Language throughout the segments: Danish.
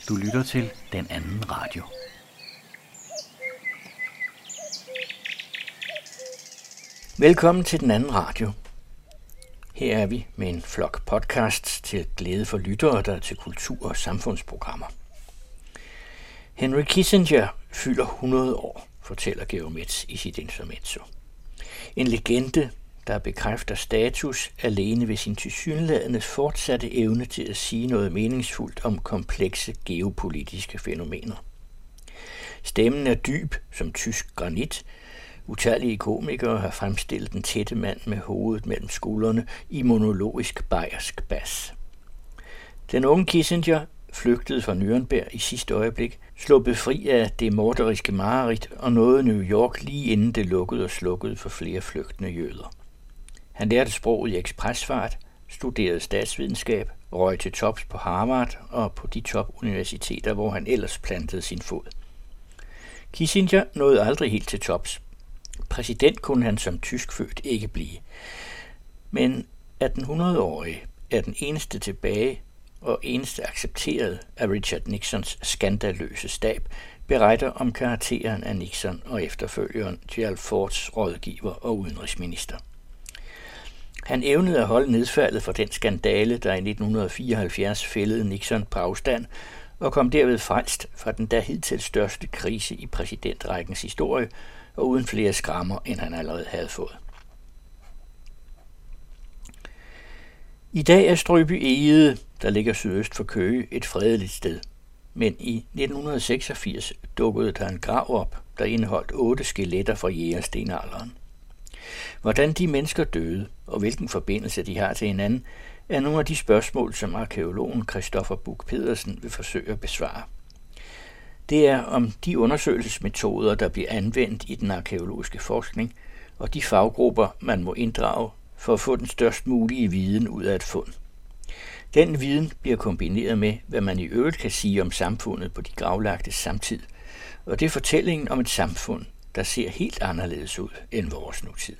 Du lytter til Den Anden Radio. Velkommen til Den Anden Radio. Her er vi med en flok podcasts til glæde for lyttere, der er til kultur- og samfundsprogrammer. Henry Kissinger fylder 100 år, fortæller Georg Metz i sit intermezzo. En legende, der bekræfter status alene ved sin tilsyneladende fortsatte evne til at sige noget meningsfuldt om komplekse geopolitiske fænomener. Stemmen er dyb som tysk granit. Utallige komikere har fremstillet den tætte mand med hovedet mellem skuldrene i monologisk bayersk bas. Den unge Kissinger flygtede fra Nürnberg i sidste øjeblik, sluppede fri af det morderiske mareridt og nåede New York lige inden det lukkede og slukkede for flere flygtende jøder. Han lærte sproget i ekspresfart, studerede statsvidenskab, røg til tops på Harvard og på de topuniversiteter, hvor han ellers plantede sin fod. Kissinger nåede aldrig helt til tops. Præsident kunne han som tyskfødt ikke blive. Men 1800-årige er den eneste tilbage og eneste accepteret af Richard Nixons skandaløse stab, beretter om karakteren af Nixon og efterfølgeren Gerald Fords rådgiver og udenrigsminister. Han evnede at holde nedfaldet for den skandale, der i 1974 fældede Nixon på afstand, og kom derved frelst fra den der hidtil største krise i præsidentrækkens historie, og uden flere skrammer, end han allerede havde fået. I dag er Strøby Egede, der ligger sydøst for Køge, et fredeligt sted. Men i 1986 dukkede der en grav op, der indeholdt 8 skeletter fra jægerstenalderen. Hvordan de mennesker døde, og hvilken forbindelse de har til hinanden, er nogle af de spørgsmål, som arkæologen Christoffer Buch Pedersen vil forsøge at besvare. Det er om de undersøgelsesmetoder, der bliver anvendt i den arkæologiske forskning, og de faggrupper, man må inddrage for at få den størst mulige viden ud af et fund. Den viden bliver kombineret med, hvad man i øvrigt kan sige om samfundet på de gravlagte samtid, og det er fortællingen om et samfund, der ser helt anderledes ud end vores nutid.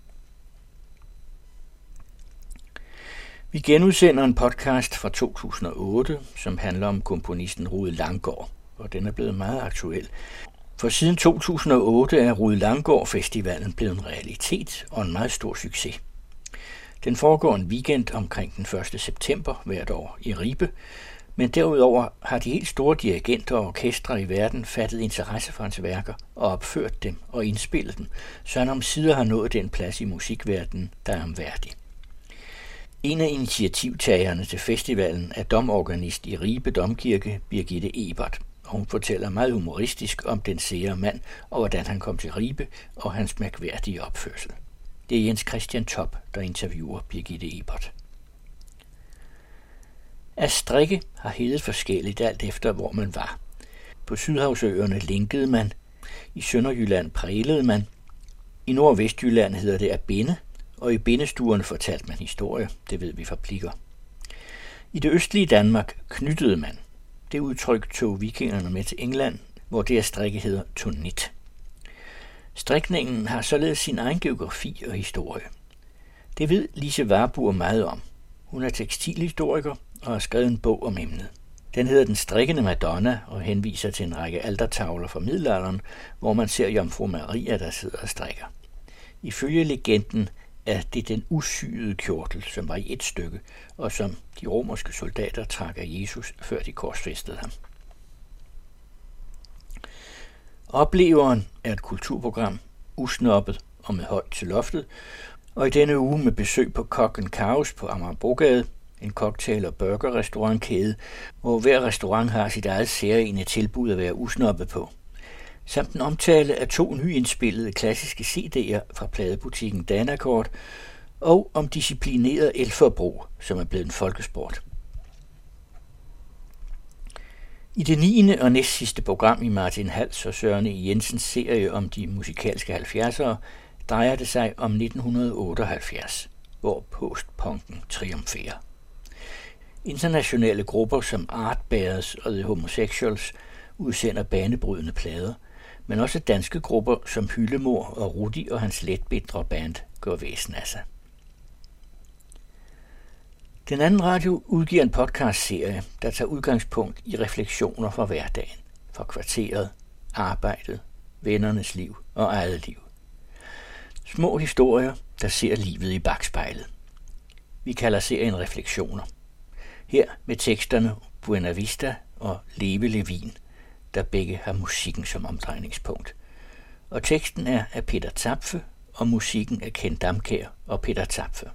Vi genudsender en podcast fra 2008, som handler om komponisten Rued Langgaard, og den er blevet meget aktuel. For siden 2008 er Rued Langgaard Festivalen blevet en realitet og en meget stor succes. Den foregår en weekend omkring den 1. september hvert år i Ribe, men derudover har de helt store dirigenter og orkestre i verden fattet interesse for hans værker og opført dem og indspillet dem, så han omsider har nået den plads i musikverdenen, der er ham værdig. En af initiativtagerne til festivalen er domorganist i Ribe Domkirke, Birgitte Ebert, og hun fortæller meget humoristisk om den sære mand og hvordan han kom til Ribe og hans mærkværdige opførsel. Det er Jens Christian Top, der interviewer Birgitte Ebert. At strikke har heddet forskelligt alt efter, hvor man var. På Sydhavsøerne linkede man, i Sønderjylland prælede man, i Nord- og Vestjylland hedder det at binde, og i bindestuerne fortalte man historie, det ved vi fra Plikker. I det østlige Danmark knyttede man. Det udtryk tog vikingerne med til England, hvor det at strikke hedder tunit. Strikningen har således sin egen geografi og historie. Det ved Lise Warburg meget om. Hun er tekstilhistoriker og har skrevet en bog om emnet. Den hedder Den strikkende Madonna og henviser til en række altertavler fra middelalderen, hvor man ser Jomfru Maria, der sidder og strikker. Ifølge legenden er det den usyede kjortel, som var i et stykke, og som de romerske soldater trak af Jesus, før de korsfæstede ham. Opleveren er et kulturprogram, usnobbet og med højt til loftet, og i denne uge med besøg på Kok & Kaos på Amagerbrogade, en cocktail- og burgerrestaurantkæde, hvor hver restaurant har sit eget særegne tilbud at være usnobbet på. Samt en omtale af 2 nyindspillede klassiske CD'er fra pladebutikken Danakort, og om disciplineret elforbrug, som er blevet en folkesport. I det 9. og næstsidste program i Martin Hals og Søren E. Jensens serie om de musikalske 70'ere, drejer det sig om 1978, hvor postpunken triumferer. Internationale grupper som Art Bears og The Homosexuals udsender banebrydende plader, men også danske grupper som Hyllemor og Rudi og hans letbitre band gør væsen af sig. Den anden radio udgiver en podcastserie, der tager udgangspunkt i refleksioner fra hverdagen, fra kvarteret, arbejdet, vennernes liv og eget liv. Små historier, der ser livet i bakspejlet. Vi kalder serien Refleksioner. Her med teksterne Buena Vista og Leve Levin, der begge har musikken som omdrejningspunkt. Og teksten er af Peter Zapfe, og musikken af Ken Damkjær og Peter Zapfe.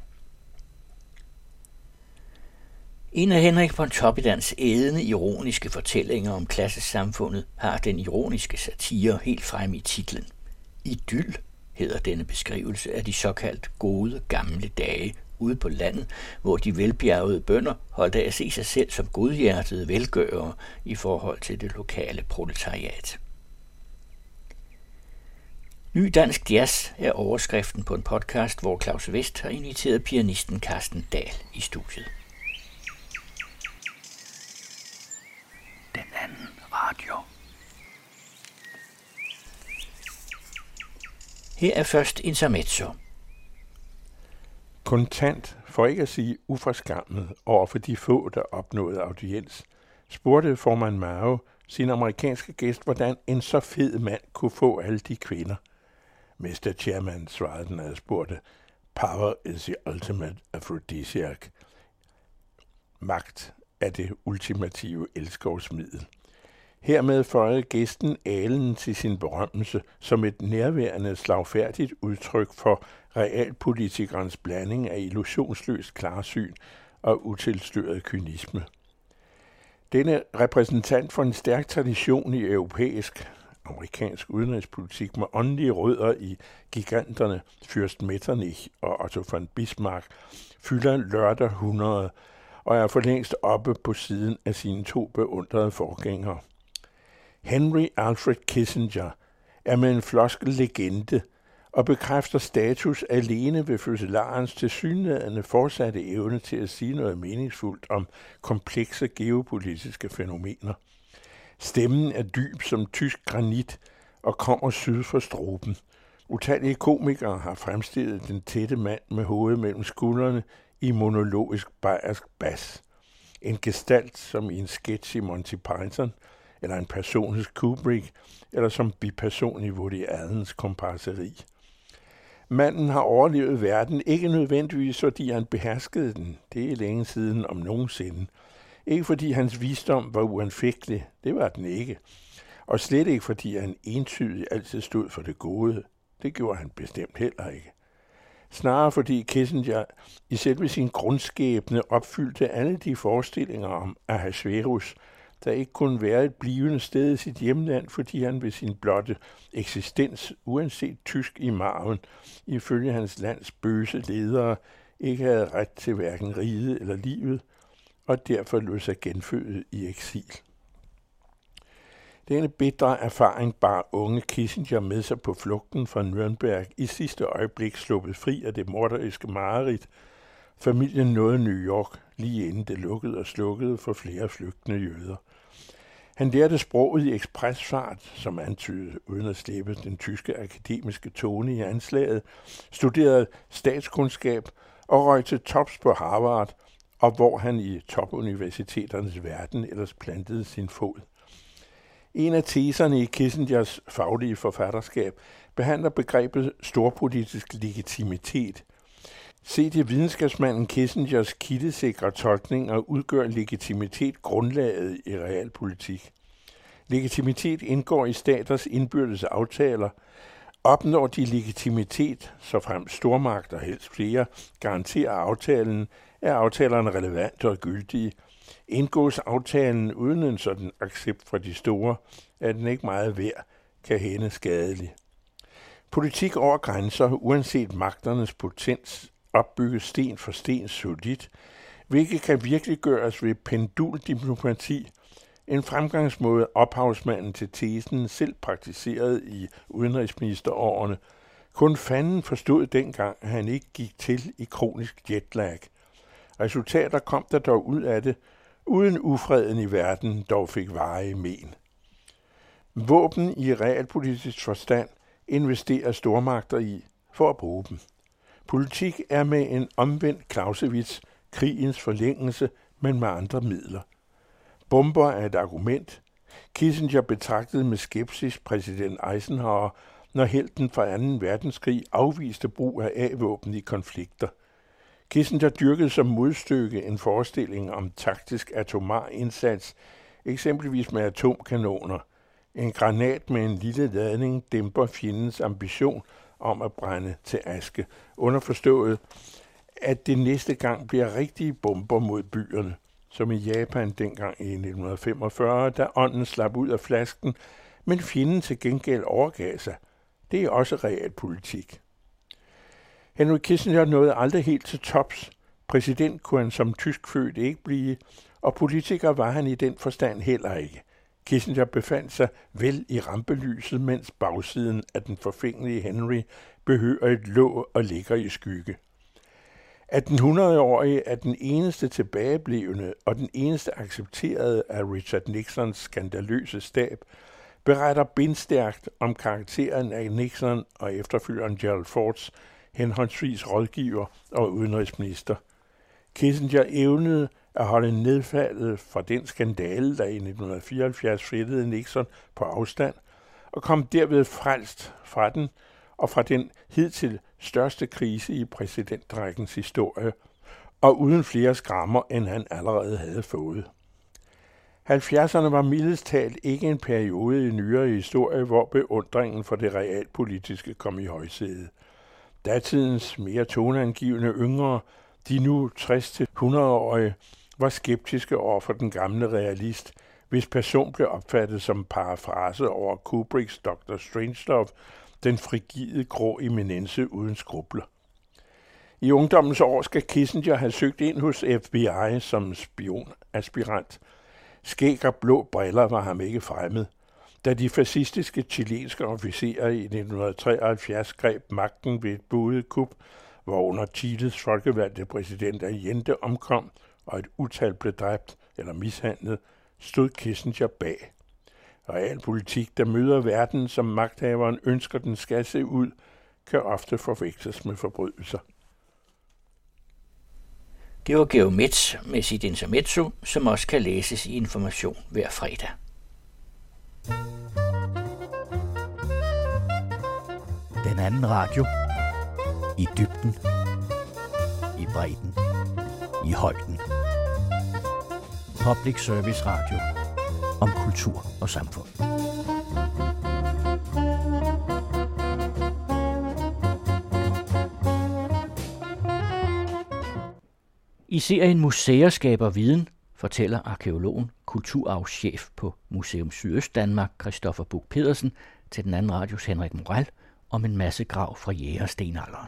En af Henrik Pontoppidans ædende ironiske fortællinger om klassesamfundet har den ironiske satire helt frem i titlen. Idyll hedder denne beskrivelse af de såkaldt gode gamle dage ude på landet, hvor de velbjergede bønder holdt af at se sig selv som godhjertede velgørere i forhold til det lokale proletariat. Ny dansk jazz er overskriften på en podcast, hvor Claus Vest har inviteret pianisten Carsten Dahl i studiet. Den anden radio. Her er først intermezzo. Kontant, for ikke at sige uforskammet over for de få, der opnåede audiens, spurgte formand Mao sin amerikanske gæst, hvordan en så fed mand kunne få alle de kvinder. Mr. Chairman, svarede den adspurgte, power is the ultimate aphrodisiac. Magt er det ultimative elskovsmiddel. Hermed føjede gæsten alen til sin berømmelse som et nærværende slagfærdigt udtryk for realpolitikernes blanding af illusionsløst klarsyn og utilstøret kynisme. Denne repræsentant for en stærk tradition i amerikansk udenrigspolitik med åndelige rødder i giganterne Fürst Metternich og Otto von Bismarck fylder lørdag 100 og er for længst oppe på siden af sine to beundrede forgængere. Henry Alfred Kissinger er med en floskel legende og bekræfter status alene ved fødselarens tilsyneladende fortsatte evne til at sige noget meningsfuldt om komplekse geopolitiske fænomener. Stemmen er dyb som tysk granit og kommer syd for Struben. Utallige komikere har fremstillet den tætte mand med hovedet mellem skuldrene i monologisk bayersk bas. En gestalt som i en sketch i Monty Python, eller en person hos Kubrick, eller som biperson i Woody Allens komparseri. Manden har overlevet verden, ikke nødvendigvis fordi han beherskede den, det er længe siden om nogensinde. Ikke fordi hans visdom var uanfægtelig, det var den ikke. Og slet ikke fordi han entydigt altid stod for det gode, det gjorde han bestemt heller ikke. Snarere fordi Kissinger i selve sin grundskæbne opfyldte alle de forestillinger om Ahasverus, der ikke kunne være et blivende sted i sit hjemland, fordi han ved sin blotte eksistens, uanset tysk i marven, ifølge hans lands bøse ledere, ikke havde ret til hverken riget eller livet, og derfor lod sig genføde i eksil. Denne bitre erfaring bar unge Kissinger med sig på flugten fra Nürnberg, i sidste øjeblik sluppet fri af det morderiske mareridt. Familien nåede New York, lige inden det lukkede og slukkede for flere flygtende jøder. Han lærte sproget i ekspresfart, som antydede uden at slippe den tyske akademiske tone i anslaget, studerede statskundskab og røg til tops på Harvard, og hvor han i topuniversiteternes verden ellers plantede sin fod. En af teserne i Kissingers faglige forfatterskab behandler begrebet storpolitisk legitimitet. Set i videnskabsmanden Kissingers kildesikre tolkninger udgør legitimitet grundlaget i realpolitik. Legitimitet indgår i staters indbyrdes aftaler. Opnår de legitimitet, såfremt stormagter helst flere garanterer aftalen, er aftalerne relevante og gyldige. Indgås aftalen uden en sådan accept fra de store, er den ikke meget værd, kan hende skadelig. Politik over grænser, uanset magternes potens, opbygges sten for sten solidt, hvilket kan virkeliggøres ved penduldiplomati, en fremgangsmåde ophavsmanden til tesen selv praktiseret i udenrigsministerårene. Kun fanden forstod dengang, at han ikke gik til i kronisk jetlag. Resultater kom der dog ud af det, uden ufreden i verden dog fik varige men. Våben i realpolitisk forstand investerer stormagter i for at bruge dem. Politik er med en omvendt Clausewitz krigens forlængelse, men med andre midler. Bomber er et argument. Kissinger betragtede med skepsis præsident Eisenhower, når helten fra 2. verdenskrig afviste brug af A-våben i konflikter. Kissinger dyrkede som modstykke en forestilling om taktisk atomar indsats, eksempelvis med atomkanoner. En granat med en lille ladning dæmper fjendens ambition om at brænde til aske. Underforstået, at det næste gang bliver rigtige bomber mod byerne, som i Japan dengang i 1945, da ånden slap ud af flasken, men fjenden til gengæld overgav sig. Det er også realpolitik. Henry Kissinger nåede aldrig helt til tops. Præsident kunne han som tyskfødt ikke blive, og politiker var han i den forstand heller ikke. Kissinger befandt sig vel i rampelyset, mens bagsiden af den forfængelige Henry behørigt lå og ligger i skygge. At den 100-årige er den eneste tilbageblevende og den eneste accepterede af Richard Nixons skandaløse stab, beretter bindstærkt om karakteren af Nixon og efterfølgeren Gerald Fords henholdsvis rådgiver og udenrigsminister. Kissinger evnede at holde nedfaldet fra den skandale, der i 1974 fældede Nixon på afstand, og kom derved frelst fra den og fra den hidtil største krise i præsidentrækkens historie, og uden flere skrammer, end han allerede havde fået. 70'erne var mildest talt ikke en periode i nyere historie, hvor beundringen for det realpolitiske kom i højsædet. Datidens mere toneangivende yngre, de nu 60-100-årige, var skeptiske over for den gamle realist, hvis person blev opfattet som parafrase over Kubricks Dr. Strangelove, den frigide grå eminence uden skrubler. I ungdommens år skal Kissinger have søgt ind hos FBI som spionaspirant. Skæg og blå briller var ham ikke fremmed. Da de fascistiske chilenske officerer i 1973 greb magten ved et buet kup, hvor under Chiles folkevalgte præsident Allende omkom, og et utal blev dræbt eller mishandlet, stod Kissinger bag. Realpolitik, der møder verden, som magthaveren ønsker den skal se ud, kan ofte forveksles med forbrydelser. Det var Georg Metz med sit intermezzo, som også kan læses i Information hver fredag. Den anden radio. I dybden. I bredden. I højden. Public Service Radio. Om kultur og samfund. I serien Museer skaber viden fortæller arkæologen, kulturarvschef på Museum Sydøstdanmark, Christoffer Buch Pedersen, til den anden radios Henrik Moral om en masse grav fra jægerstenalderen.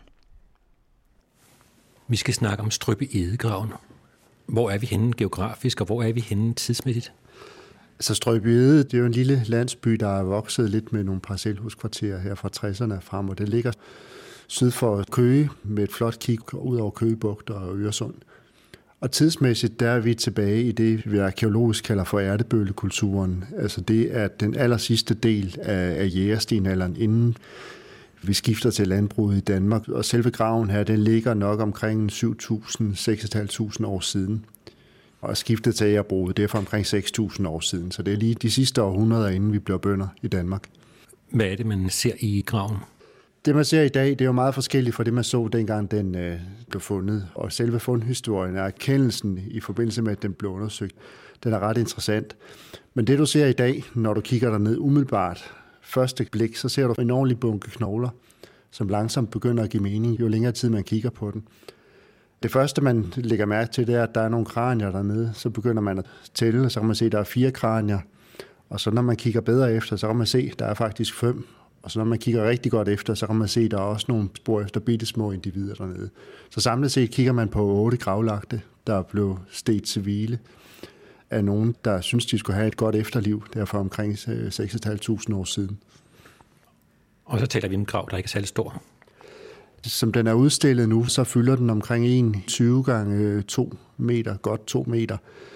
Vi skal snakke om Strøby Edegraven. Hvor er vi henne geografisk, og hvor er vi henne tidsmæssigt? Så Strøby Ede, det er jo en lille landsby, der er vokset lidt med nogle parcelhuskvarterer her fra 60'erne frem, og det ligger syd for Køge med et flot kig ud over Køgebugt og Øresund. Og tidsmæssigt, der er vi tilbage i det, vi arkeologisk kalder for ærtebøllekulturen. Altså det er den allersidste del af jægerstenalderen, inden vi skifter til landbruget i Danmark. Og selve graven her, den ligger nok omkring 7.000-6.500 år siden. Og skiftet til jægerbruget, det er for omkring 6.000 år siden. Så det er lige de sidste århundreder, inden vi bliver bønder i Danmark. Hvad er det, man ser i graven? Det, man ser i dag, det er jo meget forskelligt fra det, man så dengang den blev fundet. Og selve fundhistorien er erkendelsen i forbindelse med, at den blev undersøgt. Den er ret interessant. Men det, du ser i dag, når du kigger derned umiddelbart, første blik, så ser du en ordentlig bunke knogler, som langsomt begynder at give mening, jo længere tid man kigger på den. Det første, man lægger mærke til, det er, at der er nogle kranier dernede. Så begynder man at tælle, så kan man se, at der er 4 kranier. Og så når man kigger bedre efter, så kan man se, at der er faktisk 5. Og så når man kigger rigtig godt efter, så kan man se, at der er også nogle spor efter bittesmå individer dernede. Så samlet set kigger man på 8 gravlagte, der blev stedt til hvile af nogen, der synes, de skulle have et godt efterliv, derfor omkring 6.500 år siden. Og så taler vi om en grav, der ikke er særlig stor. Som den er udstillet nu, så fylder den omkring 21 gange 2 meter, godt 2 meter.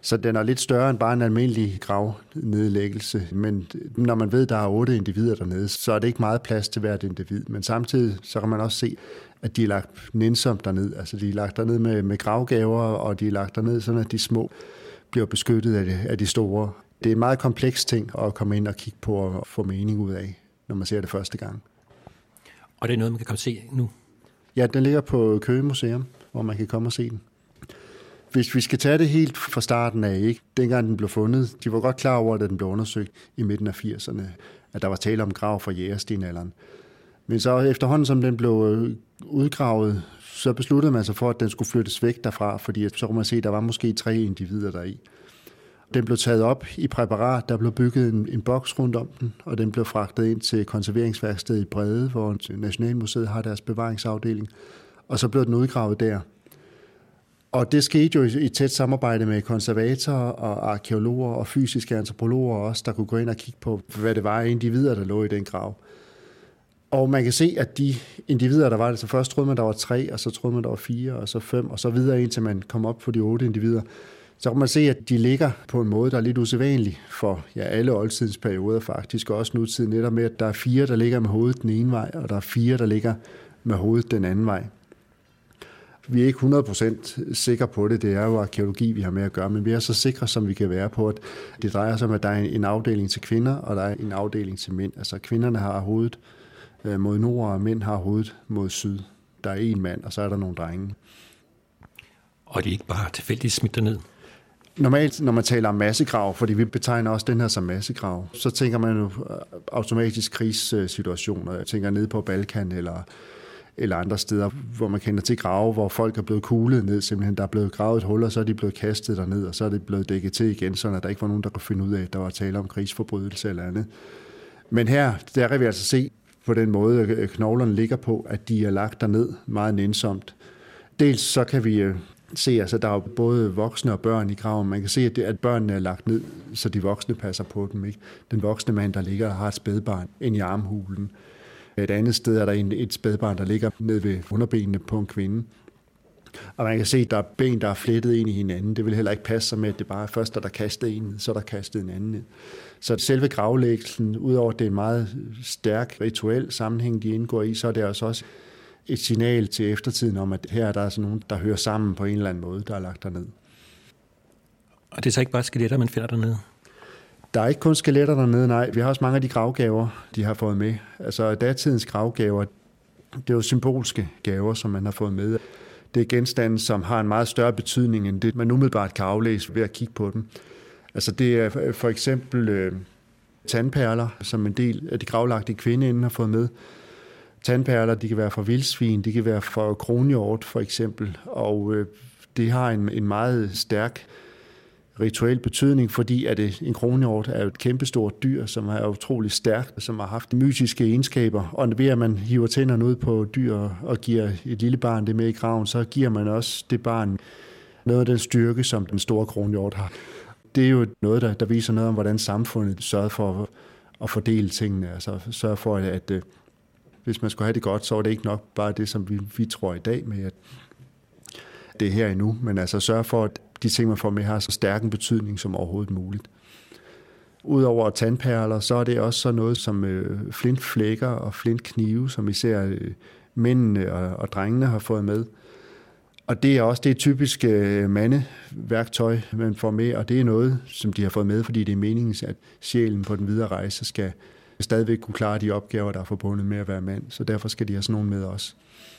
Så den er lidt større end bare en almindelig gravnedlæggelse. Men når man ved, at der er 8 individer dernede, så er det ikke meget plads til hvert individ. Men samtidig så kan man også se, at de er lagt nænsomt derned. Altså de er lagt derned med gravgaver, og de er lagt derned, sådan at de små bliver beskyttet af de store. Det er en meget kompleks ting at komme ind og kigge på og få mening ud af, når man ser det første gang. Og det er noget, man kan komme se nu? Ja, den ligger på Køge Museum, hvor man kan komme og se den. Hvis vi skal tage det helt fra starten af, ikke? Dengang den blev fundet, de var godt klar over, at den blev undersøgt i midten af 80'erne, at der var tale om grav fra jægerstenalderen. Men så efterhånden, som den blev udgravet, så besluttede man sig for, at den skulle flyttes væk derfra, fordi så kunne man se, at der var måske 3 individer deri. Den blev taget op i præparat, der blev bygget en boks rundt om den, og den blev fragtet ind til konserveringsværkstedet i Brede, hvor Nationalmuseet har deres bevaringsafdeling, og så blev den udgravet der. Og det skete jo i tæt samarbejde med konservatorer og arkeologer og fysiske antropologer også, der kunne gå ind og kigge på, hvad det var af individer, der lå i den grav. Og man kan se, at de individer, der var det, så først troede man, der var 3, og så troede man, der var 4, og så 5, og så videre, indtil man kom op på de 8 individer. Så kan man se, at de ligger på en måde, der er lidt usædvanlig for alle oldtidens perioder faktisk, og også nutiden netop med, at der er 4, der ligger med hovedet den ene vej, og der er 4, der ligger med hovedet den anden vej. Vi er ikke 100% sikre på det, det er jo arkeologi, vi har med at gøre, men vi er så sikre, som vi kan være på, at det drejer sig om, at der er en afdeling til kvinder, og der er en afdeling til mænd. Altså kvinderne har hovedet mod nord, og mænd har hovedet mod syd. Der er 1 mand, og så er der nogle drenge. Og de er ikke bare tilfældigt smidt derned? Normalt, når man taler om massegrav, fordi vi betegner også den her som massegrav, så tænker man jo automatisk krigssituationer. Jeg tænker ned på Balkan eller andre steder, hvor man kender til grave, hvor folk er blevet kuglet ned, simpelthen der er blevet gravet et hul, og så er de blevet kastet derned, og så er det blevet dækket til igen, så der ikke var nogen, der kunne finde ud af, at der var tale om krigsforbrydelse eller andet. Men her, der kan vi altså se på den måde, knoglerne ligger på, at de er lagt derned meget nænsomt. Dels så kan vi se, altså der er både voksne og børn i graven. Man kan se, at børnene er lagt ned, så de voksne passer på dem, ikke? Den voksne mand, der ligger og har et spædbarn ind i armhulen. Et andet sted er der et spædbarn, der ligger ned ved underbenene på en kvinde. Og man kan se, at der er ben, der er flettet ind i hinanden. Det vil heller ikke passe sig med, at det bare er først, der kastet en ned, så er der kastet en anden ned. Så selve gravlæggelsen, udover at det er en meget stærk rituel sammenhæng, de indgår i, så er det også et signal til eftertiden om, at her er der altså nogen, der hører sammen på en eller anden måde, der er lagt derned. Og det er så ikke bare skeletter, man finder dernede? Der er ikke kun skeletter dernede, nej. Vi har også mange af de gravgaver, de har fået med. Altså datidens gravgaver, det er jo symbolske gaver, som man har fået med. Det er genstande, som har en meget større betydning, end det man umiddelbart kan aflæse ved at kigge på dem. Altså det er for eksempel tandperler, som en del af de gravlagte kvindeinde har fået med. Tandperler, de kan være fra vildsvin, de kan være fra kronhjort for eksempel, og det har en meget stærk rituel betydning, fordi at en kronhjort er et kæmpestort dyr, som er utrolig stærkt, som har haft mytiske egenskaber, og ved at man hiver tænderne ud på dyr og giver et lille barn det med i graven, så giver man også det barn noget af den styrke, som den store kronhjort har. Det er jo noget, der viser noget om, hvordan samfundet sørger for at fordele tingene, altså sørge for, at hvis man skulle have det godt, så var det ikke nok bare det, som vi tror i dag med, at det er her endnu, men altså sørge for, at de ting, man får med, har så stærk en betydning som overhovedet muligt. Udover tandperler, så er det også sådan noget som flintflækker og flintknive, som især mændene og drengene har fået med. Og det er også det typiske mandeværktøj, man får med, og det er noget, som de har fået med, fordi det er meningen, at sjælen på den videre rejse skal stadigvæk kunne klare de opgaver, der er forbundet med at være mand. Så derfor skal de have sådan nogen med også.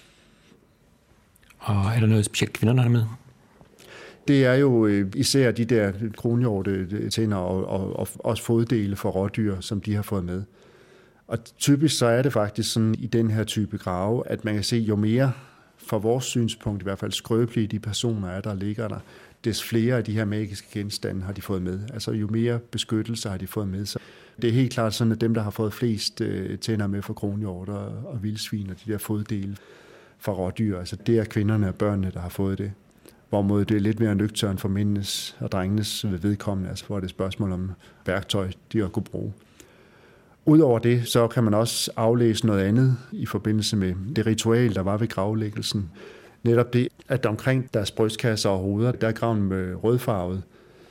Og er der noget specielt kvinderne er med? Det er jo især de der kronhjorte tænder og også foddele for rådyr, som de har fået med. Og typisk så er det faktisk sådan i den her type grave, at man kan se, jo mere fra vores synspunkt i hvert fald skrøbelige de personer er, der ligger der, des flere af de her magiske genstande har de fået med. Altså jo mere beskyttelse har de fået med. Så det er helt klart sådan, at dem, der har fået flest tænder med for kronhjorte og vildsvin og de der foddele fra rådyr, altså det er kvinderne og børnene, der har fået det. Hvorimod det er lidt mere nøgternt for mændenes og drengenes vedkommende, altså hvor det er et spørgsmål om værktøj, de har kunne bruge. Udover det, så kan man også aflæse noget andet i forbindelse med det ritual, der var ved gravlæggelsen. Netop det, at omkring deres brystkasser og hoveder, der er graven rødfarvet.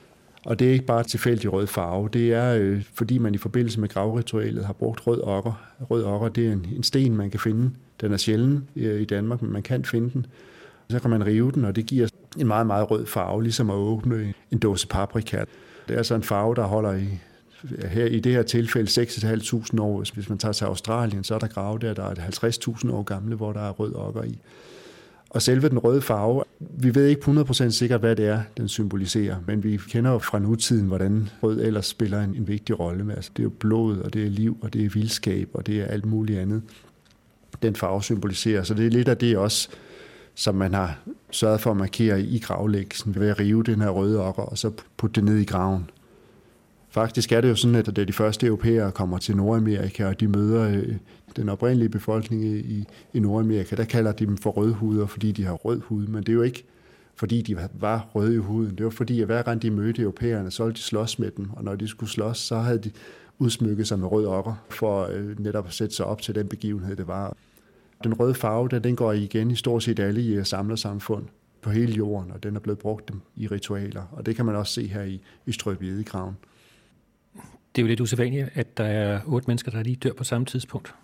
Og det er ikke bare tilfældig rød farve. Det er, fordi man i forbindelse med gravritualet har brugt rød okker. Rød okker, det er en sten, man kan finde. Den er sjælden i Danmark, men man kan finde den. Så kan man rive den, og det giver en meget, meget rød farve, ligesom at åbne en dåse paprika. Det er altså en farve, der holder i det her tilfælde 6.500 år. Hvis man tager til Australien, så er der grave der er 50.000 år gamle, hvor der er rød okker i. Og selve den røde farve, vi ved ikke 100% sikkert, hvad det er, den symboliserer, men vi kender jo fra nutiden, hvordan rød ellers spiller en vigtig rolle. Altså, det er jo blod, og det er liv, og det er vildskab, og det er alt muligt andet, den farve symboliserer. Så det er lidt af det også, som man har sørget for at markere i gravlæggelsen, ved at rive den her røde okker, og så putte det ned i graven. Faktisk er det jo sådan, at da de første europæere kommer til Nordamerika, og de møder den oprindelige befolkning i Nordamerika, der kalder de dem for rødhuder, fordi de har rød hud. Men det er jo ikke, fordi de var røde i huden. Det var fordi, at hver gang de mødte europæerne, så ville de slås med dem. Og når de skulle slås, så havde de udsmykket sig med rød okker, for netop at sætte sig op til den begivenhed, det var. Den røde farve, den går igen i stort set alle i samlersamfund på hele jorden, og den er blevet brugt i ritualer. Og det kan man også se her i Strøby Edegraven. Det er jo lidt usædvanligt, at der er 8 mennesker, der lige dør på samme tidspunkt.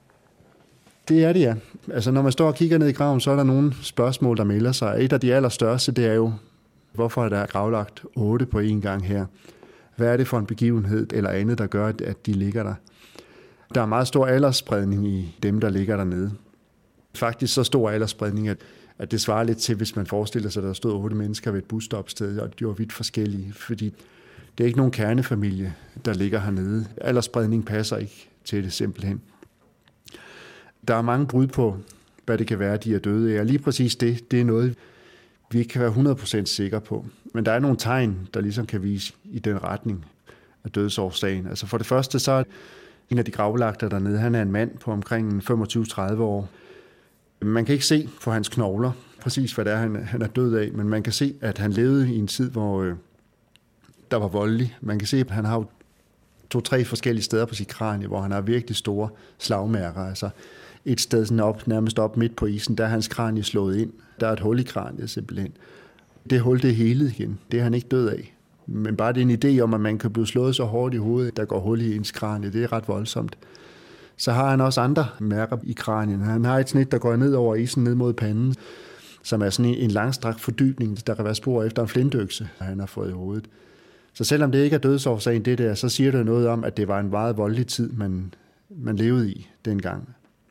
Det er det, ja. Altså, når man står og kigger ned i graven, så er der nogle spørgsmål, der melder sig. Et af de allerstørste, det er jo, hvorfor er der gravlagt 8 på én gang her? Hvad er det for en begivenhed eller andet, der gør, at de ligger der? Der er meget stor aldersspredning i dem, der ligger dernede. Faktisk så stor aldersspredning, at det svarer lidt til, hvis man forestiller sig, at der stod 8 mennesker ved et busstopsted, og de var vidt forskellige, fordi det er ikke nogen kernefamilie, der ligger hernede. Aldersspredning passer ikke til det simpelthen. Der er mange brud på, hvad det kan være, de er døde af. Og lige præcis det er noget, vi ikke kan være 100% sikre på. Men der er nogle tegn, der ligesom kan vise i den retning af dødsårsagen. Altså for det første, så er en af de gravlagter dernede, han er en mand på omkring 25-30 år. Man kan ikke se på hans knogler præcis, hvad det er, han er død af, men man kan se, at han levede i en tid, hvor der var voldelig. Man kan se, at han har 2-3 forskellige steder på sit kranie, hvor han har virkelig store slagmærker. Altså et sted sådan nærmest op midt på isen, der er hans kranie slået ind. Der er et hul i kraniet simpelthen. Det hul, det er helet igen. Det er han ikke død af. Men bare det er en idé om, at man kan blive slået så hårdt i hovedet, der går hul i ens kranie, det er ret voldsomt. Så har han også andre mærker i kranien. Han har et snit, der går ned over isen, ned mod panden, som er sådan en langstrakt fordybning, der kan være spor efter en flintøkse, han har fået i hovedet. Så selvom det ikke er dødsårsagen, det der, så siger det noget om, at det var en meget voldelig tid, man levede i dengang.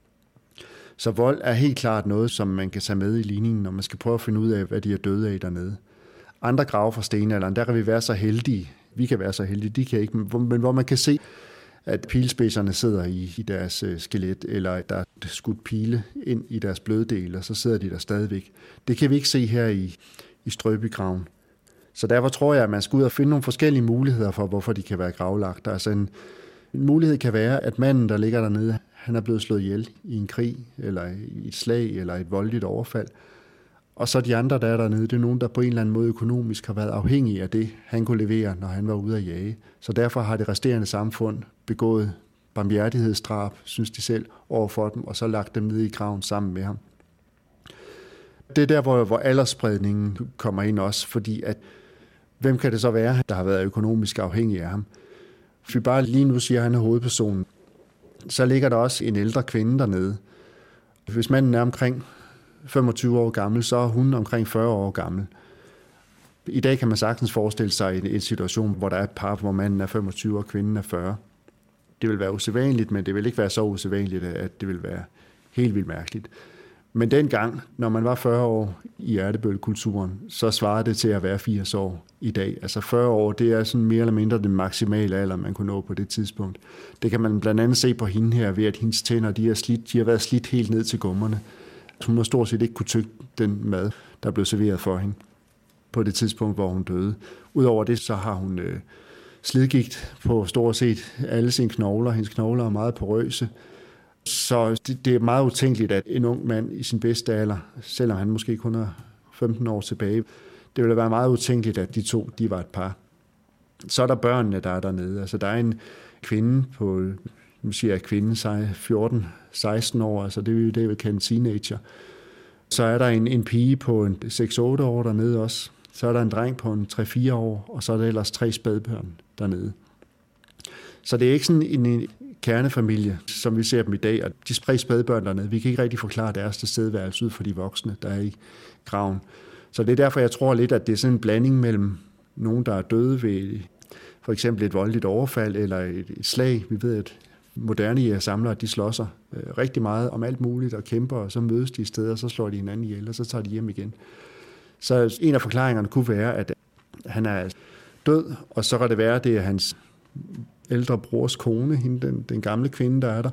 Så vold er helt klart noget, som man kan tage med i ligningen, når man skal prøve at finde ud af, hvad de er døde af dernede. Andre grave fra stenalderen, der kan vi være så heldige. Vi kan være så heldige, de kan ikke. Men hvor man kan se, at pilspidserne sidder i deres skelet, eller der er skudt pile ind i deres bløddele, og så sidder de der stadigvæk. Det kan vi ikke se her i Strøbygraven. Så derfor tror jeg, at man skal ud og finde nogle forskellige muligheder for, hvorfor de kan være gravlagt. Altså en mulighed kan være, at manden, der ligger dernede, han er blevet slået ihjel i en krig, eller i et slag, eller et voldeligt overfald. Og så de andre, der er dernede, det er nogen, der på en eller anden måde økonomisk har været afhængige af det, han kunne levere, når han var ude at jage. Så derfor har det resterende samfund begået barmhjertighedsdrab, synes de selv, overfor dem, og så lagt dem ned i graven sammen med ham. Det er der, hvor aldersspredningen kommer ind også, fordi at hvem kan det så være, der har været økonomisk afhængig af ham? Hvis vi bare lige nu siger, at han er hovedpersonen, så ligger der også en ældre kvinde dernede. Hvis manden er omkring 25 år gammel, så er hun omkring 40 år gammel. I dag kan man sagtens forestille sig en situation, hvor der er et par, hvor manden er 25 og kvinden er 40. Det vil være usædvanligt, men det vil ikke være så usædvanligt, at det vil være helt vildt mærkeligt. Men dengang, når man var 40 år i hjertebølgekulturen, så svarede det til at være 80 år i dag. Altså 40 år, det er sådan mere eller mindre den maksimale alder, man kunne nå på det tidspunkt. Det kan man blandt andet se på hende her, ved at hendes tænder, de har været slidt helt ned til gummerne. Hun har stort set ikke kunne tygge den mad, der blev serveret for hende på det tidspunkt, hvor hun døde. Udover det, så har hun slidgigt på stort set alle sine knogler. Hendes knogler er meget porøse. Så det er meget utænkeligt, at en ung mand i sin bedste alder, selvom han måske kun er 15 år tilbage, det ville være meget utænkeligt, at de to, de var et par. Så er der børnene, der er dernede. Altså der er en kvinde på, nu siger jeg kvinde, 14-16 år, altså det vil kalde teenager. Så er der en pige på 6-8 år dernede også. Så er der en dreng på en 3-4 år, og så er der ellers 3 spædbørn dernede. Så det er ikke sådan en kernefamilie, som vi ser dem i dag, og de 3 spædbørn dernede, vi kan ikke rigtig forklare deres tilstedeværelse ud for de voksne, der er i graven. Så det er derfor, jeg tror lidt, at det er sådan en blanding mellem nogen, der er døde ved for eksempel et voldeligt overfald eller et slag. Vi ved, at moderne jægersamlere, de slår sig rigtig meget om alt muligt og kæmper, og så mødes de i steder, og så slår de hinanden ihjel, og så tager de hjem igen. Så en af forklaringerne kunne være, at han er død, og så kan det være, at det er hans ældre brors kone, hende, den gamle kvinde, der er der.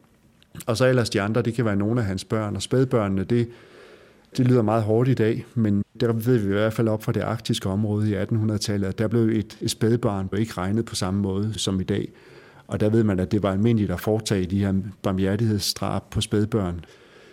Og så ellers de andre, det kan være nogle af hans børn, og spædbørnene, det lyder meget hårdt i dag, men der ved vi i hvert fald op fra det arktiske område i 1800-tallet, at der blev et spædbarn ikke regnet på samme måde som i dag. Og der ved man, at det var almindeligt at foretage de her barmhjertighedsdrab på spædbørn.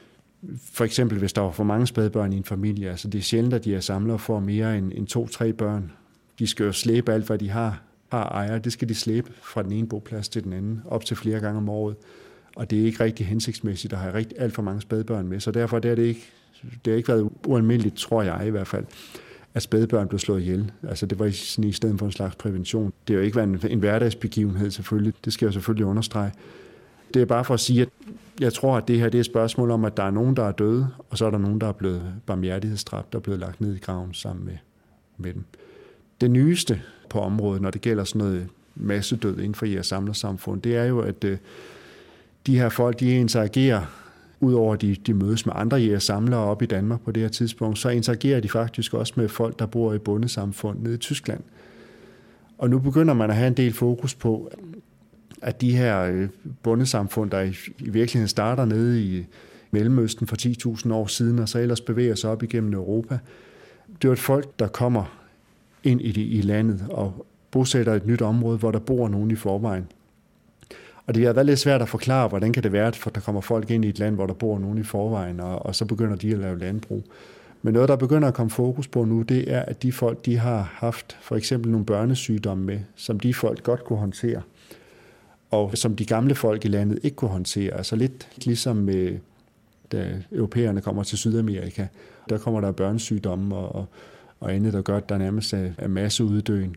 For eksempel, hvis der var for mange spædbørn i en familie, altså det er sjældent, at de er samlere for mere end 2-3 børn. De skal jo slæbe alt, hvad de har ejer. Det skal de slæbe fra den ene boplads til den anden, op til flere gange om året. Og det er ikke rigtig hensigtsmæssigt at have alt for mange spædbørn med, så derfor det har ikke været ualmindeligt, tror jeg i hvert fald, at spædbørn blev slået ihjel. Altså det var sådan i stedet for en slags prævention. Det har jo ikke været en hverdagsbegivenhed selvfølgelig. Det skal jeg selvfølgelig understrege. Det er bare for at sige, at jeg tror, at det her det er et spørgsmål om, at der er nogen, der er døde, og så er der nogen, der er blevet barmhjertighedsdræbt, der er blevet lagt ned i graven sammen med dem. Det nyeste på området, når det gælder sådan noget massedød inden for jægersamlersamfund, det er jo, at de her folk, de interagerer. Udover de mødes med andre jægersamlere op i Danmark på det her tidspunkt, så interagerer de faktisk også med folk, der bor i bondesamfund nede i Tyskland. Og nu begynder man at have en del fokus på, at de her bondesamfund, der i virkeligheden starter nede i Mellemøsten for 10.000 år siden, og så ellers bevæger sig op igennem Europa, det er et folk, der kommer ind i landet og bosætter et nyt område, hvor der bor nogen i forvejen. Og det har været lidt svært at forklare, hvordan kan det være, at der kommer folk ind i et land, hvor der bor nogen i forvejen, og så begynder de at lave landbrug. Men noget, der begynder at komme fokus på nu, det er, at de folk, de har haft for eksempel nogle børnesygdomme med, som de folk godt kunne håndtere, og som de gamle folk i landet ikke kunne håndtere. Altså lidt ligesom da europæerne kommer til Sydamerika, der kommer der børnesygdomme og andet, der gør, at der nærmest er masseuddøen.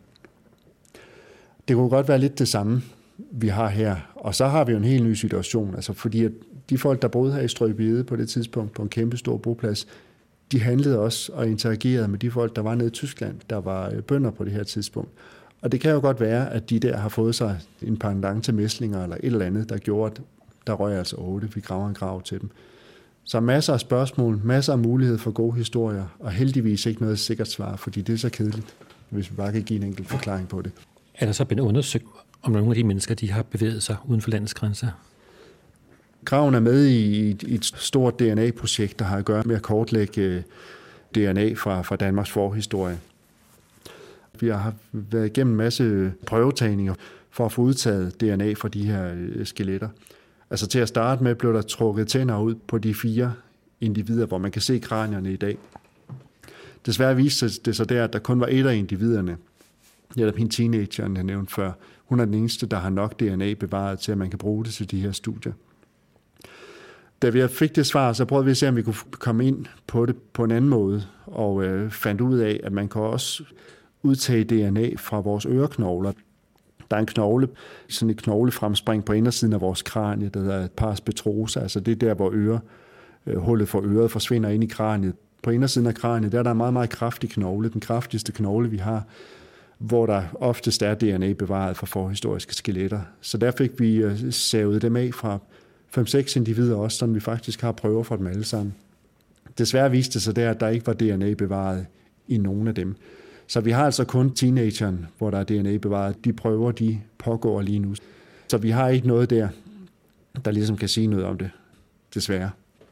Det kunne godt være lidt det samme, vi har her. Og så har vi jo en helt ny situation, altså fordi at de folk, der boede her i Strøbede på det tidspunkt, på en kæmpe stor boplads, de handlede også og interagerede med de folk, der var nede i Tyskland, der var bønder på det her tidspunkt. Og det kan jo godt være, at de der har fået sig en pendant til mæslinger eller et eller andet, der gjorde, at der røg altså 8. Vi graver en grav til dem. Så masser af spørgsmål, masser af mulighed for gode historier, og heldigvis ikke noget sikkert svar, fordi det er så kedeligt, hvis vi bare kan give en enkelt forklaring på det. Er der så blevet undersøgt, om nogle af de mennesker, de har bevæget sig uden for landets grænser? Graven er med i et stort DNA-projekt, der har at gøre med at kortlægge DNA fra Danmarks forhistorie. Vi har været igennem en masse prøvetagninger for at få udtaget DNA fra de her skeletter. Altså til at starte med blev der trukket tænder ud på de 4 individer, hvor man kan se kranierne i dag. Desværre viste det sig der, at der kun var 1 af individerne. Det er hende teenageren, jeg nævnte før. Hun er den eneste, der har nok DNA bevaret til, at man kan bruge det til de her studier. Da vi fik det svar, så prøvede vi at se, om vi kunne komme ind på det på en anden måde, og fandt ud af, at man kan også udtage DNA fra vores øreknogler. Der er en knogle, sådan et knoglefremspring på indersiden af vores kranie, der hedder pars petrosa, altså det er der, hvor hullet for øret forsvinder ind i kraniet. På indersiden af kraniet, der er der en meget, meget kraftig knogle, den kraftigste knogle, vi har, hvor der oftest er DNA bevaret fra forhistoriske skeletter. Så der fik vi savet dem af fra 5-6 individer også, så vi faktisk har prøver for dem alle sammen. Desværre viste det sig der, at der ikke var DNA bevaret i nogen af dem. Så vi har altså kun teenageren, hvor der er DNA bevaret. De prøver, de pågår lige nu. Så vi har ikke noget der ligesom kan sige noget om det, desværre.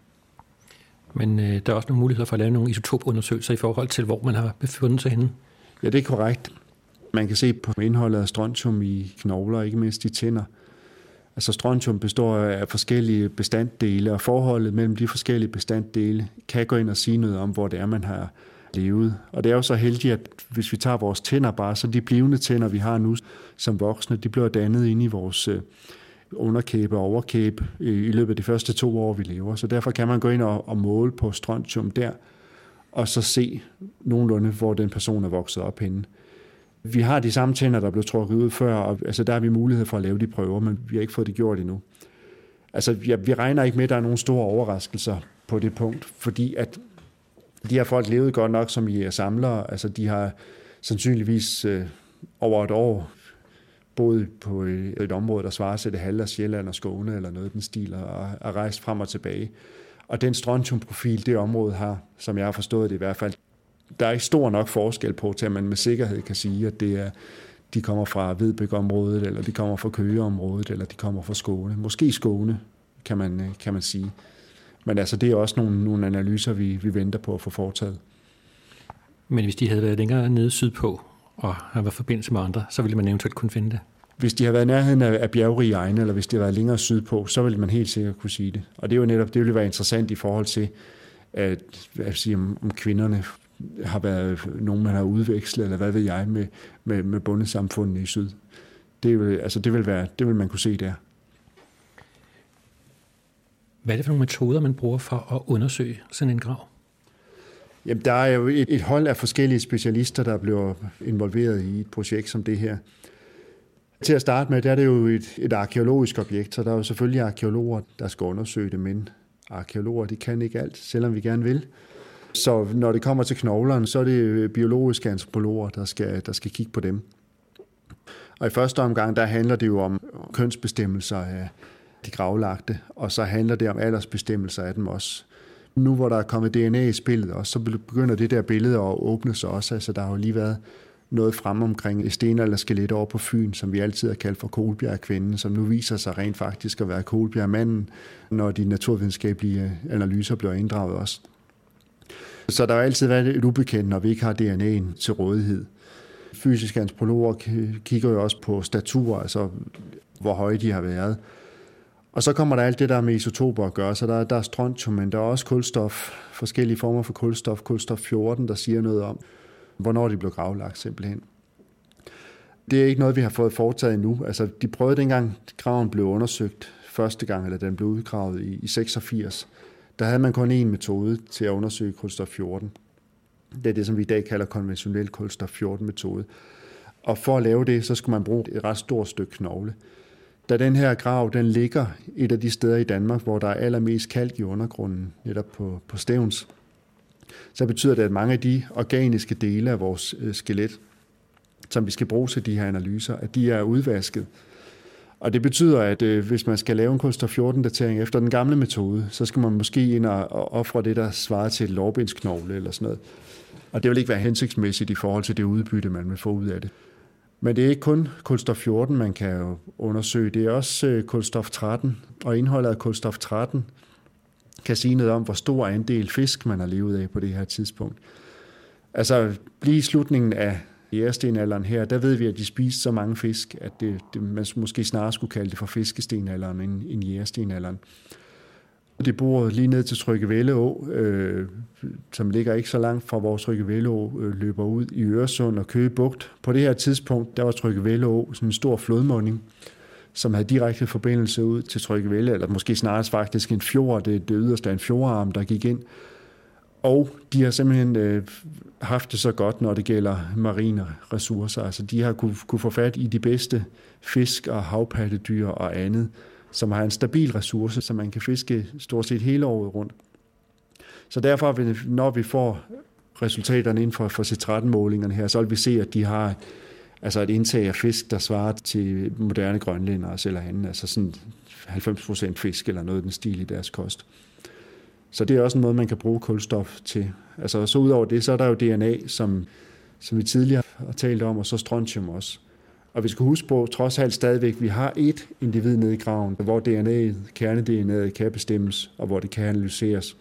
Men der er også nogle muligheder for at lave nogle isotopundersøgelser i forhold til, hvor man har befundet sig henne. Ja, det er korrekt. Man kan se på indholdet af strontium i knogler, ikke mindst i tænder. Altså strontium består af forskellige bestanddele, og forholdet mellem de forskellige bestanddele kan gå ind og sige noget om, hvor det er, man har levet. Og det er jo så heldigt, at hvis vi tager vores tænder bare, så de blivende tænder, vi har nu som voksne, de bliver dannet inde i vores underkæbe og overkæbe i løbet af de første 2 år, vi lever. Så derfor kan man gå ind og måle på strontium der. og så se nogenlunde, hvor den person er vokset op henne. Vi har de samme tænder, der blev trukket ud før, og altså, der har vi mulighed for at lave de prøver, men vi har ikke fået det gjort endnu. Altså, vi regner ikke med, at der er nogle store overraskelser på det punkt, fordi at de her folk levede godt nok som jæger-samlere. Altså, de har sandsynligvis over et år boet på et område, der svarer til det halve af Sjælland og Skåne, eller noget i den stil, og er rejst frem og tilbage. Og den strontiumprofil, det område har, som jeg har forstået det i hvert fald, der er ikke stor nok forskel på, til at man med sikkerhed kan sige, at det er, de kommer fra Vedbæk-området, eller de kommer fra Køge-området, eller de kommer fra Skåne. Måske Skåne, kan man sige. Men altså, det er også nogle analyser, vi venter på at få foretaget. Men hvis de havde været længere nede sydpå, og har været forbindelse med andre, så ville man eventuelt kunne finde det? Hvis de har været i nærheden af bjergrige egne, eller hvis de har været længere sydpå, så ville man helt sikkert kunne sige det. Og det er jo netop, det ville være interessant i forhold til, at sige, om kvinderne har været nogen, man har udvekslet, eller hvad ved jeg, med bondesamfundene i syd. Det vil man kunne se der. Hvad er det for nogle metoder, man bruger for at undersøge sådan en grav? Jamen, der er jo et hold af forskellige specialister, der bliver involveret i et projekt som det her. Til at starte med, der er det jo et arkæologisk objekt, så der er jo selvfølgelig arkæologer, der skal undersøge det, men arkæologer, de kan ikke alt, selvom vi gerne vil. Så når det kommer til knoglerne, så er det biologiske antropologer, der skal kigge på dem. Og i første omgang, der handler det jo om kønsbestemmelser af de gravlagte, og så handler det om aldersbestemmelser af dem også. Nu hvor der er kommet DNA i spillet også, så begynder det der billede at åbne sig også. Altså der har jo lige været noget frem omkring et stenalderskelet over på Fyn, som vi altid har kaldt for Kolbjergkvinden, som nu viser sig rent faktisk at være Kolbjergmanden, når de naturvidenskabelige analyser bliver inddraget også. Så der har altid været et ubekendt, når vi ikke har DNA'en til rådighed. Fysiske antropologer kigger jo også på statur, altså hvor høje de har været. Og så kommer der alt det der med isotoper at gøre, så der er strontium, men der er også kulstof, forskellige former for kulstof 14, der siger noget om, hvornår de blev gravlagt simpelthen. Det er ikke noget, vi har fået foretaget endnu. Altså, de prøvede dengang, graven blev undersøgt første gang, eller den blev udgravet i 86. Der havde man kun én metode til at undersøge kulstof 14. Det er det, som vi i dag kalder konventionel kulstof 14-metode. Og for at lave det, så skulle man bruge et ret stort stykke knogle. Da den her grav, den ligger et af de steder i Danmark, hvor der er allermest kalk i undergrunden, netop på Stevns, så betyder det, at mange af de organiske dele af vores skelet, som vi skal bruge til de her analyser, at de er udvasket. Og det betyder, at hvis man skal lave en kulstof 14-datering efter den gamle metode, så skal man måske ind og ofre det, der svarer til et lårbensknogle eller sådan noget. Og det vil ikke være hensigtsmæssigt i forhold til det udbytte, man vil få ud af det. Men det er ikke kun kulstof 14, man kan undersøge. Det er også kulstof 13, og indholdet af kulstof 13 kan sige noget om, hvor stor andel fisk man har levet af på det her tidspunkt. Altså lige i slutningen af jægerstenalderen her, der ved vi, at de spiste så mange fisk, at man måske snarere skulle kalde det for fiskestenalderen end jægerstenalderen. Det bor lige ned til Tryggevælde Å, som ligger ikke så langt fra, hvor Tryggevælde Å løber ud i Øresund og Køge Bugt. På det her tidspunkt, der var Tryggevælde Å sådan en stor flodmunding, som havde direkte forbindelse ud til Tryggevælde, eller måske snarere faktisk en fjord, det yderste af en fjordarm, der gik ind. Og de har simpelthen haft det så godt, når det gælder marine ressourcer. Altså de har kunne få fat i de bedste fisk og havpattedyr og andet, som har en stabil ressource, så man kan fiske stort set hele året rundt. Så derfor, når vi får resultaterne inden for C13-målingerne her, så vil vi se, at de har altså et indtag af fisk, der svarer til moderne grønlændere eller andet, altså sådan 90% fisk eller noget i den stil i deres kost. Så det er også en måde, man kan bruge kulstof til. Altså så udover det, så er der jo DNA, som vi tidligere har talt om, og så strontium også. Og vi skal huske på, trods alt stadigvæk, vi har et individ nede i graven, hvor kerne-DNA'et kan bestemmes, og hvor det kan analyseres.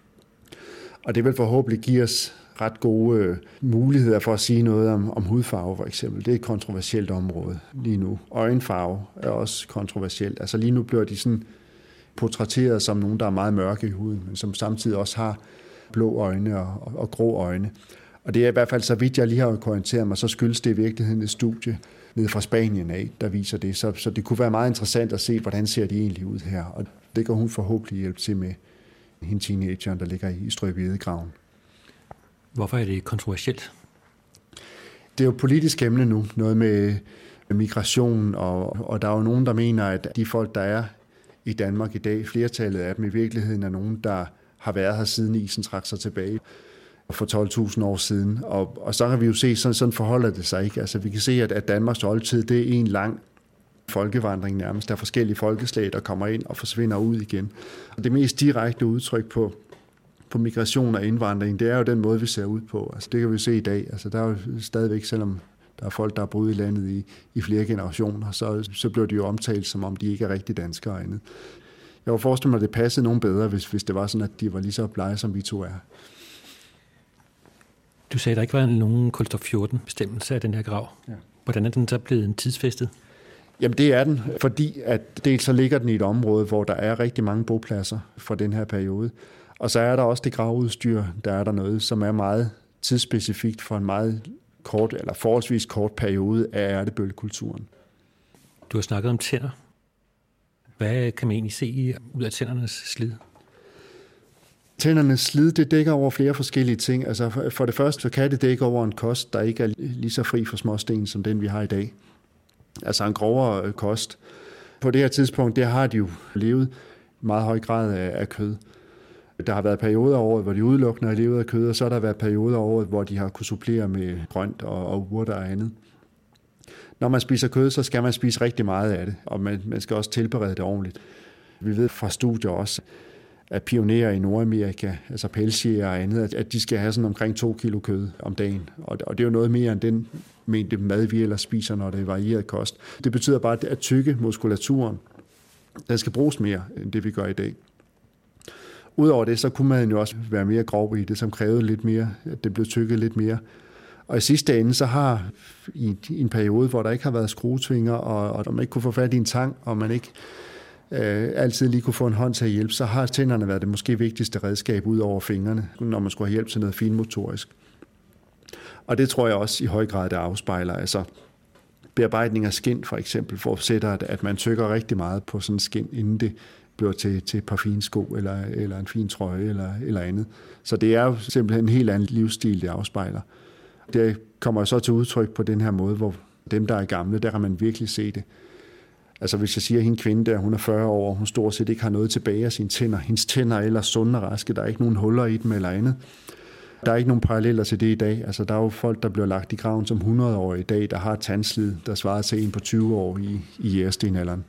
Og det vil forhåbentlig give os ret gode muligheder for at sige noget om hudfarve, for eksempel. Det er et kontroversielt område lige nu. Øjenfarve er også kontroversielt. Altså lige nu bliver de sådan portrætteret som nogen, der er meget mørke i huden, men som samtidig også har blå øjne og grå øjne. Og det er i hvert fald, så vidt jeg lige har orienteret mig, så skyldes det i virkeligheden et studie nede fra Spanien af, der viser det. Så det kunne være meget interessant at se, hvordan ser de egentlig ud her. Og det kan hun forhåbentlig hjælpe til med hende teenageren, der ligger i Strøby Edegraven. Hvorfor er det kontroversielt? Det er jo et politisk emne nu, noget med migration, og der er jo nogen, der mener, at de folk, der er i Danmark i dag, flertallet af dem i virkeligheden er nogen, der har været her siden isen trak sig tilbage for 12.000 år siden. Og så kan vi jo se, sådan forholder det sig ikke. Altså vi kan se, at Danmarks oldtid, det er en lang folkevandring nærmest. Der er forskellige folkeslag, der kommer ind og forsvinder ud igen. Og det mest direkte udtryk på migration og indvandring, det er jo den måde, vi ser ud på. Altså det kan vi se i dag. Altså der er jo stadigvæk, selvom der er folk, der er boet i landet i flere generationer, så bliver de jo omtalt, som om de ikke er rigtig danskere og andet. Jeg kunne forestille mig, at det passede nogen bedre, hvis det var sådan, at de var lige så blege, som vi to er. Du sagde, at der ikke var nogen kulstor 14 bestemmelse af den her grav. Ja. Hvordan er den så blevet en tidsfæstet? Jamen det er den, fordi at dels så ligger den i et område, hvor der er rigtig mange bopladser fra den her periode. Og så er der også det gravudstyr, der er der noget, som er meget tidsspecifikt for en meget kort eller forholdsvis kort periode af ærtebøllekulturen. Du har snakket om tænder. Hvad kan man egentlig se ud af tændernes slid? Tændernes slid, det dækker over flere forskellige ting. Altså for det første, så kan det dække over en kost, der ikke er lige så fri for småsten, som den vi har i dag. Altså en grovere kost. På det her tidspunkt, der har de jo levet i meget høj grad af kød. Der har været perioder af året, hvor de udelukkende har levet af kød, og så har der været perioder af året, hvor de har kunnet supplere med grønt og urter og andet. Når man spiser kød, så skal man spise rigtig meget af det, og man skal også tilberede det ordentligt. Vi ved fra studier også, at pionerer i Nordamerika, altså pelsjæger og andet, at de skal have sådan omkring 2 kilo kød om dagen. Og det er jo noget mere end den mængde mad, vi ellers spiser, når det er varieret kost. Det betyder bare, at tykke muskulaturen, den skal bruges mere, end det vi gør i dag. Udover det, så kunne man jo også være mere grov i det, som krævede lidt mere, at det blev tykket lidt mere. Og i sidste ende, så har i en periode, hvor der ikke har været skruetvinger, og man ikke kunne få fat i en tang, og man ikke altid lige kunne få en hånd til at hjælpe, så har tænderne været det måske vigtigste redskab ud over fingrene, når man skulle have hjælp til noget finmotorisk. Og det tror jeg også i høj grad, det afspejler. Altså bearbejdning af skind for eksempel, forudsætter, at man tykker rigtig meget på sådan en skind, inden det bliver til et par fine sko, eller en fin trøje, eller andet. Så det er jo simpelthen en helt anden livsstil, det afspejler. Det kommer så til udtryk på den her måde, hvor dem, der er gamle, der kan man virkelig se det. Altså hvis jeg siger, at hende kvinde der, hun er 40 år, hun stort set ikke har noget tilbage af sine tænder. Hendes tænder er ellers sunde og raske, der er ikke nogen huller i dem eller andet. Der er ikke nogen paralleller til det i dag. Altså der er jo folk, der bliver lagt i graven som 100-årige i dag, der har et tandslid, der svarer til en på 20 år i jægerstenalderen.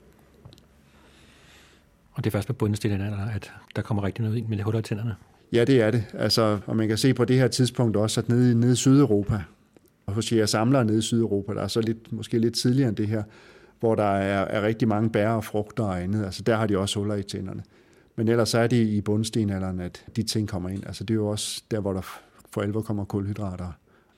Og det er først på bundestenalderen, at der kommer rigtig noget ind med huller i tænderne? Ja, det er det. Altså, og man kan se på det her tidspunkt også, at nede i Sydeuropa, og hos jægersamlere nede i Sydeuropa, der er så måske lidt tidligere end det her, hvor der er rigtig mange bær og frugter og andet. Altså der har de også huller i tænderne. Men ellers er det i bundstenalderen, at de ting kommer ind. Altså det er jo også der, hvor der for alvor kommer kulhydrater.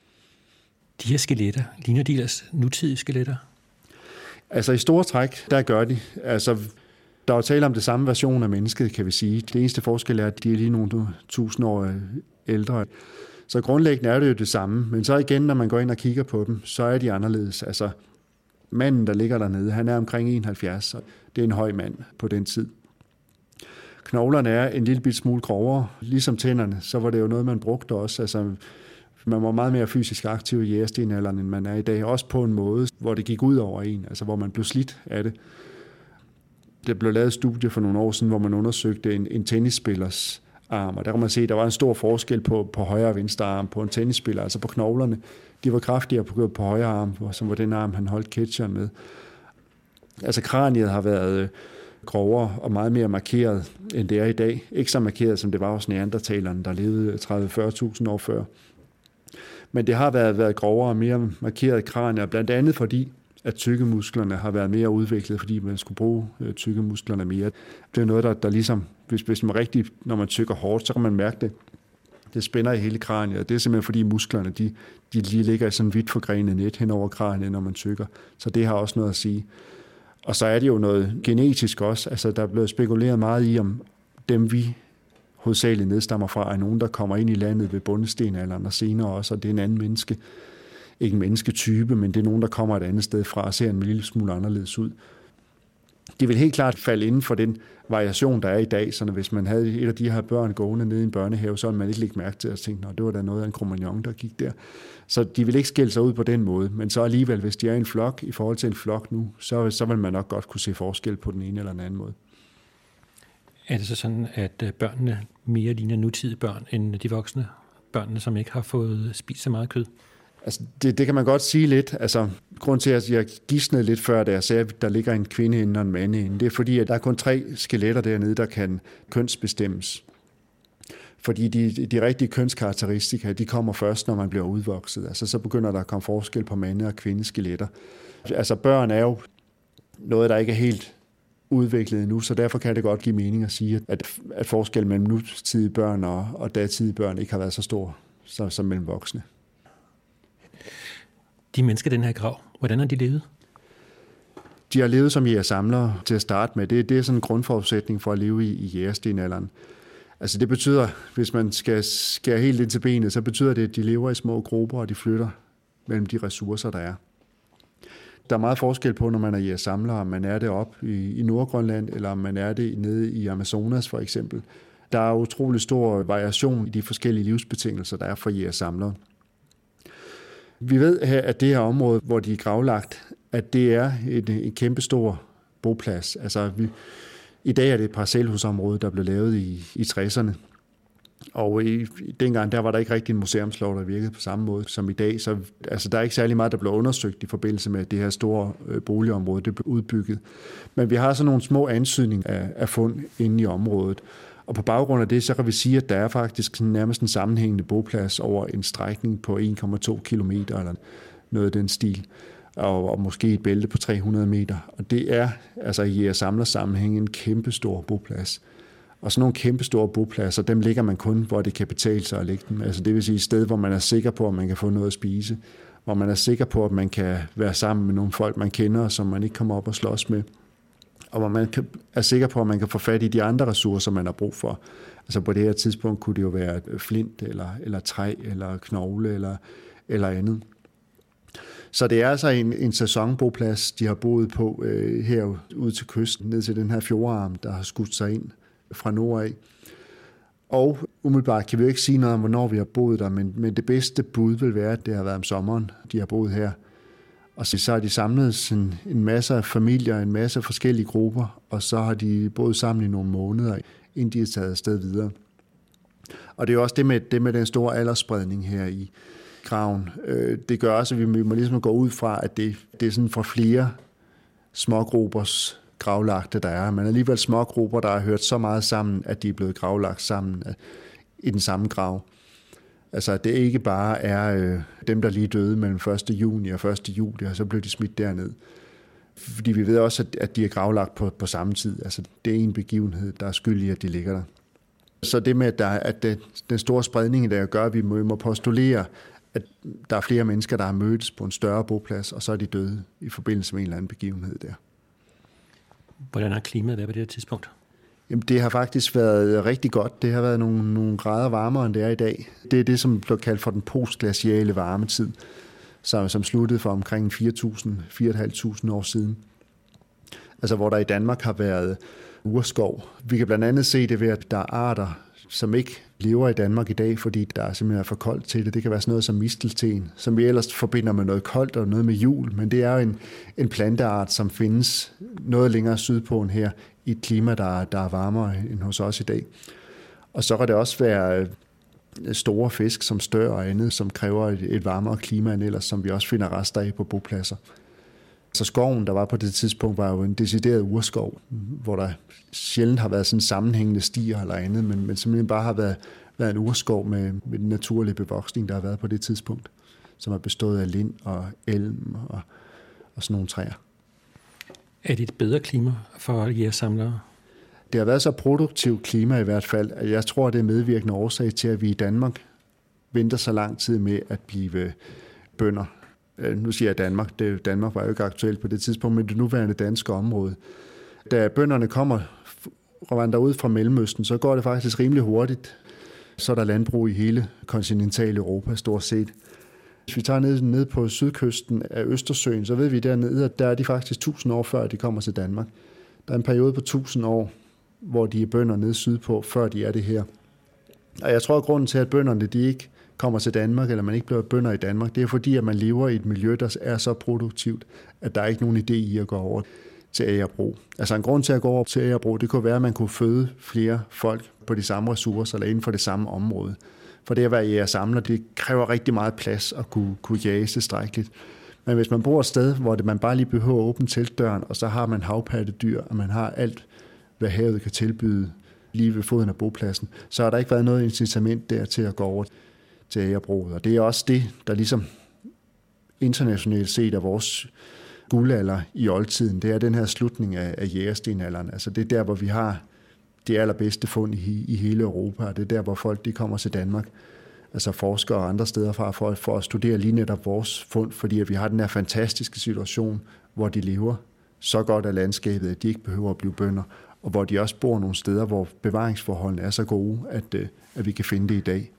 De her skeletter, ligner de deres nutidige skeletter? Altså i store træk, der gør de. Altså der er jo tale om det samme version af mennesket, kan vi sige. Det eneste forskel er, at de er lige nogle 1000 år ældre. Så grundlæggende er det jo det samme. Men så igen, når man går ind og kigger på dem, så er de anderledes. Altså manden, der ligger dernede, han er omkring 71, og det er en høj mand på den tid. Knoglerne er en lille bit smule grovere. Ligesom tænderne, så var det jo noget, man brugte også. Altså, man var meget mere fysisk aktiv i jægerstenalderen, end man er i dag. Også på en måde, hvor det gik ud over en, altså hvor man blev slidt af det. Der blev lavet et studie for nogle år siden, hvor man undersøgte en tennisspillers arm, og der kan man se, at der var en stor forskel på højre og venstre arm på en tennisspiller, altså på knoglerne. De var kraftigere på højre arm, som var den arm, han holdt catcheren med. Altså kraniet har været grovere og meget mere markeret, end det er i dag. Ikke så markeret, som det var hos neandertalerne, der levede 30-40.000 år før. Men det har været grovere og mere markeret kranier, blandt andet fordi, at tykkemusklerne har været mere udviklet, fordi man skulle bruge tykkemusklerne mere. Det er noget, der ligesom, hvis man rigtig, når man tykker hårdt, så kan man mærke det. Det spænder i hele kraniet. Det er simpelthen fordi musklerne, de lige ligger i sådan vidt forgrenet net hen over kraniet, når man tykker. Så det har også noget at sige. Og så er det jo noget genetisk også. Altså der er blevet spekuleret meget i, om dem vi hovedsageligt nedstammer fra, er nogen, der kommer ind i landet ved bundestenalderen og senere også, og det er en anden menneske. Ikke en mennesketype, men det er nogen, der kommer et andet sted fra og ser en lille smule anderledes ud. de vil helt klart falde inden for den variation, der er i dag, så hvis man havde et af de her børn gående nede i en børnehave, så ville man ikke lægge mærke til at tænke, det var da noget af en Cro-Magnon, der gik der. Så de vil ikke skille sig ud på den måde, men så alligevel, hvis de er en flok i forhold til en flok nu, så vil man nok godt kunne se forskel på den ene eller den anden måde. Er det så sådan, at børnene mere ligner nutidige børn end de voksne? Børnene, som ikke har fået spist så meget kød? Altså, det kan man godt sige lidt. Altså, grund til, at jeg gisnede lidt før, da jeg sagde, at der ligger en kvinde inde og en mand inde, det er fordi, at der er kun 3 skeletter dernede, der kan kønsbestemmes. Fordi de rigtige kønskarakteristika, de kommer først, når man bliver udvokset. Altså, så begynder der at komme forskel på mande- og kvindeskeletter. Altså, børn er jo noget, der ikke er helt udviklet endnu, så derfor kan det godt give mening at sige, at forskellen mellem nutidige børn og datidige børn ikke har været så stor som mellem voksne. De mennesker i den her grav, hvordan har de levet? De har levet som jægersamlere til at starte med. Det er sådan en grundforudsætning for at leve i jægerstenalderen. Altså det betyder, hvis man skal skære helt ind til benet, så betyder det, at de lever i små grupper, og de flytter mellem de ressourcer, der er. Der er meget forskel på, når man er jægersamler, om man er det oppe i Nordgrønland, eller om man er det nede i Amazonas for eksempel. Der er utrolig stor variation i de forskellige livsbetingelser, der er for jægersamlere. Vi ved her, at det her område, hvor de er gravlagt, at det er en kæmpestor boplads. Altså, i dag er det et parcelhusområde, der blev lavet i 60'erne. Og dengang der var der ikke rigtig en museumslov, der virkede på samme måde som i dag. Så altså, der er ikke særlig meget, der blev undersøgt i forbindelse med, at det her store boligområde det blev udbygget. Men vi har så nogle små ansøgninger af fund inde i området. Og på baggrund af det, så kan vi sige, at der er faktisk nærmest en sammenhængende boplads over en strækning på 1,2 kilometer eller noget af den stil. Og måske et bælte på 300 meter. Og det er altså i jægersamlersammenhæng en kæmpestor boplads. Og sådan nogle kæmpestore bopladser, dem ligger man kun, hvor det kan betale sig at lægge dem. Altså det vil sige et sted, hvor man er sikker på, at man kan få noget at spise. Hvor man er sikker på, at man kan være sammen med nogle folk, man kender, som man ikke kommer op og slås med. Og hvor man er sikker på, at man kan få fat i de andre ressourcer, man har brug for. Altså på det her tidspunkt kunne det jo være flint, eller træ, eller knogle, eller andet. Så det er altså en sæsonboplads, de har boet på her ud til kysten, ned til den her fjordarm, der har skudt sig ind fra nord af. Og umiddelbart kan vi jo ikke sige noget om, hvornår vi har boet der, men det bedste bud vil være, at det har været om sommeren, de har boet her. Og så har de samlet en masse af familier, en masse forskellige grupper, og så har de boet sammen i nogle måneder, inden de er taget afsted videre. Og det er jo også det med den store aldersspredning her i graven. Det gør også, at vi må ligesom gå ud fra, at det er sådan for flere smågruppers gravlagte, der er. Men alligevel smågrupper, der har hørt så meget sammen, at de er blevet gravlagt sammen i den samme grav. Altså, at det ikke bare er dem, der lige døde mellem 1. juni og 1. juli, og så blev de smidt derned. Fordi vi ved også, at de er gravlagt på samme tid. Altså, det er en begivenhed, der er skyld i, at de ligger der. Så det med, at den store spredning, der gør, at vi må postulere, at der er flere mennesker, der har mødtes på en større boplads, og så er de døde i forbindelse med en eller anden begivenhed der. Hvordan har klimaet været på det her tidspunkt? Jamen, det har faktisk været rigtig godt. Det har været nogle grader varmere, end det er i dag. Det er det, som blev kaldt for den postglaciale varmetid, som sluttede for omkring 4.500 år siden. Altså, hvor der i Danmark har været urskov. Vi kan blandt andet se det ved, at der er arter, som ikke lever i Danmark i dag, fordi der er simpelthen for koldt til det. Det kan være sådan noget som mistelten, som vi ellers forbinder med noget koldt og noget med jul, men det er jo en planteart, som findes noget længere sydpå end her, i et klima, der er varmere end hos os i dag. Og så kan det også være store fisk som stør og andet, som kræver et varmere klima end ellers, som vi også finder rester af på bopladser. Så skoven, der var på det tidspunkt, var jo en decideret urskov, hvor der sjældent har været sådan sammenhængende stier eller andet, men simpelthen bare har været en urskov med den naturlige bevoksning, der har været på det tidspunkt, som har bestået af lind og elm og sådan nogle træer. Er det et bedre klima for jægersamlere? Det har været så produktivt klima i hvert fald, at jeg tror, det er medvirkende årsag til, at vi i Danmark venter så lang tid med at blive bønder. Nu siger jeg Danmark. Danmark var jo ikke aktuelt på det tidspunkt, men det nuværende danske område. Da bønderne kommer og vandrer ud fra Mellemøsten, så går det faktisk rimelig hurtigt. Så er der landbrug i hele kontinentaleuropa stort set. Hvis vi tager ned på sydkysten af Østersøen, så ved vi dernede, at der er de faktisk 1000 år før, de kommer til Danmark. Der er en periode på 1000 år, hvor de er bønder nede sydpå, før de er det her. Og jeg tror, at grunden til, at bønderne de ikke kommer til Danmark, eller man ikke bliver bønder i Danmark, det er fordi, at man lever i et miljø, der er så produktivt, at der er ikke nogen idé i at gå over til agerbrug. Altså en grund til at gå over til agerbrug, det kunne være, at man kunne føde flere folk på de samme ressourcer, eller inden for det samme område. For det at være jægersamler, det kræver rigtig meget plads at kunne jage tilstrækkeligt. Men hvis man bor et sted, hvor man bare lige behøver at åbne teltdøren, og så har man havpattedyr, og man har alt, hvad havet kan tilbyde lige ved foden af bopladsen, så har der ikke været noget incitament der til at gå over til agerbruget. Og det er også det, der ligesom internationalt set er vores guldalder i oldtiden. Det er den her slutning af jægerstenalderen. Altså det er der, hvor vi har de allerbedste fund i hele Europa, og det er der, hvor folk de kommer til Danmark, altså forskere og andre steder fra, for at studere lige netop vores fund, fordi at vi har den her fantastiske situation, hvor de lever så godt af landskabet, at de ikke behøver at blive bønder, og hvor de også bor nogle steder, hvor bevaringsforholdene er så gode, at vi kan finde det i dag.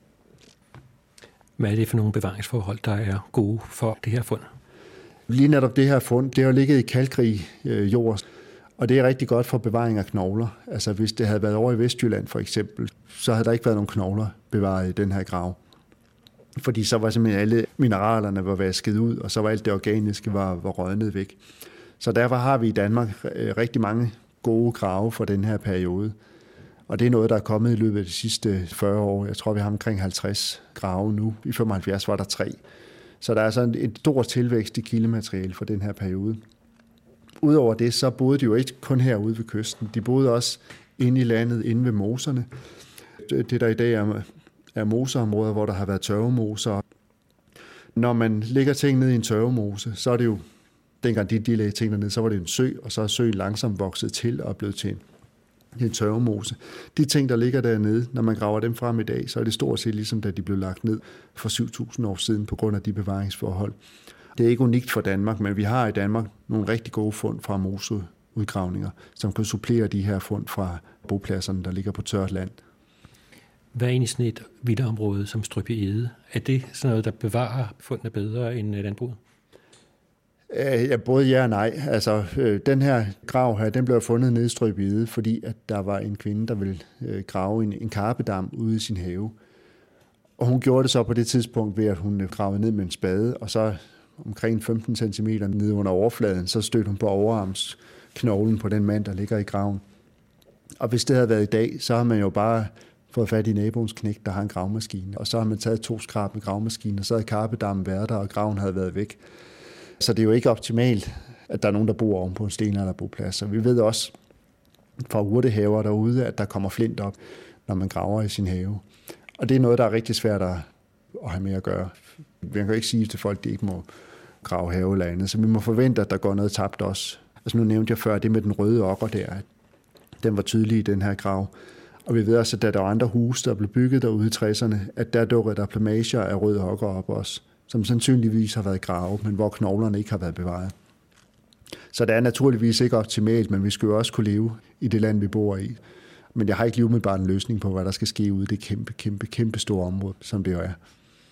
Hvad er det for nogle bevaringsforhold, der er gode for det her fund? Lige netop det her fund, det har ligget i kalkrig jord, og det er rigtig godt for bevaring af knogler. Altså hvis det havde været over i Vestjylland for eksempel, så havde der ikke været nogen knogler bevaret i den her grav. Fordi så var simpelthen alle mineralerne var vasket ud, og så var alt det organiske var rødnet væk. Så derfor har vi i Danmark rigtig mange gode grave for den her periode. Og det er noget, der er kommet i løbet af de sidste 40 år. Jeg tror, vi har omkring 50 grave nu. I 75 var der 3. Så der er sådan et stort tilvækst i kildemateriale for den her periode. Udover det, så boede de jo ikke kun herude ved kysten. De boede også inde i landet, inde ved moserne. Det der i dag er moseområder, hvor der har været tørvemoser. Når man lægger ting ned i en tørvemose, så er det jo, dengang de lagde ting ned, så var det en sø, og så er søen langsomt vokset til og blevet til en tørvemose. De ting, der ligger dernede, når man graver dem frem i dag, så er det stort set ligesom, da de blev lagt ned for 7.000 år siden på grund af de bevaringsforhold. Det er ikke unikt for Danmark, men vi har i Danmark nogle rigtig gode fund fra moseudgravninger, som kan supplere de her fund fra bopladserne, der ligger på tørt land. Hvad er egentlig sådan et vildområde som Strøby Ege? Er det sådan noget, der bevarer fundene bedre end landbruget? Ja, både ja og nej. Altså, den her grav her, den blev fundet nede i Strøby Ege, fordi at der var en kvinde, der ville grave en karpedam ude i sin have. Og hun gjorde det så på det tidspunkt ved, at hun gravede ned med en spade, og så omkring 15 cm nede under overfladen, så stødte hun på overarmsknoglen på den mand, der ligger i graven. Og hvis det havde været i dag, så har man jo bare fået fat i naboens knægt, der har en gravmaskine. Og så har man taget 2 skrab med gravmaskinen, og så havde karpedammen været der, og graven havde været væk. Så det er jo ikke optimalt, at der er nogen, der bor oven på en stenalderboplads. Så vi ved også fra urtehaver derude, at der kommer flint op, når man graver i sin have. Og det er noget, der er rigtig svært at have med at gøre. Vi kan jo ikke sige til folk, at de ikke må grave have eller andet. Så vi må forvente, at der går noget tabt også. Altså nu nævnte jeg før det med den røde okker der. Den var tydelig i den her grav. Og vi ved også, at da der var andre huse, der blev bygget derude i 60'erne, at der dukkede der plamager af røde okker op også, som sandsynligvis har været grave, men hvor knoglerne ikke har været bevaret. Så det er naturligvis ikke optimalt, men vi skal jo også kunne leve i det land, vi bor i. Men jeg har ikke lige umiddelbart en løsning på, hvad der skal ske ude i det kæmpe store område, som det jo er.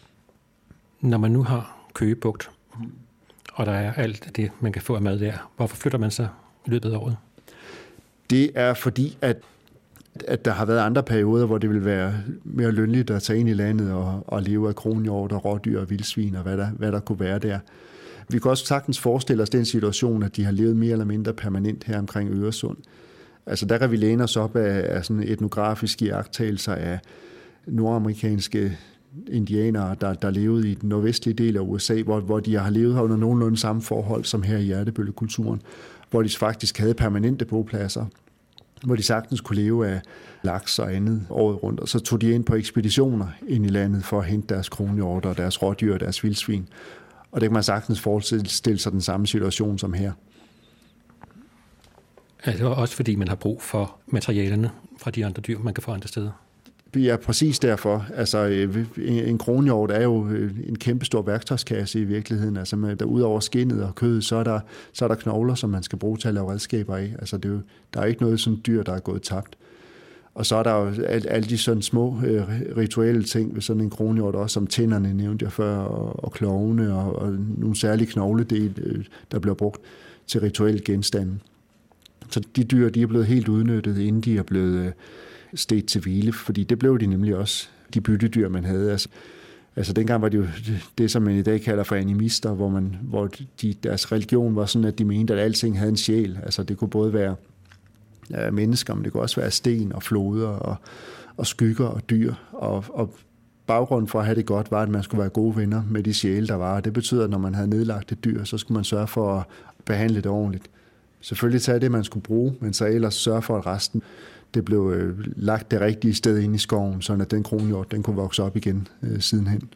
Når man nu har Køge Bugt, og der er alt det, man kan få af mad der, hvorfor flytter man sig i løbet af året? Det er fordi, at der har været andre perioder, hvor det vil være mere lønligt at tage ind i landet og leve af kronhjort og rådyr og vildsvin og hvad der kunne være der. Vi kan også sagtens forestille os den situation, at de har levet mere eller mindre permanent her omkring Øresund. Altså der kan vi læne os op af sådan etnografiske iagttagelser af nordamerikanske indianere, der levede i den nordvestlige del af USA, hvor de har levet her under nogenlunde samme forhold som her i hjertebøllekulturen, hvor de faktisk havde permanente bopladser, hvor de sagtens kunne leve af laks og andet året rundt. Og så tog de ind på ekspeditioner ind i landet for at hente deres kronhjorter, deres rådyr og deres vildsvin. Og det kan man sagtens forestille sig den samme situation som her. Altså også fordi man har brug for materialerne fra de andre dyr, man kan få andre steder? Ja, præcis derfor. Altså, en kronhjort er jo en kæmpestor værktøjskasse i virkeligheden. Altså, der udover skindet og kødet, så er der knogler, som man skal bruge til at lave redskaber af. Altså, der er ikke noget sådan dyr, der er gået tabt. Og så er der jo alle de sådan små rituelle ting ved sådan en kronhjort, også som tænderne nævnte jeg før, og klovene og nogle særlige knogledele, der bliver brugt til rituelle genstande. Så de dyr, de er blevet helt udnyttet, inden de er blevet stedt til hvile, fordi det blev de nemlig også, de byttedyr, man havde. Altså dengang var det jo det, som man i dag kalder for animister, hvor deres religion var sådan, at de mente, at alting havde en sjæl. Altså det kunne både være mennesker, men det kunne også være sten og floder og skygger og dyr. Og baggrunden for at have det godt var, at man skulle være gode venner med de sjæle, der var. Det betyder, at når man havde nedlagt et dyr, så skulle man sørge for at behandle det ordentligt. Selvfølgelig tage det, man skulle bruge, men så ellers sørge for, at resten det blev lagt det rigtige sted ind i skoven, så at den kronhjort, den kunne vokse op igen sidenhen.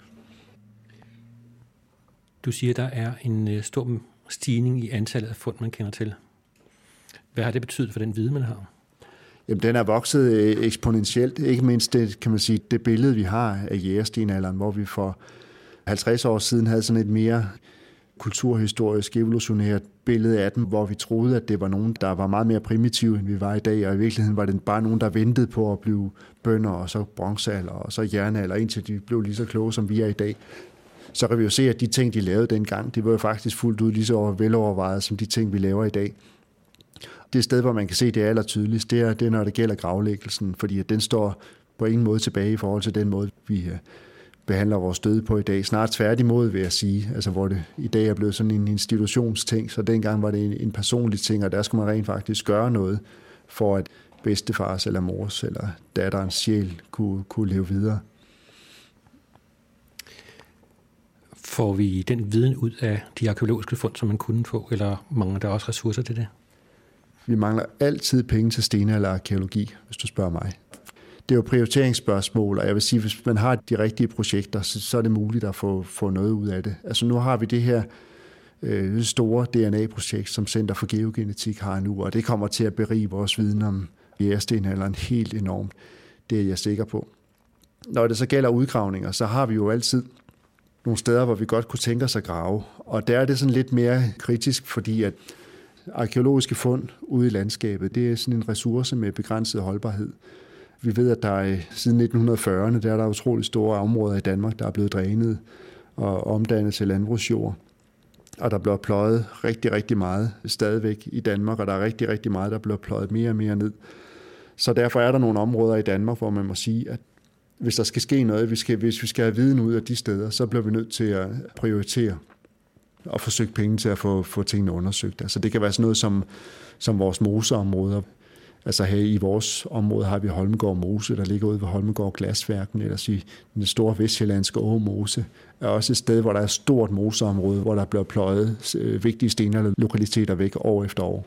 Du siger, der er en stor stigning i antallet af fund, man kender til. Hvad har det betydet for den viden, man har? Jamen, den er vokset eksponentielt. Ikke mindst det, kan man sige, det billede, vi har af jægerstenalderen, hvor vi for 50 år siden havde sådan et mere kulturhistorisk evolutionært billede af dem, hvor vi troede, at det var nogen, der var meget mere primitive, end vi var i dag, og i virkeligheden var det bare nogen, der ventede på at blive bønder, og så bronzealder, og så jernalder, indtil de blev lige så kloge, som vi er i dag. Så kan vi jo se, at de ting, de lavede dengang, det var jo faktisk fuldt ud lige så velovervejet, som de ting, vi laver i dag. Det sted, hvor man kan se det allertydeligst, det er, når det gælder gravlæggelsen, fordi at den står på ingen måde tilbage i forhold til den måde, vi behandler vores døde på i dag. Snart tværtimod, vil jeg sige, altså hvor det i dag er blevet sådan en institutionsting, så dengang var det en personlig ting, og der skulle man rent faktisk gøre noget for, at bedstefars eller mors eller datterens sjæl kunne leve videre. Får vi den viden ud af de arkeologiske fund, som man kunne få, eller mangler der også ressourcer til det? Vi mangler altid penge til stenalderarkæologi, hvis du spørger mig. Det er jo prioriteringsspørgsmål, og jeg vil sige, at hvis man har de rigtige projekter, så er det muligt at få noget ud af det. Altså nu har vi det her store DNA-projekt, som Center for Geogenetik har nu, og det kommer til at berige vores viden om jægerstenalderen helt enormt. Det er jeg sikker på. Når det så gælder udgravninger, så har vi jo altid nogle steder, hvor vi godt kunne tænke os at grave. Og der er det sådan lidt mere kritisk, fordi at arkæologiske fund ude i landskabet, det er sådan en ressource med begrænset holdbarhed. Vi ved, at der siden 1940'erne, der er der utrolig store områder i Danmark, der er blevet drænet og omdannet til landbrugsjord. Og der bliver pløjet rigtig, rigtig meget stadigvæk i Danmark, og der er rigtig, rigtig meget, der bliver pløjet mere og mere ned. Så derfor er der nogle områder i Danmark, hvor man må sige, at hvis der skal ske noget, hvis vi skal have viden ud af de steder, så bliver vi nødt til at prioritere og forsøge penge til at få tingene undersøgt. Altså det kan være sådan noget som vores moseområder. Altså her i vores område har vi Holmegård Mose, der ligger ude ved Holmegård Glasværken, eller sige den store vestsjællandske Åmose, er også et sted, hvor der er et stort moseområde, hvor der bliver pløjet vigtige stenalderlokaliteter væk år efter år.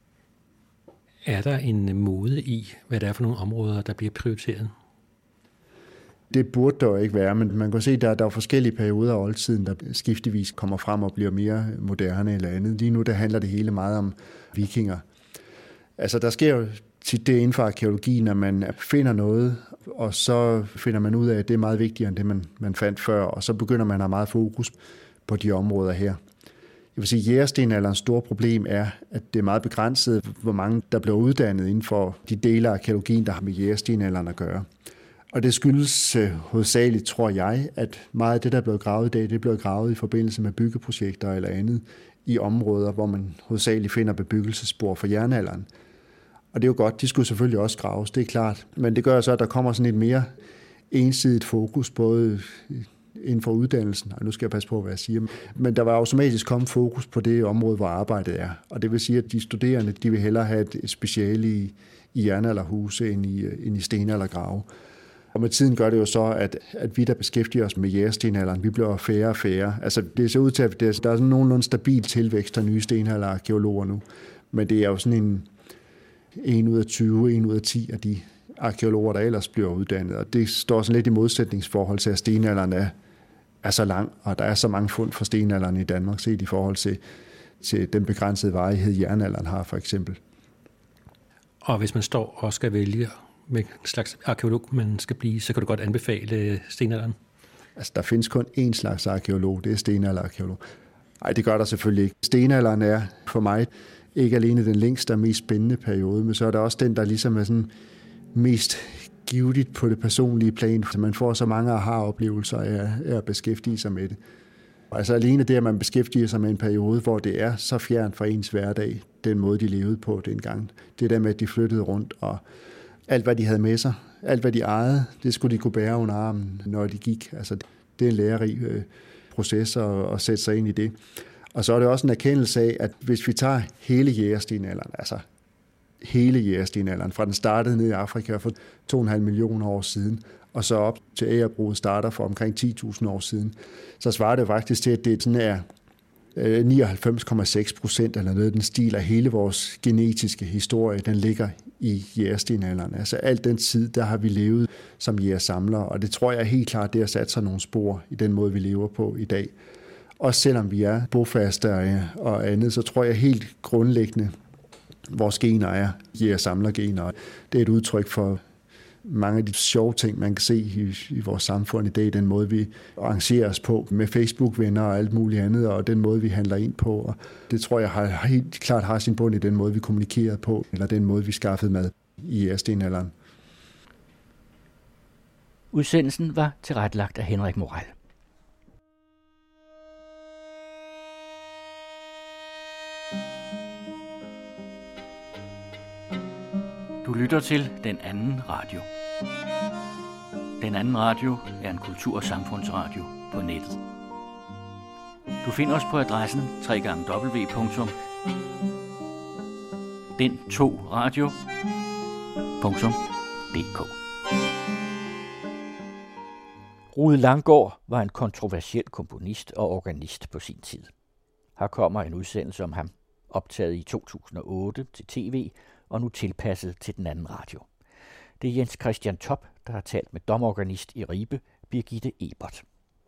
Er der en mode i, hvad det er for nogle områder, der bliver prioriteret? Det burde der ikke være, men man kan se, at der er forskellige perioder af oldtiden, der skiftevis kommer frem og bliver mere moderne eller andet. Lige nu der handler det hele meget om vikinger. Altså der sker jo tit det inden for arkeologien, at man finder noget, og så finder man ud af, at det er meget vigtigere end det, man fandt før, og så begynder man at have meget fokus på de områder her. Jeg vil sige, at jægerstenalderens store problem er, at det er meget begrænset, hvor mange der bliver uddannet inden for de dele af arkeologien, der har med jægerstenalderen at gøre. Og det skyldes hovedsageligt, tror jeg, at meget af det, der er blevet gravet i dag, det er blevet gravet i forbindelse med byggeprojekter eller andet i områder, hvor man hovedsageligt finder bebyggelsesspor for jernalderen. Og det er jo godt, de skulle selvfølgelig også graves, det er klart. Men det gør så, at der kommer sådan et mere ensidigt fokus, både inden for uddannelsen, og nu skal jeg passe på, hvad jeg siger, men der var automatisk kommet fokus på det område, hvor arbejdet er. Og det vil sige, at de studerende, de vil hellere have et speciale i jernalderhuse end i stenaldergrave. Og med tiden gør det jo så, at vi, der beskæftiger os med jægerstenalderen, vi bliver færre og færre. Altså det ser ud til, at der er sådan nogenlunde stabil tilvækst af nye stenalderarkæologer nu. Men det er jo sådan en ud af 20, 1 ud af 10 af de arkeologer, der ellers bliver uddannet. Og det står sådan lidt i modsætningsforhold til, at stenalderen er så lang, og der er så mange fund for stenalderen i Danmark, set i forhold til den begrænsede varighed, jernalderen har for eksempel. Og hvis man står og skal vælge med en slags arkeolog, man skal blive, så kan du godt anbefale stenalderen? Altså, der findes kun én slags arkeolog, det er stenalderarkeolog. Nej, det gør der selvfølgelig ikke. Stenalderen er for mig ikke alene den længste og mest spændende periode, men så er der også den, der ligesom er sådan mest givetigt på det personlige plan, så man får så mange aha-oplevelser af at beskæftige sig med det. Altså alene det, at man beskæftiger sig med en periode, hvor det er så fjern fra ens hverdag, den måde, de levede på dengang. Det der med, at de flyttede rundt, og alt, hvad de havde med sig, alt, hvad de ejede, det skulle de kunne bære under armen, når de gik. Altså det er en lærerig proces at sætte sig ind i det. Og så er det også en erkendelse af, at hvis vi tager hele jægerstenalderen, altså hele jægerstenalderen, fra den startede nede i Afrika for 2,5 millioner år siden, og så op til agerbruget starter for omkring 10.000 år siden, så svarer det faktisk til, at det sådan er 99,6% eller noget, den stil af hele vores genetiske historie, den ligger i jægerstenalderen. Altså alt den tid, der har vi levet som jægersamlere, og det tror jeg helt klart, det har sat sig nogle spor i den måde, vi lever på i dag. Også selvom vi er bofaste og andet, så tror jeg helt grundlæggende, vores gener er jægersamlergener. Det er et udtryk for mange af de sjove ting, man kan se i vores samfund i dag, den måde, vi arrangerer os på med Facebook-venner og alt muligt andet, og den måde, vi handler ind på. Og det tror jeg helt klart har sin bund i den måde, vi kommunikerer på, eller den måde, vi skaffede mad i jægerstenalderen. Udsendelsen var tilrettelagt af Henrik Morel. Du lytter til Den Anden Radio. Den Anden Radio er en kultur- og samfundsradio på nettet. Du finder os på adressen www.den2radio.dk. Rude Langgaard var en kontroversiel komponist og organist på sin tid. Her kommer en udsendelse om ham, optaget i 2008 til tv, og nu tilpasset til Den Anden Radio. Det er Jens Christian Top, der har talt med domorganist i Ribe, Birgitte Ebert.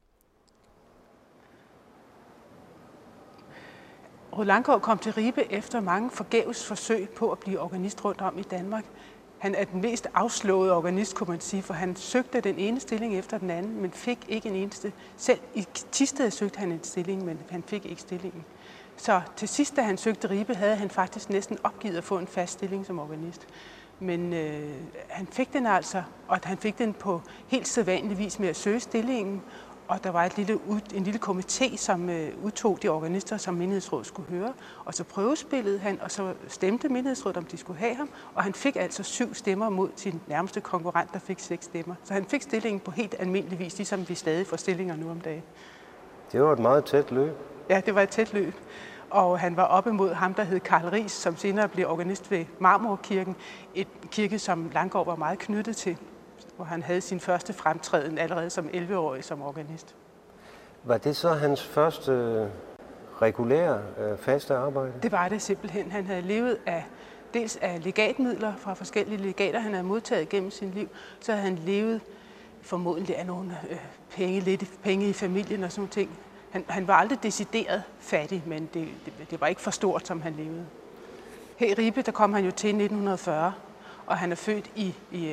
Rude Langgaard kom til Ribe efter mange forgæves forsøg på at blive organist rundt om i Danmark. Han er den mest afslåede organist, kunne man sige, for han søgte den ene stilling efter den anden, men fik ikke en eneste. Selv i Thisted søgte han en stilling, men han fik ikke stillingen. Så til sidst, da han søgte Ribe, havde han faktisk næsten opgivet at få en fast stilling som organist. Men han fik den altså, og han fik den på helt sædvanlig vis med at søge stillingen. Og der var en lille komité, som udtog de organister, som menighedsrådet skulle høre. Og så prøvespillede han, og så stemte menighedsrådet, om de skulle have ham. Og han fik altså 7 stemmer mod sin nærmeste konkurrent, der fik 6 stemmer. Så han fik stillingen på helt almindelig vis, ligesom vi stadig får stillinger nu om dagen. Det var et meget tæt løb. Ja, det var et tæt løb. Og han var op imod ham, der hed Karl Riis, som senere blev organist ved Marmorkirken. Et kirke, som Langgaard var meget knyttet til, hvor han havde sin første fremtræden allerede som 11-årig som organist. Var det så hans første regulære, faste arbejde? Det var det simpelthen. Han havde levet dels af legatmidler fra forskellige legater, han havde modtaget gennem sin liv. Så havde han levet formodentlig af nogle penge i familien og sådan nogle ting. Han var aldrig decideret fattig, men det var ikke for stort, som han levede. Her i Ribe, der kom han jo til 1940, og han er født i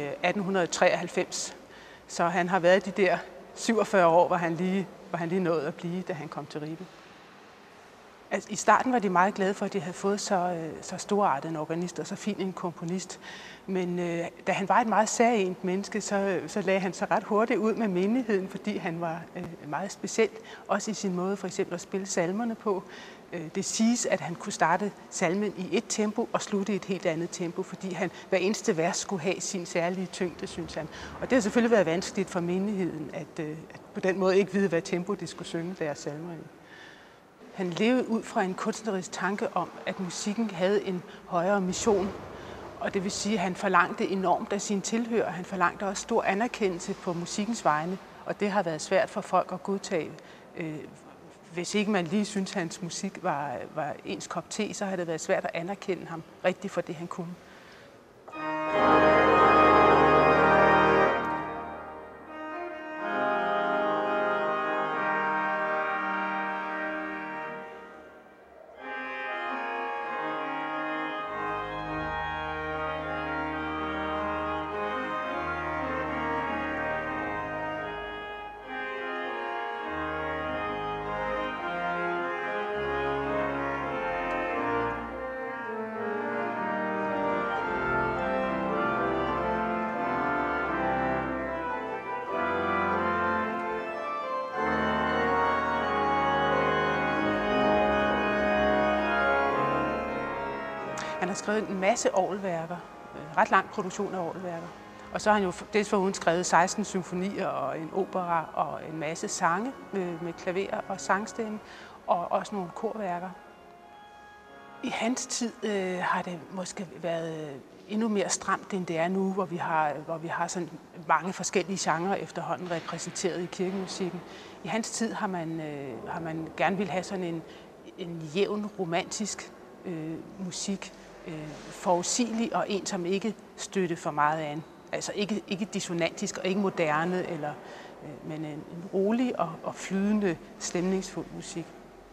1893. Så han har været de der 47 år, hvor han lige nåede at blive, da han kom til Ribe. Altså, i starten var de meget glade for, at de havde fået så storartet en organist og så fin en komponist. Men da han var et meget særligt menneske, så lagde han sig ret hurtigt ud med menigheden, fordi han var meget speciel, også i sin måde for eksempel at spille salmerne på. Det siges, at han kunne starte salmen i et tempo og slutte i et helt andet tempo, fordi han hver eneste vers skulle have sin særlige tyngde, synes han. Og det har selvfølgelig været vanskeligt for menigheden at på den måde ikke vide, hvad tempo de skulle synge deres salmer i. Han levede ud fra en kunstnerisk tanke om, at musikken havde en højere mission. Og det vil sige, at han forlangte enormt af sine tilhører. Han forlangte også stor anerkendelse på musikkens vegne. Og det har været svært for folk at godtage. Hvis ikke man lige synes, at hans musik var ens kop te, så har det været svært at anerkende ham rigtigt for det, han kunne. har skrevet en masse orgelværker, ret lang produktion af orgelværker. Og så har han jo desforuden skrevet 16 symfonier og en opera og en masse sange med klaver og sangstemme, og også nogle korværker. I hans tid har det måske været endnu mere stramt, end det er nu, hvor vi har sådan mange forskellige genrer efterhånden repræsenteret i kirkemusikken. I hans tid har man gerne vil have sådan en jævn, romantisk musik, forudsigelig og en, som ikke støtte for meget an. Altså ikke dissonantisk og ikke moderne, men en rolig og flydende, stemningsfuld musik.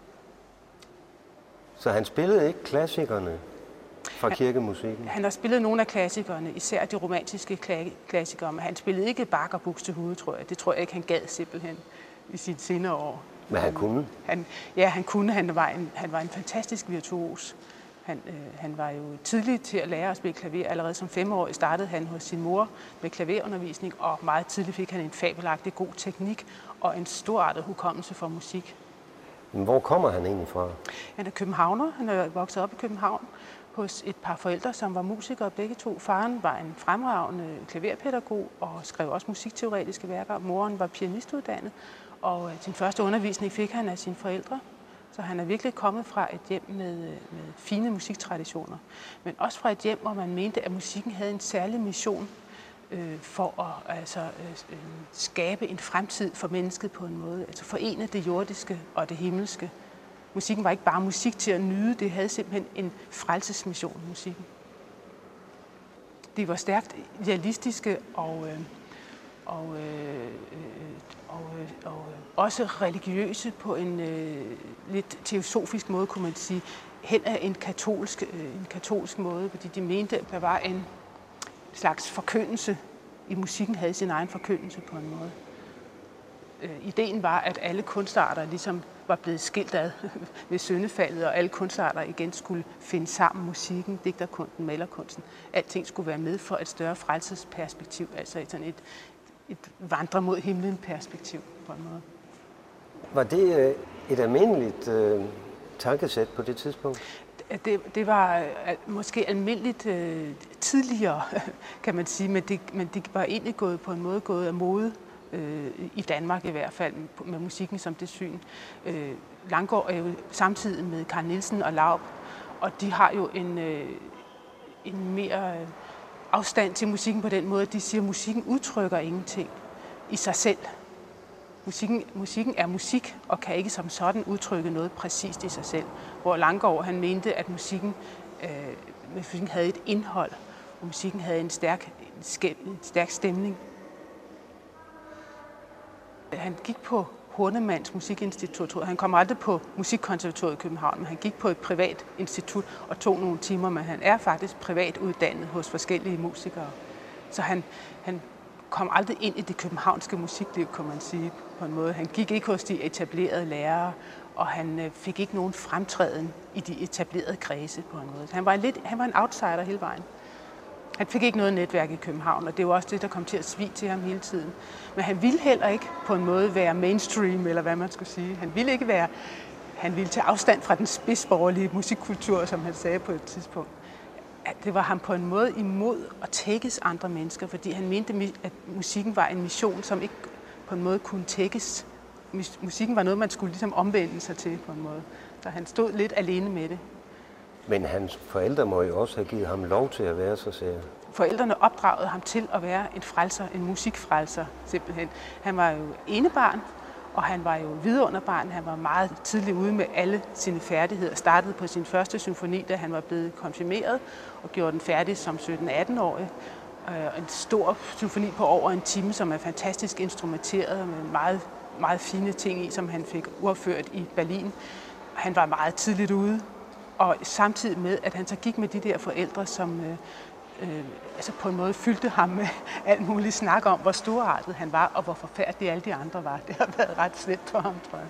Så han spillede ikke klassikerne fra kirkemusikken? Han har spillet nogle af klassikerne, især de romantiske klassikere, men han spillede ikke Bach og Buxtehude, tror jeg. Det tror jeg ikke, han gad simpelthen i sine senere år. Men han kunne? Han kunne. Han var en fantastisk virtuos. Han var jo tidlig til at lære at spille klaver. Allerede som 5-årig startede han hos sin mor med klaverundervisning, og meget tidligt fik han en fabelagtig god teknik og en storartet hukommelse for musik. Men hvor kommer han egentlig fra? Han er københavner. Han er vokset op i København hos et par forældre, som var musikere begge to. Faren var en fremragende klaverpædagog og skrev også musikteoretiske værker. Moren var pianistuddannet, og sin første undervisning fik han af sine forældre. Så han er virkelig kommet fra et hjem med fine musiktraditioner, men også fra et hjem, hvor man mente, at musikken havde en særlig mission for at skabe en fremtid for mennesket på en måde. Altså forene det jordiske og det himmelske. Musikken var ikke bare musik til at nyde, det havde simpelthen en frelsesmission, musikken. De var stærkt idealistiske og også religiøse på en lidt teosofisk måde, kunne man sige, hen af en katolsk måde, fordi de mente, at der var en slags forkyndelse i musikken, havde sin egen forkyndelse på en måde. Ideen var, at alle kunstarter ligesom var blevet skilt ad ved syndefaldet, og alle kunstarter igen skulle finde sammen: musikken, digterkunsten, malerkunsten. Alting skulle være med for et større frelsesperspektiv, altså sådan et vandre mod himlen perspektiv på en måde. Var det et almindeligt tankesæt på det tidspunkt? Det var måske almindeligt tidligere, kan man sige, men det var egentlig gået af mode i Danmark i hvert fald, med musikken som det syn. Langgaard er jo samtidig med Carl Nielsen og Laub, og de har jo en mere afstand til musikken på den måde, at de siger, at musikken udtrykker ingenting i sig selv. Musikken er musik og kan ikke som sådan udtrykke noget præcist i sig selv. Hvor Langgaard, han mente, at musikken havde et indhold, og musikken havde en stærk stemning. Han gik på Hornemanns Musikinstitut. Han kom aldrig på Musikkonservatoriet i København, men han gik på et privat institut og tog nogle timer, men han er faktisk privat uddannet hos forskellige musikere. Så han kom aldrig ind i det københavnske musikliv, kan man sige på en måde. Han gik ikke hos de etablerede lærere, og han fik ikke nogen fremtræden i de etablerede kredse på en måde. Han var en outsider hele vejen. Han fik ikke noget netværk i København, og det var også det, der kom til at svige til ham hele tiden. Men han ville heller ikke på en måde være mainstream, eller hvad man skulle sige. Han ville tage afstand fra den spidsborgerlige musikkultur, som han sagde på et tidspunkt. Det var ham på en måde imod at tækkes andre mennesker, fordi han mente, at musikken var en mission, som ikke på en måde kunne tækkes. Musikken var noget, man skulle ligesom omvende sig til på en måde. Så han stod lidt alene med det. Men hans forældre må jo også have givet ham lov til at være så seriøs. Forældrene opdragede ham til at være en frelser, en musikfrelser simpelthen. Han var jo enebarn, og han var jo vidunderbarn. Han var meget tidligt ude med alle sine færdigheder. Startede på sin første symfoni, da han var blevet konfirmeret, og gjorde den færdig som 17-18-årig. En stor symfoni på over en time, som er fantastisk instrumenteret med meget, meget fine ting i, som han fik uopført i Berlin. Han var meget tidligt ude. Og samtidig med, at han så gik med de der forældre, som på en måde fyldte ham med alt muligt snak om, hvor storartet han var, og hvor forfærdelige alle de andre var. Det har været ret slemt for ham, tror jeg.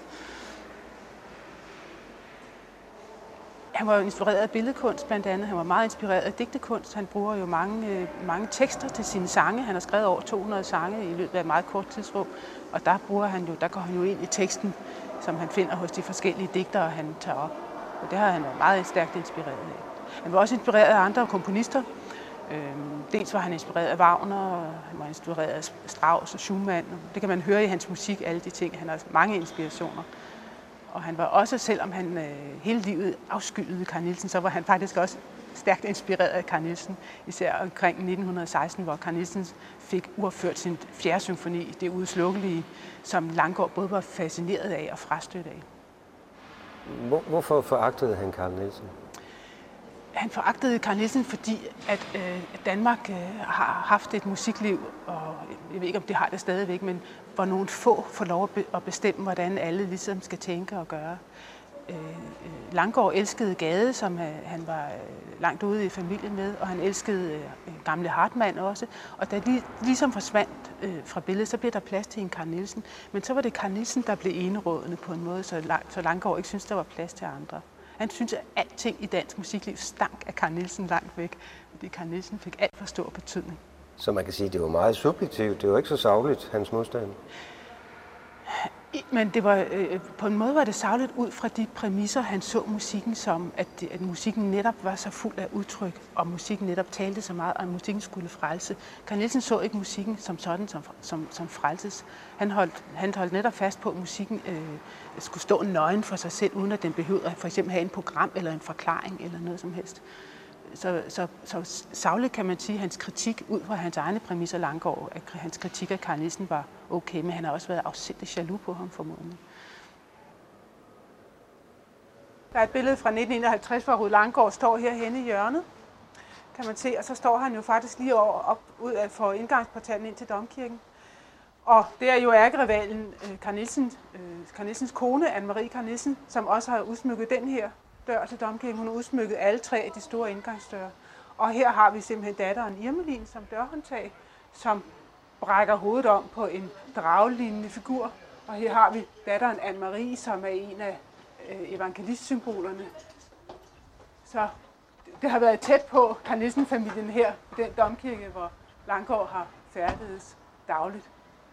Han var jo inspireret af billedkunst blandt andet. Han var meget inspireret af digtekunst. Han bruger jo mange tekster til sine sange. Han har skrevet over 200 sange i løbet af et meget kort tidsrum. Og der går han jo ind i teksten, som han finder hos de forskellige digtere, han tager op. Og det har han været meget stærkt inspireret af. Han var også inspireret af andre komponister. Dels var han inspireret af Wagner, han var inspireret af Strauss og Schumann. Det kan man høre i hans musik, alle de ting. Han har mange inspirationer. Og han var også, selvom han hele livet afskyede Carl Nielsen, så var han faktisk også stærkt inspireret af Carl Nielsen. Især omkring 1916, hvor Carl Nielsen fik uopført sin 4. symfoni, Det Uudslukkelige, som Langgaard både var fascineret af og frastødt af. Hvorfor foragtede han Carl Nielsen? Han foragtede Carl Nielsen, fordi at Danmark har haft et musikliv, og jeg ved ikke, om det har det stadigvæk, men hvor nogle få får lov at bestemme, hvordan alle ligesom skal tænke og gøre. Langgaard elskede Gade, som han var langt ude i familien med, og han elskede gamle Hartmann også. Og da de ligesom forsvandt fra billedet, så blev der plads til en Carl Nielsen. Men så var det Carl Nielsen, der blev enerådende på en måde, så Langgaard ikke syntes, der var plads til andre. Han syntes, at alting i dansk musikliv stank af Carl Nielsen langt væk, fordi Carl Nielsen fik alt for stor betydning. Så man kan sige, at det var meget subjektivt. Det var ikke så sagligt, hans modstand. Men det var, på en måde var det sagligt ud fra de præmisser, han så musikken som, at musikken netop var så fuld af udtryk, og musikken netop talte så meget, og musikken skulle frelse. Carl Nielsen så ikke musikken som sådan, som frelses. Han holdt netop fast på, at musikken skulle stå nøgen for sig selv, uden at den behøvede at for eksempel have en program eller en forklaring eller noget som helst. Så sagligt kan man sige, at hans kritik ud fra hans egne præmisser Langgaard, at hans kritik af Carl Nielsen var okay, men han har også været afsindigt jaloux på ham formodentlig. Der er et billede fra 1951, hvor Rued Langgaard står herhenne i hjørnet, kan man se, og så står han jo faktisk lige op ud af for indgangsportalen ind til Domkirken. Og det er jo ærkerivalen Carl Nielsens kone, Anne-Marie Carl Nielsen, som også har udsmykket den her dør til Domkirken. Hun har udsmykket alle 3 af de store indgangsdøre. Og her har vi simpelthen datteren Irmelin som dørhåndtag, som brækker hovedet om på en dragelignende figur. Og her har vi datteren Anne-Marie, som er en af evangelistsymbolerne. Så det har været tæt på Carl Nielsen-familien her, den domkirke, hvor Langgaard har færdedes dagligt.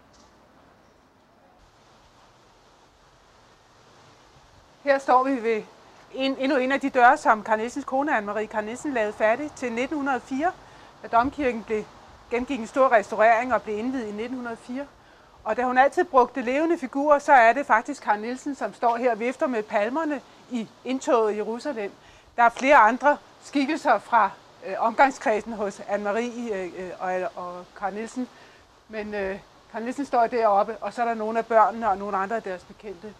Her står vi ved endnu en af de døre, som Carl Nielsens kone, Anne-Marie Carl Nielsen, lavede færdig til 1904, da domkirken gennemgik en stor restaurering og blev indviet i 1904. Og da hun altid brugte levende figurer, så er det faktisk Carl Nielsen, som står her og vifter med palmerne i indtoget i Jerusalem. Der er flere andre skikkelser fra omgangskredsen hos Anne-Marie og Carl Nielsen. Men Carl Nielsen står deroppe, og så er der nogle af børnene og nogle andre af deres bekendte.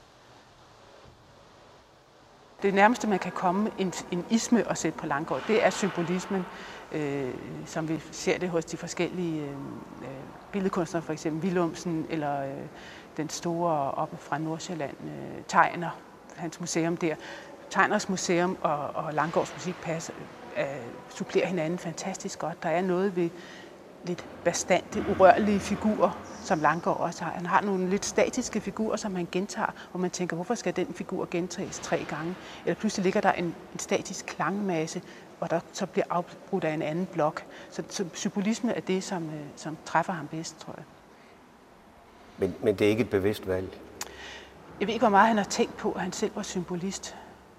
Det nærmeste, man kan komme en isme og sætte på Langgaard, det er symbolismen, som vi ser det hos de forskellige billedkunstnere, for eksempel Willumsen eller den store oppe fra Nordsjælland, Tegner, hans museum der. Tegners museum og Langgaards musik supplerer hinanden fantastisk godt. Der er noget ved lidt bastante, urørlige figurer, som Langgaard også har. Han har nogle lidt statiske figurer, som han gentager, hvor man tænker, hvorfor skal den figur gentages 3 gange? Eller pludselig ligger der en statisk klangmasse, hvor der så bliver afbrudt af en anden blok. Så symbolisme er det, som træffer ham bedst, tror jeg. Men det er ikke et bevidst valg? Jeg ved ikke, hvor meget han har tænkt på, at han selv var symbolist.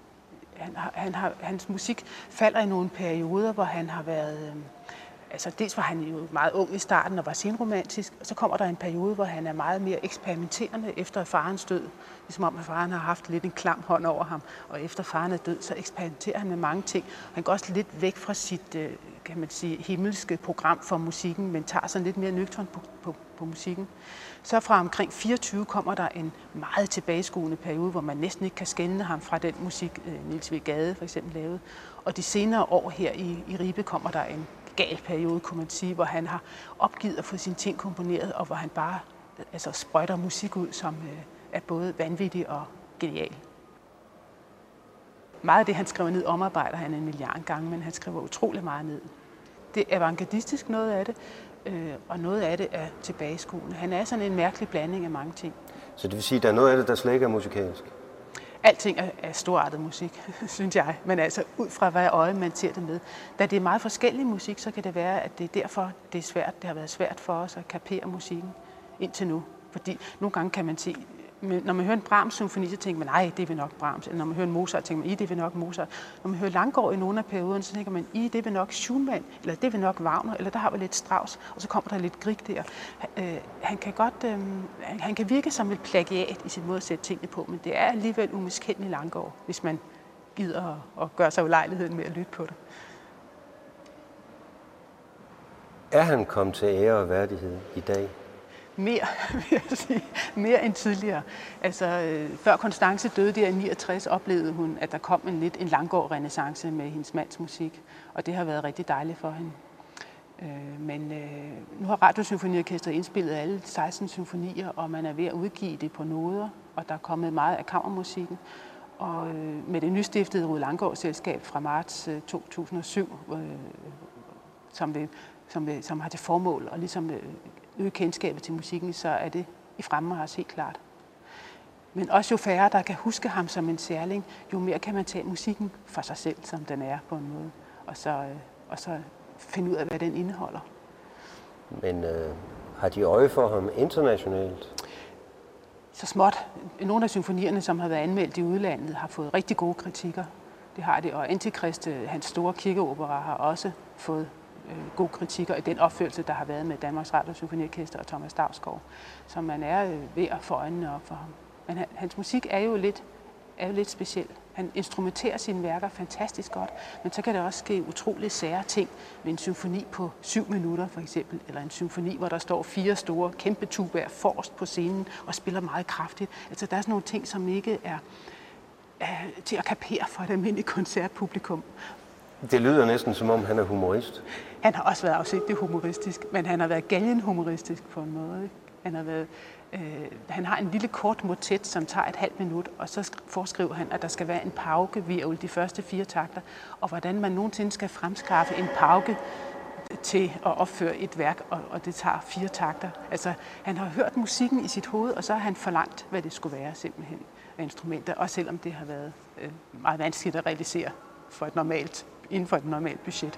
Hans musik falder i nogle perioder, hvor han har været... Altså, dels var han jo meget ung i starten og var senromantisk, og så kommer der en periode, hvor han er meget mere eksperimenterende efter farens død. Ligesom om, at faren har haft lidt en klam hånd over ham, og efter faren er død, så eksperimenterer han med mange ting. Han går også lidt væk fra sit, kan man sige, himmelske program for musikken, men tager sådan lidt mere nøgtern på musikken. Så fra omkring 24 kommer der en meget tilbageskuende periode, hvor man næsten ikke kan skelne ham fra den musik, Niels W. Gade for eksempel lavede. Og de senere år her i Ribe kommer der en gal periode, kunne man sige, hvor han har opgivet at få sine ting komponeret, og hvor han bare sprøjter musik ud, som er både vanvittig og genial. Meget af det, han skriver ned, omarbejder han 1 milliard gange, men han skriver utrolig meget ned. Det er avantgardistisk noget af det, og noget af det er tilbageskuende. Han er sådan en mærkelig blanding af mange ting. Så det vil sige, at der er noget af det, der slet ikke er musikalsk? Alting er storartet musik, synes jeg. Men altså ud fra, hvad øje man ser det med. Da det er meget forskellig musik, så kan det være, at det er derfor, det er svært. Det har været svært for os at kapere musikken indtil nu. Fordi nogle gange kan man se når man hører en Brahms-symfoni, så tænker man, nej, det er vel nok Brahms. Eller når man hører en Mozart, tænker man, det er vel nok Mozart. Når man hører Langgaard i nogle af perioderne, så tænker man, det er vel nok Schumann, eller det er vel nok Wagner, eller der har vi lidt Strauss, og så kommer der lidt Grieg der. Han kan virke som et plagiat i sin måde at sætte tingene på, men det er alligevel umiskendeligt Langgaard, hvis man gider at gøre sig ulejligheden med at lytte på det. Er han kommet til ære og værdighed i dag? Mere, vil jeg sige. Mere end tidligere. Altså, før Constance døde der i 69, oplevede hun, at der kom en Langgaard-renæssance med hendes mands musik, og det har været rigtig dejligt for hende. Men nu har Radiosymfoniorkestret indspillet alle 16 symfonier, og man er ved at udgive det på noder, og der er kommet meget af kammermusikken. Og med det nystiftede Rued Langgaard-selskab fra marts 2007, som har til formål at ligesom øge kendskabet til musikken, så er det i fremmarch helt klart. Men også jo færre, der kan huske ham som en særling, jo mere kan man tage musikken for sig selv, som den er på en måde, og så finde ud af, hvad den indeholder. Men har de øje for ham internationalt? Så småt. Nogle af symfonierne, som har været anmeldt i udlandet, har fået rigtig gode kritikker. Det har det, og Antichrist, hans store kirkeopera, har også fået gode kritikker i den opførelse, der har været med Danmarks Radiosymfoniorkester og Thomas Dausgaard. Så man er ved at få øjnene op for ham. Men hans musik er jo lidt speciel. Han instrumenterer sine værker fantastisk godt, men så kan det også ske utroligt sære ting med en symfoni på 7 minutter for eksempel, eller en symfoni, hvor der står 4 store kæmpe tubaer forrest på scenen og spiller meget kraftigt. Altså der er sådan nogle ting, som ikke er til at kapere for et almindeligt koncertpublikum. Det lyder næsten som om han er humorist. Han har også været afsigtigt humoristisk, men han har været galgenhumoristisk på en måde. Ikke? Han har en lille kort motet, som tager et halvt minut, og så foreskriver han, at der skal være en paukevirvel de første 4 takter, og hvordan man nogensinde skal fremskaffe en pauke til at opføre et værk, og det tager 4 takter. Altså, han har hørt musikken i sit hoved, og så har han forlangt, hvad det skulle være simpelthen af instrumenter, også selvom det har været meget vanskeligt at realisere inden for et normalt budget.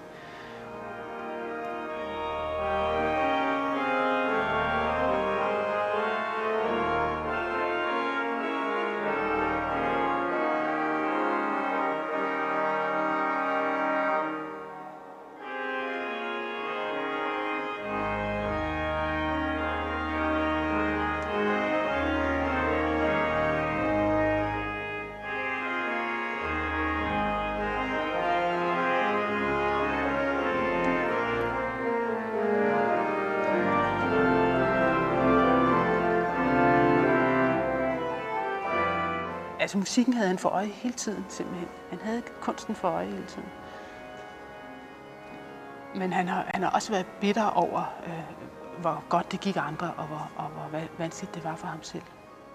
Altså musikken havde han for øje hele tiden, simpelthen. Han havde kunsten for øje hele tiden. Men han har også været bitter over, hvor godt det gik andre, og hvor vanskeligt det var for ham selv.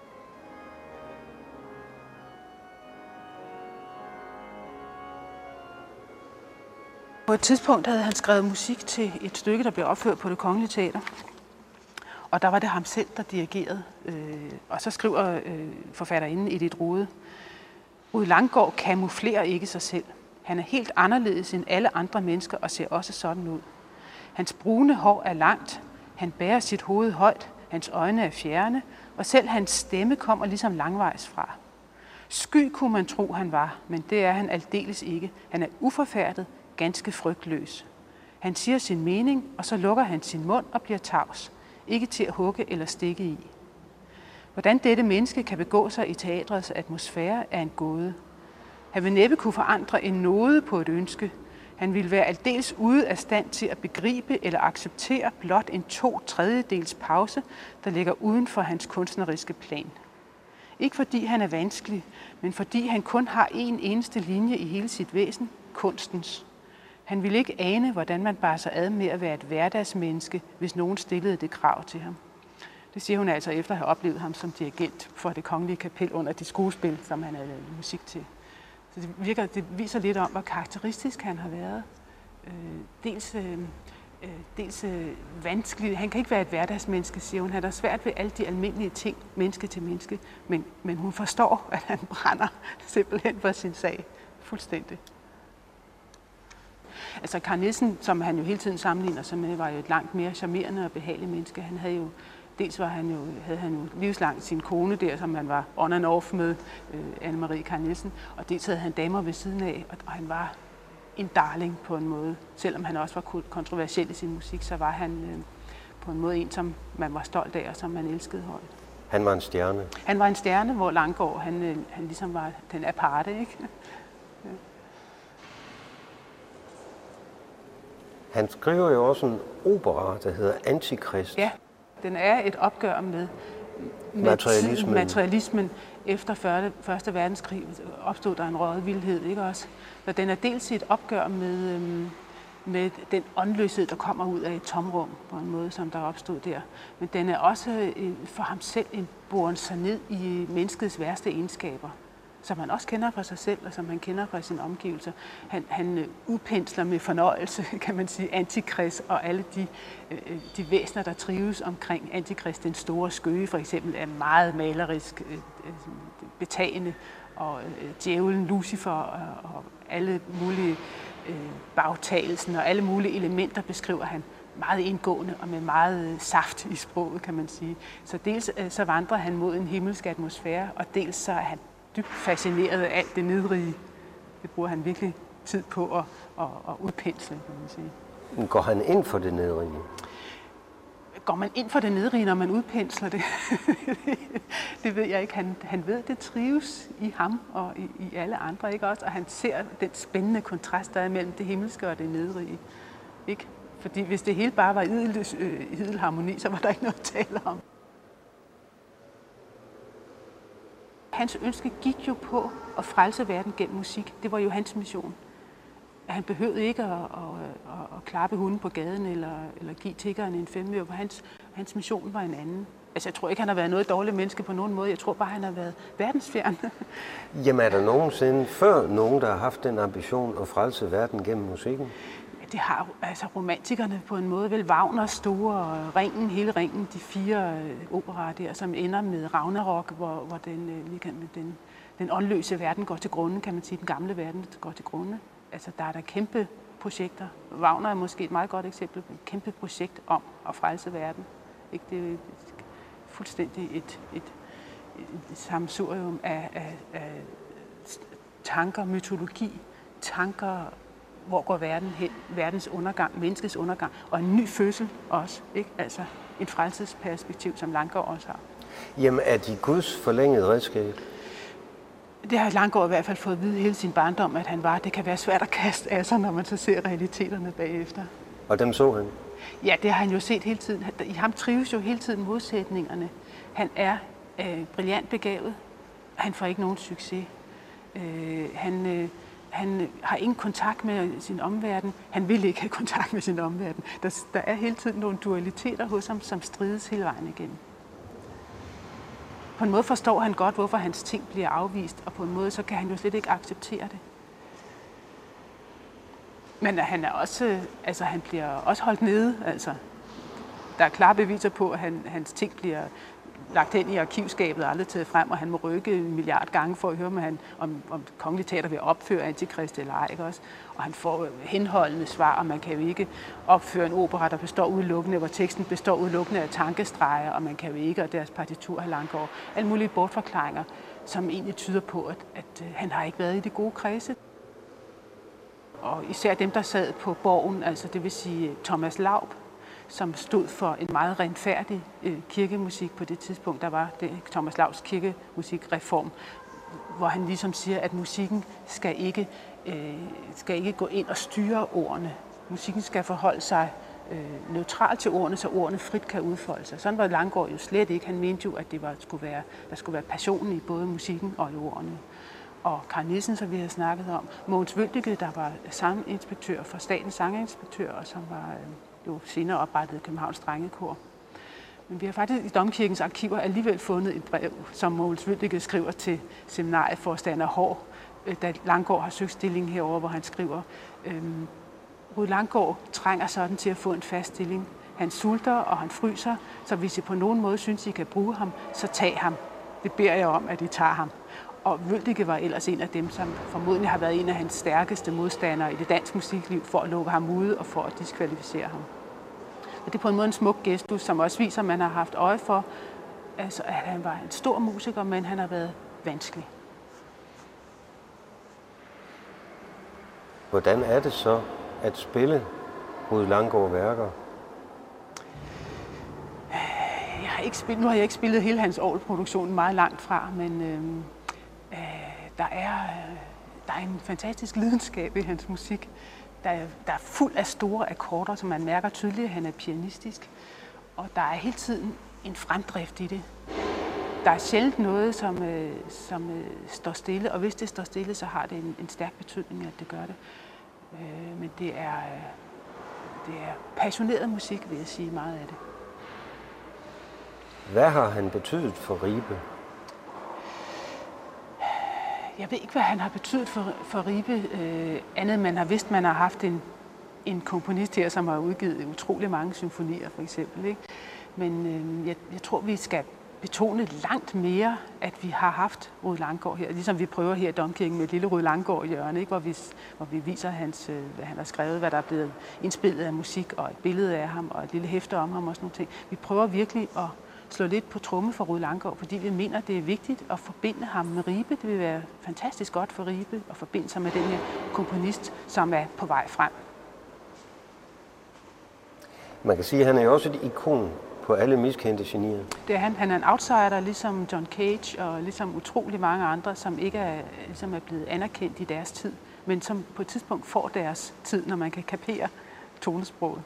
På et tidspunkt havde han skrevet musik til et stykke, der blev opført på Det Kongelige Teater. Og der var det ham selv, der dirigerede. Og så skriver forfatterinden Edith Rode: Rued Langgaard kamuflerer ikke sig selv. Han er helt anderledes end alle andre mennesker og ser også sådan ud. Hans brune hår er langt, han bærer sit hoved højt, hans øjne er fjerne, og selv hans stemme kommer ligesom langvejs fra. Sky kunne man tro, han var, men det er han aldeles ikke. Han er uforfærdet, ganske frygtløs. Han siger sin mening, og så lukker han sin mund og bliver tavs. Ikke til at hugge eller stikke i. Hvordan dette menneske kan begå sig i teatrets atmosfære er en gåde. Han vil næppe kunne forandre en nåde på et ønske. Han ville være aldeles ude af stand til at begribe eller acceptere blot en 2/3 pause, der ligger uden for hans kunstneriske plan. Ikke fordi han er vanskelig, men fordi han kun har en eneste linje i hele sit væsen, kunstens. Han ville ikke ane, hvordan man bar sig ad med at være et hverdagsmenneske, hvis nogen stillede det krav til ham. Det siger hun altså efter at have oplevet ham som dirigent for Det Kongelige Kapel under de skuespil, som han havde lavet musik til. Så det viser lidt om, hvor karakteristisk han har været. Dels vanskelig. Han kan ikke være et hverdagsmenneske, siger hun. Han har svært ved alle de almindelige ting, menneske til menneske. Men hun forstår, at han brænder simpelthen for sin sag. Fuldstændig. Altså Carl Nielsen, som han jo hele tiden sammenligner sig med, var jo et langt mere charmerende og behageligt menneske. Han havde jo Dels havde han jo livslangt sin kone der, som han var on and off med, Anne-Marie Carl Nielsen, og dels havde han damer ved siden af, og han var en darling på en måde. Selvom han også var kontroversiel i sin musik, så var han på en måde en, som man var stolt af, og som man elskede højt. Han var en stjerne? Han var en stjerne, hvor Langgaard, han ligesom var den aparte, ikke? Ja. Han skriver jo også en opera, der hedder Antikrist. Ja, den er et opgør med materialismen. Efter Første Verdenskrig opstod der en rådvildhed, ikke også? Så den er dels et opgør med den åndløshed, der kommer ud af et tomrum, på en måde, som der opstod der. Men den er også for ham selv en boren sig ned i menneskets værste egenskaber, som han også kender fra sig selv, og som han kender fra sine omgivelser. Han udpensler med fornøjelse, kan man sige, Antikrist og alle de væsener, der trives omkring Antikrist. Den store skøge, for eksempel, er meget malerisk betagende, og djævlen Lucifer og alle mulige bagtagelsen og alle mulige elementer beskriver han meget indgående og med meget saft i sproget, kan man sige. Så dels så vandrer han mod en himmelsk atmosfære, og dels så er han dybt fascineret af alt det nedrige. Det bruger han virkelig tid på at udpensle, kan man sige. Går han ind for det nedrige? Går man ind for det nedrige, når man udpensler det? Det ved jeg ikke. Han ved, det trives i ham og i alle andre, ikke også? Og han ser den spændende kontrast, der er mellem det himmelske og det nedrige. Ikke? Fordi hvis det hele bare var idel harmoni, så var der ikke noget at tale om. Hans ønske gik jo på at frelse verden gennem musik. Det var jo hans mission. Han behøvede ikke at klappe hunden på gaden eller give tiggeren en femøre, for hans mission var en anden. Altså, jeg tror ikke, han har været noget dårligt menneske på nogen måde. Jeg tror bare, han har været verdensfjern. Jamen, er der nogensinde før nogen, der har haft den ambition at frelse verden gennem musikken? Ja, det har altså romantikerne på en måde. Vel Wagners store Ringen, hele Ringen, de 4 operaer der, som ender med Ragnarok, hvor den åndløse verden går til grunde, kan man sige. Den gamle verden går til grunde. Altså, der er der kæmpe projekter. Wagner er måske et meget godt eksempel på et kæmpe projekt om at frelse verden. Ikke? Det er fuldstændig et sammensurium af tanker, mytologi, tanker, hvor går verden hen, verdens undergang, menneskets undergang, og en ny fødsel også. Ikke? Altså en frelsesperspektiv, som Langgaard også har. Jamen, er de Guds forlængede redskab? Det har Langgaard i hvert fald fået at vide hele sin barndom, at han var. Det kan være svært at kaste af sig, når man så ser realiteterne bagefter. Og dem så han? Ja, det har han jo set hele tiden. I ham trives jo hele tiden modsætningerne. Han er brillant begavet. Han får ikke nogen succes. Han har ingen kontakt med sin omverden. Han vil ikke have kontakt med sin omverden. Der er hele tiden nogle dualiteter hos ham, som strides hele vejen igennem. På en måde forstår han godt, hvorfor hans ting bliver afvist, og på en måde så kan han jo slet ikke acceptere det. Men han er også, altså han bliver også holdt nede. Altså, der er klare beviser på, at hans ting bliver lagt hen i arkivskabet og aldrig taget frem, og han må rykke 1 milliard gange for at høre, om Kongelig Teater vil opføre Antikrist eller ej, ikke også? Og han får henholdende svar, og man kan jo ikke opføre en opera, der består udelukkende, hvor teksten består udelukkende af tankestreger, og man kan jo ikke, og deres partitur har Langgaard alle mulige bortforklaringer, som egentlig tyder på, at han har ikke været i de gode kredse. Og især dem, der sad på Borgen, altså det vil sige Thomas Laub, som stod for en meget renfærdig kirkemusik på det tidspunkt. Der var det Thomas Laubs kirkemusikreform, hvor han ligesom siger, at musikken skal ikke gå ind og styre ordene. Musikken skal forholde sig neutralt til ordene, så ordene frit kan udfolde sig. Sådan var Langgaard jo slet ikke. Han mente jo, at der skulle være passionen i både musikken og i ordene. Og Carl Nielsen, som vi har snakket om, Mogens Wøldike, der var sanginspektør for Statens Sanginspektør, og som var jo senere oprettet Københavns Drengekor. Men vi har faktisk i Domkirkens arkiver alligevel fundet et brev, som Mogens Wøldike skriver til seminarieforstander Hår, da Langgaard har søgt stilling herover, hvor han skriver, Rud Langgaard trænger sådan til at få en fast stilling. Han sulter, og han fryser, så hvis I på nogen måde synes, I kan bruge ham, så tag ham. Det beder jeg om, at I tager ham. Og Wøldike var ellers en af dem, som formodentlig har været en af hans stærkeste modstandere i det danske musikliv for at lukke ham ude og for at diskvalificere ham. Og det er på en måde en smuk gestus, som også viser, at man har haft øje for, altså, at han var en stor musiker, men han har været vanskelig. Hvordan er det så at spille Rued Langgaard værker? Nu har jeg ikke spillet hele hans Orgelproduktion meget langt fra, men der er en fantastisk lidenskab i hans musik. Der er fuld af store akkorder, som man mærker tydeligt, at han er pianistisk. Og der er hele tiden en fremdrift i det. Der er sjældent noget, som står stille, og hvis det står stille, så har det en stærk betydning, at det gør det. Men det er passioneret musik, vil jeg sige, meget af det. Hvad har han betydet for Ribe? Jeg ved ikke, hvad han har betydet for Ribe, andet end man har vidst, man har haft en komponist her, som har udgivet utrolig mange symfonier, for eksempel. Ikke? Men jeg tror, vi skal betone langt mere, at vi har haft Rued Langgaard her, ligesom vi prøver her i Domkirken med et lille Rued Langgaard hjørne, ikke? Hvor vi viser, hvad han har skrevet, hvad der er blevet indspillet af musik, og et billede af ham, og et lille hæfte om ham og sådan nogle ting. Vi prøver virkelig at slå lidt på tromme for Rued Langgaard, fordi vi mener, det er vigtigt at forbinde ham med Ribe. Det vil være fantastisk godt for Ribe at forbinde sig med den her komponist, som er på vej frem. Man kan sige, at han er jo også et ikon på alle miskendte genier. Det er han. Han er en outsider, ligesom John Cage og ligesom utrolig mange andre, som ikke er blevet anerkendt i deres tid, men som på et tidspunkt får deres tid, når man kan kapere tonesproget.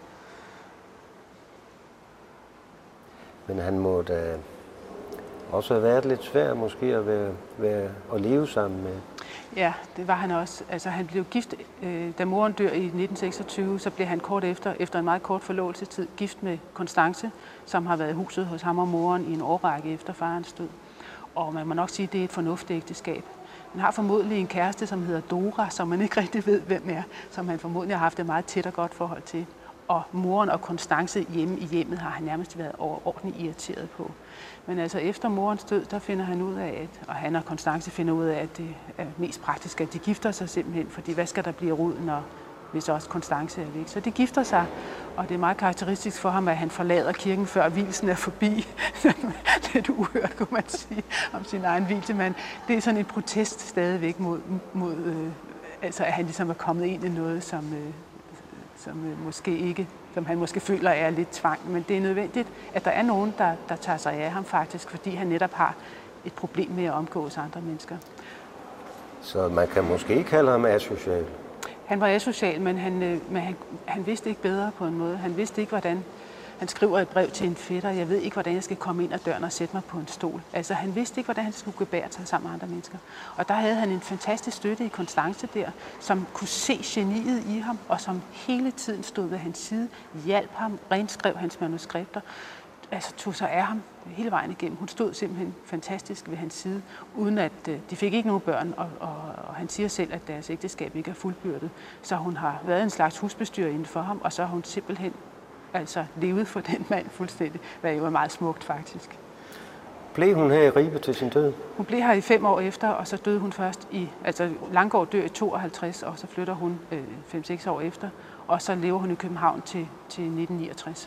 Men han må da også have været lidt svær måske at leve sammen med. Ja, det var han også. Altså, han blev gift, da moren dør i 1926, så blev han kort efter en meget kort forlovelsestid, gift med Constance, som har været i huset hos ham og moren i en årrække efter farens død. Og man må nok sige, at det er et fornuftigt ægteskab. Han har formodentlig en kæreste, som hedder Dora, som man ikke rigtig ved, hvem er, som han formodentlig har haft et meget tæt og godt forhold til. Og moren og Constance hjemme i hjemmet har han nærmest været overordentligt irriteret på. Men altså efter morens død, der finder han ud af, og han og Constance finder ud af, at det er mest praktisk, at de gifter sig simpelthen, fordi hvad skal der blive rod, hvis også Constance er væk. Så de gifter sig, og det er meget karakteristisk for ham, at han forlader kirken, før vielsen er forbi. Lidt uhørt, kunne man sige, om sin egen vielse, men det er sådan en protest stadigvæk mod altså at han ligesom er kommet ind i noget, som han måske føler er lidt tvang. Men det er nødvendigt, at der er nogen, der tager sig af ham faktisk, fordi han netop har et problem med at omgås andre mennesker. Så man kan måske ikke kalde ham asocial? Han var asocial, men han vidste ikke bedre på en måde. Han vidste ikke, hvordan. Han skriver et brev til en fætter. Jeg ved ikke, hvordan jeg skal komme ind ad døren og sætte mig på en stol. Altså, han vidste ikke, hvordan han skulle gebære sig sammen med andre mennesker. Og der havde han en fantastisk støtte i Constance der, som kunne se geniet i ham, og som hele tiden stod ved hans side, hjalp ham, renskrev hans manuskripter, altså tog sig af ham hele vejen igennem. Hun stod simpelthen fantastisk ved hans side, uden at de fik ikke nogen børn, og han siger selv, at deres ægteskab ikke er fuldbyrdet. Så hun har været en slags husbestyrerinde for ham, og så har hun simpelthen levet for den mand fuldstændig, hvad jo er meget smukt faktisk. Blev hun her i Ribe til sin død? Hun blev her i 5 år efter, og så døde hun først Langgaard dør i 52, og så flytter hun 5-6 år efter, og så lever hun i København til 1969.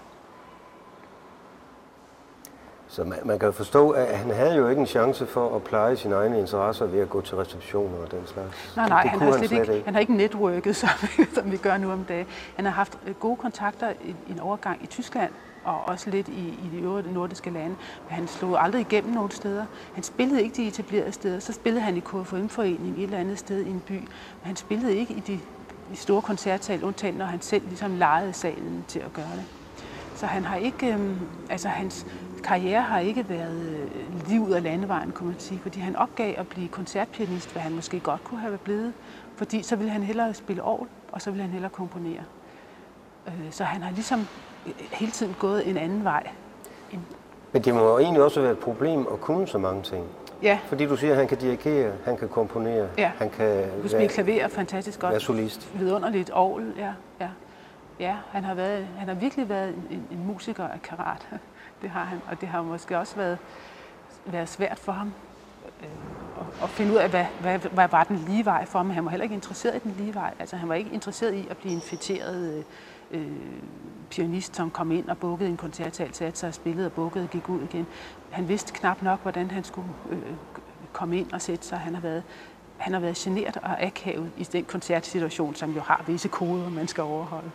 Så man kan jo forstå, at han havde jo ikke en chance for at pleje sine egne interesser ved at gå til receptioner og den slags. Nej, han har ikke networket, som vi gør nu om dagen. Han har haft gode kontakter i en overgang i Tyskland, og også lidt i de øvrige nordiske lande. Men han slog aldrig igennem nogen steder. Han spillede ikke de etablerede steder. Så spillede han i KFUM-foreningen et eller andet sted i en by. Men han spillede ikke i de store koncertsal, undtagen når han selv ligesom lejede salen til at gøre det. Så han har ikke, hans karriere har ikke været lige ud af landevejen, kunne man sige, fordi han opgav at blive koncertpianist, hvad han måske godt kunne have blevet, fordi så ville han hellere spille orgel, og så ville han hellere komponere. Så han har ligesom hele tiden gået en anden vej. Men det må jo egentlig også være et problem at kunne så mange ting. Ja. Fordi du siger, at han kan dirigere, han kan komponere, ja. Han kan spille klaver fantastisk godt. Være solist. Vidunderligt orgel, ja. Ja, han har virkelig været en musiker af karat. Det har han, og det har måske også været svært for ham at finde ud af, hvad var den lige vej for ham. Han var heller ikke interesseret i den lige vej. Altså, han var ikke interesseret i at blive en fætteret pianist, som kom ind og bukkede en koncertsal, satte sig og spillede og bukkede og gik ud igen. Han vidste knap nok, hvordan han skulle komme ind og sætte sig. Han har været genert og akavet i den koncertsituation, som jo har visse koder, man skal overholde.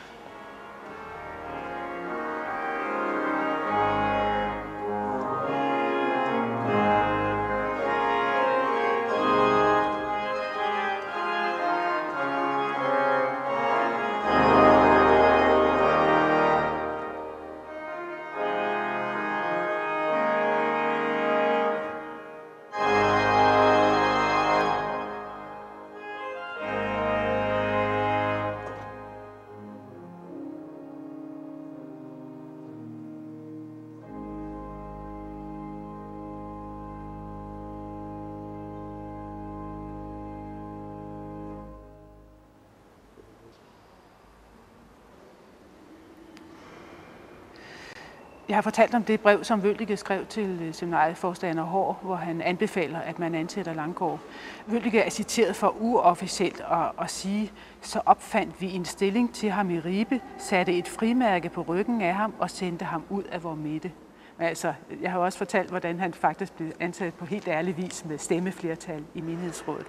Jeg har fortalt om det brev, som Wøldike skrev til seminarieforstander Hår, hvor han anbefaler, at man ansætter Langgaard. Wøldike er citeret for uofficielt at sige, så opfandt vi en stilling til ham i Ribe, satte et frimærke på ryggen af ham og sendte ham ud af vor midte. Altså, jeg har også fortalt, hvordan han faktisk blev ansat på helt ærlig vis med stemmeflertal i menighedsrådet.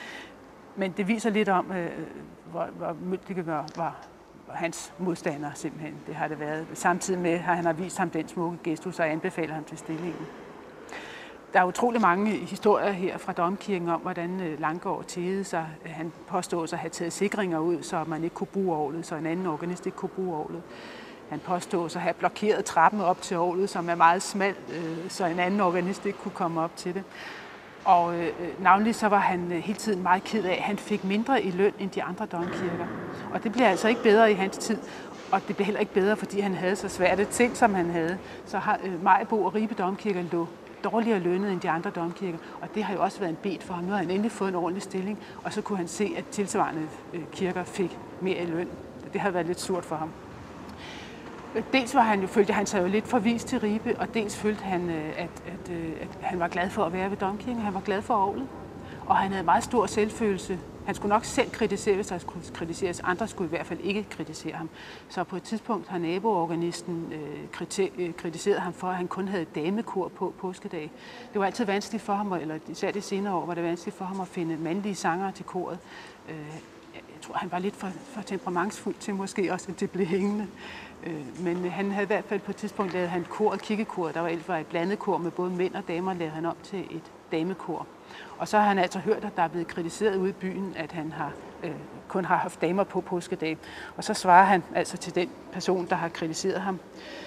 Men det viser lidt om, hvor Wøldike var hans modstander simpelthen. Det har det været. Samtidig med, at han har vist ham den smukke gestus og anbefaler ham til stillingen. Der er utrolig mange historier her fra Domkirken om, hvordan Langgaard tædede sig. Han påstod sig at have taget sikringer ud, så man ikke kunne bruge orglet, så en anden organist ikke kunne bruge orglet. Han påstod sig at have blokeret trappen op til orglet, som er meget smal, så en anden organist ikke kunne komme op til det. Og navnlig så var han hele tiden meget ked af, at han fik mindre i løn end de andre domkirker. Og det blev altså ikke bedre i hans tid, og det blev heller ikke bedre, fordi han havde så svært et sind, som han havde. Så har Maribo og Ribe domkirker lå dårligere lønnet end de andre domkirker, og det har jo også været en bed for ham. Nu har han endelig fået en ordentlig stilling, og så kunne han se, at tilsvarende kirker fik mere i løn. Det har været lidt surt for ham. Dels følte han sig jo lidt forvist til Ribe, og dels følte han, at han var glad for at være ved domkirken. Han var glad for orglet, og han havde meget stor selvfølelse. Han skulle nok selv kritisere, hvis der skulle kritiseres. Andre skulle i hvert fald ikke kritisere ham. Så på et tidspunkt har naboorganisten kritiseret ham for, at han kun havde damekor på påskedag. Det var altid vanskeligt for ham, eller især det senere år, var det vanskeligt for ham at finde mandlige sangere til koret. Jeg tror, han var lidt for temperamentsfuld til måske også, at det blev hængende. Men han havde i hvert fald på et tidspunkt lavet han kor, kirkekor, der var et blandet kor med både mænd og damer, lavede han op til et damekor. Og så har han altså hørt, at der er blevet kritiseret ude i byen, at han kun har haft damer på påskedag. Og så svarer han altså til den person, der har kritiseret ham.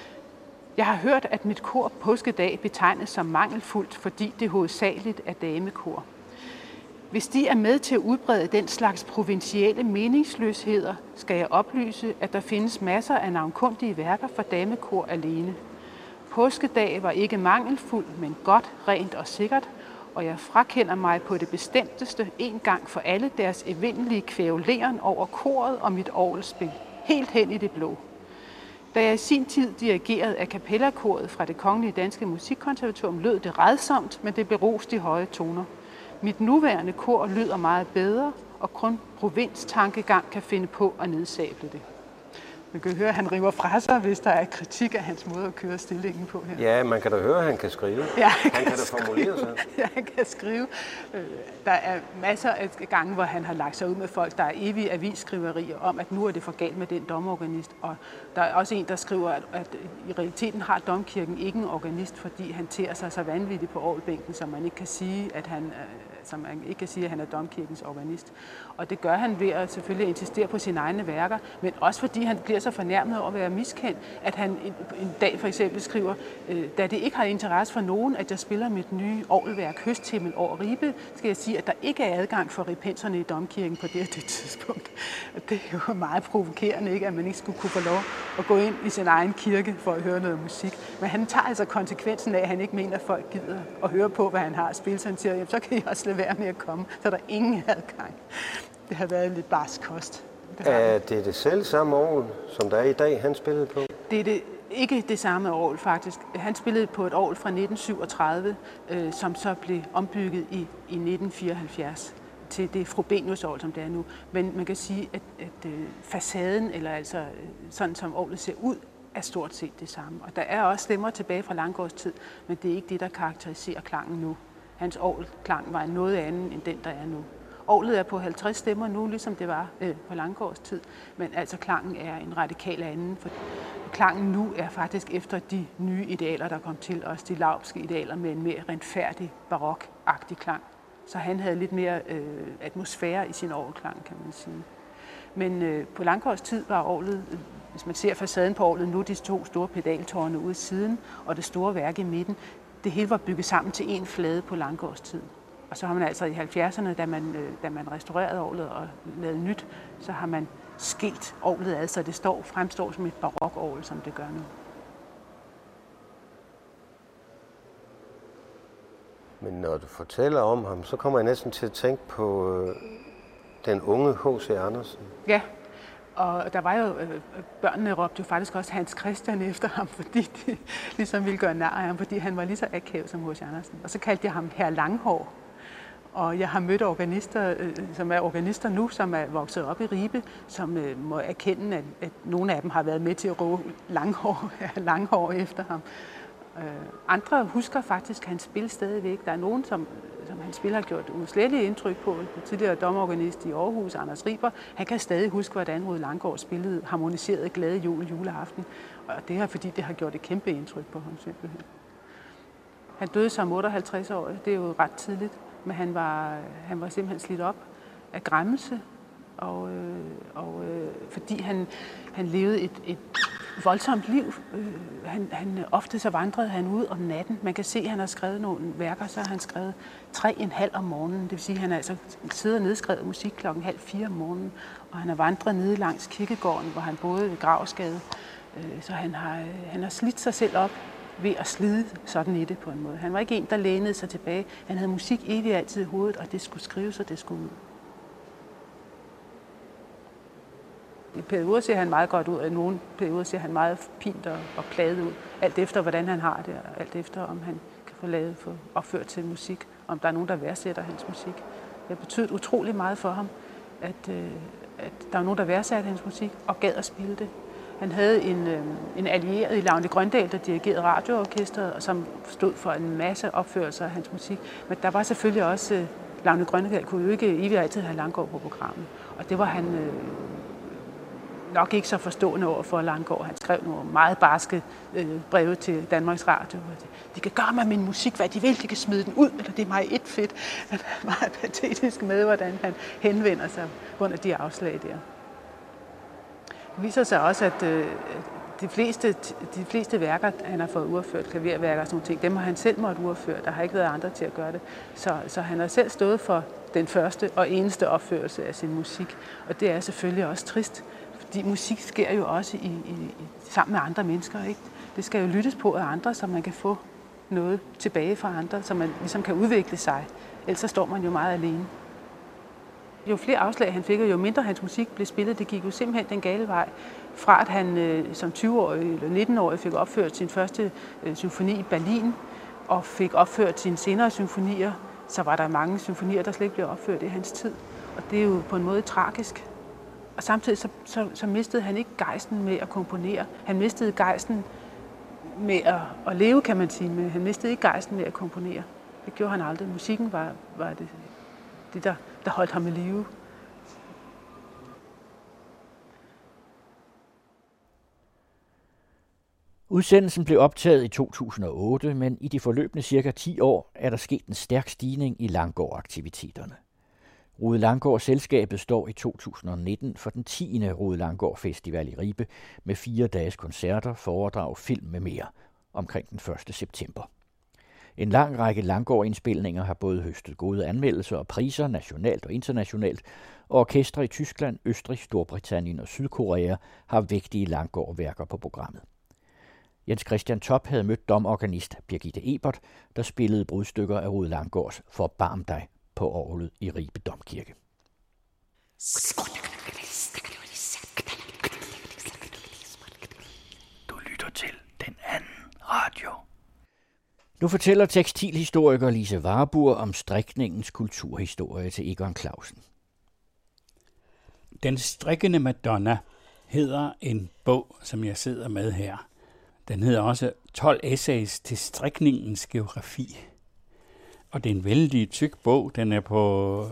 Jeg har hørt, at mit kor påskedag betegnes som mangelfuldt, fordi det hovedsageligt er damekor. Hvis de er med til at udbrede den slags provincielle meningsløsheder, skal jeg oplyse, at der findes masser af navnkundige værker for damekor alene. Påskedag var ikke mangelfuld, men godt, rent og sikkert, og jeg frakender mig på det bestemteste en gang for alle deres evindelige kvævleren over koret og mit orgelspil, helt hen i det blå. Da jeg i sin tid dirigerede a cappella-koret fra det Kongelige Danske Musikkonservatorium, lød det rædsomt, men det blev rost i høje toner. Mit nuværende kor lyder meget bedre, og kun provinstankegang kan finde på at nedsable det. Man kan høre, at han river fra sig, hvis der er kritik af hans måde at køre stillingen på her. Ja, man kan da høre, at han kan skrive. Ja, han kan da formulere sig. Ja, han kan skrive. Der er masser af gange, hvor han har lagt sig ud med folk. Der er evige avisskriverier om, at nu er det for galt med den domorganist. Og der er også en, der skriver, at i realiteten har domkirken ikke en organist, fordi han tærer sig så vanvittigt på orgelbænken, så man ikke kan sige, at han er domkirkens organist. Og det gør han ved at selvfølgelig insistere på sine egne værker, men også fordi han bliver så fornærmet over at være miskendt, at han en dag for eksempel skriver, da det ikke har interesse for nogen, at jeg spiller mit nye orgelværk Høsthimmel over Ribe, skal jeg sige, at der ikke er adgang for ripenserne i domkirken på det tidspunkt. Og det er jo meget provokerende, ikke, at man ikke skulle kunne få lov at gå ind i sin egen kirke for at høre noget musik. Men han tager altså konsekvensen af, at han ikke mener, at folk gider at høre på, hvad han har at spille. Så han siger, så kan I også lade være med at komme, så er der ingen adgang. Det har været lidt barsk kost. Det er det selv samme orgel, som der er i dag, han spillede på? Det er det Ikke det samme orgel faktisk. Han spillede på et orgel fra 1937, som så blev ombygget i 1974 til det Frobenius-orgel, som det er nu. Men man kan sige, at facaden, eller altså sådan som orglet ser ud, er stort set det samme. Og der er også stemmer tilbage fra Langgaards tid, men det er ikke det, der karakteriserer klangen nu. Hans orgelklang var noget andet end den, der er nu. Orglet er på 50 stemmer nu, ligesom det var på Langgaards tid, men altså klangen er en radikal anden. For klangen nu er faktisk efter de nye idealer, der kom til, også de laubske idealer med en mere renfærdig, barok-agtig klang. Så han havde lidt mere atmosfære i sin orgelklang, kan man sige. Men på Langgaards tid var orglet, hvis man ser facaden på orglet nu, de 2 store pedaltårne ude i siden, og det store værk i midten, det hele var bygget sammen til en flade på Langgaards tid. Og så har man altså i 70'erne, da man restaurerede orglet og lavede nyt, så har man skilt orglet ad, så det fremstår som et barokorgel, som det gør nu. Men når du fortæller om ham, så kommer jeg næsten til at tænke på den unge H.C. Andersen. Ja, og der var jo, børnene råbte jo faktisk også Hans Christian efter ham, fordi de ligesom ville gøre nar af ham, fordi han var lige så akavet som H.C. Andersen. Og så kaldte jeg ham Herr Langhår. Og jeg har mødt organister, som er organister nu, som er vokset op i Ribe, som må erkende, at nogle af dem har været med til at råbe langhår efter ham. Andre husker faktisk hans spil stadigvæk. Der er nogen, som hans spil har gjort usletteligt indtryk på. Den tidligere domorganist i Aarhus, Anders Riber, han kan stadig huske, hvordan Rued Langgaard spillede harmoniseret Glade Jul juleaften. Og det er fordi, det har gjort et kæmpe indtryk på ham simpelthen. Han døde som 58 år, det er jo ret tidligt. Men han var simpelthen slidt op af græmmelse, og fordi han levede et voldsomt liv. Ofte så vandrede han ud om natten. Man kan se, at han har skrevet nogle værker, så har han skrevet 3,5 om morgenen. Det vil sige, at han altså sidder og nedskrevet musik klokken 3:30 om morgenen, og han har vandret nede langs kirkegården, hvor han boede ved Gravsgade. Så han har slidt sig selv op ved at slide sådan i det på en måde. Han var ikke en, der lænede sig tilbage. Han havde musik evigt altid i hovedet, og det skulle skrives, og det skulle ud. I perioder ser han meget godt ud, og i nogle perioder ser han meget pint og plaget ud. Alt efter, hvordan han har det, og alt efter, om han kan få opført til musik, om der er nogen, der værdsætter hans musik. Det har betydet utrolig meget for ham, at der var nogen, der værdsatte hans musik og gad at spille det. Han havde en allieret i Lavne Grøndal, der dirigerede radioorkestret, og som stod for en masse opførelser af hans musik. Men der var selvfølgelig også, Lavne Grøndal kunne jo ikke evigt altid have Langgaard på programmet. Og det var han nok ikke så forstående over for Langgaard. Han skrev nogle meget barske breve til Danmarks Radio. De kan gøre mig min musik, hvad de vil. De kan smide den ud, eller det er mig et fedt. Han er meget patetisk med, hvordan han henvender sig under de afslag der. Det viser sig også, at de fleste værker, han har fået uafført, klaverværker og sådan nogle ting, dem har han selv måttet uafføre. Der har ikke været andre til at gøre det. Så han har selv stået for den første og eneste opførelse af sin musik. Og det er selvfølgelig også trist, fordi musik sker jo også sammen med andre mennesker, ikke? Det skal jo lyttes på af andre, så man kan få noget tilbage fra andre, så man ligesom kan udvikle sig. Ellers så står man jo meget alene. Jo flere afslag han fik, og jo mindre hans musik blev spillet, det gik jo simpelthen den gale vej. Fra at han som 20-årig eller 19-årig fik opført sin første symfoni i Berlin, og fik opført sine senere symfonier, så var der mange symfonier, der slet ikke blev opført i hans tid. Og det er jo på en måde tragisk. Og samtidig så mistede han ikke gejsten med at komponere. Han mistede gejsten med at leve, kan man sige, men han mistede ikke gejsten med at komponere. Det gjorde han aldrig. Musikken var det der holdt ham i live. Udsendelsen blev optaget i 2008, men i de forløbende cirka 10 år er der sket en stærk stigning i Langgaard-aktiviteterne. Rued Langgaard-selskabet står i 2019 for den 10. Rued Langgaard-festival i Ribe med 4 dages koncerter, foredrag, film med mere omkring den 1. september. En lang række Langgaard-indspilninger har både høstet gode anmeldelser og priser nationalt og internationalt, og orkestre i Tyskland, Østrig, Storbritannien og Sydkorea har vægtige Langgaard-værker på programmet. Jens Christian Top havde mødt domorganist Birgitte Ebert, der spillede brudstykker af Rued Langgaards Forbarm dig på orglet i Ribe Domkirke. Du lytter til Nu fortæller tekstilhistoriker Lise Warburg om strikningens kulturhistorie til Egon Clausen. Den strikkende Madonna hedder en bog, som jeg sidder med her. Den hedder også 12 essays til strikningens geografi. Og det er en vældig tyk bog. Den er på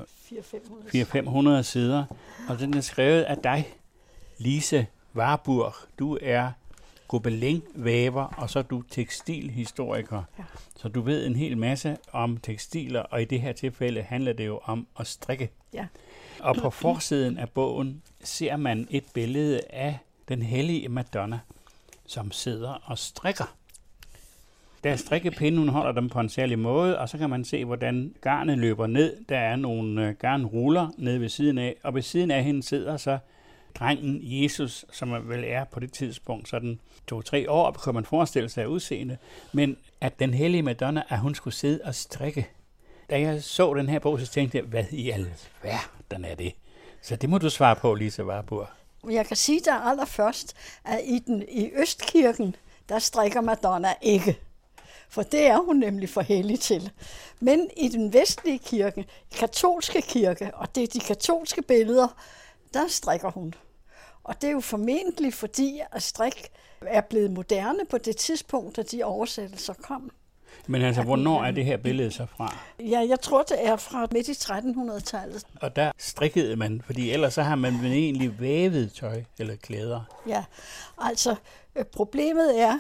400-500 sider. Og den er skrevet af dig, Lise Warburg. Du er gobelin-væver, og så er du tekstilhistoriker. Ja. Så du ved en hel masse om tekstiler, og i det her tilfælde handler det jo om at strikke. Ja. Og på forsiden af bogen ser man et billede af den hellige Madonna, som sidder og strikker. Der er strikkepinde, hun holder dem på en særlig måde, og så kan man se, hvordan garnet løber ned. Der er nogle garnruller nede ved siden af, og ved siden af hende sidder så drengen Jesus, som vel er på det tidspunkt sådan 2-3 år, kan man forestille sig af udseende, men at den hellige Madonna, at hun skulle sidde og strikke. Da jeg så den her bog, så tænkte jeg, hvad i alverden er det? Så det må du svare på, Lise Warburg. Jeg kan sige der allerførst, at i Østkirken, der strikker Madonna ikke. For det er hun nemlig for hellig til. Men i den vestlige kirke, katolske kirke, og det er de katolske billeder, der strikker hun. Og det er jo formentlig fordi, at strik er blevet moderne på det tidspunkt, da de oversættelser kom. Men altså, hvornår er det her billede så fra? Ja, jeg tror, det er fra midt i 1300-tallet. Og der strikkede man, fordi ellers så har man egentlig vævet tøj eller klæder. Ja, altså problemet er,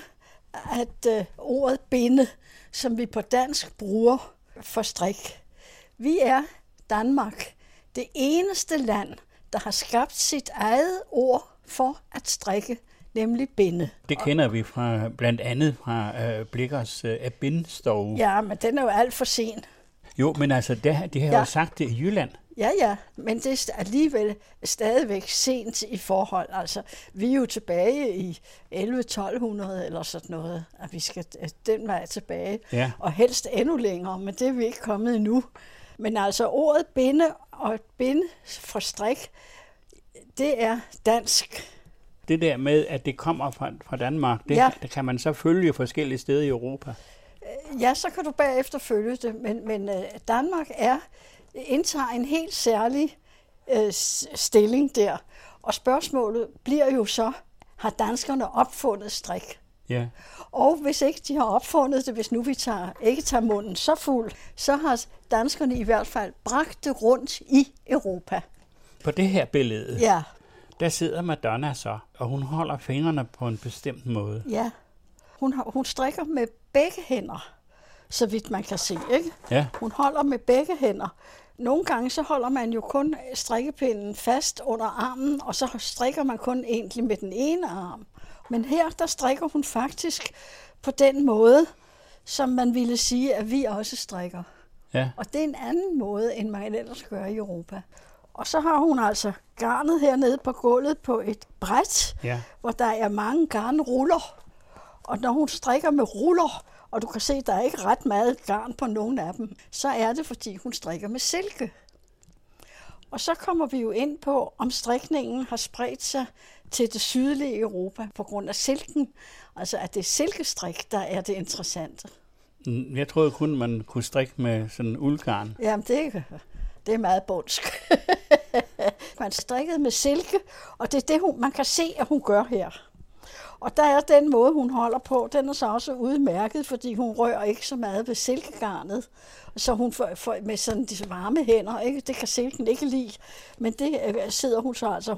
at ordet binde, som vi på dansk bruger for strik. Vi er Danmark, det eneste land, der har skabt sit eget ord for at strikke, nemlig binde. Det kender vi fra blandt andet fra Blichers bindstove. Ja, men den er jo alt for sen. Jo, men altså, de har jo sagt det i Jylland. Ja, men det er alligevel stadigvæk sent i forhold. Altså, vi er jo tilbage i 1100-1200 eller sådan noget, at vi skal den vej tilbage. Ja. Og helst endnu længere, men det er vi ikke kommet endnu. Men altså, ordet binde og binde for strik, det er dansk. Det der med, at det kommer fra Danmark, det kan man så følge forskellige steder i Europa. Ja, så kan du bagefter følge det, men Danmark indtager en helt særlig stilling der. Og spørgsmålet bliver jo så, har danskerne opfundet strik? Ja. Og hvis ikke de har opfundet det, hvis nu vi ikke tager munden så fuld, så har danskerne i hvert fald bragt det rundt i Europa. På det her billede, der sidder Madonna så, og hun holder fingrene på en bestemt måde. Ja, hun strikker med begge hænder, så vidt man kan se, ikke? Ja. Hun holder med begge hænder. Nogle gange så holder man jo kun strikkepinden fast under armen, og så strikker man kun egentlig med den ene arm. Men her, der strikker hun faktisk på den måde, som man ville sige, at vi også strikker. Ja. Og det er en anden måde, end man ellers gør i Europa. Og så har hun altså garnet hernede på gulvet på et bræt, hvor der er mange garnruller. Og når hun strikker med ruller, og du kan se, at der er ikke ret meget garn på nogen af dem, så er det, fordi hun strikker med silke. Og så kommer vi jo ind på, om strikningen har spredt sig til det sydlige Europa på grund af silken. Altså, at det er silkestrik, der er det interessante. Jeg troede kun, man kunne strikke med sådan uldgarn. Jamen, det er meget bundsk. Man strikkede med silke, og det er det, man kan se, at hun gør her. Og der er den måde, hun holder på, den er så også udmærket, fordi hun rører ikke så meget ved silkegarnet. Så hun får med sådan de varme hænder, ikke? Det kan silken ikke lide, men det sidder hun så altså,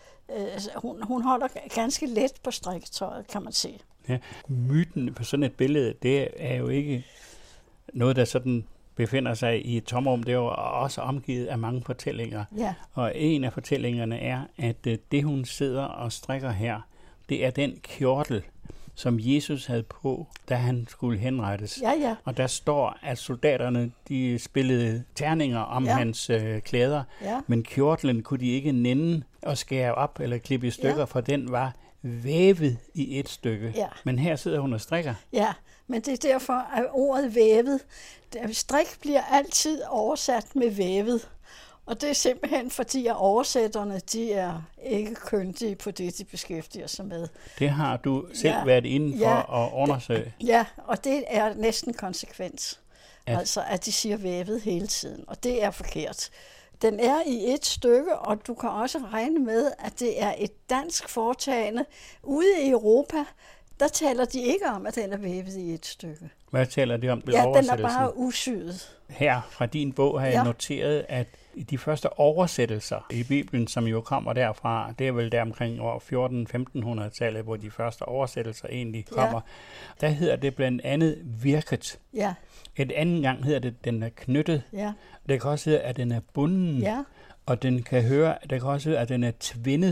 hun holder ganske let på strikketøjet, kan man se. Ja, myten på sådan et billede, det er jo ikke noget, der sådan befinder sig i et tomrum. Det er jo også omgivet af mange fortællinger. Ja. Og en af fortællingerne er, at det hun sidder og strikker her, det er den kjortel, som Jesus havde på, da han skulle henrettes. Ja, ja. Og der står, at soldaterne de spillede terninger om hans klæder, men kjortlen kunne de ikke nænde og skære op eller klippe i stykker, for den var vævet i et stykke. Ja. Men her sidder hun og strikker. Ja, men det er derfor, at ordet vævet, strik bliver altid oversat med vævet. Og det er simpelthen fordi, at oversætterne, de er ikke kyndige på det, de beskæftiger sig med. Det har du selv været inde for at undersøge. Ja, og det er næsten konsekvens. Altså, at de siger vævet hele tiden, og det er forkert. Den er i et stykke, og du kan også regne med, at det er et dansk foretagende. Ude i Europa, der taler de ikke om, at den er vævet i et stykke. Hvad taler de om? Ja, den er bare usyet. Her fra din bog har jeg noteret, at de første oversættelser i Bibelen, som jo kommer derfra, det er vel der omkring år 1400-1500-tallet, hvor de første oversættelser egentlig kommer. Der hedder det blandt andet virket. Ja. Et andet gang hedder det, den er knyttet. Ja. Det kan også hedde, at den er bunden. Ja. Og den kan høre, det kan også hedde, at den er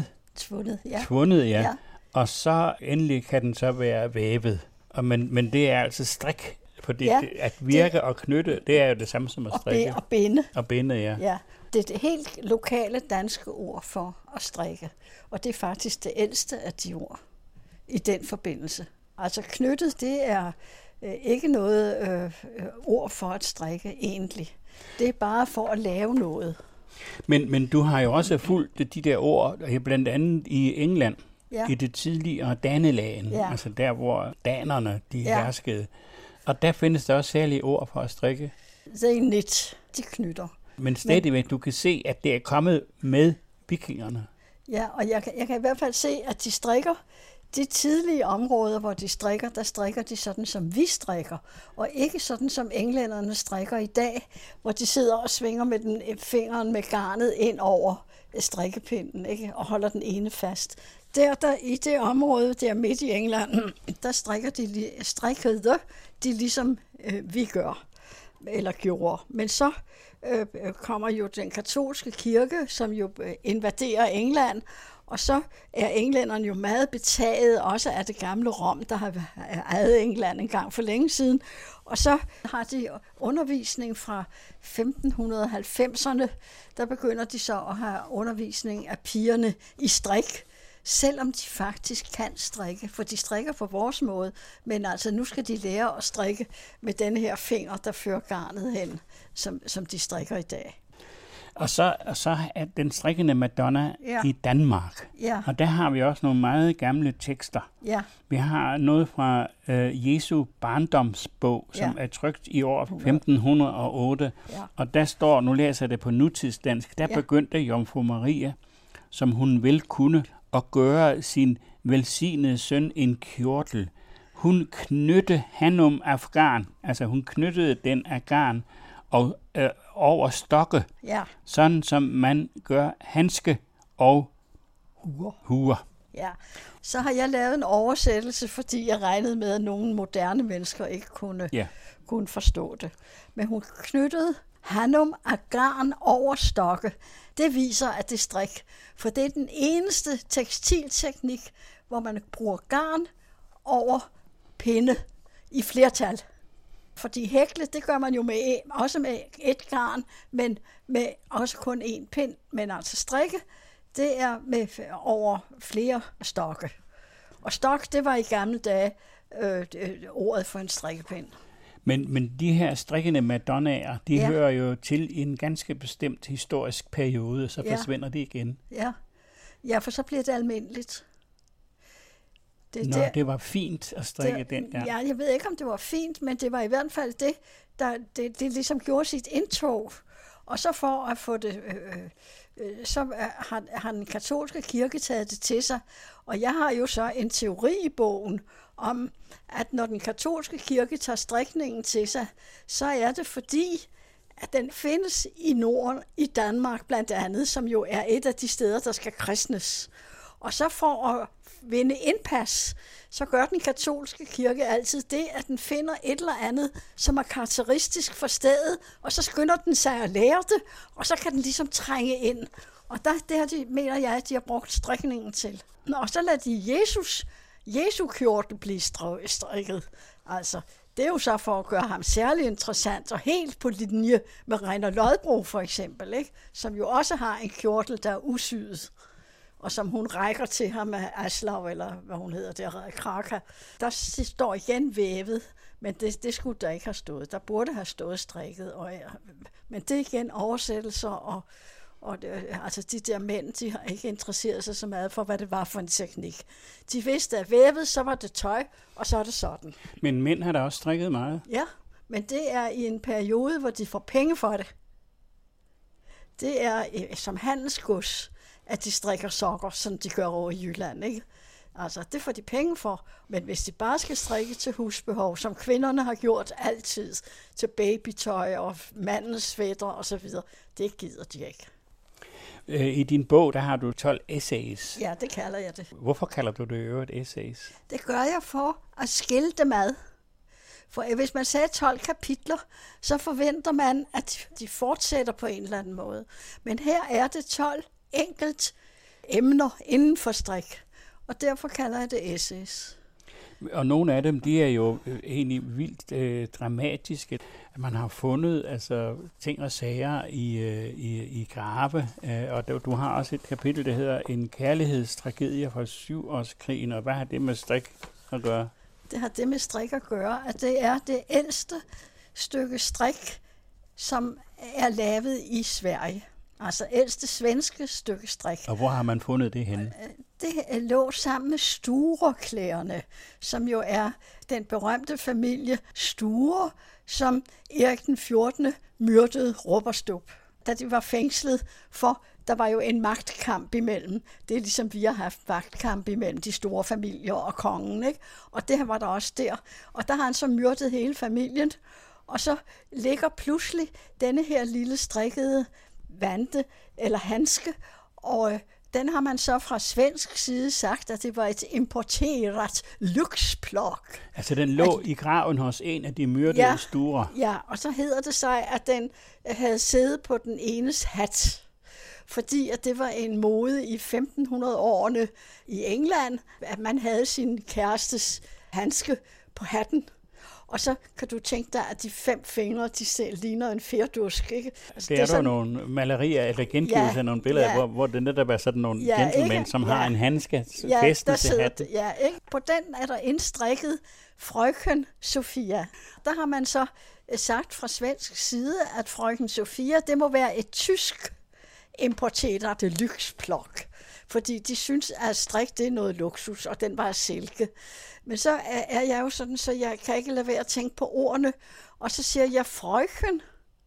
tvundet, ja. Og så endelig kan den så være vævet. Men det er altså strik. Fordi at virke og knytte, det er jo det samme som at strikke. Og binde. Og binde, ja. Det er det helt lokale danske ord for at strikke. Og det er faktisk det ældste af de ord i den forbindelse. Altså knyttet, det er ikke noget ord for at strikke egentlig. Det er bare for at lave noget. Men du har jo også fulgt de der ord, blandt andet i England, ja. i det tidligere Danelagen, altså der, hvor danerne de herskede. Og der findes der også særlige ord for at strikke. Det er net, de knytter. Men stadigvæk, du kan se, at det er kommet med vikingerne. Ja, og jeg kan i hvert fald se, at de strikker. De tidlige områder, hvor de strikker, der strikker de sådan, som vi strikker. Og ikke sådan, som englænderne strikker i dag, hvor de sidder og svinger med fingeren med garnet ind over strikkepinden, ikke? Og holder den ene fast. Der i det område, der midt i England, der strikkede de ligesom vi gør, eller gjorde. Men så kommer jo den katolske kirke, som jo invaderer England, og så er englænderne jo meget betaget også af det gamle Rom, der har ejet England en gang for længe siden. Og så har de undervisning fra 1590'erne, der begynder de så at have undervisning af pigerne i strik, selvom de faktisk kan strikke, for de strikker på vores måde, men altså nu skal de lære at strikke med den her finger, der fører garnet hen, som de strikker i dag. Og så er den strikkende Madonna i Danmark. Ja. Og der har vi også nogle meget gamle tekster. Ja. Vi har noget fra Jesu barndomsbog, som er trykt i år 1508. Ja. Og der står, nu læser jeg det på nutidsdansk, der begyndte Jomfru Maria, som hun vel kunne, at gøre sin velsignede søn en kjortel. Hun knytte hanum af garn, altså hun knyttede den af garn, og over stokke, sådan som man gør handske og huer. Ja, så har jeg lavet en oversættelse, fordi jeg regnede med, at nogle moderne mennesker ikke kunne forstå det. Men hun knyttede hanum af garn over stokke. Det viser, at det er strik, for det er den eneste tekstilteknik, hvor man bruger garn over pinde i flertal. Fordi hækle, det gør man jo også med et garn, men med også kun én pind. Men altså strikke, det er med over flere stokke. Og stok, det var i gamle dage ordet for en strikkepind. Men de her strikkende madonnaer, de hører jo til en ganske bestemt historisk periode, så forsvinder det igen. Ja, for så bliver det almindeligt. Det var fint at strikke dengang. Ja, jeg ved ikke, om det var fint, men det var i hvert fald det ligesom gjorde sit indtog. Og så for at få det, så har den katolske kirke taget det til sig. Og jeg har jo så en teori i bogen om, at når den katolske kirke tager strikningen til sig, så er det fordi, at den findes i Norden, i Danmark blandt andet, som jo er et af de steder, der skal kristnes. Og så for at vinde indpas, så gør den katolske kirke altid det, at den finder et eller andet, som er karakteristisk for stedet, og så skynder den sig at lære det, og så kan den ligesom trænge ind. Og det mener jeg, at de har brugt strikningen til. Og så lader de Jesu kjortel blive strikket. Altså, det er jo så for at gøre ham særlig interessant og helt på linje med Reiner Lodbrog for eksempel, ikke? Som jo også har en kjortel, der er usyet, og som hun rækker til ham af Aslav, eller hvad hun hedder, der Kraka. Der står igen vævet, men det skulle der ikke have stået. Der burde have stået strikket. Men det er igen oversættelser Og altså de der mænd, de har ikke interesseret sig så meget for, hvad det var for en teknik. De vidste, at vævet, så var det tøj, og så er det sådan. Men mænd har da også strikket meget. Ja, men det er i en periode, hvor de får penge for det. Det er som handelsgods, at de strikker sokker, som de gør over i Jylland, ikke? Altså, det får de penge for, men hvis de bare skal strikke til husbehov, som kvinderne har gjort altid, til babytøj og mandens sweater og så videre, det gider de ikke. I din bog, der har du 12 essays. Ja, det kalder jeg det. Hvorfor kalder du det øvrigt essays? Det gør jeg for at skille dem ad. For hvis man sagde 12 kapitler, så forventer man, at de fortsætter på en eller anden måde. Men her er det 12 enkelt emner inden for strik. Og derfor kalder jeg det essays. Og nogle af dem, de er jo egentlig vildt dramatiske. Man har fundet altså, ting og sager i grave, og du har også et kapitel, der hedder En kærlighedstragedie fra 7-årskrigen, og hvad har det med strik at gøre? Det har det med strik at gøre, at det er det ældste stykke strik, som er lavet i Sverige. Altså ældste svenske stykke strik. Og hvor har man fundet det henne? Det lå sammen med Stureklæderne, som jo er den berømte familie Sture, som Erik den 14. myrdede Rubberstup, da de var fængslet for. Der var jo en magtkamp imellem. Det er ligesom vi har haft magtkamp imellem de store familier og kongen, ikke? Og det var der også der. Og der har han så myrdet hele familien. Og så ligger pludselig denne her lille strikkede vante eller handske, og den har man så fra svensk side sagt, at det var et importeret lyksplok. Altså den lå i graven hos en af de myrdede Sture. Ja, og så hedder det sig, at den havde siddet på den enes hat. Fordi at det var en mode i 1500-årene i England, at man havde sin kærestes handske på hatten. Og så kan du tænke dig, at de 5 fingre, de selv ligner en ferdusk, ikke? Altså, det er der nogle malerier eller gengivelser af nogle billeder, hvor det netop er sådan nogle gentlemen, som har en handske fæstet til hatten. Ja, ikke? På den er der indstrikket Frøken Sofia. Der har man så sagt fra svensk side, at Frøken Sofia, det må være et tysk importeret lyksplok. Fordi de synes, at strik det er noget luksus, og den var af silke. Men så er jeg jo sådan, så jeg kan ikke lade være at tænke på ordene. Og så siger jeg, frøken,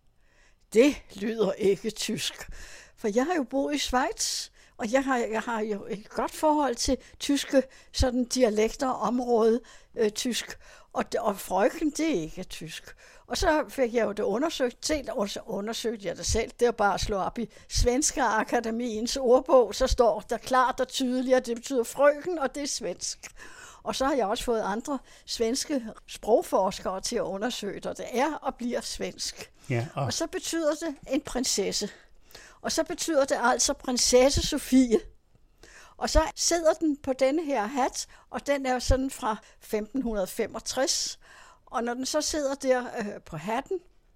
det lyder ikke tysk. For jeg har jo boet i Schweiz, og jeg har jo et godt forhold til tyske sådan dialekter og område tysk. Og frøken, det er ikke tysk. Og så fik jeg jo det undersøgt selv, og så undersøgte jeg det selv. Det er bare at slå op i Svenska Akademiens ordbog, så står der klart og tydeligt, at det betyder frøken, og det er svensk. Og så har jeg også fået andre svenske sprogforskere til at undersøge det. Det er og bliver svensk. Ja, og så betyder det en prinsesse. Og så betyder det altså prinsesse Sofie. Og så sidder den på denne her hat, og den er sådan fra 1565. Og når den så sidder der på hatten,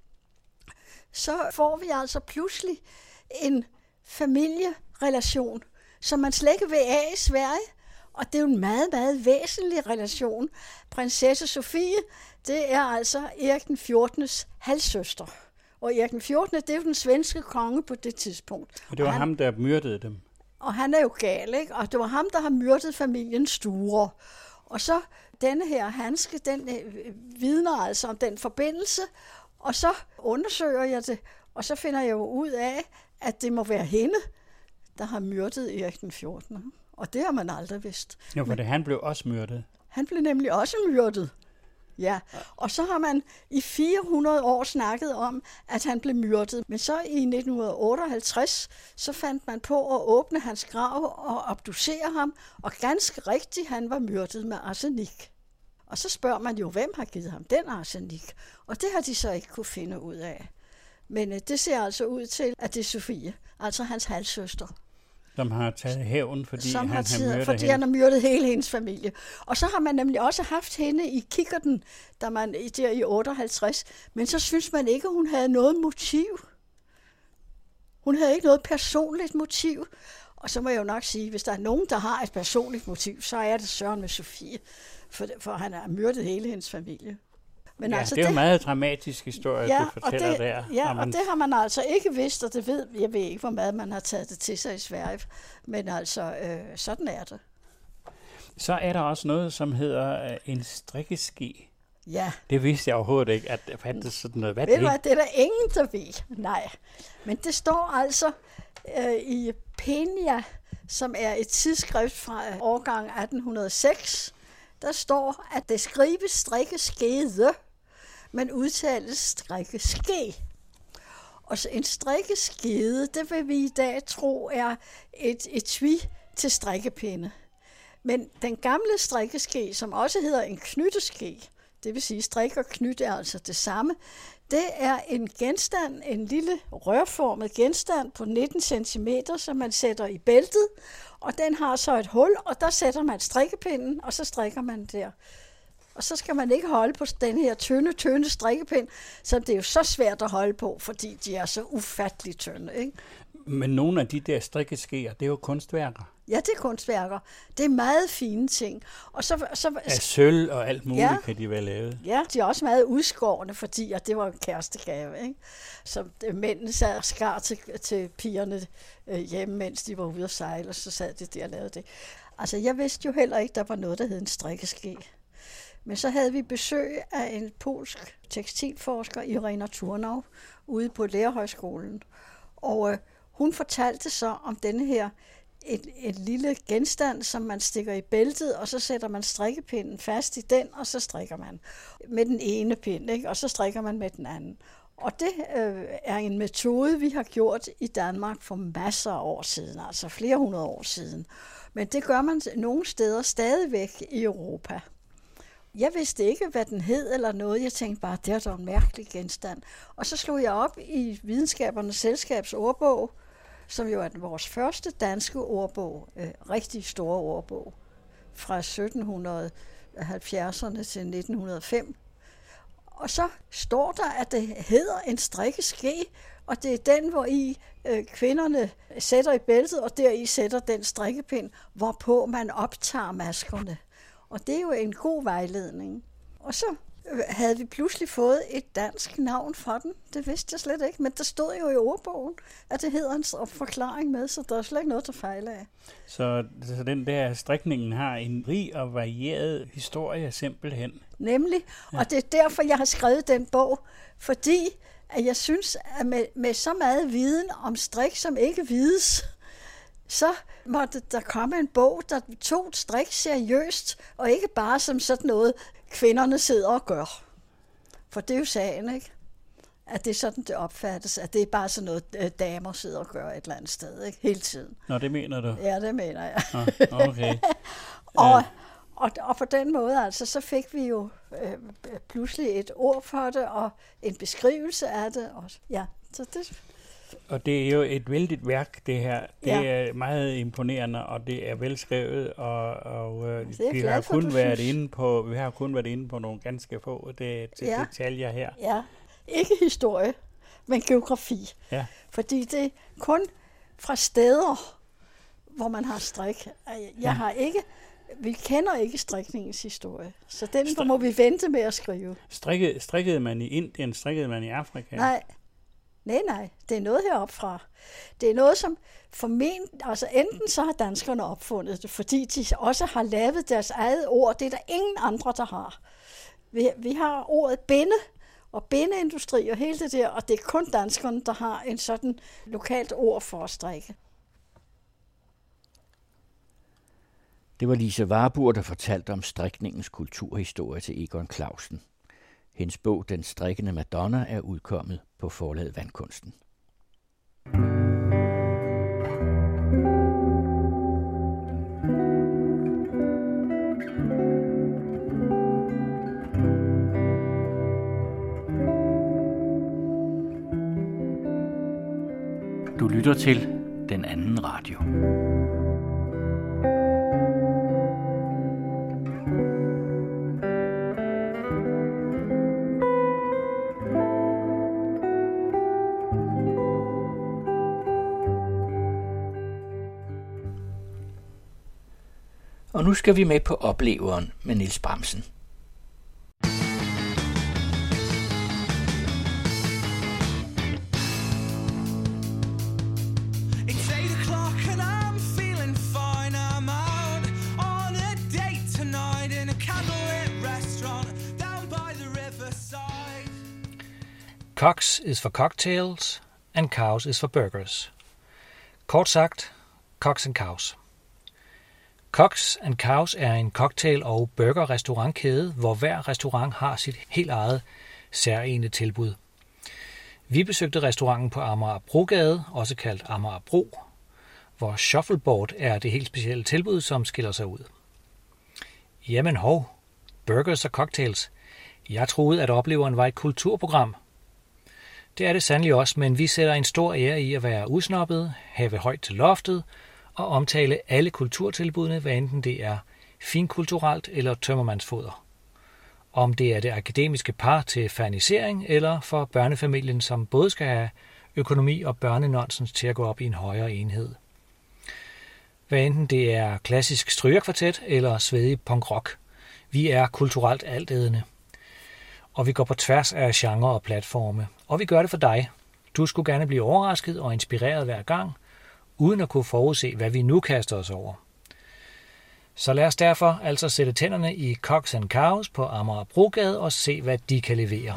så får vi altså pludselig en familierelation, som man slet ikke vil af i Sverige. Og det er jo en meget, meget væsentlig relation. Prinsesse Sofie, det er altså Erik den 14. halvsøster. Og Erik den 14. det er jo den svenske konge på det tidspunkt. Og det var ham, der myrdede dem. Og han er jo gal, ikke? Og det var ham, der har myrdet familien Sture. Og så denne her handske, den vidner altså om den forbindelse, og så undersøger jeg det, og så finder jeg jo ud af, at det må være hende, der har myrdet Erik den 14. Og det har man aldrig vidst. Ja, for han blev også myrdet. Han blev nemlig også myrdet. Ja, og så har man i 400 år snakket om, at han blev myrdet. Men så i 1958, så fandt man på at åbne hans grav og obducere ham, og ganske rigtigt, han var myrdet med arsenik. Og så spørger man jo, hvem har givet ham den arsenik? Og det har de så ikke kunne finde ud af. Men det ser altså ud til, at det er Sofie, altså hans halvsøster. Som har taget hævn, fordi han har myrdet hele hendes familie. Og så har man nemlig også haft hende i kikkerten, der i 58. Men så synes man ikke, at hun havde noget motiv. Hun havde ikke noget personligt motiv. Og så må jeg jo nok sige, hvis der er nogen, der har et personligt motiv, så er det Søren med Sofie. For han har myrdet hele hendes familie. Men ja, altså det er jo en meget dramatisk historie, du fortæller der. Ja, og det har man altså ikke vidst, og det jeg ved ikke, hvor meget man har taget det til sig i Sverige, men altså, sådan er det. Så er der også noget, som hedder en strikkeske. Ja. Det vidste jeg overhovedet ikke, at der fandtes sådan noget. Ved du hvad, det er der ingen, der ved. Nej, men det står altså i Peña, som er et tidsskrift fra årgang 1806. Der står, at det skrives strikkeskede, men udtales strikkeske. Og så en strikkeskede, det vil vi i dag tro er et etui til strikkepinde. Men den gamle strikkeske, som også hedder en knytteske, det vil sige strik og knyt er altså det samme, det er en genstand, en lille rørformet genstand på 19 cm, som man sætter i bæltet, og den har så et hul, og der sætter man strikkepinden, og så strikker man der. Og så skal man ikke holde på den her tynde strikkepind, som det er jo så svært at holde på, fordi de er så ufattelig tynde, ikke? Men nogle af de der strikkeskeer, det er jo kunstværker. Ja, det er kunstværker. Det er meget fine ting. Og så af sølv og alt muligt kan de være lavet. Ja, de er også meget udskårne, fordi at det var en kærestegave, ikke? Så mændene sad og skar til pigerne hjemme, mens de var ude at sejle, og så sad de der og lavede det. Altså, jeg vidste jo heller ikke, der var noget, der hed en strikkeske. Men så havde vi besøg af en polsk tekstilforsker, Irena Turnov, ude på Lærerhøjskolen. Og hun fortalte så om denne her et lille genstand, som man stikker i bæltet, og så sætter man strikkepinden fast i den, og så strikker man med den ene pind, ikke? Og så strikker man med den anden. Og det er en metode, vi har gjort i Danmark for masser af år siden, altså flere hundrede år siden. Men det gør man nogle steder stadigvæk i Europa. Jeg vidste ikke, hvad den hed eller noget. Jeg tænkte bare, det er da en mærkelig genstand. Og så slog jeg op i Videnskabernes Selskabs ordbog, som jo er vores første danske ordbog, rigtig store ordbog, fra 1770'erne til 1905. Og så står der, at det hedder en strikkeske, og det er den, hvor kvinderne sætter i bæltet, og deri sætter den strikkepind, hvorpå man optager maskerne. Og det er jo en god vejledning. Og så havde vi pludselig fået et dansk navn for den. Det vidste jeg slet ikke, men der stod jo i ordbogen, at det hedder en forklaring med, så der er slet ikke noget, der fejler af. Så den der strikningen har en rig og varieret historie simpelthen. Nemlig, og det er derfor, jeg har skrevet den bog, fordi at jeg synes, at med så meget viden om strik, som ikke vides, så måtte der komme en bog, der tog strik seriøst, og ikke bare som sådan noget, kvinderne sidder og gør. For det er jo sagen, ikke? At det er sådan, det opfattes, at det er bare sådan noget, damer sidder og gør et eller andet sted, ikke? Hele tiden. Nå, det mener du? Ja, det mener jeg. Okay. Og på den måde, altså, så fik vi jo pludselig et ord for det, og en beskrivelse af det. Og, ja, så det... Og det er jo et vældigt værk, det her. Det er meget imponerende, og det er velskrevet, og vi har kun været inde på nogle ganske få detaljer her. Ja, ikke historie, men geografi. Ja. Fordi det er kun fra steder, hvor man har strik. Vi kender ikke strikningens historie, så den må vi vente med at skrive. Strikkede man i Indien, strikkede man i Afrika? Nej, det er noget heroppe fra. Det er noget, som altså enten så har danskerne opfundet det, fordi de også har lavet deres eget ord. Det er der ingen andre, der har. Vi har ordet binde og bindeindustri og hele det der, og det er kun danskerne, der har en sådan lokalt ord for at strikke. Det var Lise Warburg, der fortalte om strikningens kulturhistorie til Egon Clausen. Hendes bog, Den strikkende Madonna, er udkommet på forlaget Vandkunsten. Du lytter til Den Anden Radio. Og nu skal vi med på opleveren med Niels Bramsen. Cox is for cocktails, and Cows is for burgers. Kort sagt, Cox and Cows. Cox and Cows er en cocktail- og burgerrestaurantkæde, hvor hver restaurant har sit helt eget særegne tilbud. Vi besøgte restauranten på Amagerbrogade, også kaldt Amagerbro, hvor shuffleboard er det helt specielle tilbud, som skiller sig ud. Jamen hov, burgers og cocktails. Jeg troede, at opleveren var et kulturprogram. Det er det sandelig også, men vi sætter en stor ære i at være udsnoppet, have højt til loftet og omtale alle kulturtilbudene, hvad enten det er finkulturelt eller tømmermandsfoder. Om det er det akademiske par til fernisering eller for børnefamilien, som både skal have økonomi og børnenonsens til at gå op i en højere enhed. Hvad enten det er klassisk strygerkvartet eller svedig punk-rock. Vi er kulturelt altædende. Og vi går på tværs af genre og platforme. Og vi gør det for dig. Du skulle gerne blive overrasket og inspireret hver gang, uden at kunne forudse, hvad vi nu kaster os over. Så lad os derfor altså sætte tænderne i Cox and Cows på Amagerbrogade og se, hvad de kan levere.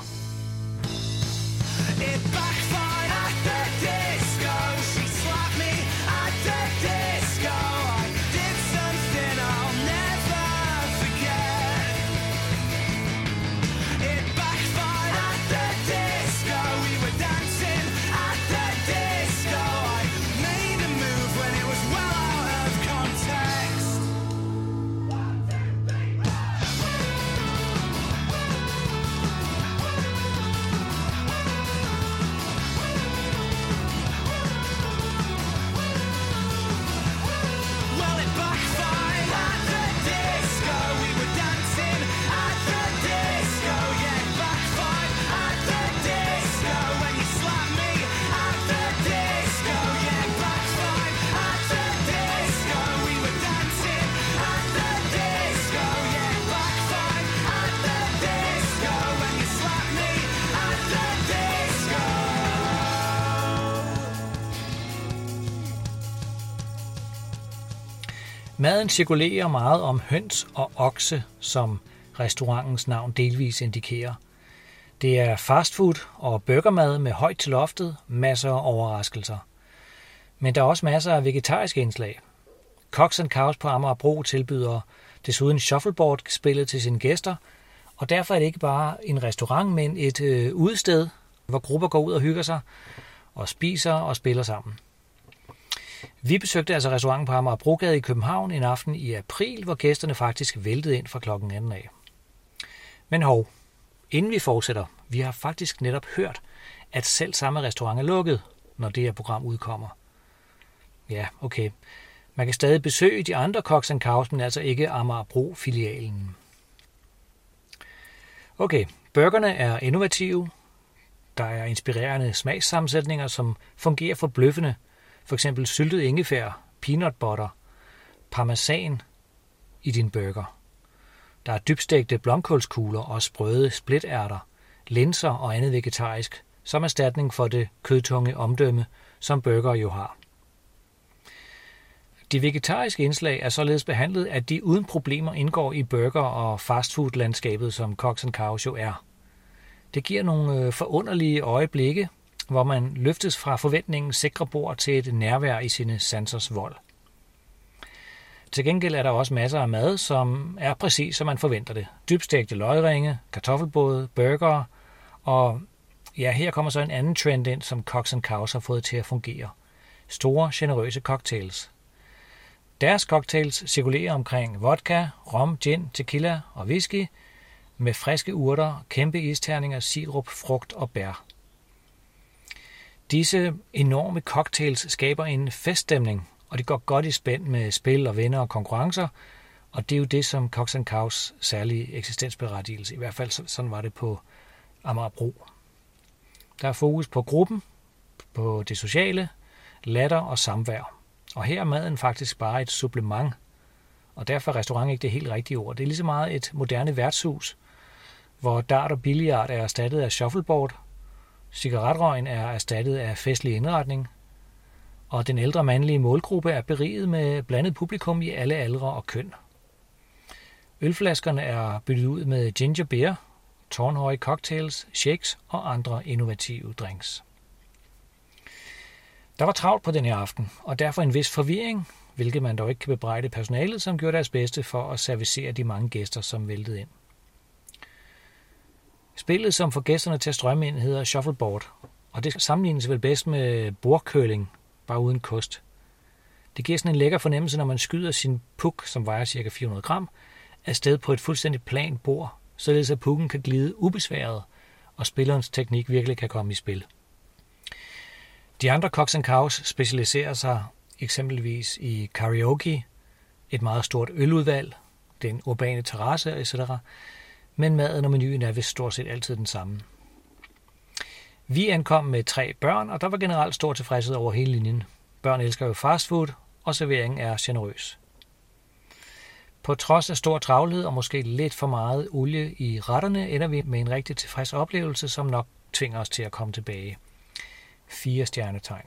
Maden cirkulerer meget om høns og okse, som restaurantens navn delvis indikerer. Det er fastfood og burgermad med højt til loftet, masser af overraskelser. Men der er også masser af vegetariske indslag. Cox and Cows på Amagerbro tilbyder desuden shuffleboard-spillet til sine gæster, og derfor er det ikke bare en restaurant, men et udested, hvor grupper går ud og hygger sig og spiser og spiller sammen. Vi besøgte altså restauranten på Amagerbrogade i København en aften i april, hvor gæsterne faktisk væltede ind fra klokken 2 af. Men hov, inden vi fortsætter, vi har faktisk netop hørt, at selv samme restaurant er lukket, når det her program udkommer. Ja, okay. Man kan stadig besøge de andre Cox and Cows, men altså ikke Amagerbro-filialen. Okay, burgerne er innovative. Der er inspirerende smagssammensætninger, som fungerer forbløffende. For eksempel syltet ingefær, peanut butter, parmesan i din burger. Der er dybstegte blomkålskugler og sprøde splitærter, linser og andet vegetarisk, som erstatning for det kødtunge omdømme, som burger jo har. De vegetariske indslag er således behandlet, at de uden problemer indgår i burger- og fastfood-landskabet, som Cox and Cows jo er. Det giver nogle forunderlige øjeblikke, hvor man løftes fra forventningens sikre bord til et nærvær i sine sansers vold. Til gengæld er der også masser af mad, som er præcis som man forventer det. Dybstegte løgringe, kartoffelbåde, burger, og ja, her kommer så en anden trend ind, som Cox and Cows har fået til at fungere. Store, generøse cocktails. Deres cocktails cirkulerer omkring vodka, rom, gin, tequila og whisky, med friske urter, kæmpe isterninger, sirup, frugt og bær. Disse enorme cocktails skaber en feststemning, og det går godt i spænd med spil og venner og konkurrencer, og det er jo det, som Cox and Cows særlige eksistensberettigelse, i hvert fald sådan var det på Amagerbro. Der er fokus på gruppen, på det sociale, latter og samvær. Og her er maden faktisk bare et supplement, og derfor er restaurant ikke det helt rigtige ord. Det er lige så meget et moderne værtshus, hvor dart og billiard er erstattet af shuffleboard, cigaretrøgen er erstattet af festlig indretning, og den ældre mandlige målgruppe er beriget med blandet publikum i alle aldre og køn. Ølflaskerne er byttet ud med ginger beer, tårnhøje cocktails, shakes og andre innovative drinks. Der var travlt på den her aften, og derfor en vis forvirring, hvilket man dog ikke kan bebrejde personalet, som gjorde deres bedste for at servicere de mange gæster, som væltede ind. Spillet, som får gæsterne til at strømme ind, hedder shuffleboard, og det sammenlignes vel bedst med bordkøling, bare uden kost. Det giver sådan en lækker fornemmelse, når man skyder sin puk, som vejer ca. 400 gram, afsted på et fuldstændig plant bord, således at pukken kan glide ubesværet, og spillerens teknik virkelig kan komme i spil. De andre Cox & Cows specialiserer sig eksempelvis i karaoke, et meget stort øludvalg, den urbane terrasse etc., men maden og menuen er vist stort set altid den samme. Vi ankom med 3 børn, og der var generelt stor tilfredshed over hele linjen. Børn elsker jo fastfood, og serveringen er generøs. På trods af stor travlhed og måske lidt for meget olie i retterne, ender vi med en rigtig tilfreds oplevelse, som nok tvinger os til at komme tilbage. 4 stjernetegn.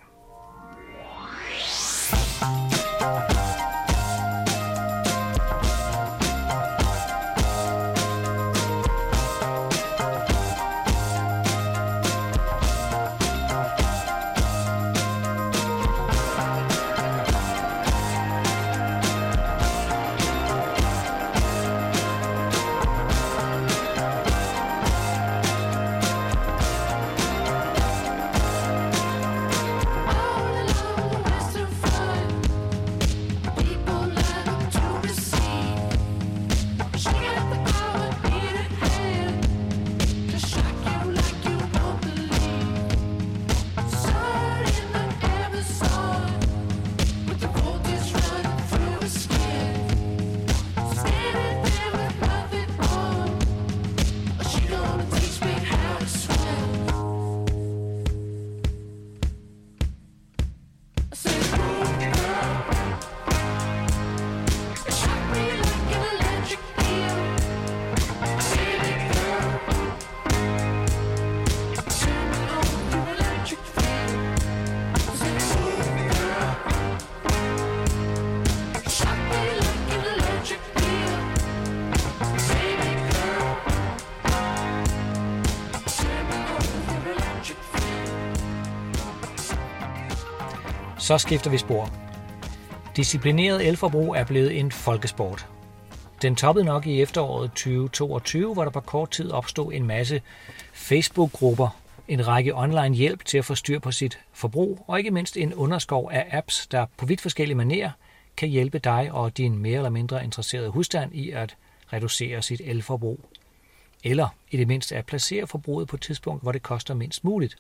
Så skifter vi spor. Disciplineret elforbrug er blevet en folkesport. Den toppede nok i efteråret 2022, hvor der på kort tid opstod en masse Facebook-grupper, en række online hjælp til at få styr på sit forbrug, og ikke mindst en underskov af apps, der på vidt forskellige manerer kan hjælpe dig og din mere eller mindre interesserede husstand i at reducere sit elforbrug. Eller i det mindste at placere forbruget på et tidspunkt, hvor det koster mindst muligt.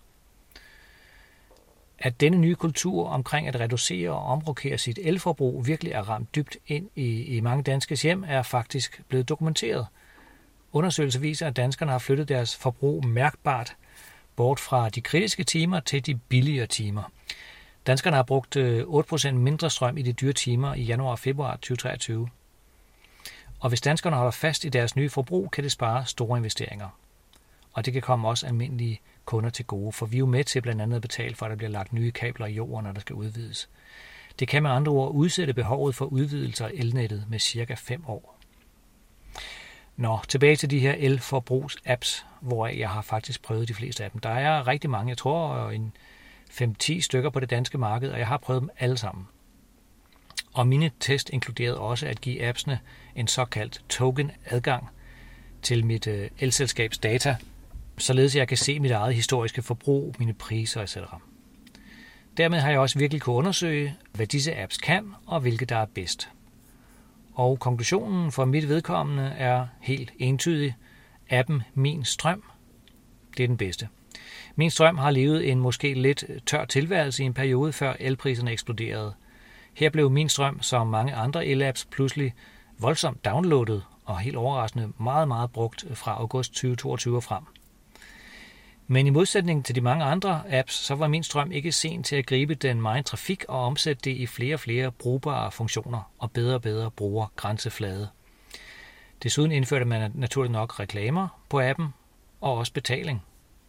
At denne nye kultur omkring at reducere og omrokere sit elforbrug virkelig er ramt dybt ind i mange danskes hjem, er faktisk blevet dokumenteret. Undersøgelser viser, at danskerne har flyttet deres forbrug mærkbart bort fra de kritiske timer til de billigere timer. Danskerne har brugt 8% mindre strøm i de dyre timer i januar og februar 2023. Og hvis danskerne holder fast i deres nye forbrug, kan det spare store investeringer. Og det kan komme også almindelige kunder til gode, for vi er jo med til blandt andet at betale for, at der bliver lagt nye kabler i jorden, når der skal udvides. Det kan med andre ord udsætte behovet for udvidelse af elnettet med cirka 5 år. Nå, tilbage til de her elforbrugs-apps, hvor jeg har faktisk prøvet de fleste af dem. Der er rigtig mange, jeg tror en 5-10 stykker på det danske marked, og jeg har prøvet dem alle sammen. Og mine test inkluderede også at give appsene en såkaldt token-adgang til mit elselskabs data, således jeg kan se mit eget historiske forbrug, mine priser etc. Dermed har jeg også virkelig kunne undersøge, hvad disse apps kan og hvilke der er bedst. Og konklusionen for mit vedkommende er helt entydig. Appen Min Strøm, det er den bedste. Min Strøm har levet en måske lidt tør tilværelse i en periode, før elpriserne eksploderede. Her blev Min Strøm, som mange andre el-apps, pludselig voldsomt downloadet og helt overraskende meget, meget brugt fra august 2022 og frem. Men i modsætning til de mange andre apps, så var Min Strøm ikke sen til at gribe den megen trafik og omsætte det i flere og flere brugbare funktioner og bedre brugergrænseflade. Desuden indførte man naturligt nok reklamer på appen og også betaling.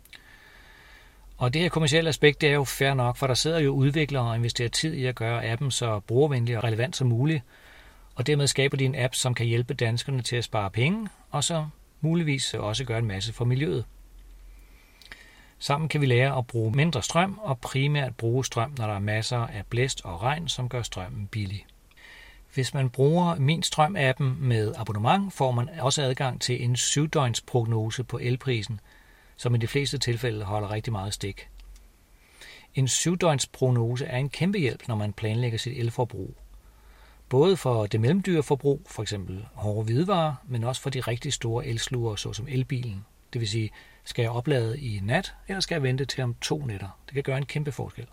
Og det her kommercielle aspekt, det er jo fair nok, for der sidder jo udviklere og investerer tid i at gøre appen så brugervenlig og relevant som muligt, og dermed skaber de en app, som kan hjælpe danskerne til at spare penge, og så muligvis også gøre en masse for miljøet. Sammen kan vi lære at bruge mindre strøm og primært bruge strøm, når der er masser af blæst og regn, som gør strømmen billig. Hvis man bruger Min Strøm-appen med abonnement, får man også adgang til en 7-døgns prognose på elprisen, som i de fleste tilfælde holder rigtig meget stik. En 7-døgns prognose er en kæmpe hjælp, når man planlægger sit elforbrug. Både for det mellemdyre forbrug, f.eks. hårde hvidevarer, men også for de rigtig store elslugere, såsom elbilen. Det vil sige, skal jeg oplade i nat, eller skal jeg vente til om 2 nætter? Det kan gøre en kæmpe forskel.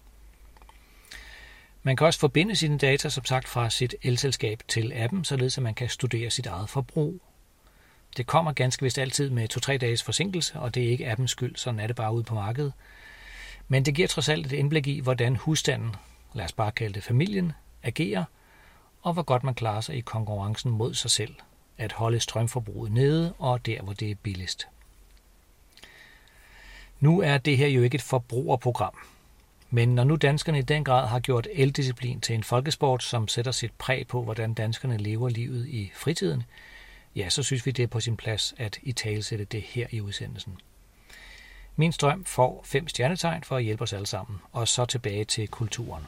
Man kan også forbinde sine data, som sagt, fra sit elselskab til appen, således at man kan studere sit eget forbrug. Det kommer ganske vist altid med 2-3 dages forsinkelse, og det er ikke appens skyld, sådan er det bare ude på markedet. Men det giver trods alt et indblik i, hvordan husstanden, lad os bare kalde det familien, agerer, og hvor godt man klarer sig i konkurrencen mod sig selv, at holde strømforbruget nede og der, hvor det er billigst. Nu er det her jo ikke et forbrugerprogram, men når nu danskerne i den grad har gjort eldisciplin til en folkesport, som sætter sit præg på, hvordan danskerne lever livet i fritiden, ja, så synes vi, det er på sin plads at italesætte det her i udsendelsen. Min Strøm får 5 stjernetegn for at hjælpe os alle sammen, og så tilbage til kulturen.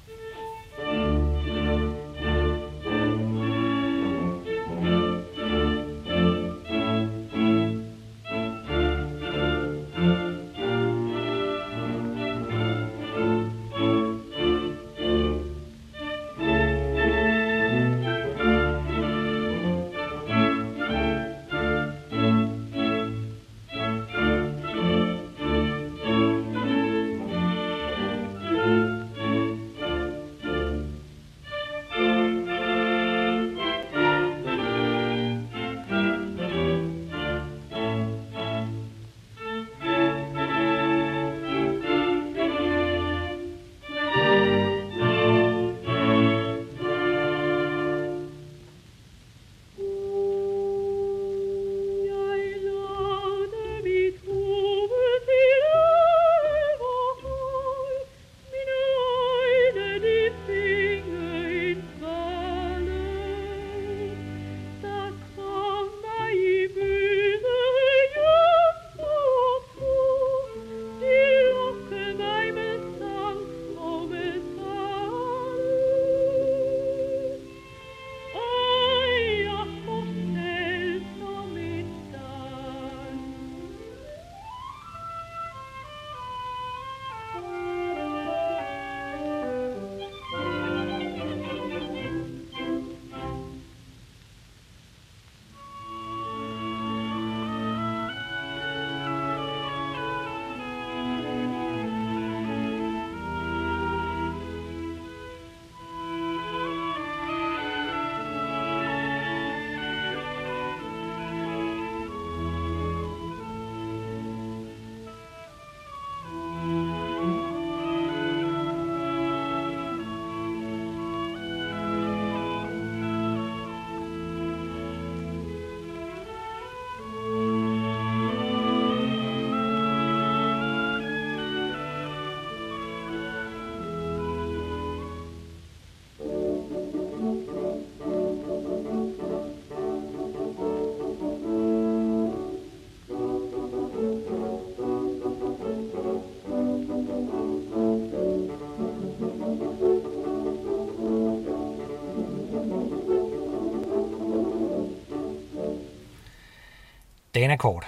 Danakort.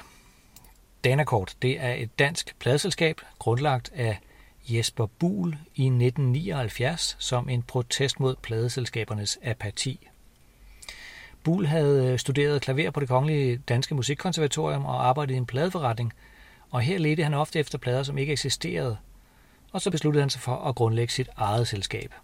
Danakort, det er et dansk pladeselskab, grundlagt af Jesper Buhl i 1979 som en protest mod pladeselskabernes apati. Buhl havde studeret klaver på Det Kongelige Danske Musikkonservatorium og arbejdet i en pladeforretning, og her ledte han ofte efter plader, som ikke eksisterede, og så besluttede han sig for at grundlægge sit eget selskab.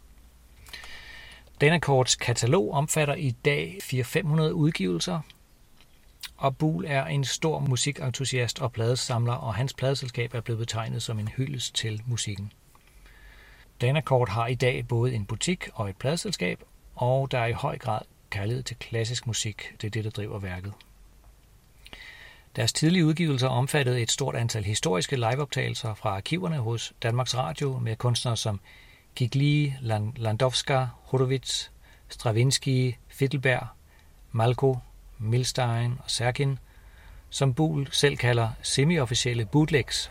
Danakorts katalog omfatter i dag 400-500 udgivelser, og Buhl er en stor musikentusiast og pladesamler, og hans pladeselskab er blevet betegnet som en hyldest til musikken. Danakort har i dag både en butik og et pladeselskab, og der er i høj grad kærlighed til klassisk musik. Det er det, der driver værket. Deres tidlige udgivelser omfattede et stort antal historiske liveoptagelser fra arkiverne hos Danmarks Radio med kunstnere som Gigli, Landowska, Horowitz, Stravinsky, Fidelberg, Malko, Milstein og Serkin, som Buhl selv kalder semi-officielle bootlegs.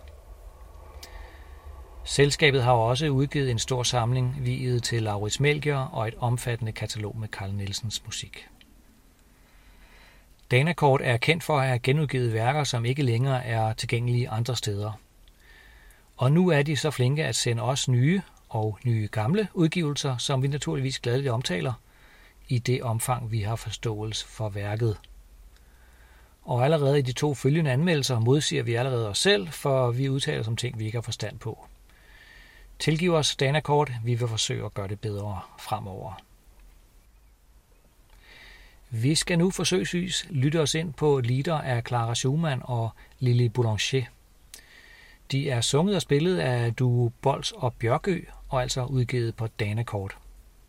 Selskabet har også udgivet en stor samling viet til Laurits Melchior og et omfattende katalog med Carl Nielsens musik. Danakort er kendt for at have genudgivet værker, som ikke længere er tilgængelige andre steder. Og nu er de så flinke at sende os nye og nye gamle udgivelser, som vi naturligvis gladeligt omtaler, i det omfang vi har forståelse for værket. Og allerede i de 2 følgende anmeldelser modsiger vi allerede os selv, for vi udtaler som ting, vi ikke har forstand på. Tilgiv os, Danakort, vi vil forsøge at gøre det bedre fremover. Vi skal nu forsøgsvis lytte os ind på lieder af Clara Schumann og Lili Boulanger. De er sunget og spillet af duo Bols og Bjørkø, og altså udgivet på Danakort.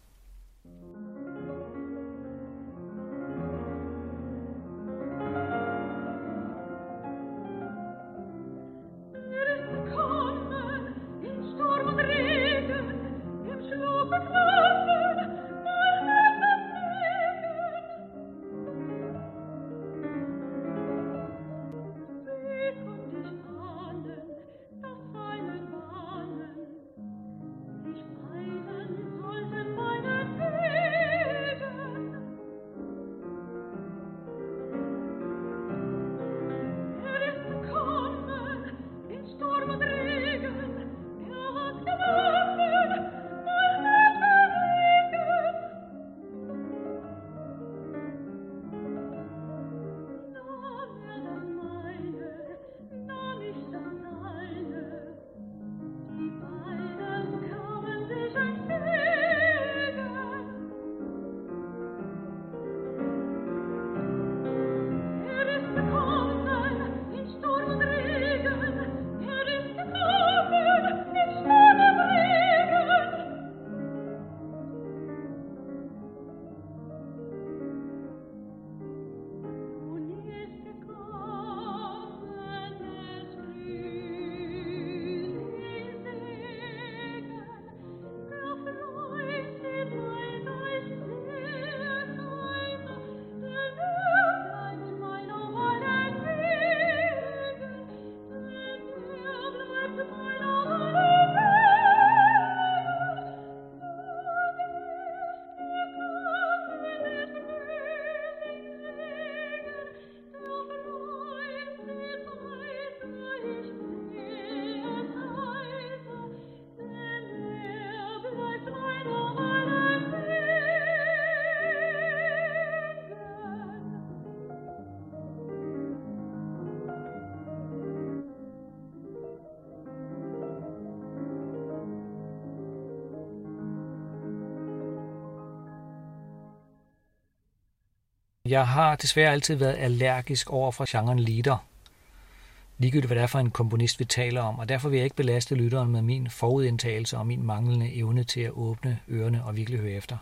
Jeg har desværre altid været allergisk over for genren lieder. Ligegyldigt hvad det er for en komponist, vi taler om, og derfor vil jeg ikke belaste lytteren med min forudindtagelse og min manglende evne til at åbne ørerne og virkelig høre efter.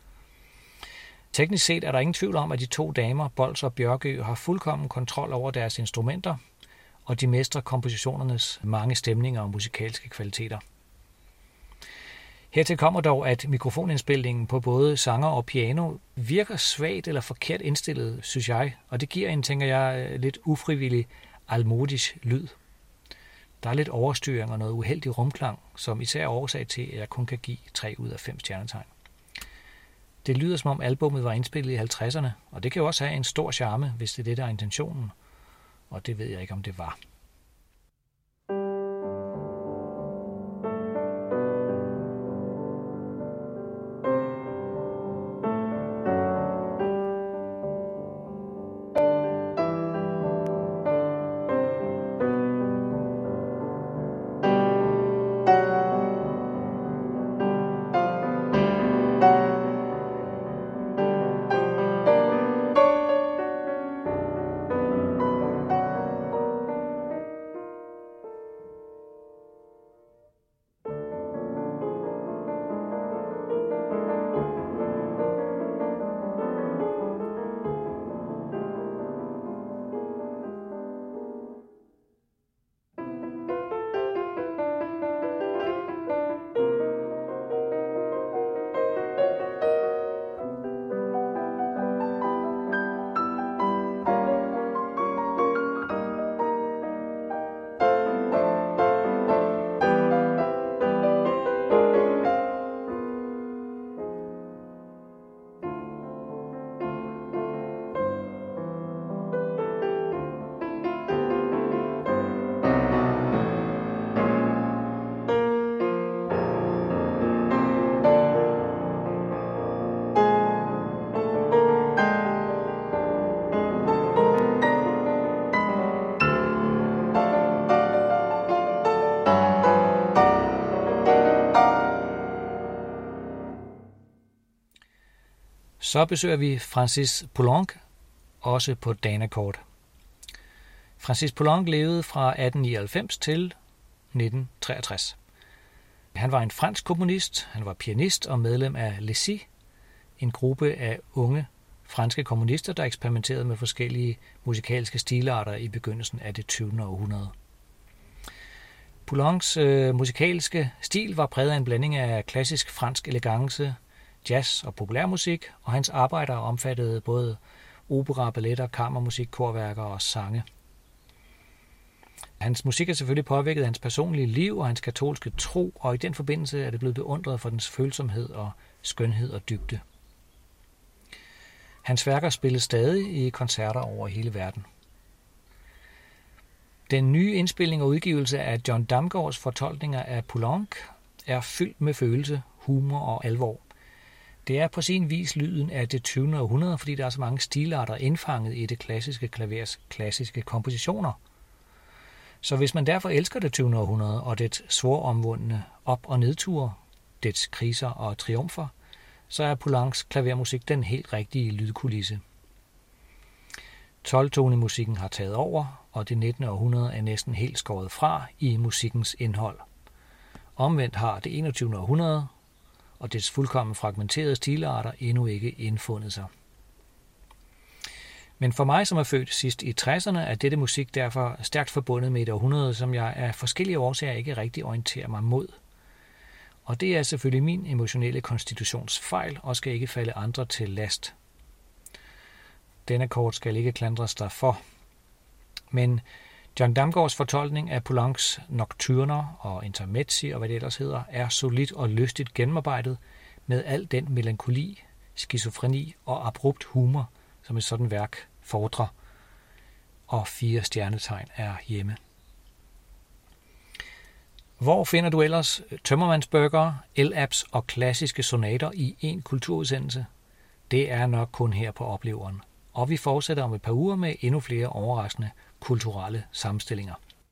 Teknisk set er der ingen tvivl om, at de 2 damer, Bols og Bjørkø, har fuldkommen kontrol over deres instrumenter, og de mestrer kompositionernes mange stemninger og musikalske kvaliteter. Hertil kommer dog, at mikrofonindspilningen på både sanger og piano virker svagt eller forkert indstillet, synes jeg, og det giver en, tænker jeg, lidt ufrivillig almodisk lyd. Der er lidt overstyring og noget uheldig rumklang, som især er årsag til, at jeg kun kan give 3 ud af 5 stjernetegn. Det lyder som om albummet var indspillet i 50'erne, og det kan jo også have en stor charme, hvis det er det, der er intentionen, og det ved jeg ikke, om det var. Så besøger vi Francis Poulenc, også på Danakort. Francis Poulenc levede fra 1899 til 1963. Han var en fransk komponist, han var pianist og medlem af Les Six, en gruppe af unge franske komponister, der eksperimenterede med forskellige musikalske stilarter i begyndelsen af det 20. århundrede. Poulencs musikalske stil var præget af en blanding af klassisk fransk elegance, jazz og populærmusik, og hans arbejder omfattede både opera, balletter, kammermusik, korværker og sange. Hans musik er selvfølgelig påvirket af hans personlige liv og hans katolske tro, og i den forbindelse er det blevet beundret for dens følsomhed og skønhed og dybde. Hans værker spilles stadig i koncerter over hele verden. Den nye indspilning og udgivelse af John Damgaards fortolkninger af Poulenc er fyldt med følelse, humor og alvor. Det er på sin vis lyden af det 20. århundrede, fordi der er så mange stilarter indfanget i det klassiske klavers klassiske kompositioner. Så hvis man derfor elsker det 20. århundrede og dets svoromvundne op- og nedture, dets kriser og triumfer, så er Poulencs klavermusik den helt rigtige lydkulisse. 12-tonemusikken har taget over, og det 19. århundrede er næsten helt skåret fra i musikkens indhold. Omvendt har det 21. århundrede og dets fuldkommen fragmenterede stilarter endnu ikke indfundet sig. Men for mig, som er født sidst i 60'erne, er dette musik derfor stærkt forbundet med et århundrede, som jeg af forskellige årsager ikke rigtig orienterer mig mod. Og det er selvfølgelig min emotionelle konstitutionsfejl og skal ikke falde andre til last. Denne kort skal ikke klandres derfor. Men John Damgaards fortolkning af Poulencs nocturner og intermezzi og hvad det ellers hedder, er solidt og lystigt gennemarbejdet med al den melankoli, skizofreni og abrupt humor, som et sådan værk fordrer, og 4 stjernetegn er hjemme. Hvor finder du ellers tømmermandsburger, el-apps og klassiske sonater i en kulturudsendelse? Det er nok kun her på Opleveren. Og vi fortsætter om et par uger med endnu flere overraskende kulturelle sammenstillinger.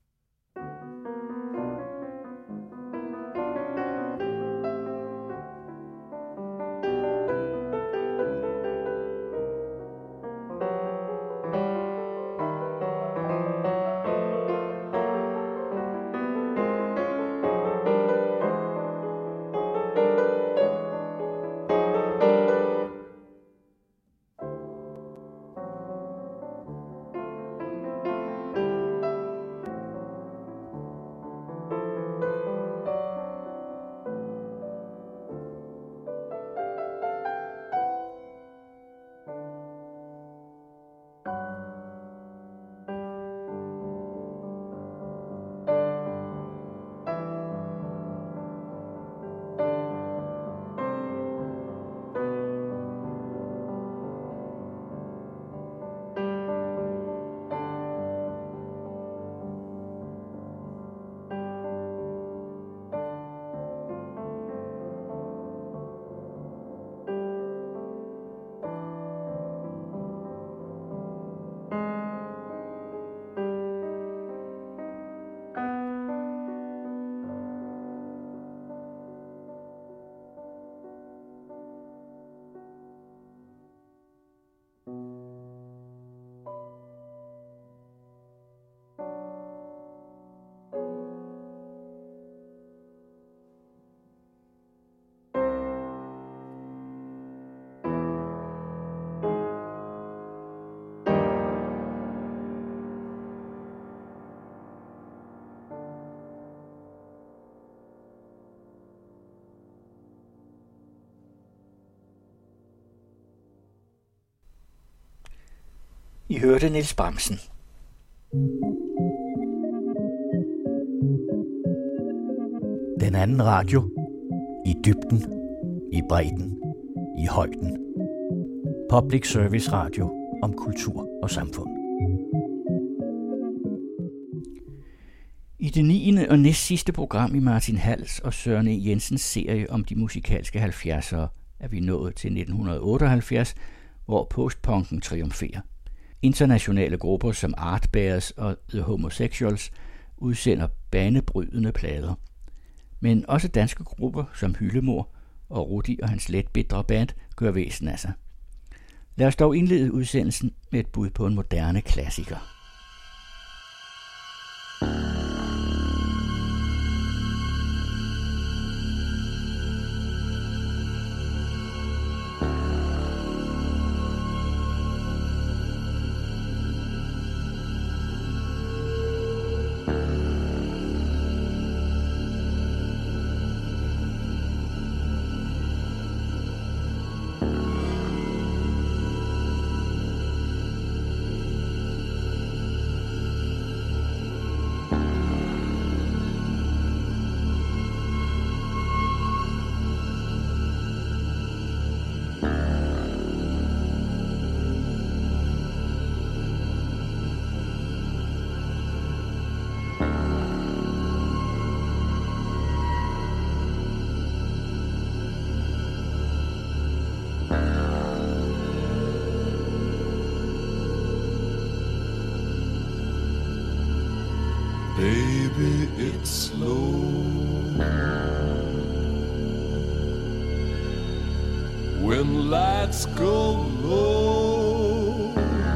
I hørte Niels Bramsen. Den anden radio. I dybden, i bredden, i højden. Public Service Radio om kultur og samfund. I det 9. og næstsidste program i Martin Hals og Søren E. Jensens serie om de musikalske 70'ere er vi nået til 1978, hvor postpunken triumferer. Internationale grupper som Art Bears og The Homosexuals udsender banebrydende plader. Men også danske grupper som Hyllemor og Rudi og hans let bitre band gør væsen af sig. Lad os dog indlede udsendelsen med et bud på en moderne klassiker. Baby, it's slow. When lights go low,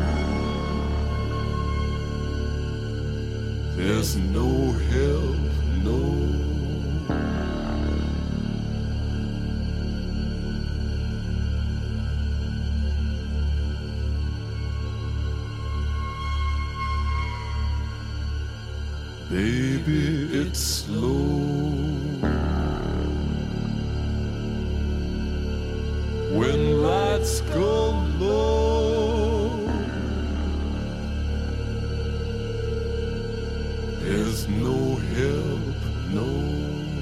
there's no help, no. Baby, it's slow. When lights go low, there's no help, no.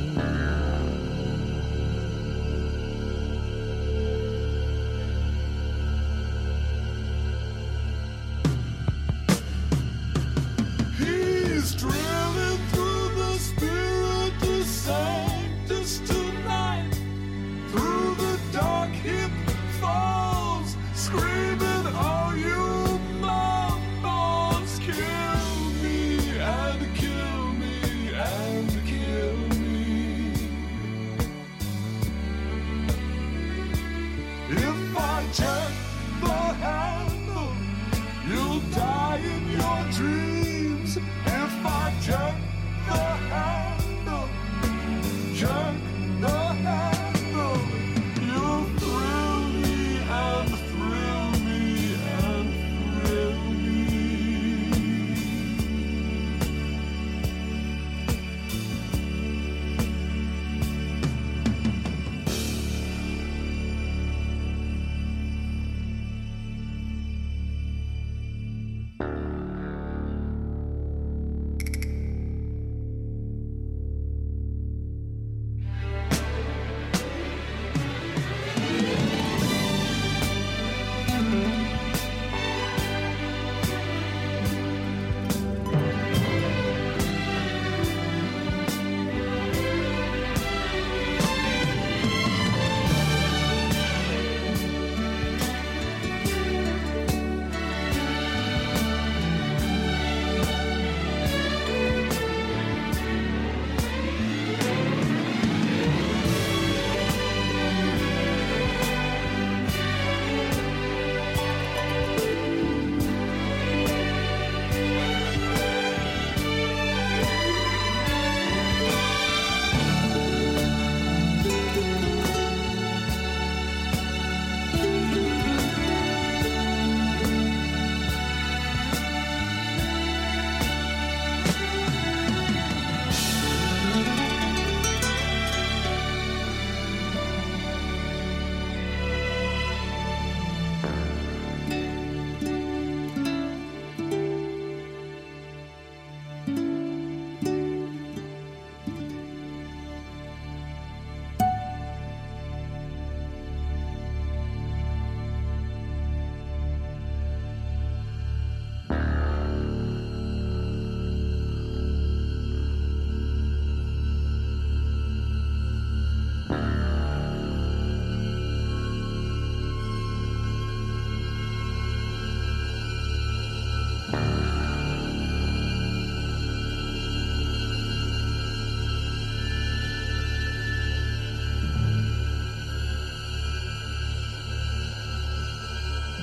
He's drilling through the Spiritus Sanctus tonight, through the dark hip falls, screaming, oh, you mumbles, kill me and kill me and kill me. If I check the handle, you'll die in your dreams. If I jerk the handle, jerk the handle, you'll thrill me and thrill me and thrill me.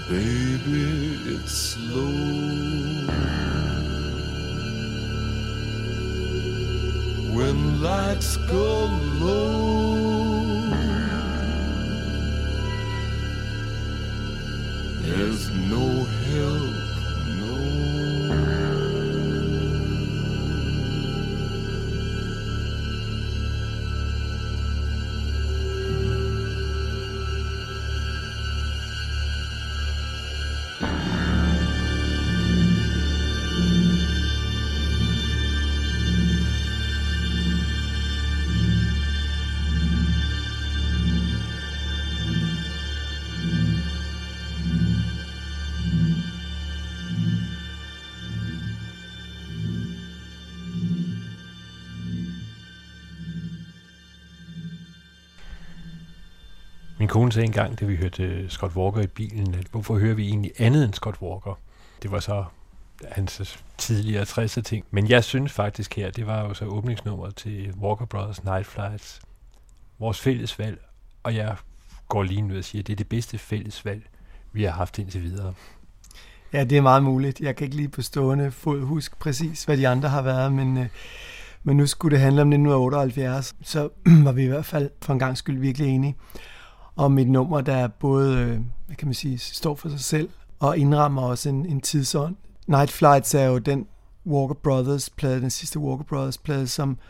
Baby, it's slow. When lights go low, there's no help, no. Min kone sagde engang, da vi hørte Scott Walker i bilen, at hvorfor hører vi egentlig andet end Scott Walker? Det var så hans tidligere 60'er ting. Men jeg synes faktisk her, det var jo så åbningsnummeret til Walker Brothers Night Flights. Vores fælles valg, og jeg går lige nu og siger, at det er det bedste fælles valg, vi har haft indtil videre. Ja, det er meget muligt. Jeg kan ikke lige på stående fod huske præcis, hvad de andre har været, men nu skulle det handle om 1978, så var vi i hvert fald for en gang skyld virkelig enige om et nummer, der både, hvad kan man sige, står for sig selv og indrammer også en tidsånd. Night Flights er jo den Walker Brothers plade, den sidste Walker Brothers plade,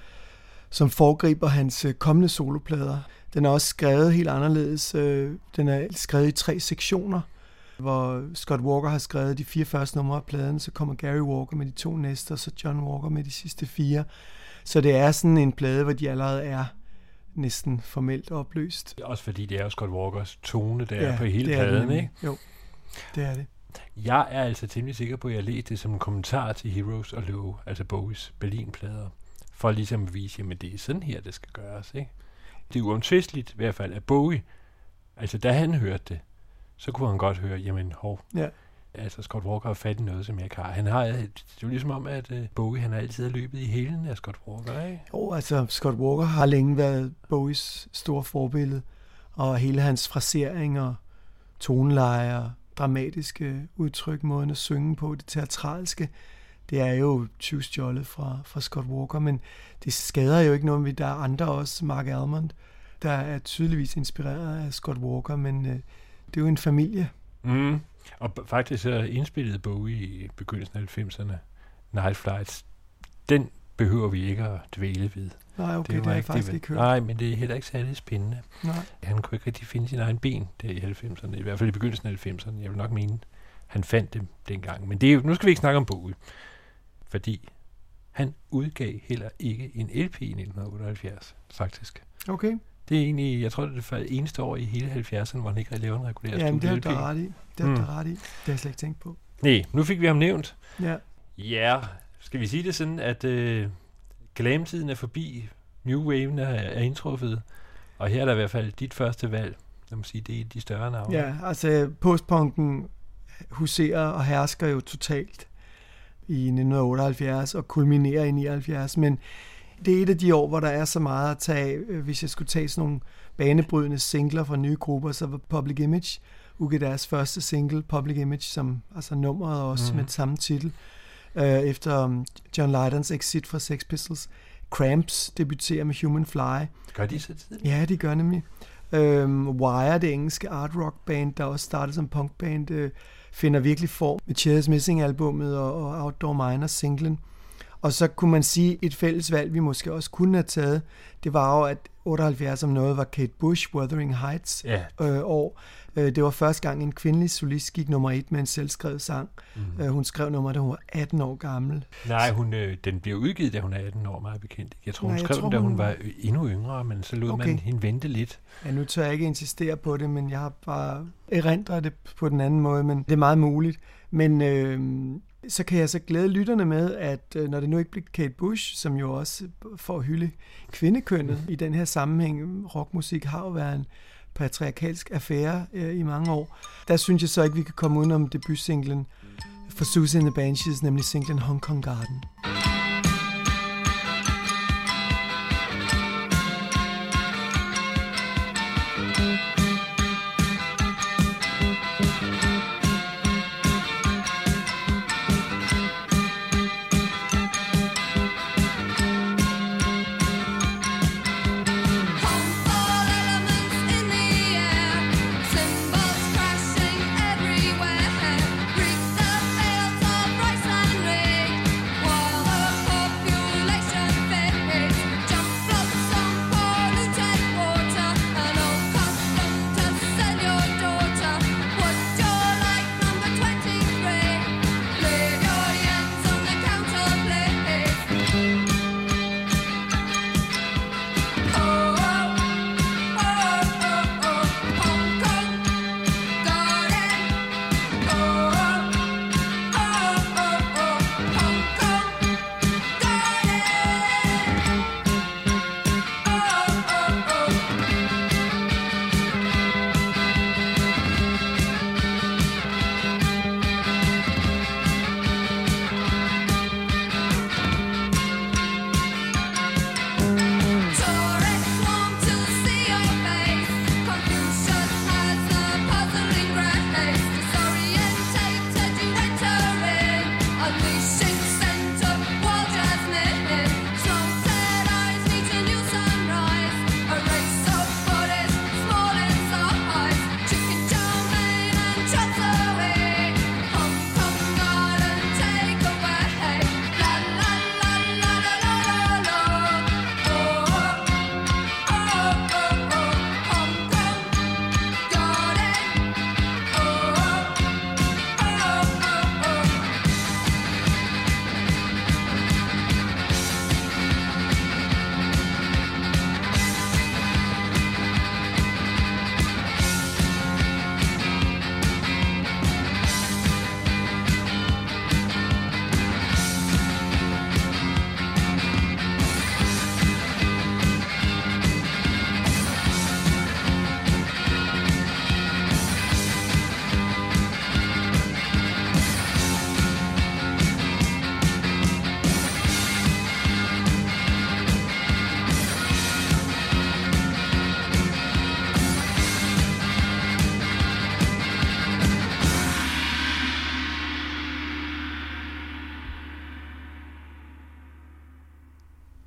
som foregriber hans kommende soloplader. Den er også skrevet helt anderledes. Den er skrevet i 3 sektioner, hvor Scott Walker har skrevet de 4 første numre af pladen, så kommer Gary Walker med de 2 næste, og så John Walker med de sidste 4. Så det er sådan en plade, hvor de allerede er næsten formelt opløst. Også fordi det er jo Scott Walkers tone, der er på hele pladen, ikke? Jo, det er det. Jeg er altså temmelig sikker på, at jeg læste det som en kommentar til Heroes og Low, altså Bowies Berlin-plader, for ligesom at vise, at det er sådan her, det skal gøres, ikke? Det er uomtvisteligt i hvert fald, at Bowie, altså da han hørte det, så kunne han godt høre, jamen ja. Altså Scott Walker har fat i noget, som jeg ikke har. Det er jo ligesom om, at Bowie, han har altid løbet i hælen af Scott Walker, ikke? Jo, altså Scott Walker har længe været Bowies store forbillede, og hele hans frasering og toneleje og dramatiske udtryk, måden at synge på, det teatralske, det er jo tyvstjålet fra Scott Walker, men det skader jo ikke noget, der er andre også, Mark Almond, der er tydeligvis inspireret af Scott Walker, men det er jo en familie. Mm. Og faktisk så indspillede Bowie i begyndelsen af 90'erne Night Flights. Den behøver vi ikke at dvæle ved. Nej, okay, det har jeg faktisk ikke hørt. Nej, men det er heller ikke særlig spændende. Nej. Han kunne ikke rigtig finde sin egen ben der i 90'erne, i hvert fald i begyndelsen af 90'erne. Jeg vil nok mene, han fandt dem dengang. Men det er jo, nu skal vi ikke snakke om Bowie, fordi han udgav heller ikke en LP i 1978, faktisk. Okay. Det er egentlig, jeg tror, det er det eneste år i hele 70'erne, hvor han ikke lavede en regulær studie-LP. Ja, det er der ret i. Det er der ret i. Det har jeg slet ikke tænkt på. Nej, nu fik vi ham nævnt. Ja. Ja, skal vi sige det sådan, at glam-tiden er forbi, New Wave er indtruffet, og her er der i hvert fald dit første valg. Jeg må sige, det er de større navne. Ja, altså postpunken huserer og hersker jo totalt i 1978 og kulminerer i 79, men det er et af de år, hvor der er så meget at tage. Hvis jeg skulle tage sådan nogle banebrydende singler fra nye grupper, så var Public Image udgivet deres første single, Public Image, som altså nummeret også med samme titel, efter John Lydons exit fra Sex Pistols. Cramps debuterer med Human Fly. Gør de så tidligt? Ja, de gør nemlig. Wire, det engelske art rock band, der også startede som punkband, finder virkelig form med Cheers Missing-albummet og Outdoor Miners singlen. Og så kunne man sige, et fælles valg, vi måske også kunne have taget, det var jo, at 78 om noget var Kate Bush, Wuthering Heights år. Det var første gang, en kvindelig solist gik nummer 1 med en selvskrevet sang. Hun skrev nummer, da hun var 18 år gammel. Nej, den bliver udgivet, da hun er 18 år, meget bekendt. Jeg tror, hun skrev den, da hun var endnu yngre, men så lod man hende vente lidt. Ja, nu tør jeg ikke insistere på det, men jeg har bare erindret det på den anden måde, men det er meget muligt. Men så kan jeg så glæde lytterne med, at når det nu ikke bliver Kate Bush, som jo også får hylde kvindekønnet i den her sammenhæng, rockmusik har jo været en patriarkalsk affære i mange år, der synes jeg så ikke, vi kan komme udenom debutsinglen for Susie and the Banshees, nemlig singlen Hong Kong Garden.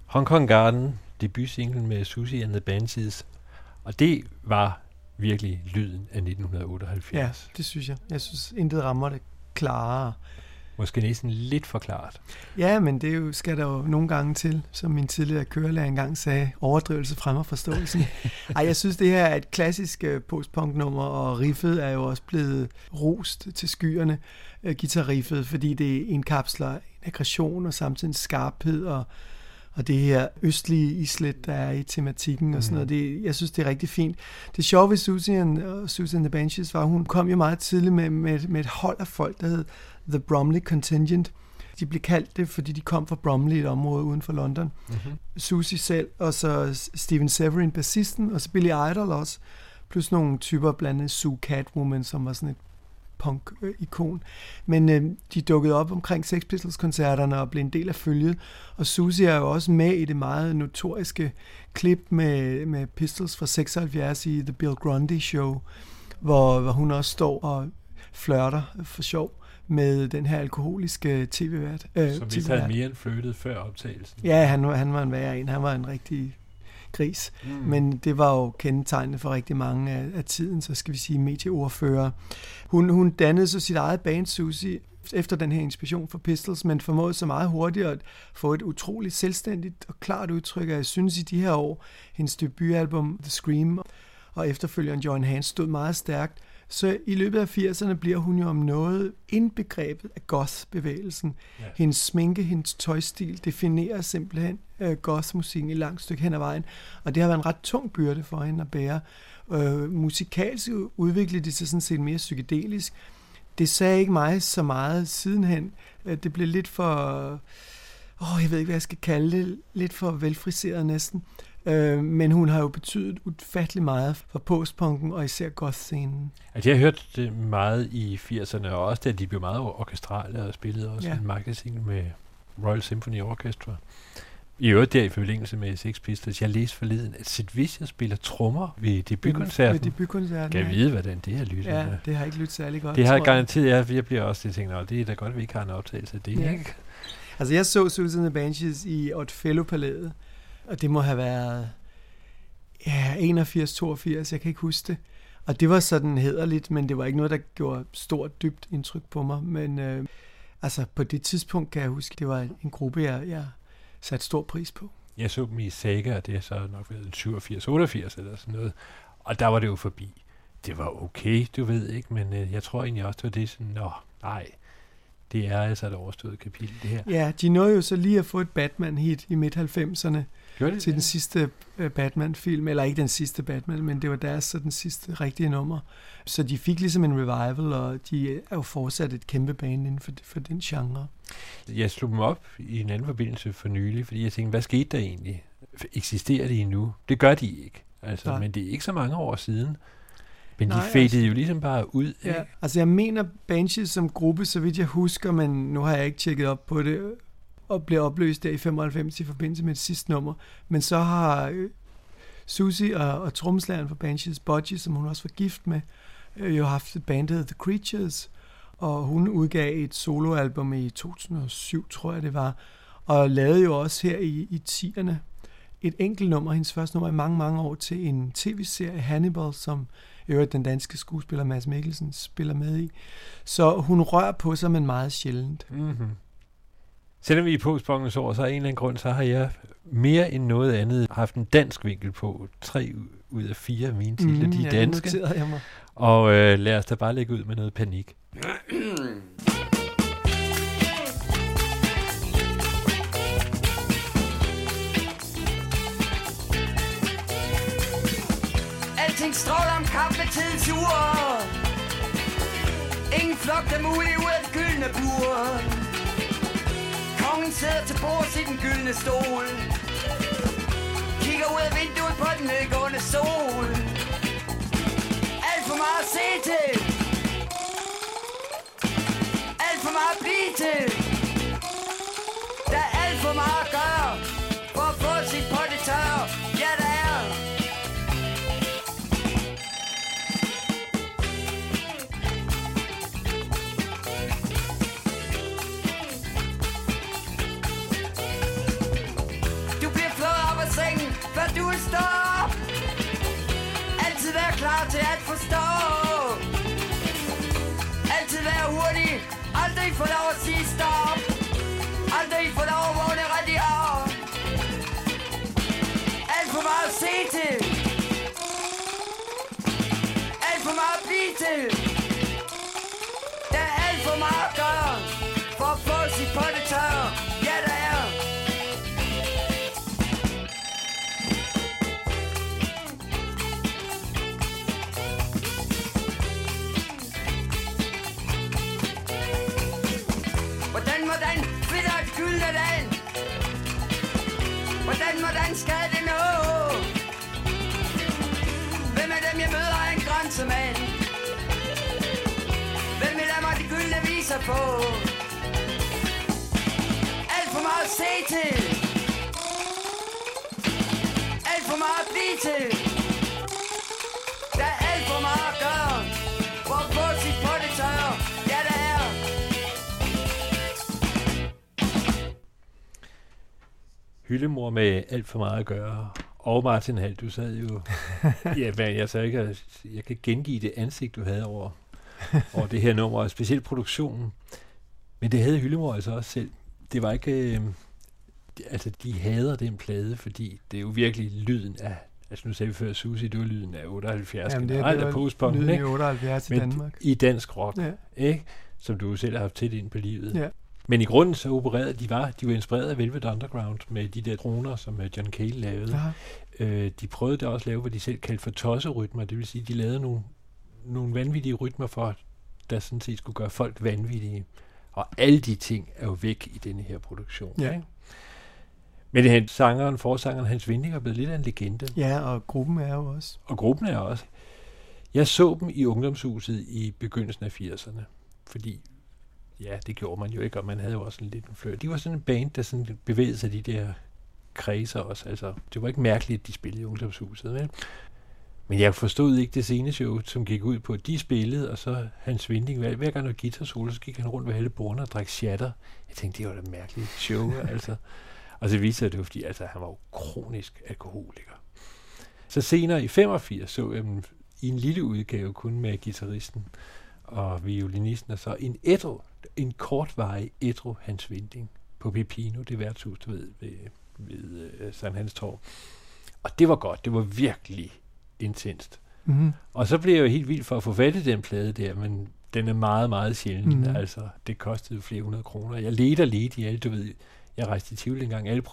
Hong Kong Garden, debutsinglen med Susie and the Banshees, og det var virkelig lyden af 1978. Ja, det synes jeg. Jeg synes, intet rammer det klarere. Måske næsten lidt for klart. Ja, men det jo, skal der jo nogle gange til, som min tidligere kørelærer engang sagde, overdrivelse fremmer forståelsen. Ej, jeg synes, det her er et klassisk postpunk-nummer, og riffet er jo også blevet rost til skyerne, guitarriffet, fordi det indkapsler en aggression og samtidig en skarphed, og det her østlige islet, der er i tematikken og sådan noget. Jeg synes, det er rigtig fint. Det sjove ved Susie and the Banshees var, hun kom jo meget tidligt med et hold af folk, der hed The Bromley Contingent. De blev kaldt det, fordi de kom fra Bromley, et område uden for London. Mm-hmm. Susie selv, og så Steven Severin, bassisten, og så Billy Idol også, plus nogle typer, blandt andet Sue Catwoman, som var sådan et punk-ikon. Men de dukkede op omkring Sex Pistols-koncerterne og blev en del af følget. Og Susie er jo også med i det meget notoriske klip med Pistols fra 76 i The Bill Grundy Show, hvor hun også står og flirter for sjov med den her alkoholiske tv-vært. Som vi havde mere end flirtet før optagelsen. Ja, han var en værre en. Han var en rigtig gris. Men det var jo kendetegnende for rigtig mange af tiden, så skal vi sige medieordfører. Hun dannede så sit eget band, Susie, efter den her inspiration for Pistols, men formåede så meget hurtigt at få et utroligt selvstændigt og klart udtryk, og jeg synes i de her år, hendes debutalbum The Scream og efterfølgeren Join Hands stod meget stærkt. Så i løbet af 80'erne bliver hun jo om noget indbegrebet af goth-bevægelsen. Ja. Hendes sminke, hendes tøjstil definerer simpelthen goth-musikken i langt stykke hen ad vejen. Og det har været en ret tung byrde for hende at bære. Musikalsk udviklede det sig sådan set mere psykedelisk. Det sagde ikke mig så meget sidenhen. Det blev lidt for... jeg ved ikke, hvad jeg skal kalde det. Lidt for velfriseret næsten. Men hun har jo betydet ufattelig meget for postpunken og især goth-scenen. Altså, jeg har hørt det meget i 80'erne, og også da de blev meget orkestrale og spillede også en magasin med Royal Symphony Orchestra. I øvrigt der i forlængelse med Sex Pistols. Jeg læste forleden, at Sid Vicious spiller trommer ved debutkoncerten. Ved debutkoncerten, kan jeg vide, hvordan det har lyttet? Ja, det har ikke lyttet særlig godt. Det har garanteret, jeg bliver også tænkt, det er da godt, at vi ikke har en optagelse af det, ikke? Altså, jeg så Susie and the Banshees i Oddfellow-palæet, og det må have været 81-82, jeg kan ikke huske det. Og det var sådan hæderligt, men det var ikke noget, der gjorde stort, dybt indtryk på mig. Men altså, på det tidspunkt kan jeg huske, det var en gruppe, jeg satte stor pris på. Jeg så dem i Saga, og det er så nok været 87-88 eller sådan noget. Og der var det jo forbi. Det var okay, du ved ikke, men jeg tror egentlig også, det var det sådan, nej, det er altså et overstået kapitel, det her. Ja, de nåede jo så lige at få et Batman-hit i midt-90'erne til den sidste Batman-film, eller ikke den sidste Batman, men det var deres så den sidste rigtige nummer. Så de fik ligesom en revival, og de er jo fortsat et kæmpe band inden for den genre. Jeg slog dem op i en anden forbindelse for nylig, fordi jeg tænkte, hvad skete der egentlig? Eksisterer de endnu? Det gør de ikke, altså, men det er ikke så mange år siden. Men de fadede jo ligesom bare ud. Ja, altså jeg mener Banshees som gruppe, så vidt jeg husker, men nu har jeg ikke tjekket op på det, og blev opløst der i 95 i forbindelse med det sidste nummer. Men så har Susie og trommeslageren for Banshees, Budgie, som hun også var gift med, jo haft et band, der hedder The Creatures, og hun udgav et soloalbum i 2007, tror jeg det var, og lavede jo også her i 10'erne et enkelt nummer, hendes første nummer i mange, mange år, til en tv-serie, Hannibal, som den danske skuespiller Mads Mikkelsen spiller med i. Så hun rører på sig, men meget sjældent. Mm-hmm. Selvom vi er i postpunktens år, så af en eller anden grund, så har jeg mere end noget andet haft en dansk vinkel på 3 ud af 4 af mine titler. De er danske. Jeg mig. Og lad os da bare lægge ud med noget panik. Alting stråler om kamp med tidens ure. Ingen flok, der mulig ud af det gyldne bur. Kongen sidder til bords i den gyldne stol. Kigger ud af vinduet på den nedgående sol. Alt for meget at se til. Alt for meget at blive til. Der er alt for meget at gøre for at få sit på det tørre. Ja, der er. Du bliver til at forstå. Altid være hurtig, aldrig få lov at sige stop. Aldrig få lov at vågne rigtig op. Alt for meget at se til. Alt for meget at blive til. Der er alt for meget at gøre for at få sit på det tørre. Ja, der er. Hvordan finder et gyldne dagen? Hvordan skal det nå? Hvem af dem jeg møder er en grænsemand? Hvem vil lade mig de gyldne viser på? Alt for meget at se til. Alt for meget at blive til. Der er alt for meget at gøre for at få sit på det tørre. Ja, der er. Hyldemor med alt for meget at gøre. Og Martin Hall, du sad jo... ja, men jeg kan gengive det ansigt, du havde over det her nummer, og specielt produktionen. Men det havde Hyldemor altså også selv. Det var ikke... altså, de hader den plade, fordi det er jo virkelig lyden af... Altså, nu sagde vi før, Susie, det var lyden af 78. Jamen, det var postpunken, lyden i 78 i Danmark. I dansk rock, ja. Ikke? Som du selv har haft tæt ind på livet. Ja. Men i grunden så opererede de var inspireret af Velvet Underground med de der droner, som John Cale lavede. De prøvede det også at lave, hvad de selv kaldte for tosserytmer. Det vil sige, de lavede nogle vanvittige rytmer for, der sådan set skulle gøre folk vanvittige. Og alle de ting er jo væk i denne her produktion. Ja. Ikke? Men forsangeren Hans Vinding er blevet lidt af en legende. Ja, og gruppen er jo også. Jeg så dem i Ungdomshuset i begyndelsen af 80'erne, fordi ja, det gjorde man jo ikke, og man havde jo også en liten fløjt. De var sådan en band, der sådan bevægede sig de der kredser også. Altså, det var ikke mærkeligt, at de spillede i Ungdomshuset, vel? Men jeg forstod ikke det sceneshow, som gik ud på, at de spillede, og så Hans Vinding, hver gang der guitar solo, så gik han rundt ved alle bordene og drak shatter. Jeg tænkte, det var da et mærkeligt show, altså. Og så viste det jo, fordi altså, han var jo kronisk alkoholiker. Så senere i 85 så jeg dem i en lille udgave, kun med guitaristen og violinisten, og så en kortvarig ædru Hans Vinding på Pepino, det værtshus, du ved, ved Sankt Hans Torv. Og det var godt, det var virkelig intenst. Mm-hmm. Og så blev jeg jo helt vild for at få fat i den plade der, men den er meget, meget sjælden. Mm-hmm. Altså, det kostede flere 100 kroner. Jeg ledte i alle, du ved, jeg rejste i Tivoli engang, alle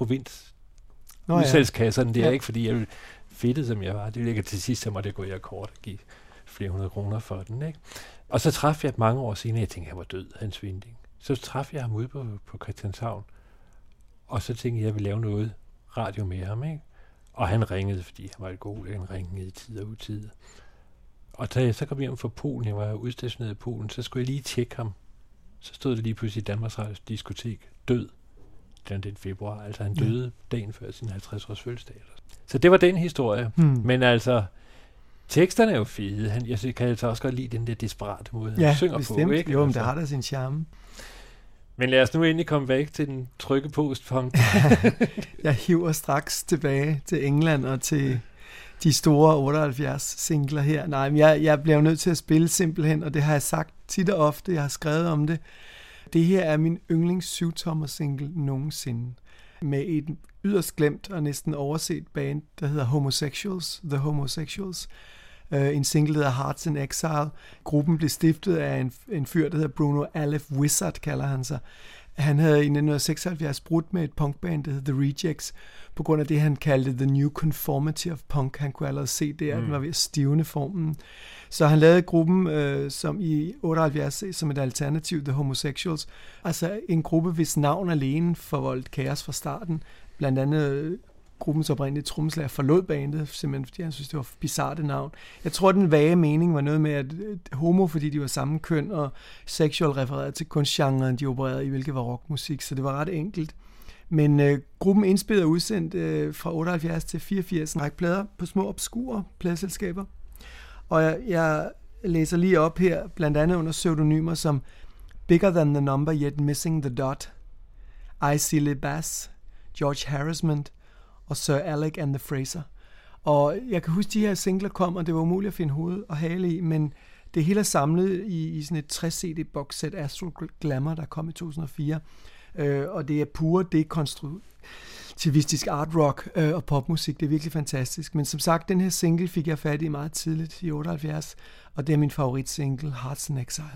udsalgskasserne der, ikke, fordi jeg fedtet, som jeg var, det ville ikke til sidst, så måtte jeg gå i akkord og give flere 100 kroner for den, ikke? Og så traf jeg mange år senere, jeg tænkte, han var død, Hans Vinding. Så traf jeg ham ude på Christianshavn, og så tænkte jeg vil lave noget radio med ham, ikke? Og han ringede, fordi han var alkoholiker, han ringede i tid og utid. Og da jeg så kom hjem fra Polen, jeg var udstationeret i Polen, så skulle jeg lige tjekke ham. Så stod det lige pludselig i Danmarks Radios diskotek, død, den februar. Altså han døde dagen før sin 50-års fødselsdag. Så det var den historie. Men altså, teksterne er jo fede. Jeg kan altså også godt lide den der desperate måde, han synger bestemt. På. Ikke? Jo, men altså. det har da sin charme. Men lad os nu endelig komme væk til den trygge postpunk. Jeg hiver straks tilbage til England og til de store 78 singler her. Nej, men jeg bliver jo nødt til at spille simpelthen, og det har jeg sagt tit og ofte, jeg har skrevet om det. Det her er min yndlings 7-tommer single nogensinde, med et yderst glemt og næsten overset band, der hedder The Homosexuals. En single, der hedder Hearts in Exile. Gruppen blev stiftet af en fyr, der hedder Bruno Aleph Wizard, kalder han sig. Han havde i 1976 brudt med et punkband, der hedder The Rejects, på grund af det, han kaldte The New Conformity of Punk. Han kunne allerede se det, at den var ved at stivne formen. Så han lavede gruppen som i 78 som et alternativ, The Homosexuals. Altså en gruppe, hvis navn alene forvoldt kaos fra starten. Blandt andet gruppens oprindelige trommeslager forlod bandet, simpelthen fordi han synes, det var bizarrt et navn. Jeg tror, den vage mening var noget med, at homo, fordi de var samme køn, og sexual refererede til kunstgenren, de opererede i, hvilket var rockmusik, så det var ret enkelt. Men gruppen indspillede og udsendt fra 78 til 84 en række plader på små obskure pladeselskaber. Og jeg læser lige op her, blandt andet under pseudonymer som Bigger Than The Number Yet Missing The Dot, I Silly Bass, George Harassment og Sir Alec and the Fraser. Og jeg kan huske, de her singler kom, og det var umuligt at finde hoved og hale i, men det hele er samlet i sådan et 60 CD boxset Astral Glamour, der kom i 2004. Og det er pure dekonstruktivistisk art rock og popmusik. Det er virkelig fantastisk. Men som sagt, den her single fik jeg fat i meget tidligt i 78, og det er min favoritsingle, Hearts in Exile.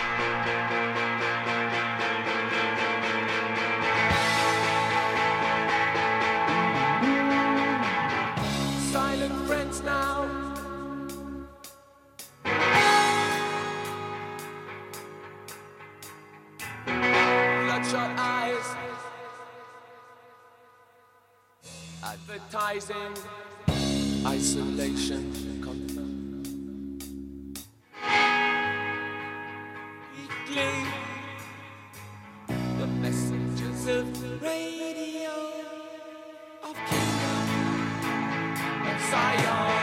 Advertising, isolation, weekly, the messengers of radio, of kingdom, of Zion.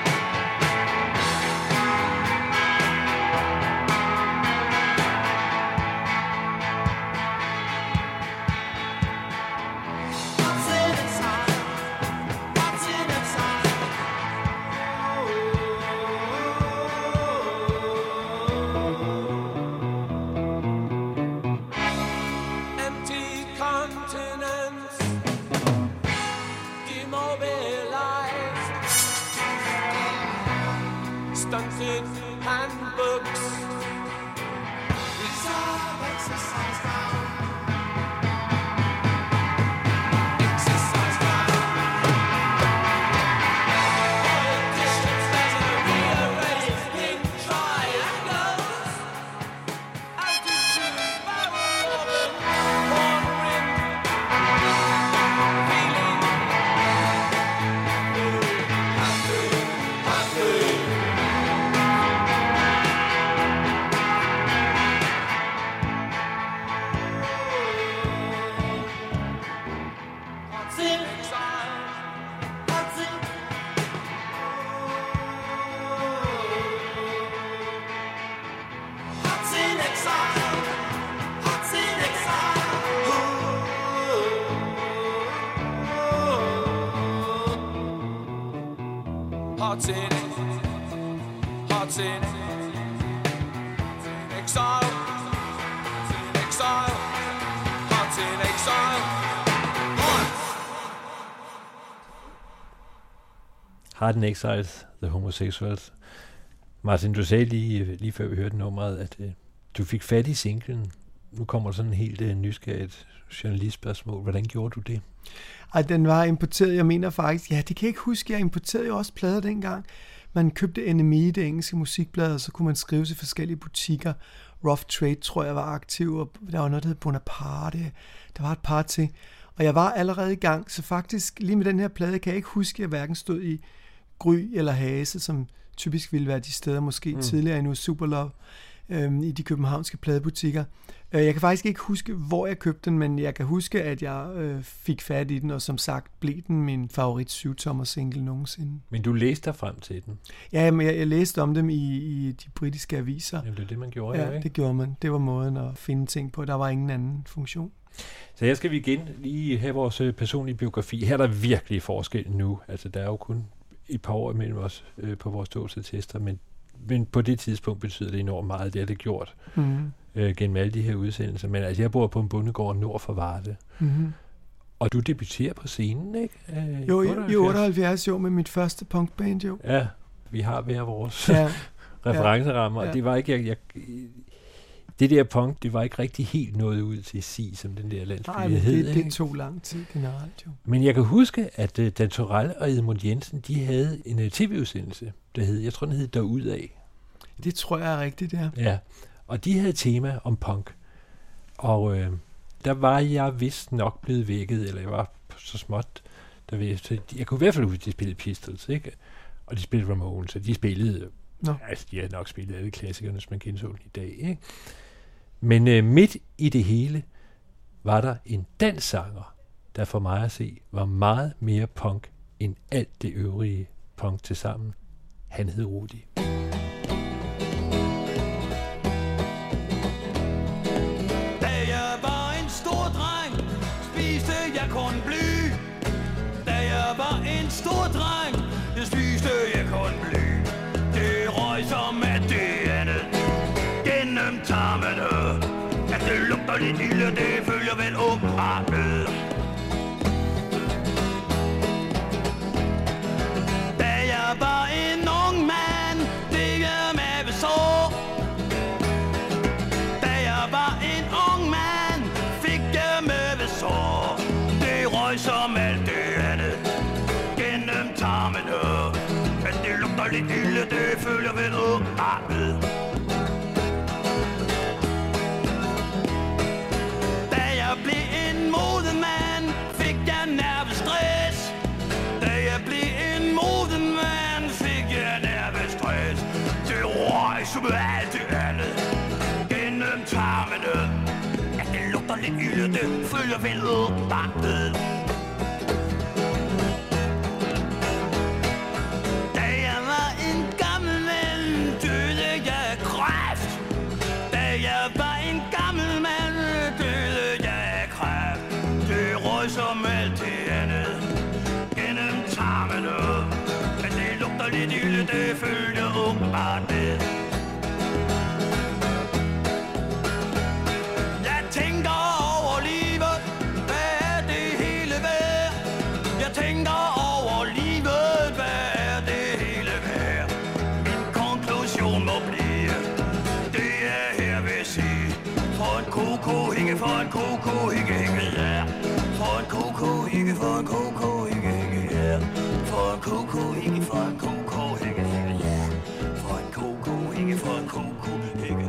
Hearts in exile, hearts in exile. Heart in Exile, The Homosexuals. Martin, du sagde lige før vi hørte nummeret, at du fik fat i singlen. Nu kommer sådan en helt nysgerrigt journalistspørgsmål. Hvordan gjorde du det? Ej, den var importeret. Jeg mener faktisk, ja, det kan jeg ikke huske. Jeg importerede jo også plader dengang. Man købte NME, det engelske musikblad, og så kunne man skrive til forskellige butikker. Rough Trade, tror jeg, var aktiv, og der var noget, der hed Bonaparte. Der var et par til. Og jeg var allerede i gang, så faktisk lige med den her plade, kan jeg ikke huske, at jeg hverken stod i Gry eller Hase, som typisk ville være de steder, måske tidligere endnu Superlove, i de københavnske pladebutikker. Jeg kan faktisk ikke huske, hvor jeg købte den, men jeg kan huske, at jeg fik fat i den, og som sagt blev den min favorit 7-tommer single nogensinde. Men du læste dig frem til den? Ja, men jeg læste om dem i de britiske aviser. Jamen, det er det, man gjorde, ja, ikke? Det gjorde man. Det var måden at finde ting på. Der var ingen anden funktion. Så her skal vi igen lige have vores personlige biografi. Her er der virkelig forskel nu. Altså, der er jo kun et par år imellem os på vores dåbsattester, men på det tidspunkt betyder det enormt meget, det har det gjort gennem alle de her udsendelser. Men altså, jeg bor på en bondegård nord for Varde. Mm-hmm. Og du debuterer på scenen, ikke? I 78, jo, med mit første punkband, jo. Ja, vi har hver vores referencerammer, og det var ikke... Det der punk, det var ikke rigtig helt nået ud til sig, som den der landsby hed. Det tog lang tid generelt, jo. Men jeg kan huske, at Dan Turell og Edmund Jensen, de havde en tv-udsendelse, jeg tror, den hed Derudad. Det tror jeg er rigtigt, ja. Ja, og de havde tema om punk. Og der var jeg vist nok blevet vækket, eller jeg var så småt, jeg kunne i hvert fald huske, at de spillede Pistols, ikke? Og de spillede Ramones, så de spillede... Altså, de havde nok spillet alle klassikerne, som man kender i dag, ikke? Men midt i det hele var der en dansk sanger, der for mig at se var meget mere punk end alt det øvrige punk til sammen. Han hed Rudi. Da jeg var en stor dreng, spiste jeg kun bly. Da jeg var en stor dreng, spiste jeg kun bly. Det røg som at det andet gennem tarmene. At det lugter lidt ilde, det følger vel åbenbart med. Da jeg var en ung mand, fik jeg mavesår. Da jeg var en ung mand, fik jeg mavesår. Det røg som alt det andet gennem tarmene. At det lugter lidt ilde, det følger vel åbenbart med. Da jeg blev en moden mand, fik jeg nervestress. Da jeg blev en moden mand, fik jeg nervestress. Det røg som alt det andet gennem tarmene. At det lugter lidt ilde, det følger vel åbenbart med. Da jeg var en gammel mand, døde jeg af kræft. Da jeg var en gammel mand, døde jeg af kræft. Det røg som alt det andet gennem tarmene. Men det lugter lidt ilde, det følger åbenbart med. Jeg tænker over livet, hvad er det hele værd? Jeg tænker over livet, hvad er det hele værd? Min konklusion må blive, det er her vil sige. For en koko, ikke for en koko, ikke ja. For en koko, ikke for en koko, ikke ja. For en koko, ikke for en koko, ikke ja. For en koko, ikke for en koko, ikke.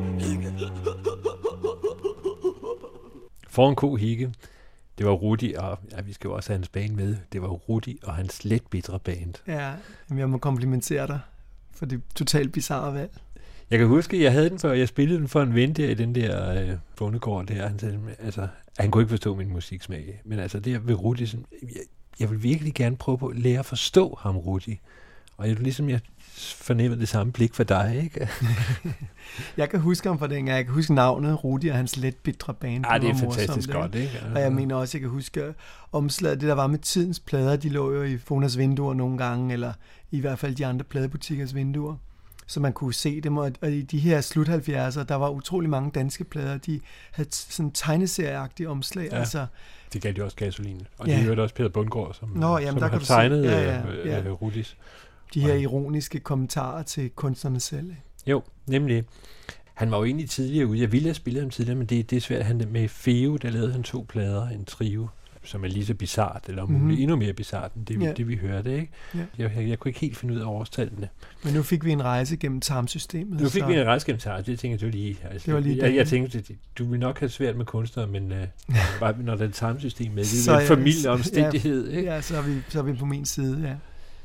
For en ko hikke. Det var Rudi, og ja, vi skal jo også have hans band med. Det var Rudi og hans let bitre band. Ja, jeg må komplimentere dig for det totalt bizarre valg. Jeg kan huske, at jeg havde den før, jeg spillede den for en ven der i den der bondegård der. Han sagde, altså, han kunne ikke forstå min musiksmag, men altså det ved Rudi, sådan, jeg vil virkelig gerne prøve på at lære at forstå ham, Rudi. Og jeg fornemmede det samme blik for dig, ikke? Jeg kan huske ham fra dengang. Jeg kan huske navnet, Rudi og hans let bitre band. Ja, det er fantastisk godt, ikke? Og jeg mener også, jeg kan huske omslaget, det der var med tidens plader, de lå jo i Fonas vinduer nogle gange, eller i hvert fald de andre pladebutikkers vinduer, så man kunne se dem. Og i de her slut 70'ere, der var utrolig mange danske plader, de havde sådan tegneserieagtige omslag. Ja. Altså, det galt jo også Gasolin. Og det hørte også Peter Bundgaard, som der har tegnet Rudis. De her ironiske kommentarer til kunstnerne selv. Jo, nemlig. Han var jo egentlig tidligere ude. Jeg ville have spillet ham tidligere, men det er svært. Han med Feo, der lavede han 2 plader, en trio, som er lige så bizart, eller muligt endnu mere bizart, end det vi hørte, ikke? Ja. Jeg kunne ikke helt finde ud af årstallene. Men nu fik vi en rejse gennem tarmsystemet. Nu fik vi en rejse gennem tarmsystemet, det tænkte jeg lige. Altså, det var lige jeg tænkte, du vil nok have svært med kunstnere, men bare når der er tarmsystem med, det er en familieomstændighed, ikke? Ja, så er vi på min side, ja.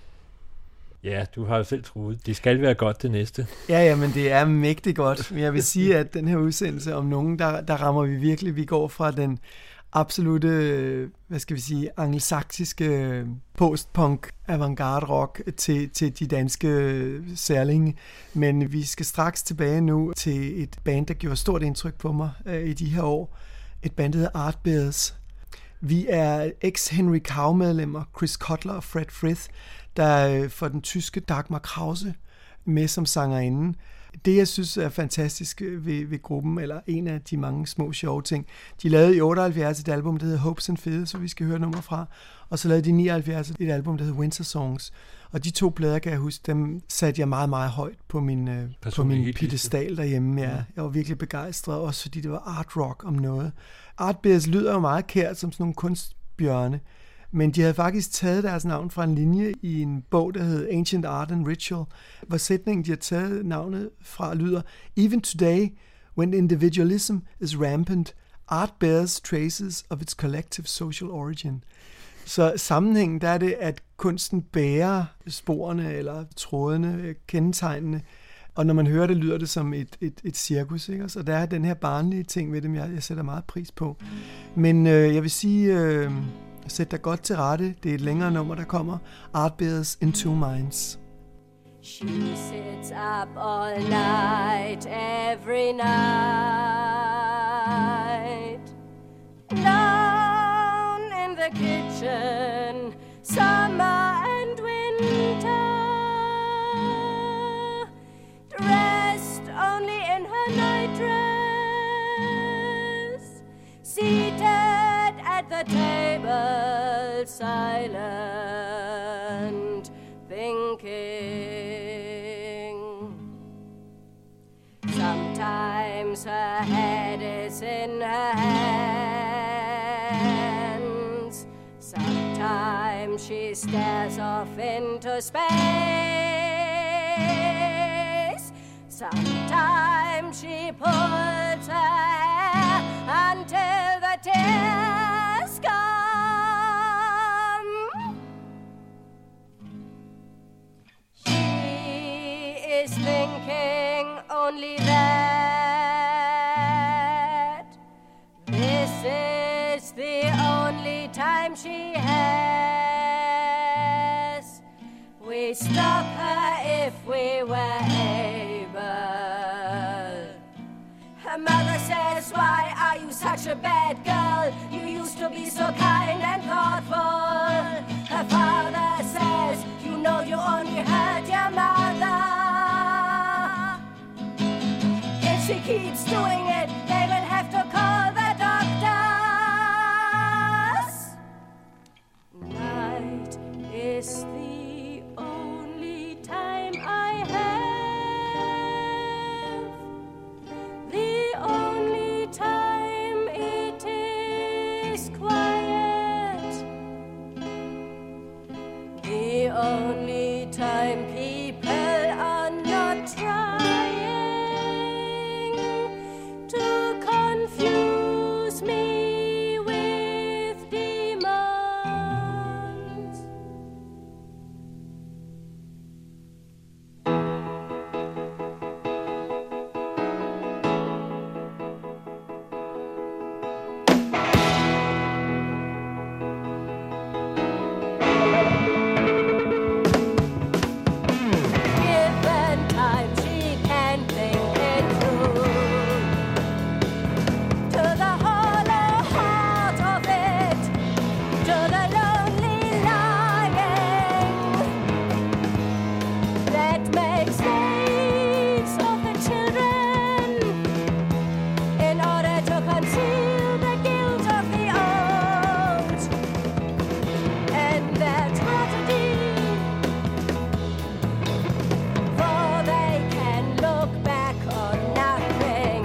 Ja, du har jo selv troet. Det skal være godt det næste. Ja, men det er mægtigt godt. Men jeg vil sige, at den her udsendelse om nogen, der rammer vi virkelig. Vi går fra den absolute, angelsaksiske postpunk avantgarde rock til de danske særlinge. Men vi skal straks tilbage nu til et band, der gjorde stort indtryk på mig i de her år. Et band, der hedder Artbears. Vi er ex-Henry Cow-medlemmer, Chris Cutler og Fred Frith, der for den tyske Dagmar Krause med som sangerinde. Det, jeg synes er fantastisk ved gruppen, eller en af de mange små sjove ting, de lavede i 78 et album, der hedder Hopes and Fears, så vi skal høre nummer fra, og så lavede de i 79 et album, der hedder Winter Songs. Og de 2 plader, kan jeg huske, dem satte jeg meget, meget højt på min piedestal derhjemme. Ja. Jeg var virkelig begejstret, også fordi det var art rock om noget. Artbears lyder jo meget kært som sådan nogle kunstbjørne, men de havde faktisk taget deres navn fra en linje i en bog, der hed Ancient Art and Ritual, hvor sætningen, de har taget navnet fra, lyder: Even today, when individualism is rampant, art bears traces of its collective social origin. Så sammenhængen, der er det, at kunsten bærer sporene eller trådene, kendetegnene, og når man hører det, lyder det som et cirkus, ikke? Så der er den her barnlige ting ved dem, jeg sætter meget pris på. Men jeg vil sige, sæt dig godt til rette. Det er et længere nummer, der kommer. Artbears in Two Minds. She sits up all night, every night, down in the kitchen, summer and winter. her nightdress, seated at the table, silent, thinking. Sometimes her head is in her hands, sometimes she stares off into space, sometimes she pulls her hair until the tears come. She is thinking only that this is the only time she has. We stop her if we were able. Her mother says, why are you such a bad girl? You used to be so kind and thoughtful. Her father says, you know you only hurt your mother. If she keeps doing it, they will have to call the doctors. Night is the only time I have, the only time it is quiet, the only time people are not trying to confuse me with demons. Given time, she can think it through. To the hollow heart of it, to the lonely longing that makes slaves of the children in order to conceal the guilt of the old and their tragedy. For they can look back on nothing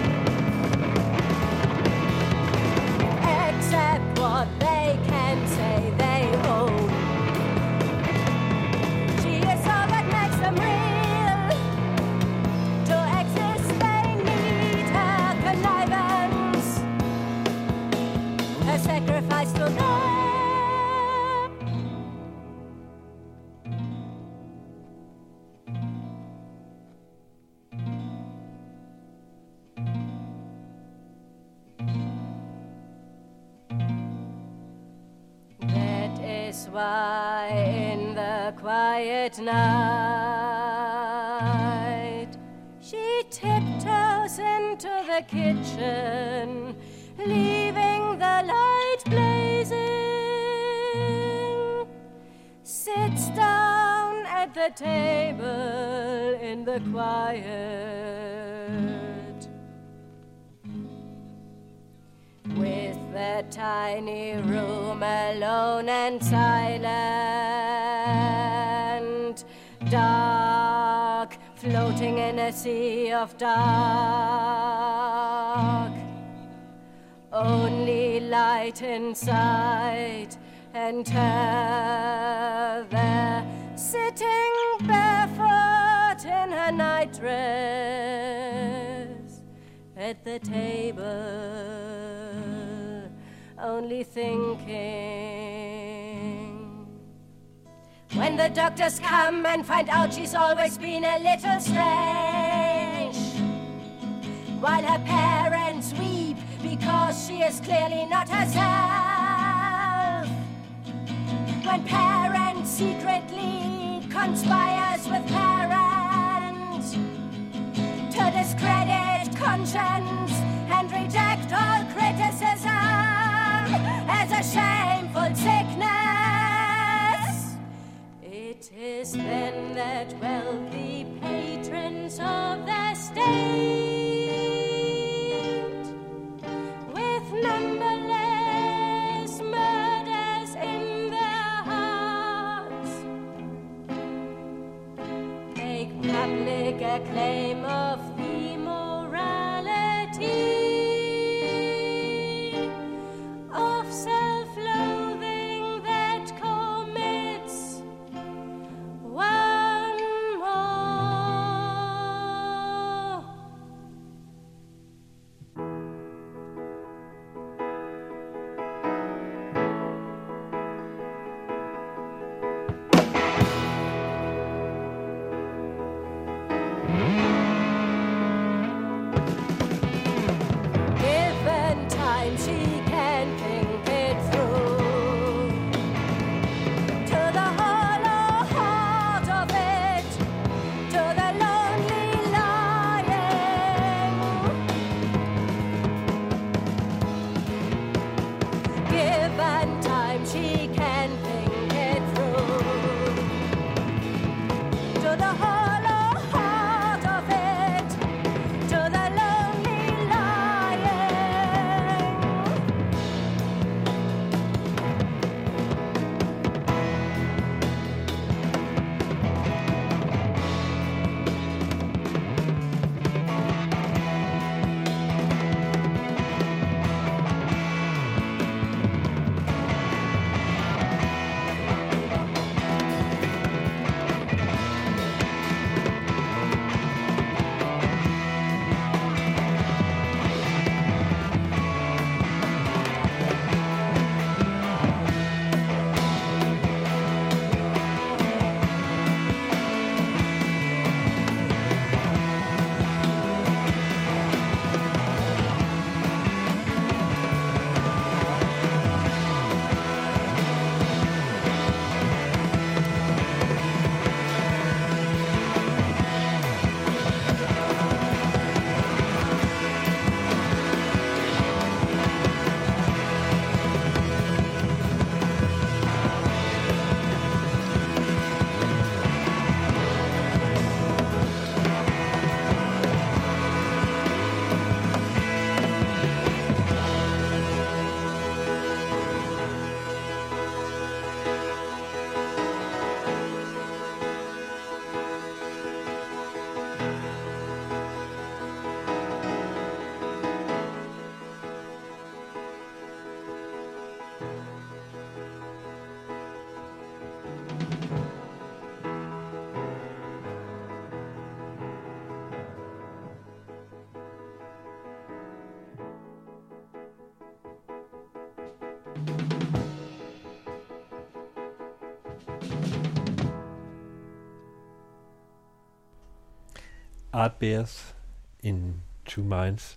except what they can say they own. She is all that makes them real. To exist they need her connivance, her sacrifice to them. That is why in the quiet night she tiptoes into the kitchen, leaving the light blazing, sits down at the table in the quiet, with the tiny room alone and silent, dark, floating in a sea of dark. Only light inside, and her there, sitting barefoot in her nightdress at the table, only thinking. When the doctors come and find out she's always been a little strange, while her parents weep because she is clearly not herself. When parents secretly conspires with parents to discredit conscience and reject all criticism as a shameful sickness, it is then that wealthy patrons of the state Given time, she can think it through. To the hollow heart of it, to the lonely lying. Given time, she can think it through. To the hollow heart of it, to the lonely lying. Art Bears in Two Minds.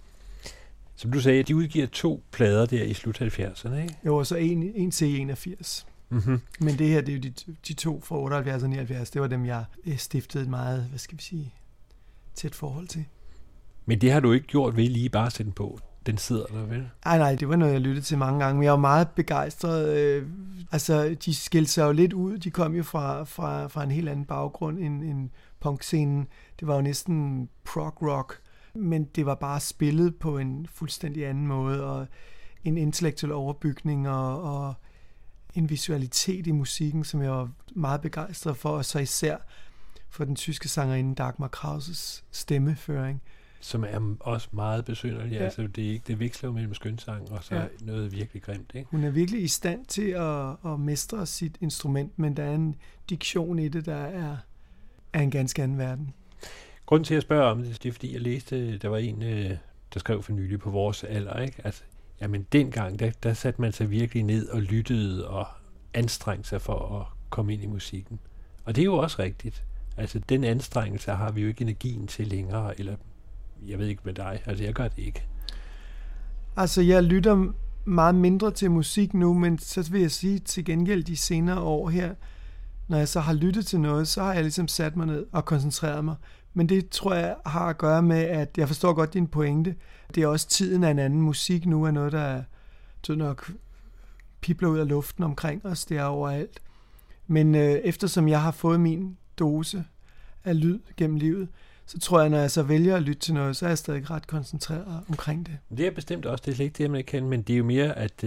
Som du sagde, de udgiver 2 plader der i slut 70'erne, ikke? Jo, og så en C81. Mm-hmm. Men det her, det er jo de 2 fra 78 og 79. Det var dem, jeg stiftede et meget, hvad skal vi sige, tæt forhold til. Men det har du ikke gjort ved lige bare at sætte den på. Den sidder der, vel? Nej, det var noget, jeg lyttede til mange gange. Men jeg var meget begejstret. Altså, de skilte sig jo lidt ud. De kom jo fra en helt anden baggrund end punkscenen. Det var jo næsten prog-rock. Men det var bare spillet på en fuldstændig anden måde. Og en intellektuel overbygning og en visualitet i musikken, som jeg var meget begejstret for. Og så især for den tyske sangerinde Dagmar Krauses stemmeføring. Som er også meget besynderlig. Ja. Altså, det veksler jo mellem skønsang og så noget virkelig grimt, ikke? Hun er virkelig i stand til at mestre sit instrument, men der er en diktion i det, der er en ganske anden verden. Grunden til at spørge om det er, fordi jeg læste, der var en, der skrev for nylig på vores alder, ikke? Altså, jamen dengang, der satte man sig virkelig ned og lyttede og anstrengte sig for at komme ind i musikken. Og det er jo også rigtigt. Altså, den anstrengelse har vi jo ikke energien til længere, eller jeg ved ikke med dig, altså jeg gør det ikke. Altså jeg lytter meget mindre til musik nu, men så vil jeg sige til gengæld de senere år her, når jeg så har lyttet til noget, så har jeg ligesom sat mig ned og koncentreret mig. Men det tror jeg har at gøre med, at jeg forstår godt din pointe. Det er også tiden af en anden musik nu, er noget, der nok pibler ud af luften omkring os, det er overalt. Men eftersom jeg har fået min dose af lyd gennem livet, så tror jeg, når jeg så vælger at lytte til noget, så er jeg stadig ret koncentreret omkring det. Det er bestemt også, det er slet ikke det, man ikke kan, men det er jo mere, at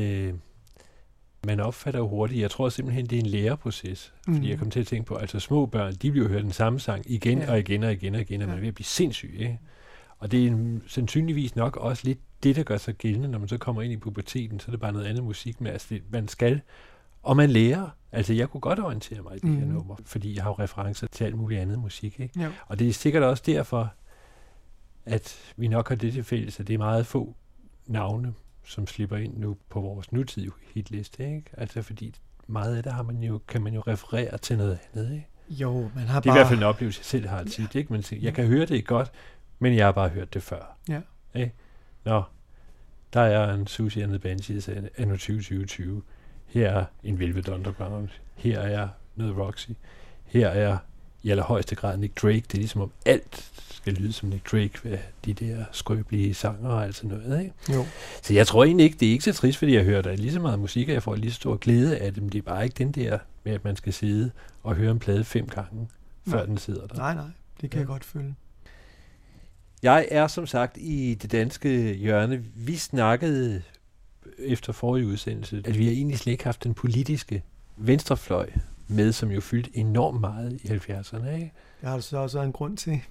man opfatter jo hurtigt. Jeg tror simpelthen, det er en læreproces. Fordi jeg kom til at tænke på, altså små børn, de bliver jo hørt den samme sang igen og igen og igen og igen, og man er ved at blive sindssyg, ikke? Og det er sandsynligvis nok også lidt det, der gør sig gældende, når man så kommer ind i puberteten, så er det bare noget andet musik med, altså man skal, og man lærer. Altså jeg kunne godt orientere mig i det her nummer, fordi jeg har jo referencer til alt muligt andet musik, ikke? Ja. Og det er sikkert også derfor, at vi nok har det til fælles, at det er meget få navne, som slipper ind nu på vores nutidige hitliste, ikke? Altså fordi meget af det kan man jo referere til noget andet, ikke? Jo, man har det er i hvert fald en oplevelse, jeg selv har tit, ikke? Men jeg kan høre det godt, Men jeg har bare hørt det før. Ja. Nå, der er en Susie and the Banshees anno 2020. Her er en Velvet Underground. Her er noget Roxy. Her er i allerhøjeste grad Nick Drake. Det er ligesom om alt skal lyde som Nick Drake ved de der skrøbelige sanger og alt sådan noget, ikke? Jo. Så jeg tror egentlig ikke, det er ikke så trist, fordi jeg hører der lige så meget musik, og jeg får lige så stor glæde af det, men det er bare ikke den der med, at man skal sidde og høre en plade 5 gange, før den sidder der. Nej, det kan jeg godt føle. Jeg er som sagt i det danske hjørne. Vi snakkede efter forrige udsendelse, at vi har egentlig slet ikke haft den politiske venstrefløj med, som jo fyldte enormt meget i 70'erne, ikke? Det har du så også en grund til.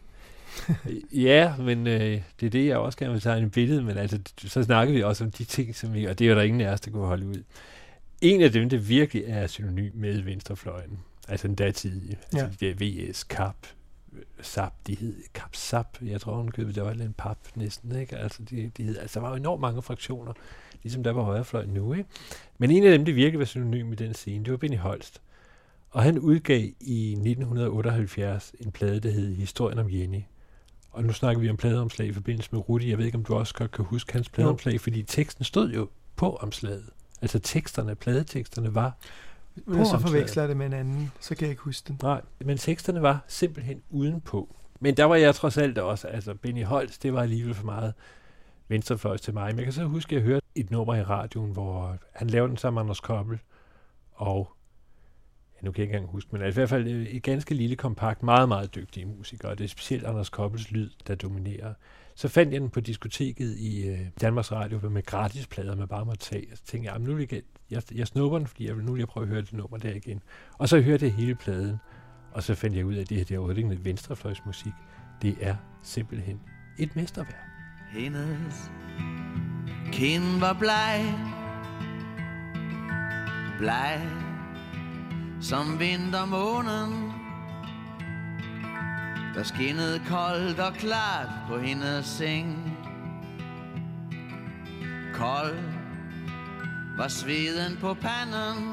Ja, men det er det, jeg også gerne vil tage en billede, men altså, så snakker vi også om de ting, som vi, og det er jo der ingen af os, der kunne holde ud. En af dem, der virkelig er synonym med venstrefløjen, altså den datidige, altså det er VS, KAP, SAP, de hed KAP SAP, jeg tror hun købte, der var en PAP næsten, ikke? Altså, de hed, altså der var jo enormt mange fraktioner, ligesom der var højrefløjen nu, ikke? Men en af dem, der virkelig var synonym i den scene, det var Benny Holst. Og han udgav i 1978 en plade, der hed Historien om Jenny. Og nu snakker vi om pladeomslag i forbindelse med Rudi. Jeg ved ikke, om du også godt kan huske hans pladeomslag, fordi teksten stod jo på omslaget. Altså pladeteksterne var på omslaget. Så forveksler det med en anden, så kan jeg ikke huske den. Nej, men teksterne var simpelthen udenpå. Men der var jeg trods alt også, altså Benny Holst, det var alligevel for meget venstrefløjs til mig. Men jeg kan så huske, at jeg hørte et nummer i radioen, hvor han lavede den sammen med Anders Koppel, og nu kan jeg ikke engang huske, men i hvert fald et ganske lille, kompakt, meget, meget dygtige musikere, og det er specielt Anders Koppels lyd, der dominerer. Så fandt jeg den på diskoteket i Danmarks Radio med gratisplader, man bare måtte tage. Og så tænkte jeg, nu vil jeg snupper den, fordi nu vil jeg prøve at høre det nummer der igen. Og så hørte jeg hele pladen, og så fandt jeg ud af, at det her det er overhovedet ikke venstrefløjsmusik. Det er simpelthen et mesterværk. Hendes kind var bleg som vintermånen, der skinnede koldt og klart på hendes seng. Kold var sveden på panden,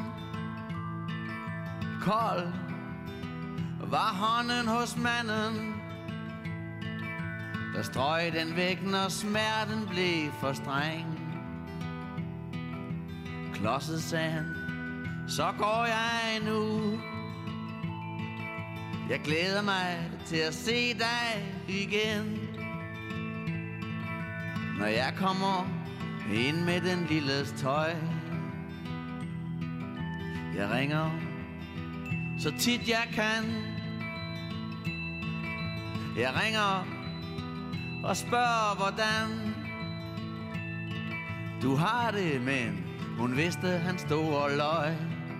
kold var hånden hos manden, der strøg den væk, når smerten blev for streng. Klodset sagde han, så går jeg nu. Jeg glæder mig til at se dig igen, når jeg kommer ind med den lilles tøj. Jeg ringer så tit jeg kan. Jeg ringer og spørger hvordan du har det, men hun vidste han stod og løg.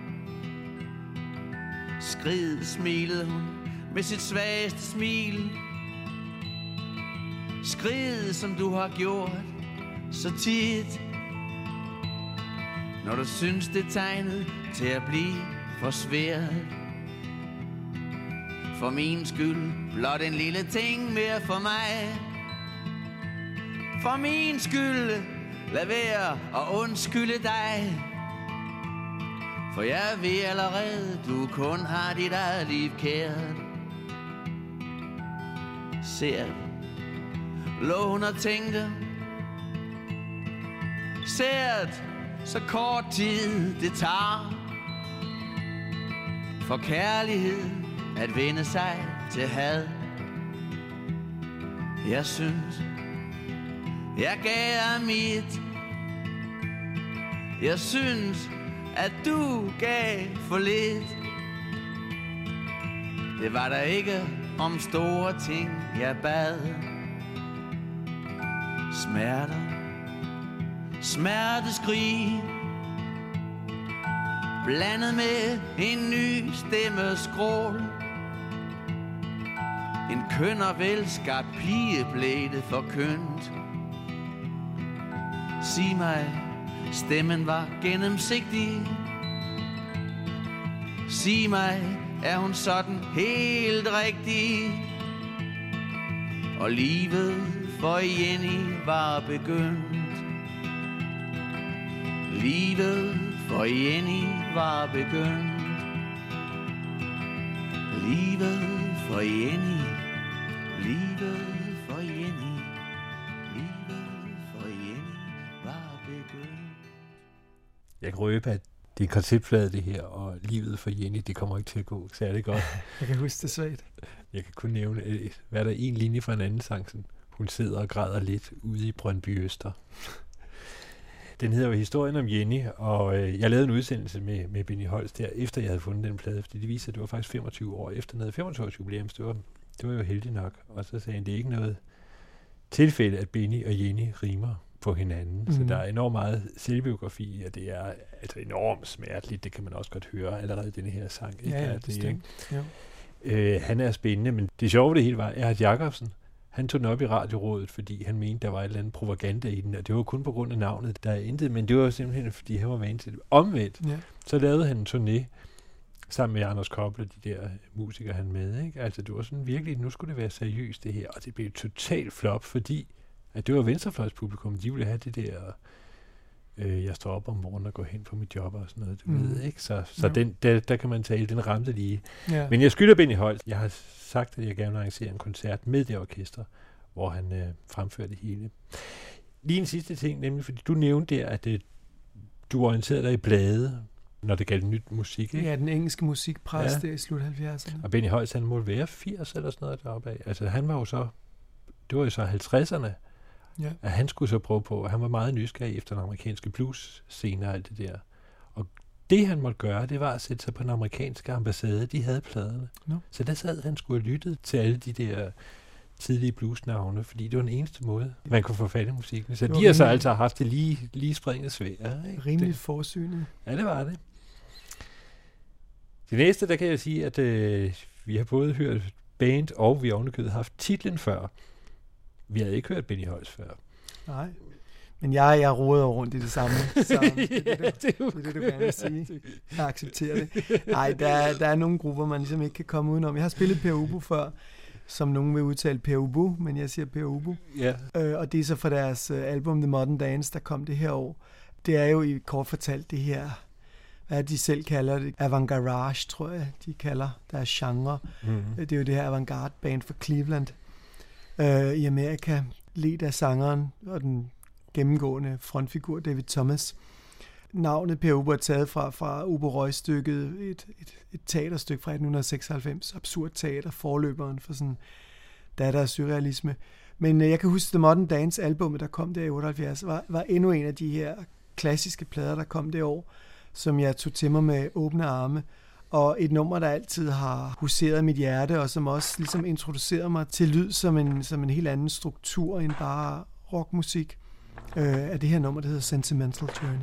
Skrid smilede hun med sit svageste smil. Skrid som du har gjort så tit, når du synes det tegnet til at blive for svært. For min skyld blot en lille ting mere for mig. For min skyld lad være at undskylde dig. For jeg ved allerede, du kun har dit eget liv kært. Ser lå hun og tænkte. Ser så kort tid det tager for kærlighed at vende sig til had. Jeg synes jeg gav mit. Jeg synes at du gav for lidt. Det var der ikke om store ting jeg bad. Smerteskrig blandet med en ny stemmeskrål. En køn og velskabt pige blev det for kønt. Sig mig, stemmen var gennemsigtig. Sig mig, er hun sådan helt rigtig? Og livet for Jenny var begyndt. Livet for Jenny var begyndt. Livet for Jenny. Livet for Jenny. Livet for Jenny var begyndt. Jeg kan røbe, at det er konceptfladet det her, og livet for Jenny, det kommer ikke til at gå særlig godt. Jeg kan huske det svagt. Jeg kan kun nævne, hvad der er en linje fra en anden sang, sådan, hun sidder og græder lidt ude i Brøndby Øster. Den hedder jo Historien om Jenny, og jeg lavede en udsendelse med Benny Holst der, efter jeg havde fundet den plade, fordi det viste, at det var faktisk 25 år efter, den havde 25 års jubilæum, det var jo heldigt nok. Og så sagde han, det er ikke noget tilfælde, at Benny og Jenny rimer på hinanden. Så der er enormt meget selvbiografi, og det er altså enormt smerteligt. Det kan man også godt høre allerede i denne her sang. Ikke? Ja, bestemt. Han er spændende, men det sjove det hele var, Erhard Jacobsen, han tog den op i radiorådet, fordi han mente, der var et eller andet propaganda i den, og det var kun på grund af navnet, der er intet, men det var simpelthen, fordi han var vant til det. Omvendt, så lavede han en turné sammen med Anders Koppel og de der musikere, han med. Ikke? Altså, det var sådan virkelig, nu skulle det være seriøst, det her, og det blev totalt flop, fordi at det var venstrefløjspublikum, de ville have det der, jeg står op om morgenen og går hen på mit job og sådan noget, du ved, ikke? Så den, der kan man tale, den ramte lige. Ja. Men jeg skylder Benny Holst, jeg har sagt, at jeg gerne vil arrangere en koncert med det orkester, hvor han fremfører det hele. Lige en sidste ting, nemlig, fordi du nævnte der, at du orienterede dig i blade, når det galt nyt musik, ikke? Ja, den engelske musikpres, det i slut 70'erne. Og Benny Holst, han måtte være 80 eller sådan noget deroppe af. Altså, han var jo så, det var jo så 50'erne, at han skulle så prøve på, og han var meget nysgerrig efter den amerikanske blues-scene og alt det der. Og det, han måtte gøre, det var at sætte sig på den amerikanske ambassade. De havde pladerne. Så der sad han skulle have lyttet til alle de der tidlige bluesnavne, fordi det var den eneste måde, man kunne få fat i musikken. Så de har så altså haft det lige springet svære. Rimelig forsynet. Ja, det var det. Det næste, der kan jeg sige, at vi har både hørt band, og vi har ovenikøbet haft titlen før. Vi havde ikke hørt Benny Holst før. Nej, men jeg roder rundt i det samme. Så det er det, du gerne vil sige. Jeg accepterer det. Nej, der er nogle grupper, man ligesom ikke kan komme udenom. Jeg har spillet Per Ubu før, som nogen vil udtale Per Ubu, men jeg siger Per Ubu. Og det er så fra deres album The Modern Dance, der kom det her år. Det er jo i kort fortalt det her, hvad de selv kalder det, avantgarage, tror jeg, de kalder deres genre. Det er jo det her avantgarde band fra Cleveland i Amerika, ledt af sangeren og den gennemgående frontfigur David Thomas. Navnet Per Ubu er taget fra Uberoi-stykket, et teaterstykke fra 1896, absurd teater, forløberen for sådan datter af surrealisme. Men jeg kan huske, The Modern Dance albumet, der kom der i 78, var endnu en af de her klassiske plader, der kom det år, som jeg tog til mig med åbne arme. Og et nummer, der altid har huseret mit hjerte, og som også ligesom introducerede mig til lyd som en helt anden struktur end bare rockmusik, er det her nummer, der hedder Sentimental Journey.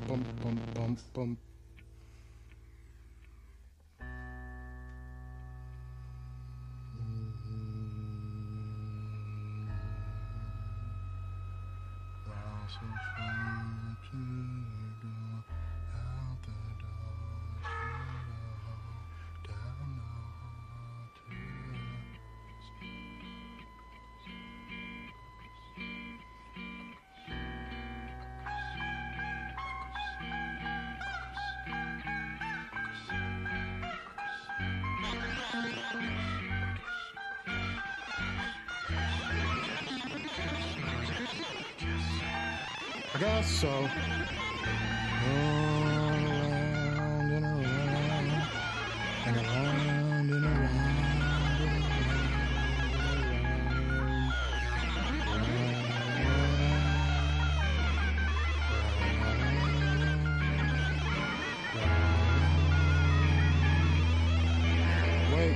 bum, bum, bum, bum. I guess so. Around and around and around and around. Wait.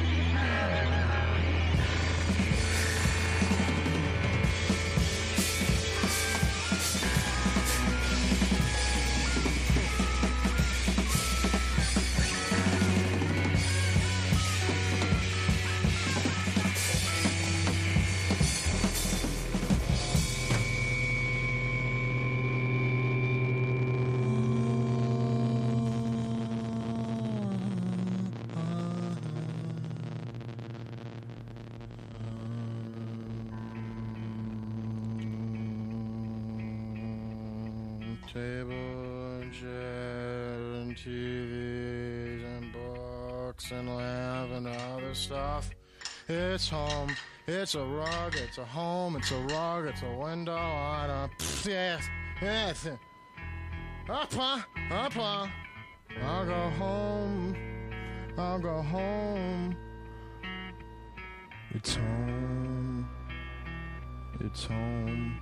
Table and chair and TVs and books and lamp and other stuff. It's home, it's a rug, it's a home, it's a rug, it's a window on a... Yes, yes. Up, I'll go home, I'll go home. It's home, it's home.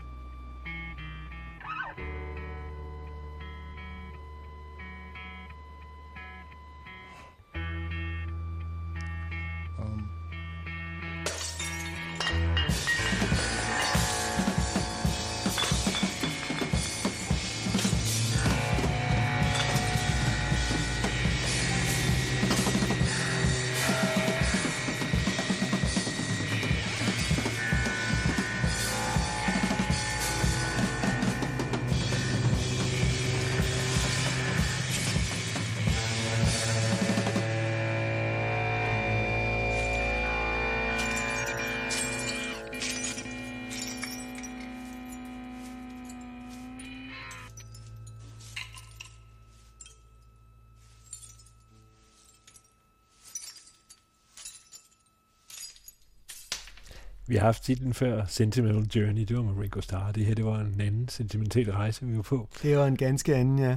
Vi har haft titlen før, Sentimental Journey, det var med Ringo Starr. Det her, det var en anden sentimental rejse, vi var på. Det var en ganske anden, ja.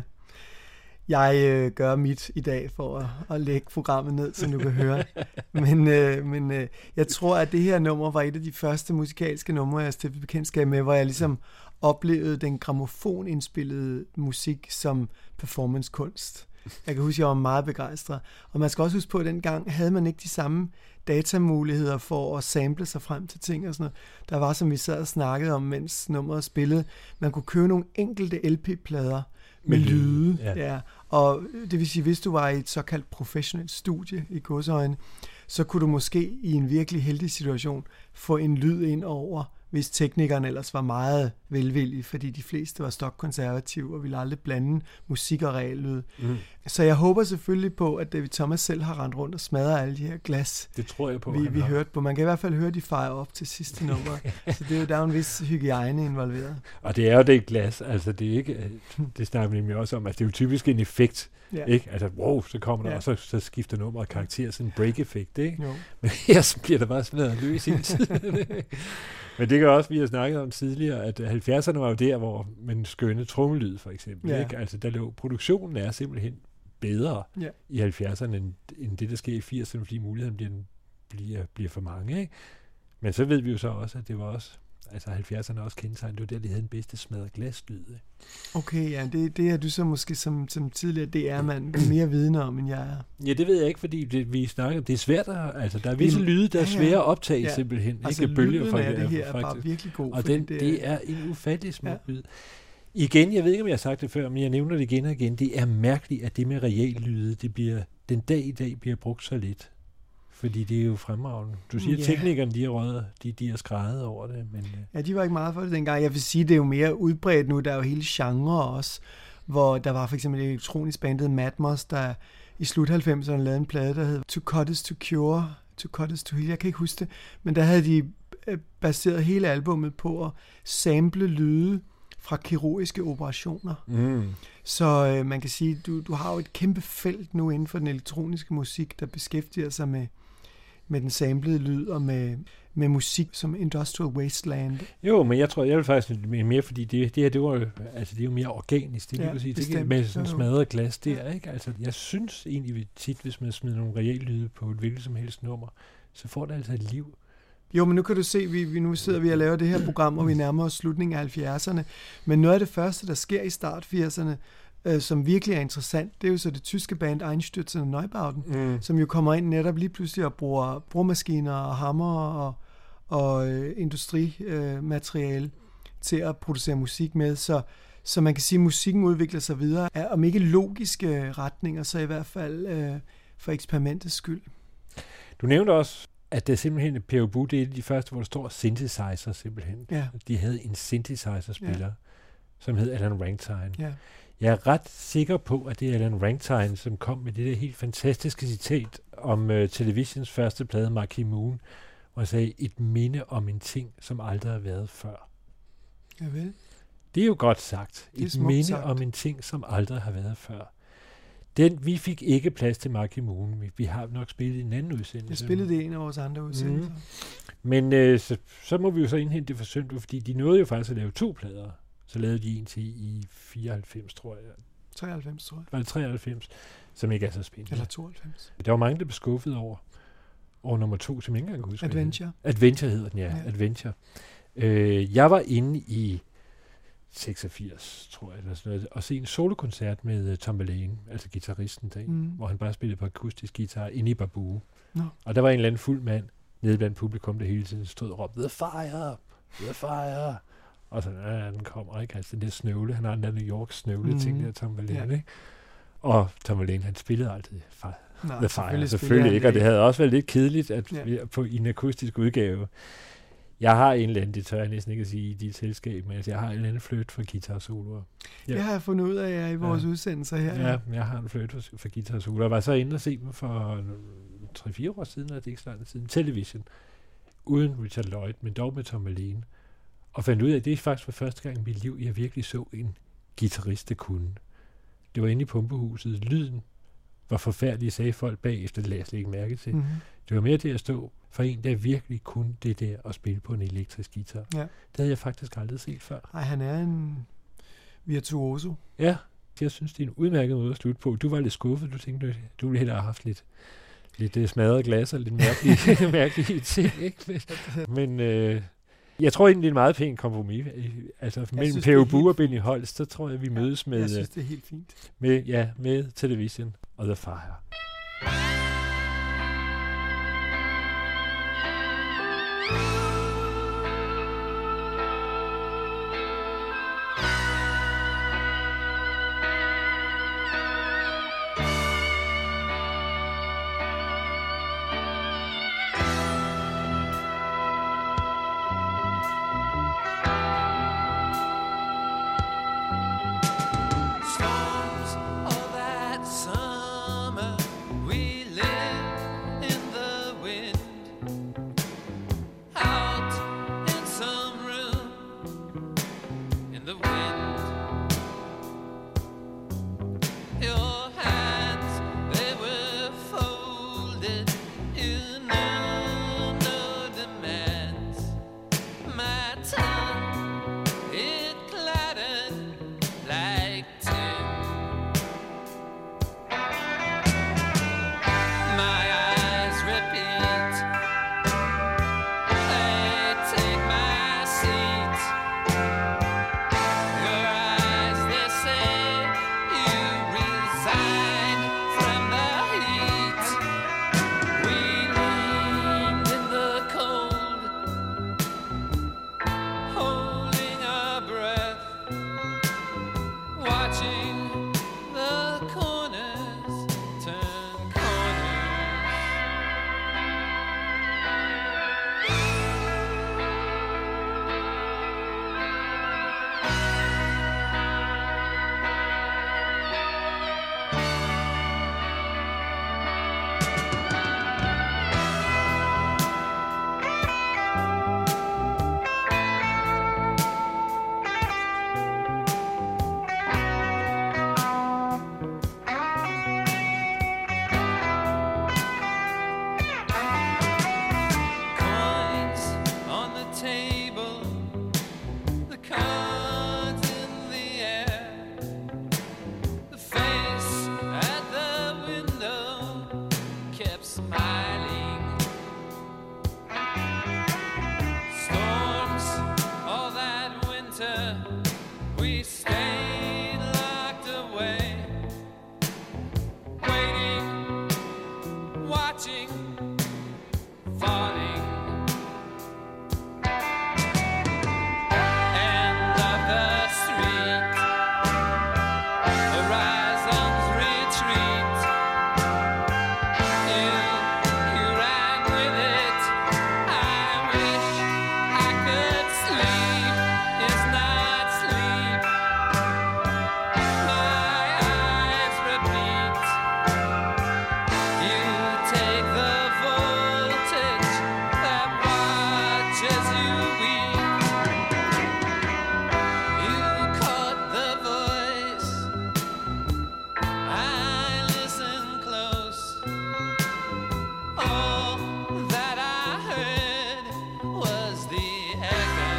Jeg gør mit i dag for at lægge programmet ned, så du kan høre. Men jeg tror, at det her nummer var et af de første musikalske numre, jeg stiftede bekendtskab med, hvor jeg ligesom oplevede den grammofonindspillede musik som performancekunst. Jeg kan huske, at jeg var meget begejstret. Og man skal også huske på, at dengang havde man ikke de samme datamuligheder for at sample sig frem til ting og sådan noget. Der var, som vi sad og snakkede om, mens nummeret spillede, man kunne købe nogle enkelte LP-plader med lyde. Ja. Og det vil sige, hvis du var i et såkaldt professionelt studie i gåseøjne, så kunne du måske i en virkelig heldig situation få en lyd ind over, hvis teknikeren ellers var meget velvillige, fordi de fleste var stokkonservative og ville aldrig blande musik og reallyd. Så jeg håber selvfølgelig på, at David Thomas selv har rendt rundt og smadret alle de her glas. Det tror jeg på. Vi hørte på. Man kan i hvert fald høre, de fejrer op til sidste nummer. Så det er jo, der er en vis hygiejne involveret. Og det er jo det glas. Altså det er ikke, det snakker vi nemlig også om. Altså det er jo typisk en effekt. Ja. Ikke? Altså wow, så kommer der, og så skifter nummeret karakter, sådan en break-effekt. Ikke? Jo. Men her så bliver der bare smadret løs i tiden. Men det kan også, vi har snakket om tidligere, at 70'erne var jo der, hvor man skønne trommelyd for eksempel. Ja. Ikke? Altså der lå, produktionen er simpelthen bedre i 70'erne, end det, der sker i 80'erne, fordi muligheden bliver for mange. Ikke? Men så ved vi jo så også, at det var også, altså 70'erne også kendetegnet, det var der, de havde den bedste smadret glaslyd. Okay, ja, det er du så måske som tidligere DR-mand mere vidne om, end jeg er. Ja, det ved jeg ikke, fordi vi snakker, det er svært, altså der er visse lyde, der er svære at optage simpelthen. Altså ikke bølger lyden af det her er bare virkelig god. Og det er en ufattelig smuk lyd. Igen, jeg ved ikke, om jeg har sagt det før, men jeg nævner det igen og igen. Det er mærkeligt, at det med reallyde, den dag i dag bliver brugt så lidt. Fordi det er jo fremragende. Du siger, teknikerne, de er skreget over det. Men ja, de var ikke meget for det dengang. Jeg vil sige, det er jo mere udbredt nu. Der er jo hele genre også, hvor der var for eksempel et elektronisk bandet Matmos, der i slut 90'erne lavede en plade, der hed To Cut Is To Cure, To Cut Is To Heal. Jeg kan ikke huske det, men der havde de baseret hele albummet på at sample lyde fra kirurgiske operationer. Så man kan sige, du har jo et kæmpe felt nu inden for den elektroniske musik, der beskæftiger sig med den samlede lyd og med musik som Industrial Wasteland. Jo, men jeg tror, jeg vil faktisk mere, fordi det er jo mere organisk, det kan du sige. Det med sådan smadret glas der, ikke? Altså, jeg synes egentlig tit, hvis man smider nogle reallyde på et hvilket som helst nummer, så får det altså et liv. Jo, men nu kan du se, nu sidder vi og laver det her program, hvor vi nærmer os slutningen af 70'erne. Men noget af det første, der sker i start 80'erne, som virkelig er interessant, det er jo så det tyske band Einstürzende Neubauten, som jo kommer ind netop lige pludselig og bruger brugmaskiner og hammer og industrimateriale til at producere musik med. Så man kan sige, at musikken udvikler sig videre, om ikke logiske retninger, så i hvert fald for eksperimentets skyld. Du nævnte også, at det simpelthen Peer Bu, det er de første, hvor der står synthesizer simpelthen. Ja. De havde en synthesizer-spiller, som hed Alan Ragtime. Ja. Jeg er ret sikker på, at det er Alan Ragtime, som kom med det der helt fantastiske citat om televisions første plade, Marquee Moon, hvor han sagde, et minde om en ting, som aldrig har været før. Javel. Det er jo godt sagt. Et minde sagt. om en ting, som aldrig har været før. Vi fik ikke plads til Marquee Moon. Vi har nok spillet en anden udsendelse. Jeg spillede det i en af vores andre udsendelser. Men så må vi jo så indhente det forsømte, fordi de nåede jo faktisk at lave 2 plader. Så lavede de en til i 94, tror jeg. 93, tror jeg. Var det 93, som ikke er så spændende. Eller 92. Der var mange, der blev skuffet over nummer 2, som jeg ikke engang kan huske. Adventure. Adventure hedder den, ja. Adventure. Jeg var inde i 86, tror jeg, eller sådan noget, og se en solokoncert med Tom Verlaine, altså guitaristen der, hvor han bare spillede på akustisk guitar inde i Babu. Og der var en eller anden fuld mand nede blandt publikum, der hele tiden stod og råbte, The Fire! The Fire! Og så, den kommer ikke, altså den der snøvle, han har den der New York snøvle ting der, Tom Verlaine, ikke? Og Tom Verlaine, han spillede altid The Fire, selvfølgelig ikke, og det havde også været lidt kedeligt i en akustisk udgave. Jeg har en eller anden, det tør jeg næsten ikke at sige i dit selskab, men jeg har en eller anden fløjte for guitar-soloer. Det har jeg fundet ud af i vores udsendelser her. Ja, jeg har en fløjte for guitar-soloer. Jeg var så inde og se dem for 3-4 år siden, og det er ikke så lang tid siden, Television, uden Richard Lloyd, men dog med Tom Verlaine. Og fandt ud af, at det er faktisk for første gang i mit liv, jeg virkelig så en guitarist, der kunne. Det var inde i Pumpehuset. Lyden var forfærdelig, sagde folk bagefter, det lagde jeg slet ikke mærke til. Det var mere til at stå for en, der virkelig kunne det der at spille på en elektrisk guitar. Ja. Det havde jeg faktisk aldrig set før. Nej, han er en virtuoso. Ja, jeg synes, det er en udmærket måde at slutte på. Du var lidt skuffet, du tænkte, du ville hellere have haft lidt smadret glas og lidt mærkelige ting, ikke? Men jeg tror egentlig, det er en meget pæn kompromis. Altså mellem Peer Bu og Benny Holst, så tror jeg, vi mødes med... Jeg synes, det er helt fint. Med Television og The Fire. Your we stayed locked away, waiting, watching, falling. End of the street, horizons retreat. You ran with it. I wish I could sleep. It's not sleep. My eyes repeat. You take the voltage that watches you weep. You caught the voice. I listen close. All that I heard was the echoes.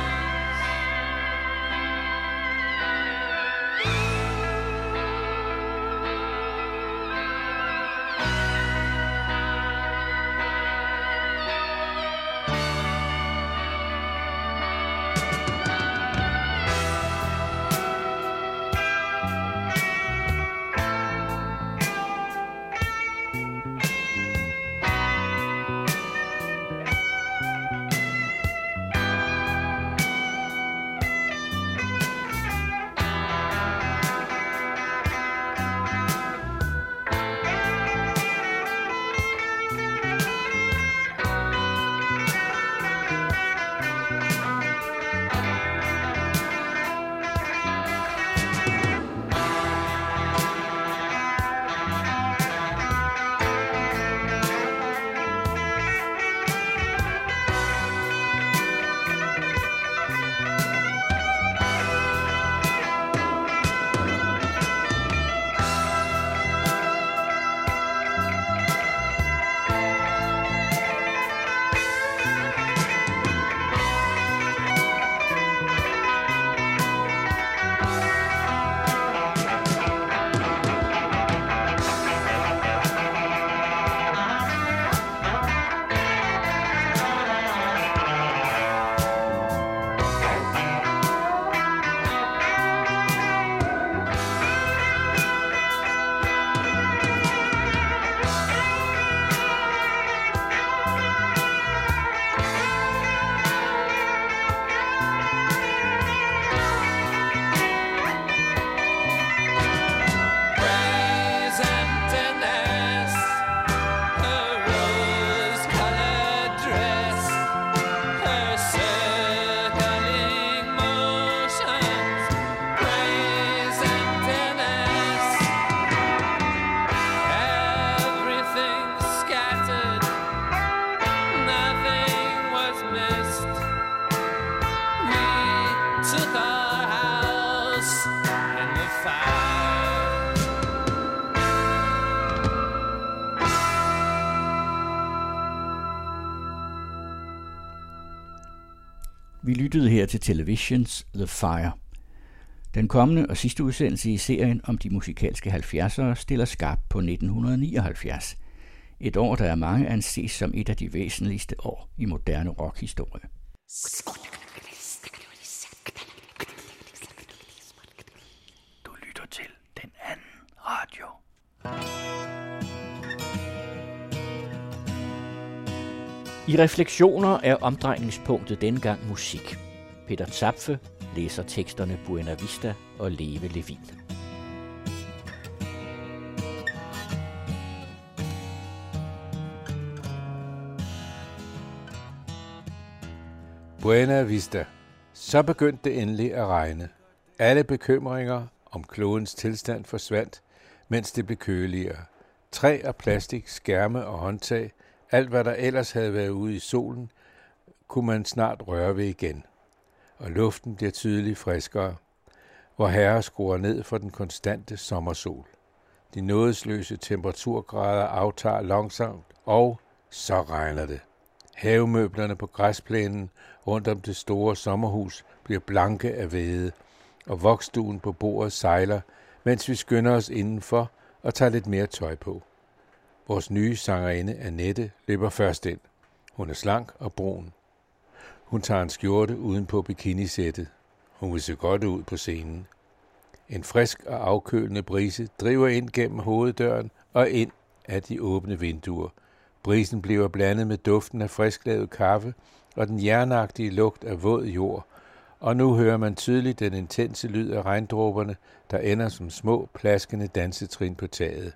Vi lyttede her til Televisions The Fire. Den kommende og sidste udsendelse i serien om de musikalske 70'ere stiller skarpt på 1979. Et år, der er mange anses som et af de væsentligste år i moderne rockhistorie. Du lytter til Den Anden Radio. I Refleksioner er omdrejningspunktet dengang musik. Peter Zapfe læser teksterne Buena Vista og Leve Levin. Buena Vista. Så begyndte det endelig at regne. Alle bekymringer om klodens tilstand forsvandt, mens det blev køligere. Træ og plastik, skærme og håndtag, alt hvad der ellers havde været ude i solen, kunne man snart røre ved igen. Og luften bliver tydeligt friskere, hvor herre skruer ned for den konstante sommersol. De nådesløse temperaturgrader aftager langsomt, og så regner det. Havemøblerne på græsplænen rundt om det store sommerhus bliver blanke af væde, og voksduen på bordet sejler, mens vi skynder os indenfor og tager lidt mere tøj på. Vores nye sangerinde Annette løber først ind. Hun er slank og brun. Hun tager en skjorte uden på bikinisættet. Hun vil se godt ud på scenen. En frisk og afkølende brise driver ind gennem hoveddøren og ind af de åbne vinduer. Brisen bliver blandet med duften af frisklavet kaffe og den jernagtige lugt af våd jord, og nu hører man tydeligt den intense lyd af regndråberne, der ender som små, plaskende dansetrin på taget.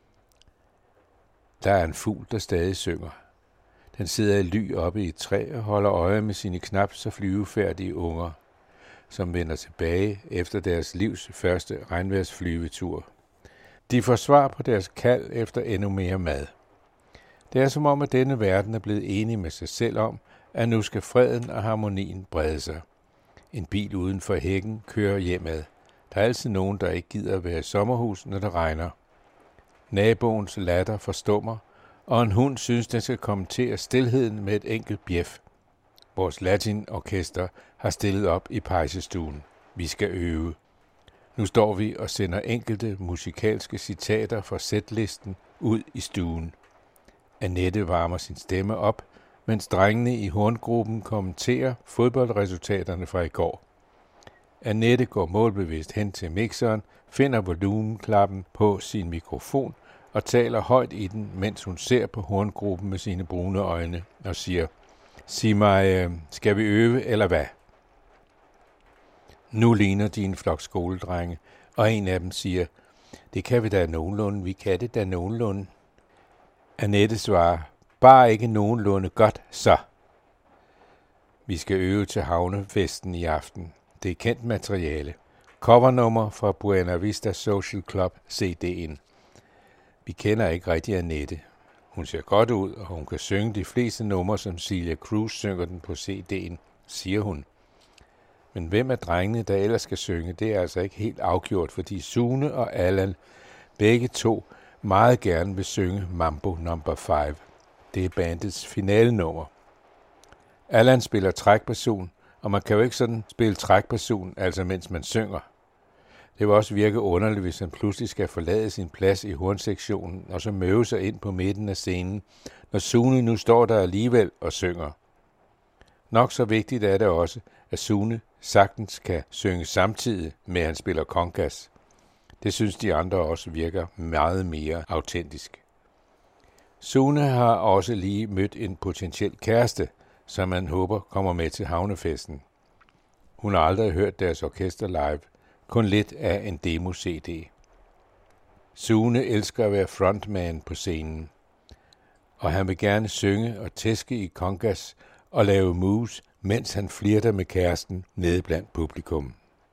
Der er en fugl, der stadig synger. Den sidder i ly oppe i et træ og holder øje med sine knap så flyvefærdige unger, som vender tilbage efter deres livs første regnværsflyvetur. De får svar på deres kald efter endnu mere mad. Det er som om, at denne verden er blevet enig med sig selv om, at nu skal freden og harmonien brede sig. En bil uden for hækken kører hjemad. Der er altid nogen, der ikke gider at være i sommerhus, når det regner. Naboens latter forstummer, og en hund synes, den skal kommentere stilheden med et enkelt bjef. Vores latinorkester har stillet op i pejsestuen. Vi skal øve. Nu står vi og sender enkelte musikalske citater fra sætlisten ud i stuen. Annette varmer sin stemme op, mens drengene i horngruppen kommenterer fodboldresultaterne fra i går. Annette går målbevidst hen til mixeren, finder volumenklappen på sin mikrofon og taler højt i den, mens hun ser på horngruppen med sine brune øjne og siger: "Sig mig, skal vi øve, eller hvad?" Nu ligner de en flok skoledrenge, og en af dem siger: "Det kan vi da nogenlunde, vi kan det da nogenlunde." Annette svarer: "Bare ikke nogenlunde godt, så." Vi skal øve til havnefesten i aften. Det er kendt materiale. Covernummer fra Buena Vista Social Club CD'en. Vi kender ikke rigtig Annette. Hun ser godt ud, og hun kan synge de fleste numre, som Celia Cruz synger den på CD'en, siger hun. Men hvem af drengene, der ellers skal synge, det er altså ikke helt afgjort, fordi Sune og Allan, begge to, meget gerne vil synge Mambo No. 5. Det er bandets finalenummer. Allan spiller trækperson, og man kan jo ikke sådan spille trækperson, altså mens man synger. Det vil også virke underligt, hvis han pludselig skal forlade sin plads i hornsektionen og så møve sig ind på midten af scenen, når Sune nu står der alligevel og synger. Nok så vigtigt er det også, at Sune sagtens kan synge samtidig med, at han spiller congas. Det synes de andre også virker meget mere autentisk. Sune har også lige mødt en potentiel kæreste, som man håber kommer med til havnefesten. Hun har aldrig hørt deres orkester live, kun lidt af en demo-CD. Sune elsker at være frontman på scenen, og han vil gerne synge og tæske i congas og lave moves, mens han flirter med kæresten nede blandt publikum.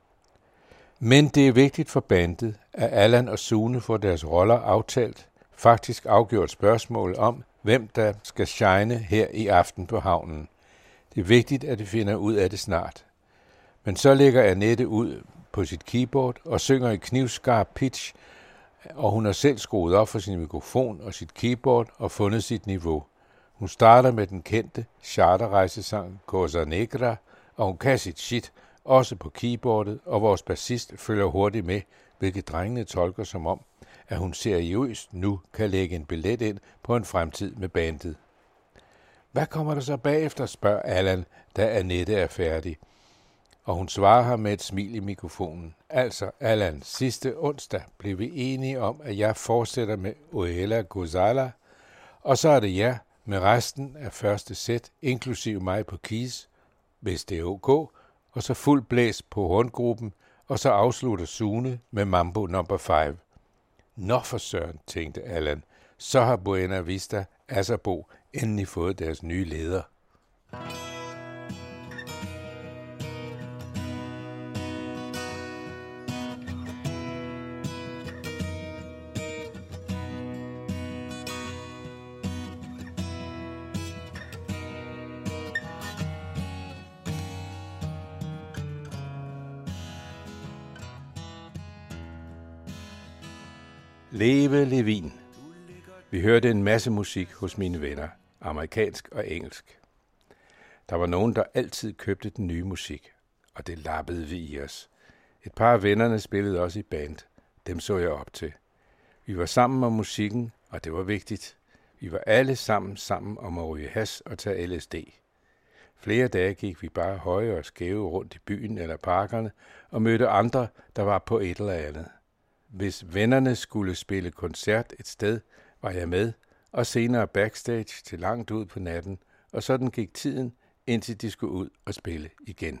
Men det er vigtigt for bandet, at Allan og Sune får deres roller aftalt, faktisk afgjort spørgsmål om, hvem der skal shine her i aften på havnen. Det er vigtigt, at de finder ud af det snart. Men så lægger Annette ud på sit keyboard og synger i knivskarp pitch, og hun har selv skruet op for sin mikrofon og sit keyboard og fundet sit niveau. Hun starter med den kendte charterrejsesang Cosa Negra, og hun kan sit shit, også på keyboardet, og vores bassist følger hurtigt med, hvilket drengene tolker som om, at hun seriøst nu kan lægge en billet ind på en fremtid med bandet. Hvad kommer der så bagefter, spørger Allan, da Annette er færdig. Og hun svarer ham med et smil i mikrofonen. Altså, Allan, sidste onsdag blev vi enige om, at jeg fortsætter med Oela Gozala, og så er det jer med resten af første sæt, inklusive mig på keys, hvis det er ok, og så fuld blæs på horngruppen, og så afslutter Sune med Mambo No. 5. Nå for søren, tænkte Allan, så har Buena Vista Asserbo endelig fået deres nye leder. Leve Levin. Vi hørte en masse musik hos mine venner, amerikansk og engelsk. Der var nogen, der altid købte den nye musik, og det lappede vi i os. Et par af vennerne spillede også i band. Dem så jeg op til. Vi var sammen om musikken, og det var vigtigt. Vi var alle sammen om at ryge hash og tage LSD. Flere dage gik vi bare høje og skæve rundt i byen eller parkerne og mødte andre, der var på et eller andet. Hvis vennerne skulle spille koncert et sted, var jeg med, og senere backstage til langt ud på natten, og sådan gik tiden, indtil de skulle ud og spille igen.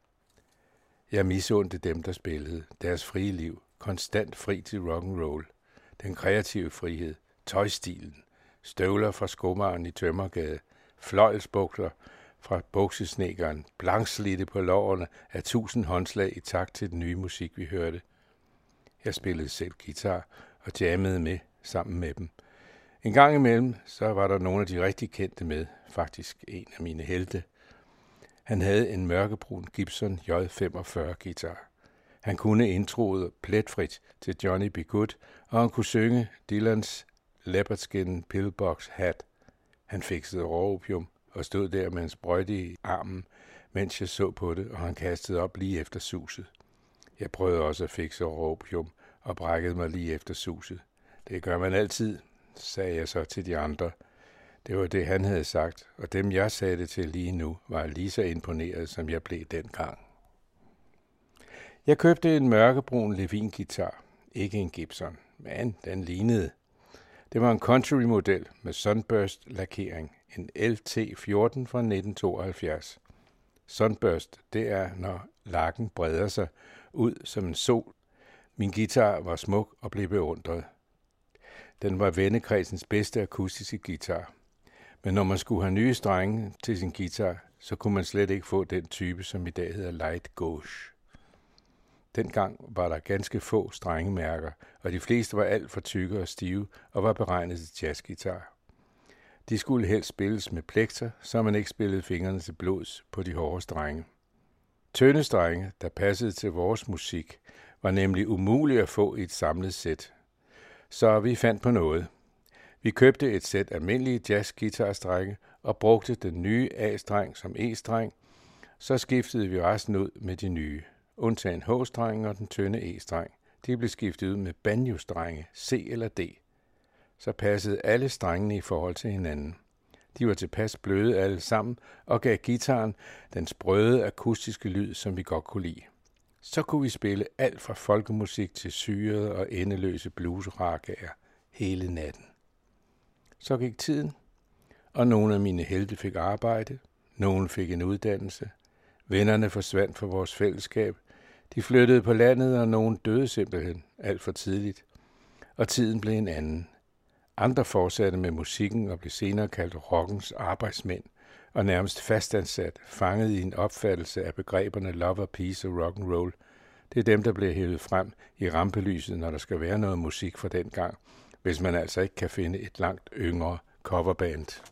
Jeg misundte dem, der spillede, deres frie liv, konstant fri til rock'n'roll, den kreative frihed, tøjstilen, støvler fra skumaren i Tømmergade, fløjlsbukler fra buksesnekeren, blankslidte på lårene af 1000 håndslag i takt til den nye musik, vi hørte. Jeg spillede selv guitar og jammede med sammen med dem. En gang imellem, så var der nogle af de rigtig kendte med, faktisk en af mine helte. Han havde en mørkebrun Gibson J45 guitar. Han kunne introet pletfrit til Johnny B. Good, og han kunne synge Dylans Leopard Skin Pillbox Hat. Han fiksede råopium og stod der med en sprøjte i armen, mens jeg så på det, og han kastede op lige efter suset. Jeg prøvede også at fikse råopium og brækkede mig lige efter suset. Det gør man altid, sagde jeg så til de andre. Det var det, han havde sagt, og dem jeg sagde det til lige nu, var lige så imponeret, som jeg blev dengang. Jeg købte en mørkebrun Levin-guitar, ikke en Gibson, men den lignede. Det var en country-model med Sunburst-lakering, en LT14 fra 1972. Sunburst, det er, når lakken breder sig ud som en sol. Min guitar var smuk og blev beundret. Den var vennekredsens bedste akustiske guitar. Men når man skulle have nye strenge til sin guitar, så kunne man slet ikke få den type, som i dag hedder light gauge. Dengang var der ganske få strengemærker, og de fleste var alt for tykke og stive og var beregnet til jazzguitar. De skulle helst spilles med plekter, så man ikke spillede fingrene til blods på de hårde strenge. Tynde strenge, der passede til vores musik, var nemlig umulige at få i et samlet sæt. Så vi fandt på noget. Vi købte et sæt almindelige jazzguitarstrenge og brugte den nye A-streng som E-streng, så skiftede vi resten ud med de nye. Undtagen H-strengen og den tynde E-streng. De blev skiftet ud med banjo-strenge, C eller D. Så passede alle strengene i forhold til hinanden. De var tilpas bløde alle sammen og gav guitaren den sprøde akustiske lyd, som vi godt kunne lide. Så kunne vi spille alt fra folkemusik til syrede og endeløse bluesragager hele natten. Så gik tiden, og nogle af mine helte fik arbejde, nogle fik en uddannelse. Vennerne forsvandt fra vores fællesskab. De flyttede på landet, og nogen døde simpelthen alt for tidligt. Og tiden blev en anden. Andre fortsatte med musikken og blev senere kaldt rockens arbejdsmænd, og nærmest fastansat, fanget i en opfattelse af begreberne love og peace og rock and roll. Det er dem, der bliver hævet frem i rampelyset, når der skal være noget musik fra den gang, hvis man altså ikke kan finde et langt yngre coverband.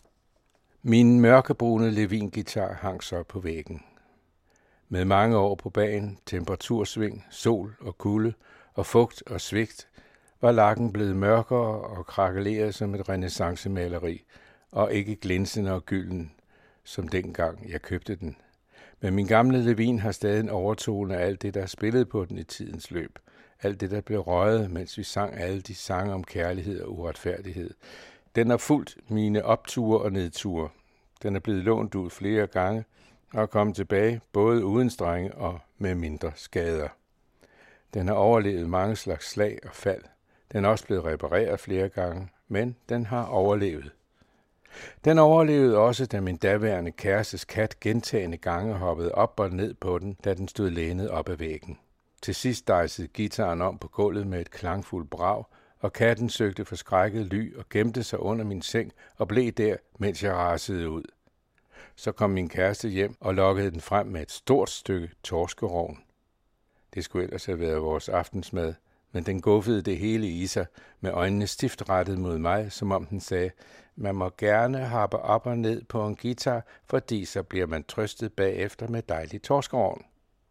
Min mørkebrune Levin-guitar hang så på væggen. Med mange år på bagen, temperatursving, sol og kulde og fugt og svigt, var lakken blevet mørkere og krakeleret som et renæssancemaleri, og ikke glinsende og gylden, som dengang jeg købte den. Men min gamle Levin har stadig en overtone af alt det, der spillede på den i tidens løb. Alt det, der blev røget, mens vi sang alle de sange om kærlighed og uretfærdighed. Den har fulgt mine opture og nedture. Den er blevet lånt ud flere gange og er kommet tilbage, både uden strenge og med mindre skader. Den har overlevet mange slags slag og fald. Den er også blevet repareret flere gange, men den har overlevet. Den overlevede også, da min daværende kærestes kat gentagne gange hoppede op og ned på den, da den stod lænet op ad væggen. Til sidst dejsede guitaren om på gulvet med et klangfuldt brag, og katten søgte forskrækket ly og gemte sig under min seng og blev der, mens jeg rasede ud. Så kom min kæreste hjem og lokkede den frem med et stort stykke torskerovn. Det skulle ellers have været vores aftensmad, men den guffede det hele i sig, med øjnene stift rettet mod mig, som om den sagde, man må gerne hoppe op og ned på en guitar, fordi så bliver man trøstet bagefter med dejlig torskerovn.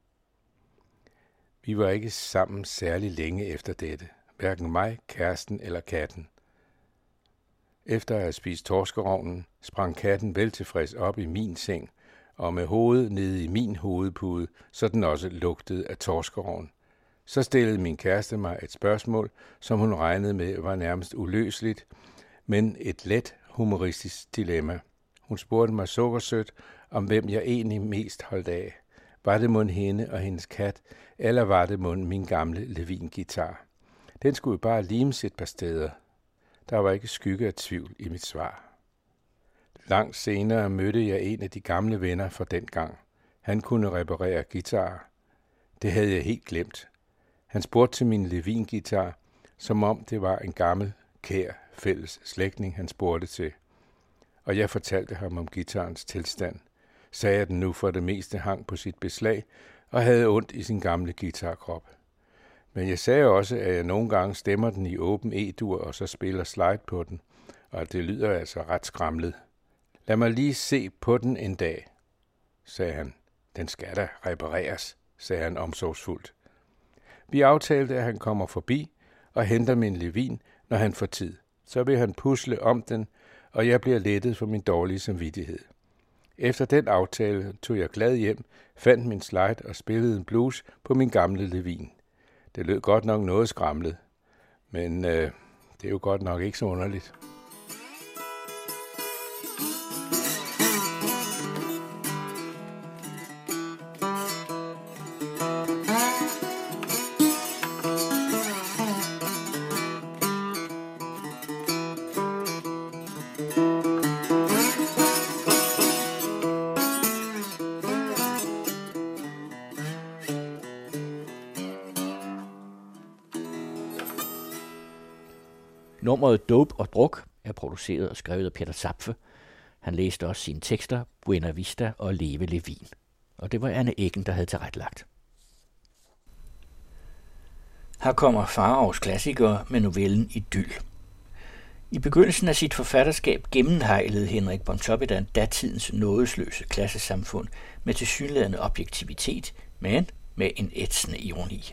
Vi var ikke sammen særlig længe efter dette, hverken mig, kæresten eller katten. Efter at have spist torskerovnen, sprang katten veltilfreds op i min seng, og med hovedet nede i min hovedpude, så den også lugtede af torskerovn. Så stillede min kæreste mig et spørgsmål, som hun regnede med var nærmest uløseligt, men et let humoristisk dilemma. Hun spurgte mig sukkersødt, om hvem jeg egentlig mest holdt af. Var det mon hende og hendes kat, eller var det mon min gamle Levin-guitar? Den skulle jo bare limes et par steder. Der var ikke skygge af tvivl i mit svar. Langt senere mødte jeg en af de gamle venner fra dengang. Han kunne reparere guitarer. Det havde jeg helt glemt. Han spurgte til min Levin-guitar, som om det var en gammel, kær, fælles slægtning, han spurgte til. Og jeg fortalte ham om guitarens tilstand. Sagde, at den nu for det meste hang på sit beslag og havde ondt i sin gamle guitarkrop. Men jeg sagde også, at jeg nogle gange stemmer den i åben E-dur og så spiller slide på den, og at det lyder altså ret skramlet. Lad mig lige se på den en dag, sagde han. Den skal da repareres, sagde han omsorgsfuldt. Vi aftalte, at han kommer forbi og henter min Levin, når han får tid. Så vil han pusle om den, og jeg bliver lettet for min dårlige samvittighed. Efter den aftale tog jeg glad hjem, fandt min slide og spillede en blues på min gamle Levin. Det lød godt nok noget skramlet, men det er jo godt nok ikke så underligt. Nummeret Dope og Druk er produceret og skrevet af Peter Zapfe. Han læste også sine tekster, Buena Vista og Leve Levin. Og det var Anne Eggen, der havde tilrettelagt. Her kommer Faraos klassikere med novellen Idyll. I begyndelsen af sit forfatterskab gennemhejlede Henrik Pontoppidan datidens nådesløse klassesamfund med tilsyneladende objektivitet, men med en ætsende ironi.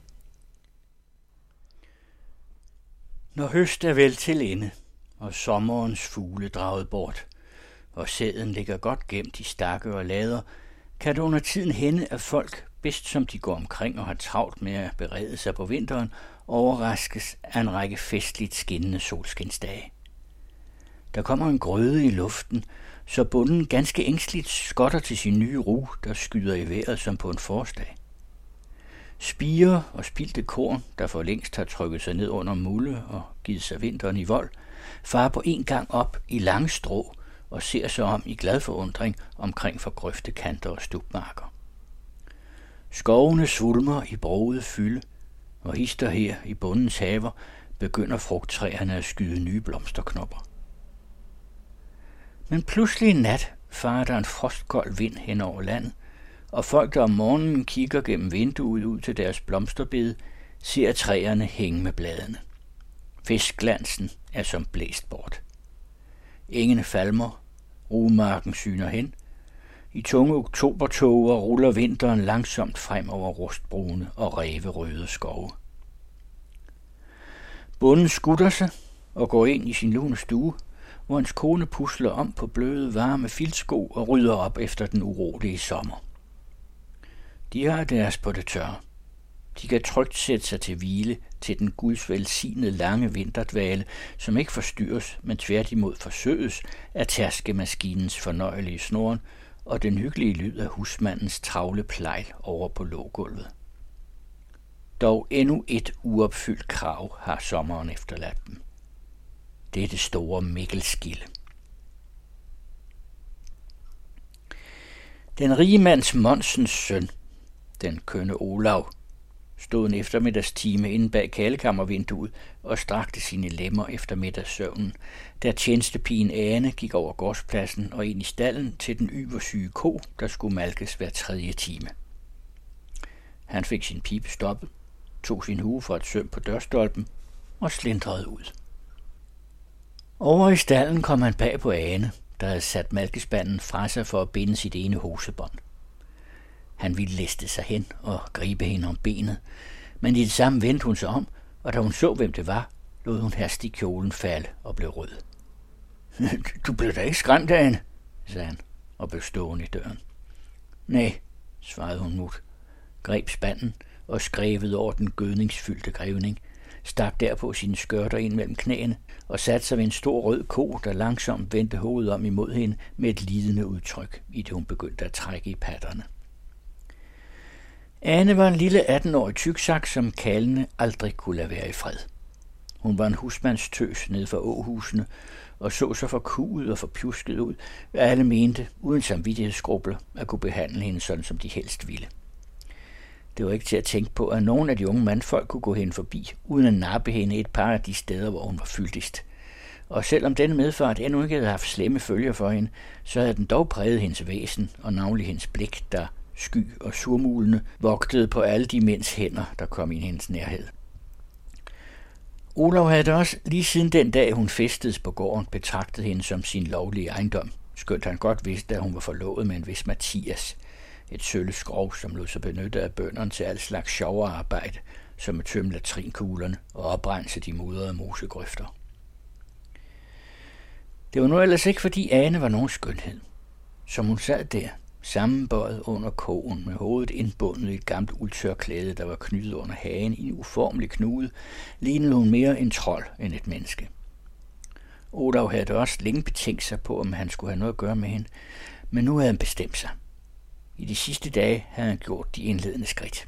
Når høst er vel til ende, og sommerens fugle draget bort, og sæden ligger godt gemt i stakke og lader, kan det under tiden hænde, at folk, bedst som de går omkring og har travlt med at berede sig på vinteren, overraskes af en række festligt skinnende solskinsdage. Der kommer en grøde i luften, så bonden ganske ængstligt skotter til sin nye ru, der skyder i vejret som på en forårsdag. Spirer og spildte korn, der for længst har trykket sig ned under mulde og givet sig vinteren i vold, farer på en gang op i lange strå og ser sig om i glad forundring omkring forgrøfte kanter og stubmarker. Skovene svulmer i broget fylde, og hister her i bondens haver begynder frugttræerne at skyde nye blomsterknopper. Men pludselig en nat farer der en frostkold vind hen over landet, og folk, der om morgenen kigger gennem vinduet ud til deres blomsterbed, ser træerne hænge med bladene. Fiskglansen er som blæst bort. Engene falmer, rugemarken syner hen. I tunge oktobertåger ruller vinteren langsomt frem over rustbrune og ræverøde skove. Bonden skutter sig og går ind i sin lune stue, hvor hans kone pusler om på bløde, varme filtsko og rydder op efter den urolige sommer. De har deres på det tørre. De kan trygt sætte sig til hvile til den Guds velsignede lange vinterdvale, som ikke forstyrres, men tværtimod forsøges af tærskemaskinens fornøjelige snoren og den hyggelige lyd af husmandens travle plejl over på lågulvet. Dog endnu et uopfyldt krav har sommeren efterladt dem. Det er det store Mikkelskilde. Den rige mands Monsens søn, den kønne Olav, stod en eftermiddagstime inde bag kalekammervinduet og strakte sine lemmer efter middagssøvnen, da tjenestepigen Ane gik over gårdspladsen og ind i stallen til den yversyge ko, der skulle malkes hver 3. time. Han fik sin pibe stoppet, tog sin hue fra et søm på dørstolpen og slindrede ud. Over i stallen kom han bag på Ane, der havde sat malkespanden fra sig for at binde sit ene hosebånd. Han ville liste sig hen og gribe hende om benet, men i det samme vendte hun sig om, og da hun så, hvem det var, lod hun hastigt kjolen falde og blev rød. Du blev da ikke skræmt, Ane, sagde han og blev stående i døren. Nej, svarede hun mut, greb spanden og skrævede over den gødningsfyldte grævning, stak derpå sine skørter ind mellem knæene og satte sig ved en stor rød ko, der langsomt vendte hovedet om imod hende med et lidende udtryk, i det hun begyndte at trække i patterne. Ane var en lille 18-årig tyksak, som kaldene aldrig kunne lade være i fred. Hun var en husmandstøs nede for åhusene og så så forkuet og forpjusket ud, at alle mente, uden samvittighedsskrubler, at kunne behandle hende sådan, som de helst ville. Det var ikke til at tænke på, at nogen af de unge mandfolk kunne gå hende forbi, uden at nappe hende et par af de steder, hvor hun var fyldigst. Og selvom denne medfart endnu ikke havde haft slemme følger for hende, så havde den dog præget hendes væsen og navnlig hendes blik, der sky og surmulende vogtede på alle de mænds hænder, der kom i hendes nærhed. Olav havde også lige siden den dag, hun festedes på gården, betragtet hende som sin lovlige ejendom, skønt han godt vidste, at hun var forlovet med en vis Mathias, et sølvskrog, som lod sig benytte af bønderne til al slags sjovere arbejde, som at tømme latrinkuglerne og oprense de mudrede mosegrøfter. Det var nu ellers ikke, fordi Ane var nogen skønhed. Som hun sad der, sammenbøjet under kogen med hovedet indbundet i et gammelt uldtørklæde, der var knyttet under hagen i en uformelig knude, lignede hun mere en trold end et menneske. Olav havde også længe betænkt sig på, om han skulle have noget at gøre med hende, men nu havde han bestemt sig. I de sidste dage havde han gjort de indledende skridt.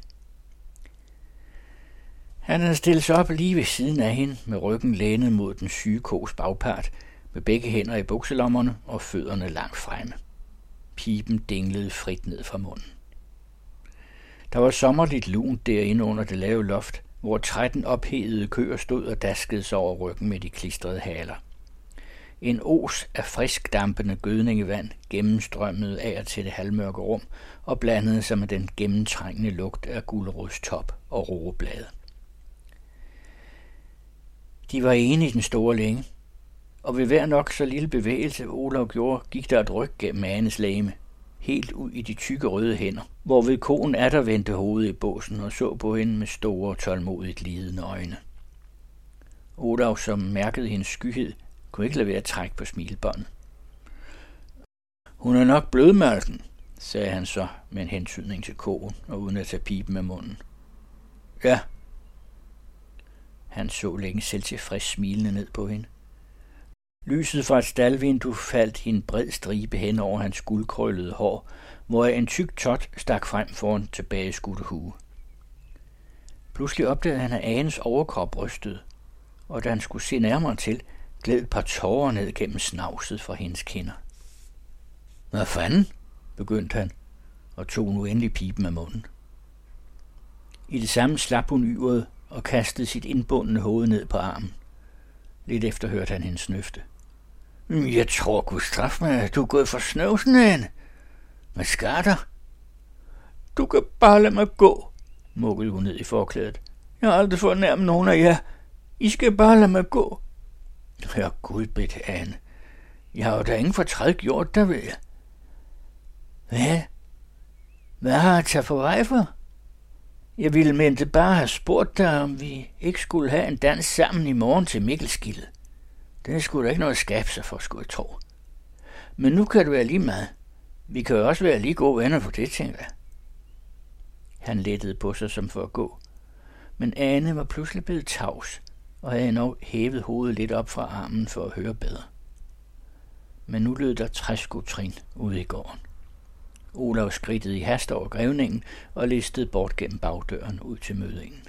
Han havde stillet sig op lige ved siden af hende, med ryggen lænet mod den syge kos bagpart, med begge hænder i bukselommerne og fødderne langt fremme. Piben dinglede frit ned fra munden. Der var sommerligt lunt derinde under det lave loft, hvor 13 ophedede køer stod og daskede sig over ryggen med de klistrede haler. En os af frisk dampende gødningevand gennemstrømmede af og til det halvmørke rum og blandede sig med den gennemtrængende lugt af gulerodstop og roeblade. De var enige i den store længe, og ved hver nok så lille bevægelse Olav gjorde, gik der et ryg gennem Anes legeme, helt ud i de tykke røde hænder, hvorved koen atter vendte hovedet i båsen og så på hende med store, tålmodigt lidende øjne. Olav, som mærkede hendes skyhed, kunne ikke lade være at trække på smilebåndet. Hun er nok blødmærken, sagde han så med en hentydning til koen og uden at tage pipen af munden. Ja. Han så længe selvtilfreds smilende ned på hende. Lyset fra et staldvindue faldt i en bred stribe hen over hans guldkrøllede hår, hvor en tyk tot stak frem foran tilbageskudte hue. Pludselig opdagede han, at Anes overkrop rystede, og da han skulle se nærmere til, gled et par tårer ned gennem snavset fra hendes kinder. Hvad fanden? Begyndte han, og tog nu endelig pipen af munden. I det samme slap hun yveret og kastede sit indbundne hoved ned på armen. Lidt efter hørte han hendes snøfte. Jeg tror, Gud straf mig, at du er gået for snøvsen, Ane. Hvad skal der? Du kan bare lade mig gå, mukkede hun ned i forklædet. Jeg har aldrig fornærmet nogen af jer. I skal bare lade mig gå. Hør Gud, Britt, Ane. Jeg har jo da ingen fortræd gjort, der ved jeg. Hvad? Hvad har jeg taget for vej for? Jeg ville mente bare have spurgt dig, om vi ikke skulle have en dans sammen i morgen til Mikkelskilde. Det skulle da ikke noget skabe sig for, skulle jeg tro. Men nu kan det være lige meget. Vi kan jo også være lige gode venner på det, tænker jeg. Han lettede på sig som for at gå. Men Ane var pludselig blevet tavs, og havde endnu hævet hovedet lidt op fra armen for at høre bedre. Men nu lød der træskotrin ude i gården. Olav skridtede i hast over grævningen og listede bort gennem bagdøren ud til mødingen.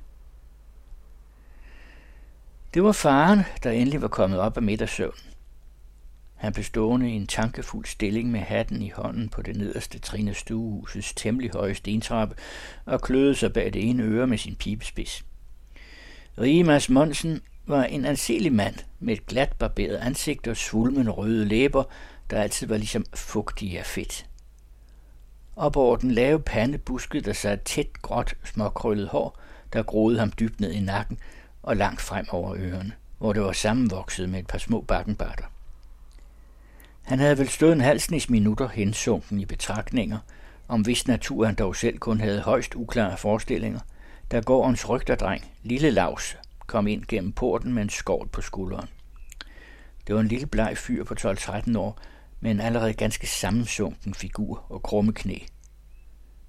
Det var faren, der endelig var kommet op af middagssøvnen. Han blev stående i en tankefuld stilling med hatten i hånden på det nederste trin af stuehusets temmelig høje stentrappe og kløede sig bag det ene øre med sin pibespids. Rimas Monsen var en anselig mand med et glat barberet ansigt og svulmende røde læber, der altid var ligesom fugtige af fedt. Op over den lave pande buskede der sig et tæt, gråt, småkrøllet hår, der groede ham dybt ned i nakken og langt frem over ørerne, hvor det var sammenvokset med et par små bakkenbarter. Han havde vel stået en halv snes minutter hensunken i betragtninger, om hvis natur han dog selv kun havde højst uklare forestillinger, da gårdens rygterdreng, Lille Laus, kom ind gennem porten med en skovl på skulderen. Det var en lille bleg fyr på 12-13 år, med en allerede ganske sammensunken figur og krumme knæ.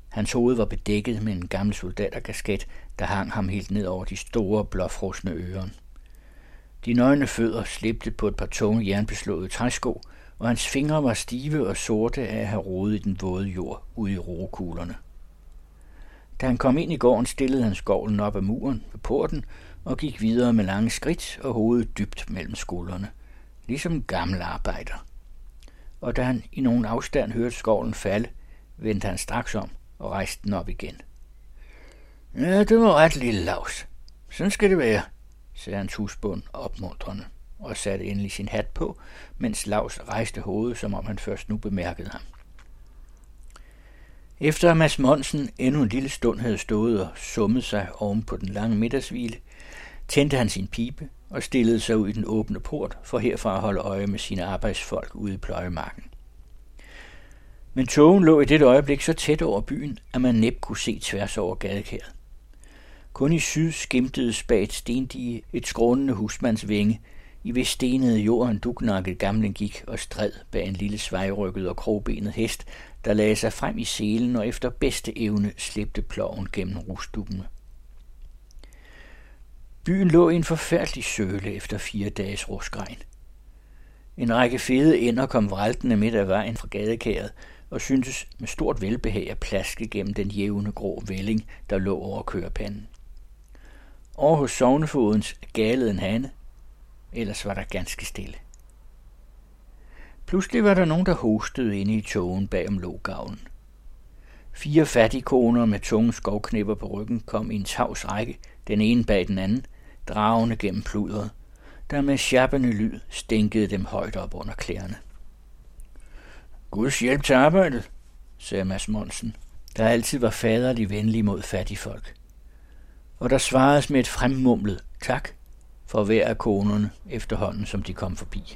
Hans hoved var bedækket med en gammel soldaterkasket, der hang ham helt ned over de store, blåfrosne ører. De nøgne fødder slæbte på et par tunge, jernbeslåede træsko, og hans fingre var stive og sorte af at have rodet i den våde jord ude i roekuglerne. Da han kom ind i gården, stillede han skovlen op ad muren ved porten og gik videre med lange skridt og hovedet dybt mellem skuldrene, ligesom en gammel arbejder. Og da han i nogen afstand hørte skovlen falde, vendte han straks om og rejste den op igen. Ja, det var ret lille Laus. Sådan skal det være, sagde hans husbond opmuntrende og satte endelig sin hat på, mens Laus rejste hovedet, som om han først nu bemærkede ham. Efter at Mads Monsen endnu en lille stund havde stået og summet sig oven på den lange middagshvile, tændte han sin pibe og stillede sig ud i den åbne port for herfra at holde øje med sine arbejdsfolk ude i pløjemarken. Men togen lå i dette øjeblik så tæt over byen, at man næppe kunne se tværs over gadekæret. Kun i syd skimtede bag et stendige et skrånende husmandsvinge, i hvis stenede jord en duknakket gamling gik og stred bag en lille svejrykket og krogbenet hest, der lagde sig frem i selen og efter bedste evne slæbte ploven gennem rusdubbene. Byen lå i en forfærdelig søle efter 4 dages ruskregn. En række fede ænder kom vræltende midt af vejen fra gadekæret og syntes med stort velbehag at plaske gennem den jævne grå vælling, der lå over kørepanden. Over hos sognefodens galede en hane, ellers var der ganske stille. Pludselig var der nogen, der hostede inde i togen bag om lågavlen. 4 fattigkoner med tunge skovknipper på ryggen kom i en tavs række, den ene bag den anden, dragende gennem pludret, der med sjappende lyd stinkede dem højt op under klæderne. Guds hjælp til arbejdet, sagde Mads Monsen, der altid var faderlig venlig mod fattigfolk. Og der svaredes med et fremmumlet tak for hver af konerne efterhånden, som de kom forbi.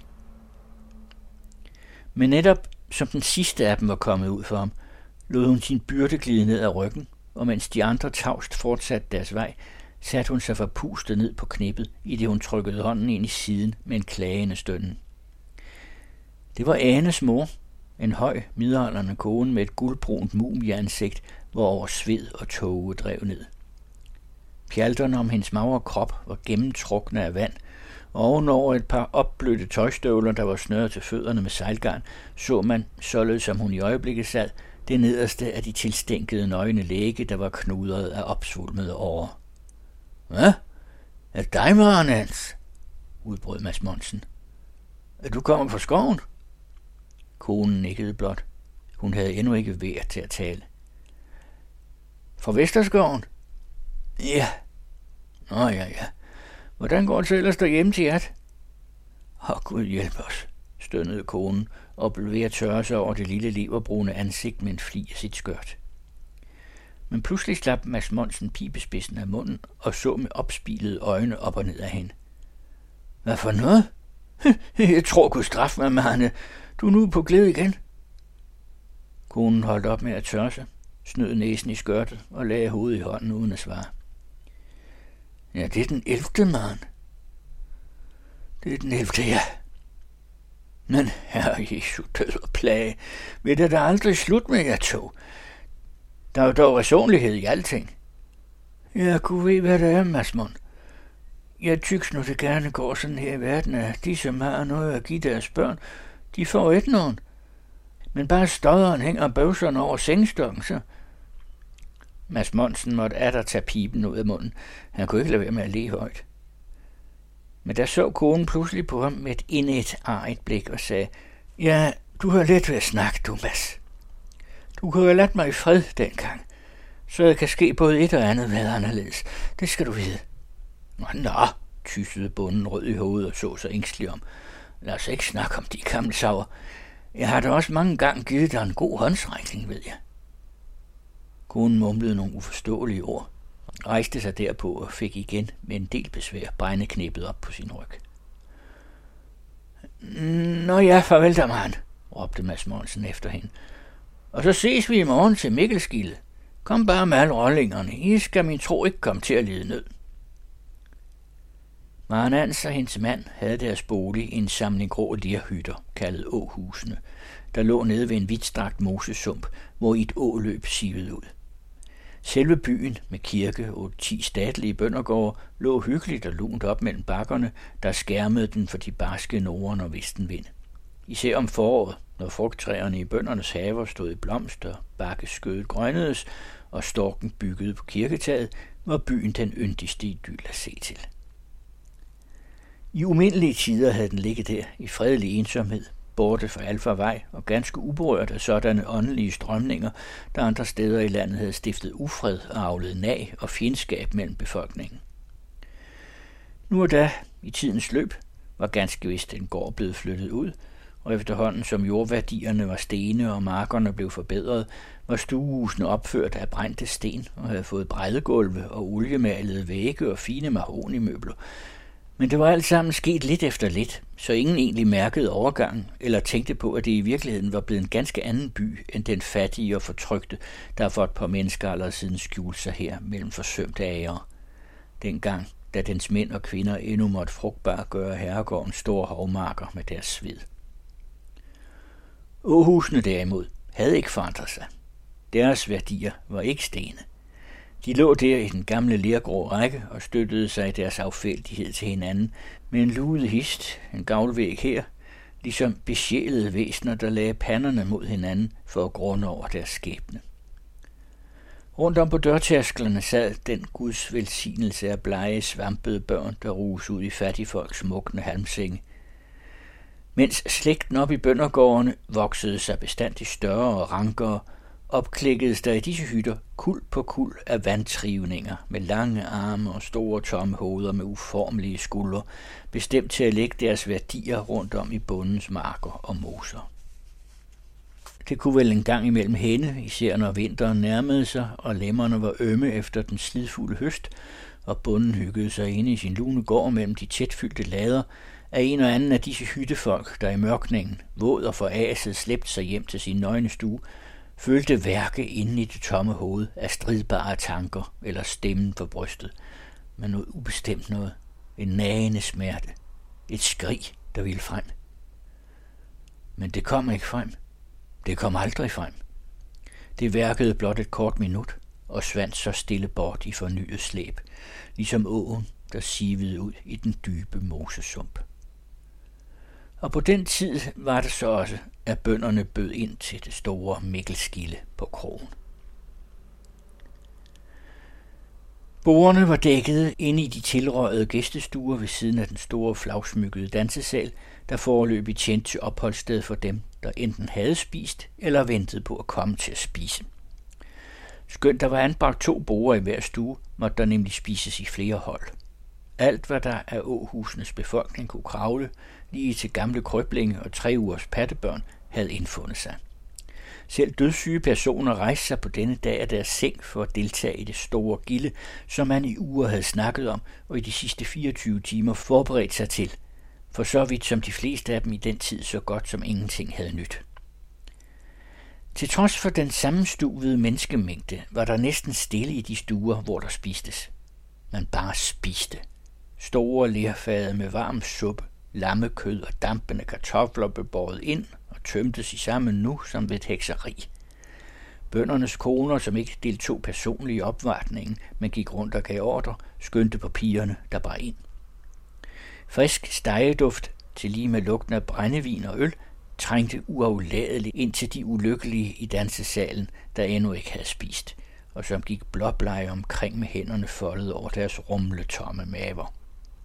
Men netop som den sidste af dem var kommet ud for ham, lod hun sin byrde glide ned ad ryggen, og mens de andre tavst fortsatte deres vej, satte hun sig forpustet ned på knippet, i det hun trykkede hånden ind i siden med en klagende stønnen. Det var Anes mor, en høj, midaldrende kone med et guldbrunt mumieansigt, hvorover sved og tåge drev ned. Pjalterne om hendes magre krop var gennemtrukne af vand, og ovenover et par opblødte tøjstøvler, der var snøret til fødderne med sejlgarn, så man, således som hun i øjeblikket sad, det nederste af de tilstænkede nøgne læge, der var knudret af opsvulmede årer. Hvad? Er det dig, Maranans? Udbrød Mads Monsen. Er du kommet fra skoven? Konen nikkede blot. Hun havde endnu ikke været til at tale. Fra Vesterskoven? Ja. Nå ja. Hvordan går det så ellers derhjemme til jer? Gud hjælp os, stønnede konen og blev ved at tørre sig over det lille leverbrune ansigt med en fli af sit skørt. Men pludselig slap Mads Monsen pibespidsen af munden og så med opspilede øjne op og ned af hende. Hvad for noget? Jeg tror, Gud straffe mig, Marne. Du er nu på glæde igen. Konen holdt op med at tørre sig, snød næsen i skørtet og lagde hovedet i hånden uden at svare. Ja, det er den 11. Maren. Det er den 11. ja. Men herre Jesu, død og plage, vil det da aldrig slut med jer to? Der er jo dog resonlighed i alting. Jeg kunne ved, hvad det er, Mads Mund. Jeg tyks nu det gerne går sådan her i verden, at de, som har noget at give deres børn, de får et nogen. Men bare stodderen hænger bøvserne over sengestokken, så... Mads Monsen måtte atter tage piben ud af munden. Han kunne ikke lade være med at le højt. Men der så konen pludselig på ham med et indet arigt blik og sagde, ja, du har let ved at snakke, du Mads. Du kunne have ladt mig i fred dengang, så det kan ske både et og andet med anderledes. Det skal du vide. Nå, tyssede bonden rød i hovedet og så sig ængstelig om. Lad os ikke snakke om de gamle sauer. Jeg har da også mange gange givet dig en god håndsrækning, ved jeg. Konen mumlede nogle uforståelige ord, rejste sig derpå og fik igen med en del besvær brændeknæppet op på sin ryg. Nå ja, farvel da, mand, råbte Mads Monsen efter hende. Og så ses vi i morgen til Mikkelskilde. Kom bare med alle rollingerne. I skal min tro ikke komme til at lide nød. Maranans og hendes mand havde deres bolig i en samling grå lerhytter, kaldet åhusene, der lå nede ved en vidtstrakt mosesump, hvor et åløb sivede ud. Selve byen med kirke og 10 statlige bøndergårde lå hyggeligt og lunt op mellem bakkerne, der skærmede den for de barske norden- og vestenvind. Især om foråret, når frugttræerne i bøndernes haver stod i blomst og bakkeskødet grønnedes, og storken byggede på kirketaget, var byen den yndigste idyl at se til. I umindelige tider havde den ligget der i fredelig ensomhed, borte fra alfarvej og ganske uberørt af sådanne åndelige strømninger, der andre steder i landet havde stiftet ufred og avlet nag og fjendskab mellem befolkningen. Nu og da, i tidens løb, var ganske vist en gård blevet flyttet ud, og efterhånden som jordværdierne var stene og markerne blev forbedret, var stuehusene opført af brændte sten og havde fået bræddegulve og oliemalede vægge og fine mahognimøbler. Men det var alt sammen sket lidt efter lidt, så ingen egentlig mærkede overgangen eller tænkte på, at det i virkeligheden var blevet en ganske anden by end den fattige og fortrykte, der for et par mennesker allerede siden skjulte sig her mellem forsømte ager. Dengang, da dens mænd og kvinder endnu måtte frugtbart gøre herregårdens store hovmarker med deres sved. Åhusene derimod havde ikke forandret sig. Deres værdier var ikke stene. De lå der i den gamle lergrå række og støttede sig i deres affældighed til hinanden med en luget hist, en gavlvæg her, ligesom besjælede væsener, der lagde panderne mod hinanden for at grunde over deres skæbne. Rundt om på dørtærsklerne sad den Guds velsignelse af blege, svampede børn, der ruges ud i fattigfolks smukkende halmsenge. Mens slægten op i bøndergårdene voksede sig bestandigt større og rankere, opklækkedes der i disse hytter kuld på kuld af vandtrivninger med lange arme og store tomme hoveder med uformelige skuldre, bestemt til at lægge deres værdier rundt om i bondens marker og moser. Det kunne vel en gang imellem hænde, især når vinteren nærmede sig, og lemmerne var ømme efter den slidfulde høst, og bonden hyggede sig inde i sin lune gård mellem de tætfyldte lader, af en og anden af disse hyttefolk, der i mørkningen, våd og foraset, slæbte sig hjem til sin nøgne stue, følte værke inde i det tomme hoved af stridbare tanker eller stemmen for brystet, men noget ubestemt noget, en nagende smerte, et skrig, der ville frem. Men det kom ikke frem. Det kom aldrig frem. Det værkede blot et kort minut og svandt så stille bort i fornyet slæb, ligesom åen, der sivede ud i den dybe mosesump. Og på den tid var det så også, at bønderne bød ind til det store Mikkelskilde på krogen. Bordene var dækket inde i de tilrøjede gæstestuer ved siden af den store flagsmykkede dansesal, der foreløbig tjente til opholdssted for dem, der enten havde spist eller ventede på at komme til at spise. Skønt der var anbragt 2 borde i hver stue, måtte der nemlig spises i flere hold. Alt, hvad der af åhusenes befolkning kunne kravle, lige til gamle krøblinge og 3 ugers pattebørn, havde indfundet sig. Selv dødssyge personer rejste sig på denne dag af deres seng for at deltage i det store gilde, som man i uger havde snakket om og i de sidste 24 timer forberedt sig til, for så vidt som de fleste af dem i den tid så godt som ingenting havde nyt. Til trods for den sammenstuvede menneskemængde var der næsten stille i de stuer, hvor der spistes. Man bare spiste. Store lerfade med varm suppe, lammekød og dampende kartofler blev båret ind og tømtes i samme nu som ved et hekseri. Bøndernes koner, som ikke deltog personligt i opvartningen, men gik rundt og gav ordre, skyndte på pigerne, der bar ind. Frisk stegeduft, til lige med lugten af brændevin og øl, trængte uafladeligt ind til de ulykkelige i dansesalen, der endnu ikke havde spist, og som gik blåblege omkring med hænderne foldet over deres rumletomme maver.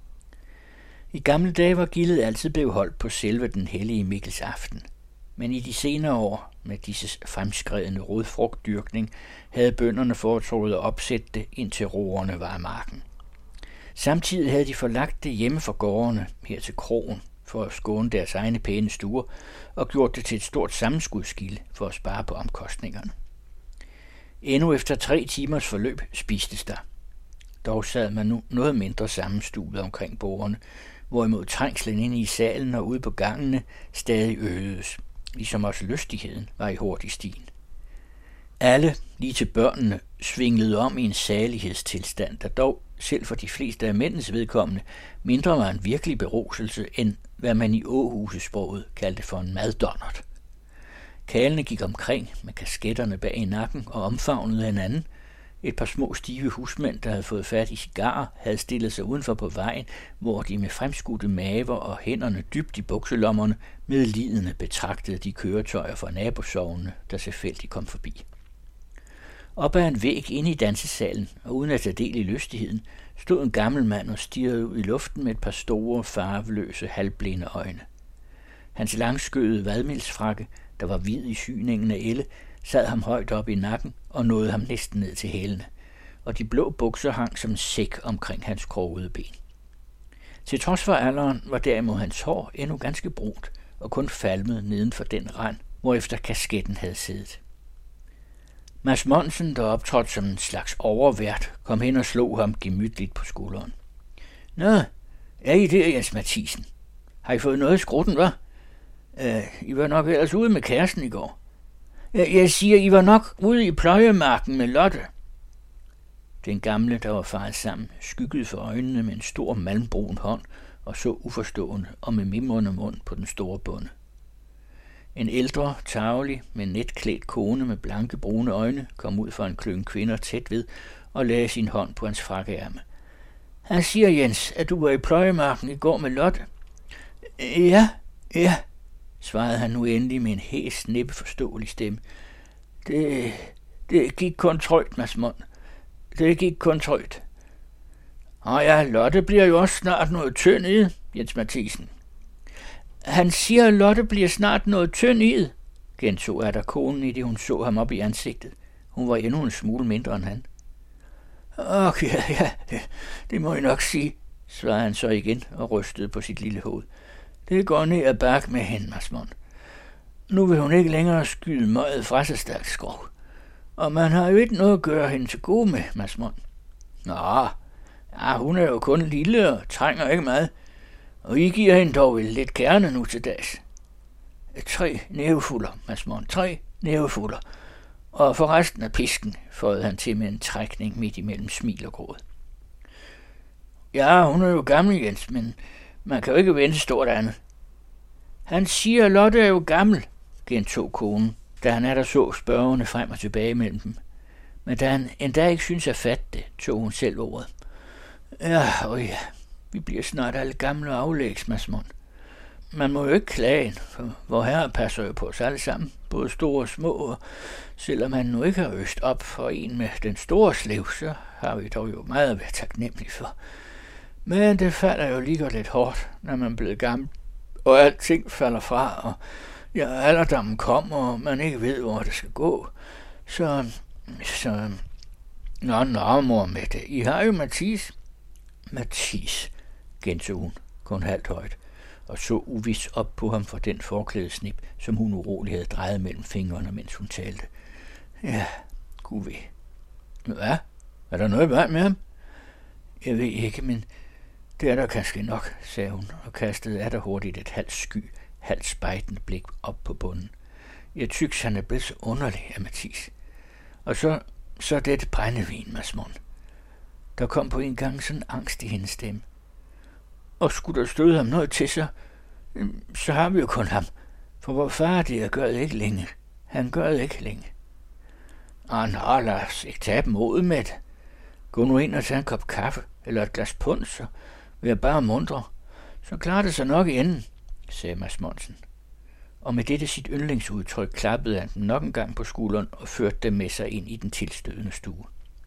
I gamle dage var gildet altid blevet holdt på selve den hellige Mikkels aften, men i de senere år, med disses fremskredende rodfrugtdyrkning, havde bønderne foretrukket at opsætte det, indtil roerne var af marken. Samtidig havde de forlagt det hjemme fra gårdene her til krogen, for at skåne deres egne pæne stuer, og gjort det til et stort sammenskudskilde for at spare på omkostningerne. Endnu efter 3 timers forløb spistes der. Dog sad man nu noget mindre sammenstuet omkring bordene, hvorimod trængslen inde i salen og ude på gangene stadig øgedes, ligesom også lystigheden var i hurtig stigning. Alle, lige til børnene, svinglede om i en salighedstilstand, der dog, selv for de fleste af mændens vedkommende, mindre var en virkelig beruselse, end hvad man i åhusesproget kaldte for en maddonnert. Karlene gik omkring med kasketterne bag i nakken og omfavnede hinanden, Et par små stive husmænd, der havde fået fat i cigarer, havde stillet sig udenfor på vejen, hvor de med fremskudte maver og hænderne dybt i bukselommerne medlidende betragtede de køretøjer fra nabosovene, der selvfølgelig kom forbi. Op ad en væg inde i dansesalen, og uden at tage del i lystigheden, stod en gammel mand og stirrede ud i luften med et par store, farveløse, halvblinde øjne. Hans langskødede vadmelsfrakke, der var hvid i syningen af elle, sad ham højt op i nakken og nåede ham næsten ned til hælene, og de blå bukser hang som en sæk omkring hans krogede ben. Til trods for alderen var derimod hans hår endnu ganske brunt og kun falmet neden for den rand, hvorefter kasketten havde siddet. Mads Monsen, der optrådte som en slags overvært, kom hen og slog ham gemytligt på skulderen. Nå, er I der, Jens Mathisen? Har I fået noget i skrutten, hva'? I var nok ellers ude med kæresten i går. Jeg siger, I var nok ude i pløjemarken med Lotte. Den gamle, der var faret sammen, skyggede for øjnene med en stor malmbrun hånd og så uforstående og med mimrende mund på den store bonde. En ældre, tarvelig, med netklædt kone med blanke brune øjne kom ud for en klynge kvinder tæt ved og lagde sin hånd på hans frakkeærme. Han siger, Jens, at du var i pløjemarken i går med Lotte. Ja, svarede han nu endelig med en hæs, næppeforståelig stemme. Det gik kun trøjt, Mads Mond. Det gik kun trøjt. Og ja, Lotte bliver jo også snart noget tynd i, Jens Mathisen. Han siger, at Lotte bliver snart noget tynd i, gentog der konen, i det hun så ham op i ansigtet. Hun var endnu en smule mindre end han. Okay, ja, det må jeg nok sige, svarede han så igen og rystede på sit lille hoved. Det går ned ad bakke med hende, Mads Mond. Nu vil hun ikke længere skyde møget fra sig stærkt skrov. Og man har jo ikke noget at gøre hende til gode med, Mads Mond. Nå, ja, hun er jo kun lille og trænger ikke meget. Og I giver hende dog vel lidt kerne nu til dags. 3 nævefulder, Mads Mond, 3 nævefulder. Og for resten af pisken, føjede han til med en trækning midt imellem smil og gråd. Ja, hun er jo gammel, Jens, men man kan jo ikke vente stort andet. Han siger, at Lotte er jo gammel, gentog konen, da han der så spørgende frem og tilbage mellem dem. Men da han endda ikke synes at fatte det, tog hun selv ordet. Ja, vi bliver snart alle gamle og aflægs, Mads Mond. Man må jo ikke klage, for vor herre passer jo på os alle sammen, både store og små, og selvom han nu ikke har øst op for en med den store slev, så har vi dog jo meget at være taknemmelige for. Men det falder jo lige lidt hårdt, når man er blevet gammel, og alting falder fra, og alderdommen kommer, og man ikke ved, hvor det skal gå. Nå, mor Mette, I har jo Mathis, gentog hun, kun halvt højt, og så uvis op på ham for den forklædesnip, som hun urolig havde drejet mellem fingrene, mens hun talte. Ja, gud ved. Hvad? Er der noget i vej med ham? Jeg ved ikke, men det er der kanskje nok, sagde hun, og kastede der hurtigt et halvt spejtende blik op på bunden. Jeg tyks, han er blevet så underlig af Mathis. Og så dette brændevin, Mads Mond. Der kom på en gang sådan angst i hendes stemme. Og skulle der støde ham noget til sig, så har vi jo kun ham. For vor far, det gør det ikke længe. Han gør det ikke længe. Nå, lad os ikke tage dem ud med det. Gå nu ind og tage en kop kaffe, eller et glas punch, så vil jeg bare mundre. Så klarer det sig nok i enden, sagde Mads Monsen. Og med dette sit yndlingsudtryk klappede han dem nok en gang på skulderen og førte dem med sig ind i den tilstødende stue.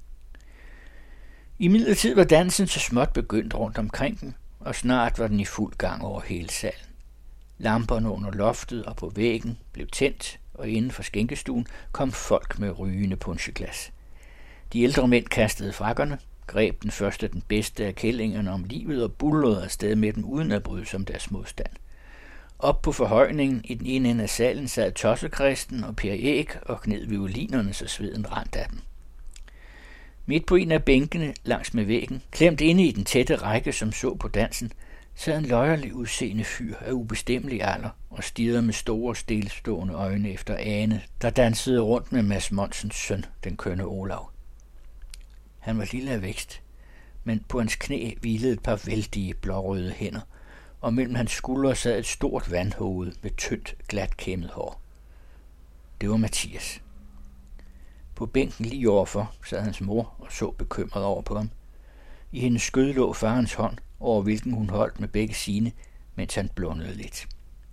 Imidlertid var dansen så småt begyndt rundt omkring den, og snart var den i fuld gang over hele salen. Lamperne under loftet og på væggen blev tændt, og inden for skænkestuen kom folk med rygende puncheglas. De ældre mænd kastede frakkerne, greb den første den bedste af kællingerne om livet og bullrede afsted med dem uden at bryde som deres modstand. Op på forhøjningen i den ene ende af salen sad Tossekristen og Per Æg og gned violinerne, så sveden randt af dem. Midt på en af bænkene langs med væggen, klemt inde i den tætte række, som så på dansen, sad en løjerlig udseende fyr af ubestemmelig alder og stirrede med store, stilstående øjne efter Ane, der dansede rundt med Mads Monsens søn, den kønne Olav. Han var lille af vækst, men på hans knæ hvilede et par vældige blårøde hænder, og mellem hans skuldre sad et stort vandhoved med tyndt, glatkæmmet hår. Det var Mathias. På bænken lige overfor sad hans mor og så bekymret over på ham. I hendes skød lå farens hånd, over hvilken hun holdt med begge sine, mens han blundede lidt.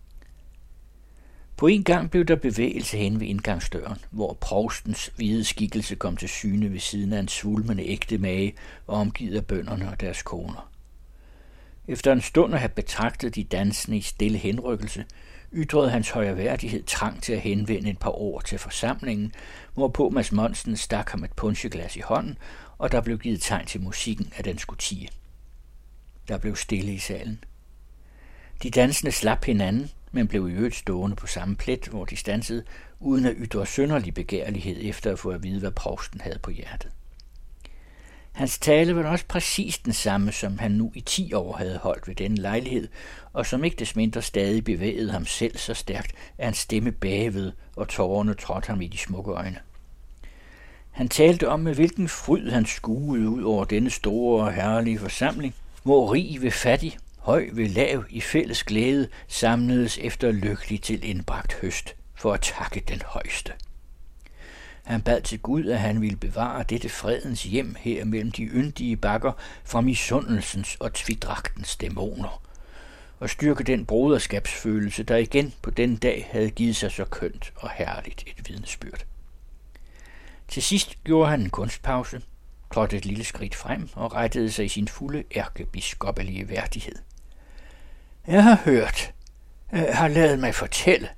På en gang blev der bevægelse hen ved indgangsdøren, hvor provstens hvide skikkelse kom til syne ved siden af en svulmende ægte mage og omgivet af bønderne og deres koner. Efter en stund at have betragtet de dansende i stille henrykkelse, ytrede hans højreværdighed trang til at henvende et par ord til forsamlingen, hvorpå Mads Monsen stak ham et puncheglas i hånden, og der blev givet tegn til musikken, at den skulle tie. Der blev stille i salen. De dansende slap hinanden, men blev i øvrigt stående på samme plet, hvor de stansede, uden at ytre synderlig begærlighed efter at få at vide, hvad provsten havde på hjertet. Hans tale var også præcis den samme, som han nu i 10 år havde holdt ved denne lejlighed, og som ikke des mindre stadig bevægede ham selv så stærkt, at hans stemme bagved, og tårerne trådte ham i de smukke øjne. Han talte om, med hvilken fryd han skuede ud over denne store og herlige forsamling, hvor rig ved fattig, høj ved lav i fælles glæde samledes efter lykkelig til indbragt høst for at takke den højeste. Han bad til Gud, at han ville bevare dette fredens hjem her mellem de yndige bakker fra misundelsens og tvidragtens dæmoner, og styrke den broderskabsfølelse, der igen på den dag havde givet sig så kønt og herligt et vidnesbyrd. Til sidst gjorde han en kunstpause, trådte et lille skridt frem og rettede sig i sin fulde ærkebiskoppelige værdighed. Jeg har ladet mig fortælle,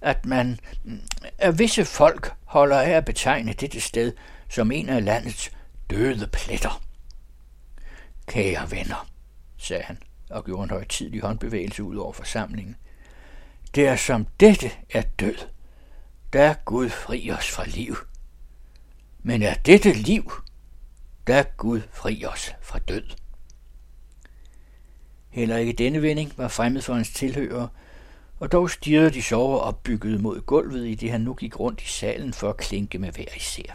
at visse folk holder af at betegne dette sted som en af landets døde pletter. Kære venner, sagde han og gjorde en højtidlig håndbevægelse ud over forsamlingen. Der som dette er død, der Gud fri os fra liv. Men er dette liv, der Gud fri os fra død. Heller ikke denne vending var fremmed for hans tilhørere, og dog stirrede de sover opbygget mod gulvet, i det han nu gik rundt i salen for at klinke med hver især.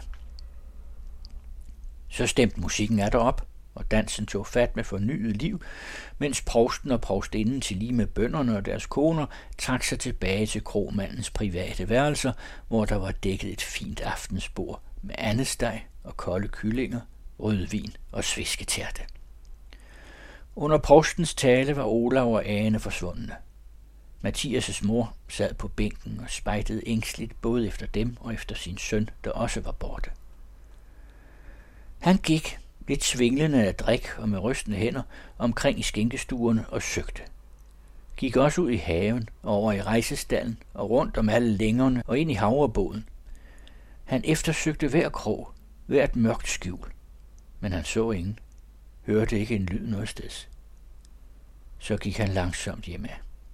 Så stemte musikken atter op, og dansen tog fat med fornyet liv, mens provsten og provstinden til lige med bønderne og deres koner trak sig tilbage til kromandens private værelser, hvor der var dækket et fint aftensbord med andesteg og kolde kyllinger, rødvin og svisketærte. Under provstens tale var Olav og Ane forsvundne. Mathias' mor sad på bænken og spejtede ængstligt både efter dem og efter sin søn, der også var borte. Han gik, lidt svinglende af drik og med rystende hænder, omkring i skænkestuerne og søgte. Gik også ud i haven, over i rejsestallen og rundt om alle længerne og ind i havrebåden. Han eftersøgte hver krog, hvert mørkt skjul, men han så ingen, hørte ikke en lyd noget sted. Så gik han langsomt hjemad.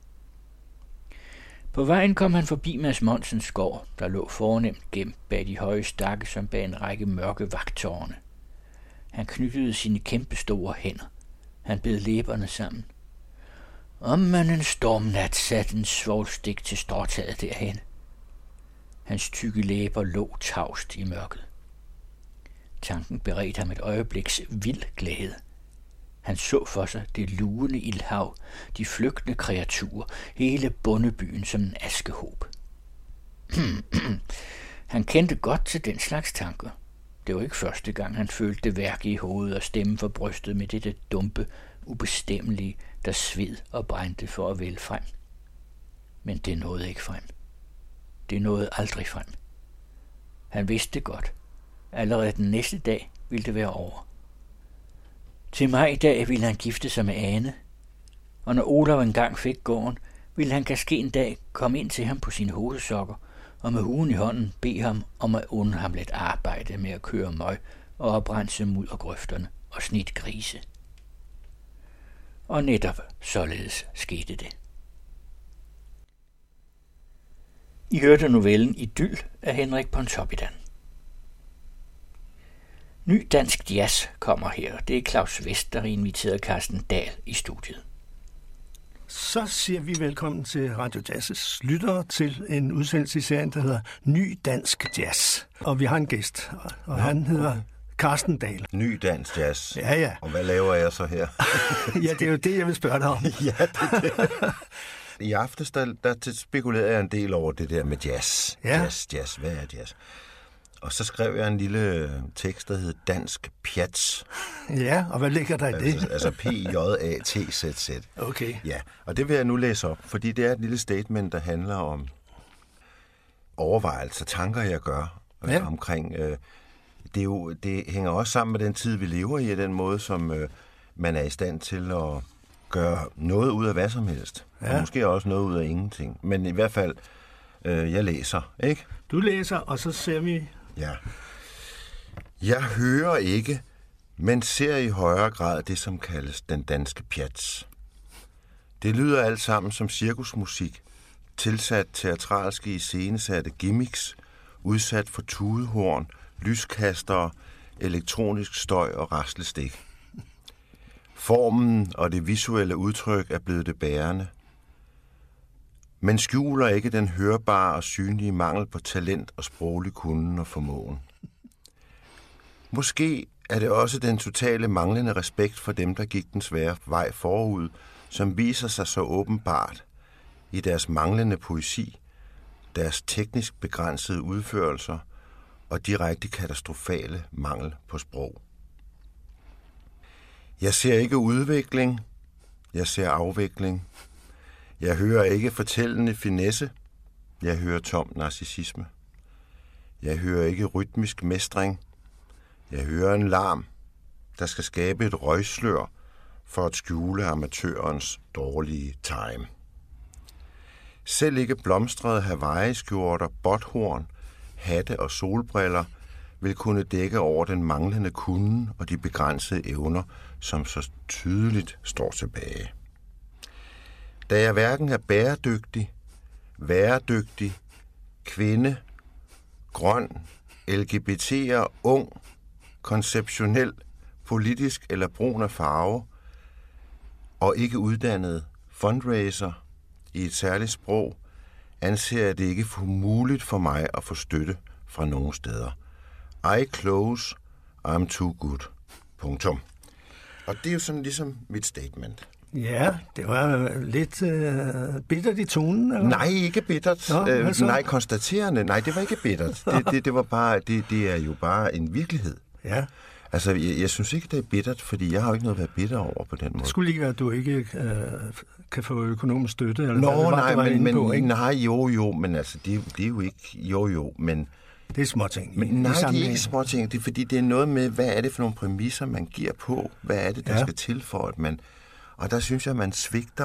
På vejen kom han forbi Mads Monsens gård, der lå fornemt gemt bag de høje stakke som bag en række mørke vagttårne. Han knyttede sine kæmpestore hænder. Han bed læberne sammen. Om man en stormnat satte en svovlstik til stråtaget derhen. Hans tykke læber lå tavst i mørket. Tanken beredte ham et øjebliks vild glæde. Han så for sig det lugende ildhav, de flygtende kreaturer, hele bondebyen som en askehob. Han kendte godt til den slags tanker. Det var ikke første gang, han følte det værke i hovedet og stemmen for brystet med dette dumpe, ubestemmelige, der sved og brændte for at vælge frem. Men det nåede ikke frem. Det nåede aldrig frem. Han vidste det godt. Allerede den næste dag ville det være over. Til majdag ville han gifte sig med Ane, og når Olav engang fik gården, ville han kanskje en dag komme ind til ham på sine hovedsokker, og med huen i hånden bede ham om at unde ham lidt arbejde med at køre møg og oprense muddergrøfterne og snit grise. Og netop således skete det. I hørte novellen Idyll af Henrik Pontoppidan. Ny dansk jazz kommer her. Det er Claus Vest, der inviterede Carsten Dahl i studiet. Så siger vi velkommen til Radio Jazz's lyttere til en udsendelse i serien, der hedder Ny Dansk Jazz. Og vi har en gæst, og han hedder Carsten Dahl. Ny Dansk Jazz. Ja. Og hvad laver jeg så her? Ja, det er jo det, jeg vil spørge dig om. Ja, det er det. I aftes, der spekulerede jeg en del over det der med jazz. Ja. Jazz. Hvad er jazz? Og så skrev jeg en lille tekst, der hed Dansk Pjats. Ja, og hvad ligger der i det? Altså P-J-A-T-Z-Z. Okay. Ja, og det vil jeg nu læse op, fordi det er et lille statement, der handler om overvejelser, tanker, jeg gør omkring... Det hænger også sammen med den tid, vi lever i, den måde, som man er i stand til at gøre noget ud af hvad som helst. Ja. Og måske også noget ud af ingenting. Men i hvert fald, jeg læser, ikke? Du læser, og så ser vi... Ja. Jeg hører ikke, men ser i højere grad det, som kaldes den danske pjats. Det lyder alt sammen som cirkusmusik, tilsat teatralske iscenesatte gimmicks, udsat for tudehorn, lyskastere, elektronisk støj og raslestik. Formen og det visuelle udtryk er blevet det bærende, men skjuler ikke den hørbare og synlige mangel på talent og sproglig kunnen og formåen. Måske er det også den totale manglende respekt for dem, der gik den svære vej forud, som viser sig så åbenbart i deres manglende poesi, deres teknisk begrænsede udførelser og direkte katastrofale mangel på sprog. Jeg ser ikke udvikling, jeg ser afvikling. Jeg hører ikke fortællende finesse, jeg hører tom narcissisme. Jeg hører ikke rytmisk mestring, jeg hører en larm, der skal skabe et røgslør for at skjule amatørens dårlige time. Selv ikke blomstrede Hawaii-skjorter, botthorn, hatte og solbriller vil kunne dække over den manglende kunnen og de begrænsede evner, som så tydeligt står tilbage. Da jeg hverken er bæredygtig, væredygtig, kvinde, grøn, LGBT'er, ung, konceptionel, politisk eller brun af farve, og ikke uddannet fundraiser i et særligt sprog, anser jeg det ikke for muligt for mig at få støtte fra nogen steder. I close, I'm too good. Punktum. Og det er jo sådan ligesom mit statement. Ja, det var lidt bittert i tonen, eller? Nej, ikke bittert. Nej, konstaterende. Nej, det var ikke bittert. Det var bare, det er jo bare en virkelighed. Ja. Altså, jeg synes ikke, det er bittert, fordi jeg har jo ikke noget at være bitter over på den måde. Det skulle ikke være, at du ikke kan få økonomisk støtte? Eller men altså, det er jo ikke, men... Det er småting. Nej, det er ikke småting. Det er, fordi det er noget med, hvad er det for nogle præmisser, man giver på? Hvad er det, der skal til for, at man... Og der synes jeg, man svigter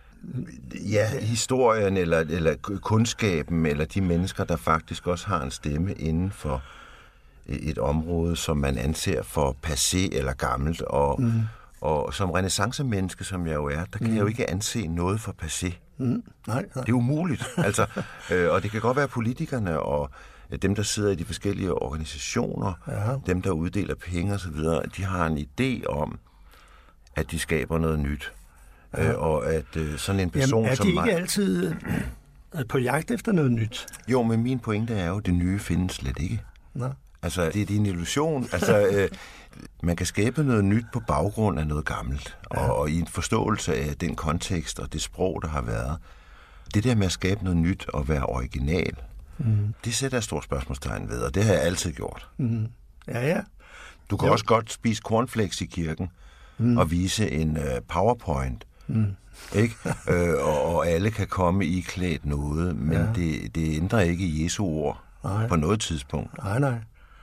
historien, eller kundskaben, eller de mennesker, der faktisk også har en stemme inden for et område, som man anser for passé eller gammelt. Og som renæssancemenneske, som jeg jo er, der kan jeg jo ikke anse noget for passé. Nej. Det er umuligt. Altså, og det kan godt være politikerne og dem, der sidder i de forskellige organisationer, dem, der uddeler penge osv., de har en idé om, at de skaber noget nyt. Og at sådan en person som mig... er de ikke altid på jagt efter noget nyt? Jo, men min pointe er jo, at det nye findes slet ikke. Nå. Altså, det er en illusion. Altså, man kan skabe noget nyt på baggrund af noget gammelt. Og i en forståelse af den kontekst og det sprog, der har været. Det der med at skabe noget nyt og være original, det sætter jeg stort spørgsmålstegn ved, og det har jeg altid gjort. Ja. Du kan også godt spise cornflakes i kirken og vise en PowerPoint, ikke? Og alle kan komme i klædt noget, men det ændrer ikke Jesu ord på noget tidspunkt. Nej.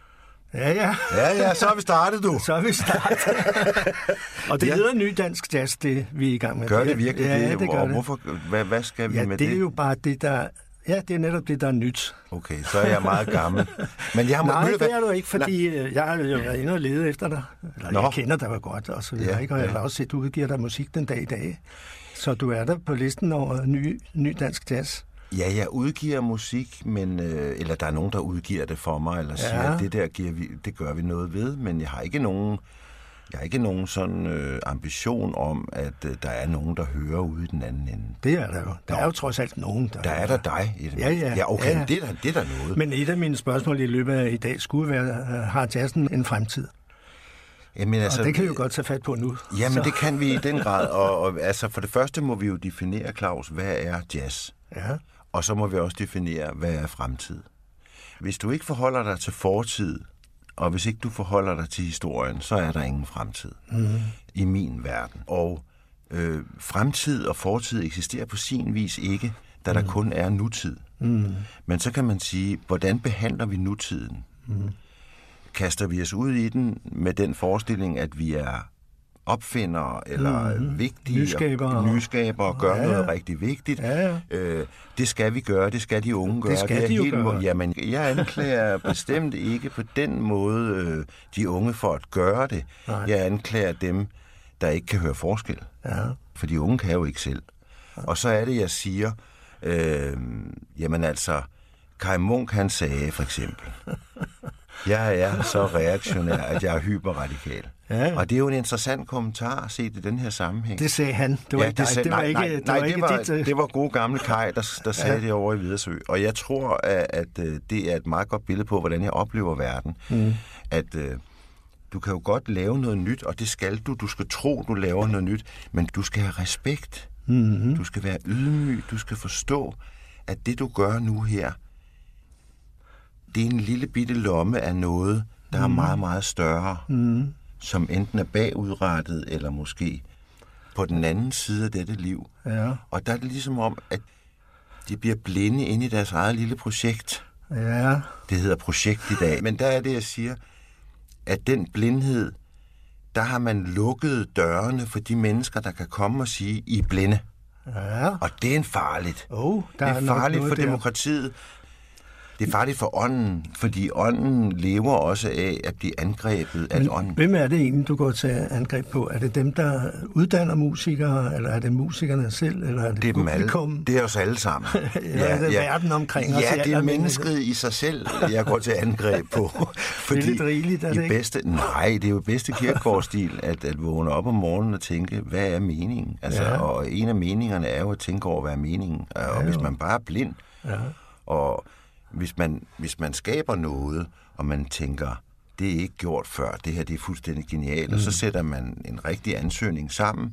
Ja, så er vi startet, du. Så er vi startet. Og det hedder Ny Dansk Jazz, det vi er i gang med. Gør det virkelig det? Det gør det. Hvorfor, hvad skal vi med det? Det er jo bare det, der... Ja, det er netop det, der er nyt. Okay, så er jeg meget gammel. Men Nej, det er du ikke, fordi jeg har jo været inde og ledet efter dig. Eller jeg kender dig jo godt, og så videre, ikke? Og jeg har også set, at du udgiver dig musik den dag i dag. Så du er der på listen over ny dansk jazz. Ja, jeg udgiver musik, men eller der er nogen, der udgiver det for mig, eller siger, at det gør vi noget ved, men jeg har ikke nogen sådan ambition om, at der er nogen, der hører ude i den anden ende. Det er der jo. Der er jo trods alt nogen, der er der dig i det. Ja, okay, det er der noget. Men et af mine spørgsmål i løbet af i dag skulle være, har jazzen en fremtid? Jamen, altså, og det kan vi jo godt tage fat på nu. Jamen, det kan vi i den grad. Og altså, for det første må vi jo definere, Claus, hvad er jazz? Ja. Og så må vi også definere, hvad er fremtid? Hvis du ikke forholder dig til fortid, og hvis ikke du forholder dig til historien, så er der ingen fremtid i min verden. Og fremtid og fortid eksisterer på sin vis ikke, da der kun er nutid. Men så kan man sige, hvordan behandler vi nutiden? Kaster vi os ud i den med den forestilling, at vi er opfindere eller vigtige nyskabere og gør noget rigtig vigtigt. Det skal vi gøre, det skal de unge gøre. Det skal de jo gøre. Jamen, jeg anklager bestemt ikke på den måde de unge for at gøre det. Nej. Jeg anklager dem, der ikke kan høre forskel. Ja. For de unge kan jo ikke selv. Ja. Og så er det, jeg siger, jamen altså, Kaj Munk, han sagde for eksempel, jeg er så reaktionær, at jeg er hyperradikal. Ja. Og det er jo en interessant kommentar at se det i den her sammenhæng. Det sagde han. Det var ikke dig. Det var gode gamle Kaj, der sagde det over i Vidersø. Og jeg tror, at det er et meget godt billede på, hvordan jeg oplever verden. At du kan jo godt lave noget nyt, og det skal du. Du skal tro, du laver noget nyt, men du skal have respekt. Du skal være ydmyg. Du skal forstå, at det, du gør nu her, det er en lille bitte lomme af noget, der er meget, meget større, som enten er bagudrettet, eller måske på den anden side af dette liv. Ja. Og der er det ligesom om, at de bliver blinde inde i deres eget lille projekt. Ja. Det hedder projekt i dag. Men der er det, jeg siger, at den blindhed, der har man lukket dørene for de mennesker, der kan komme og sige, I er blinde. Ja. Og det er farligt. Det er farligt for demokratiet. Det er farligt for ånden, fordi ånden lever også af at blive angrebet af ånden. Hvem er det egentlig, du går til angreb på? Er det dem, der uddanner musikere, eller er det musikerne selv, eller er det publikum? Det er os alle sammen. Er det verden omkring os? Ja, det er mennesket i sig selv, jeg går til angreb på. Fordi det er lidt rigeligt, er det ikke? Nej, det er jo bedste Kierkegaard-stil, at vågne op om morgenen og tænke, hvad er meningen? Altså, og en af meningerne er jo at tænke over, hvad er meningen? Og hvis man bare er blind, og hvis man skaber noget, og man tænker, det er ikke gjort før, det her det er fuldstændig genialt, og så sætter man en rigtig ansøgning sammen,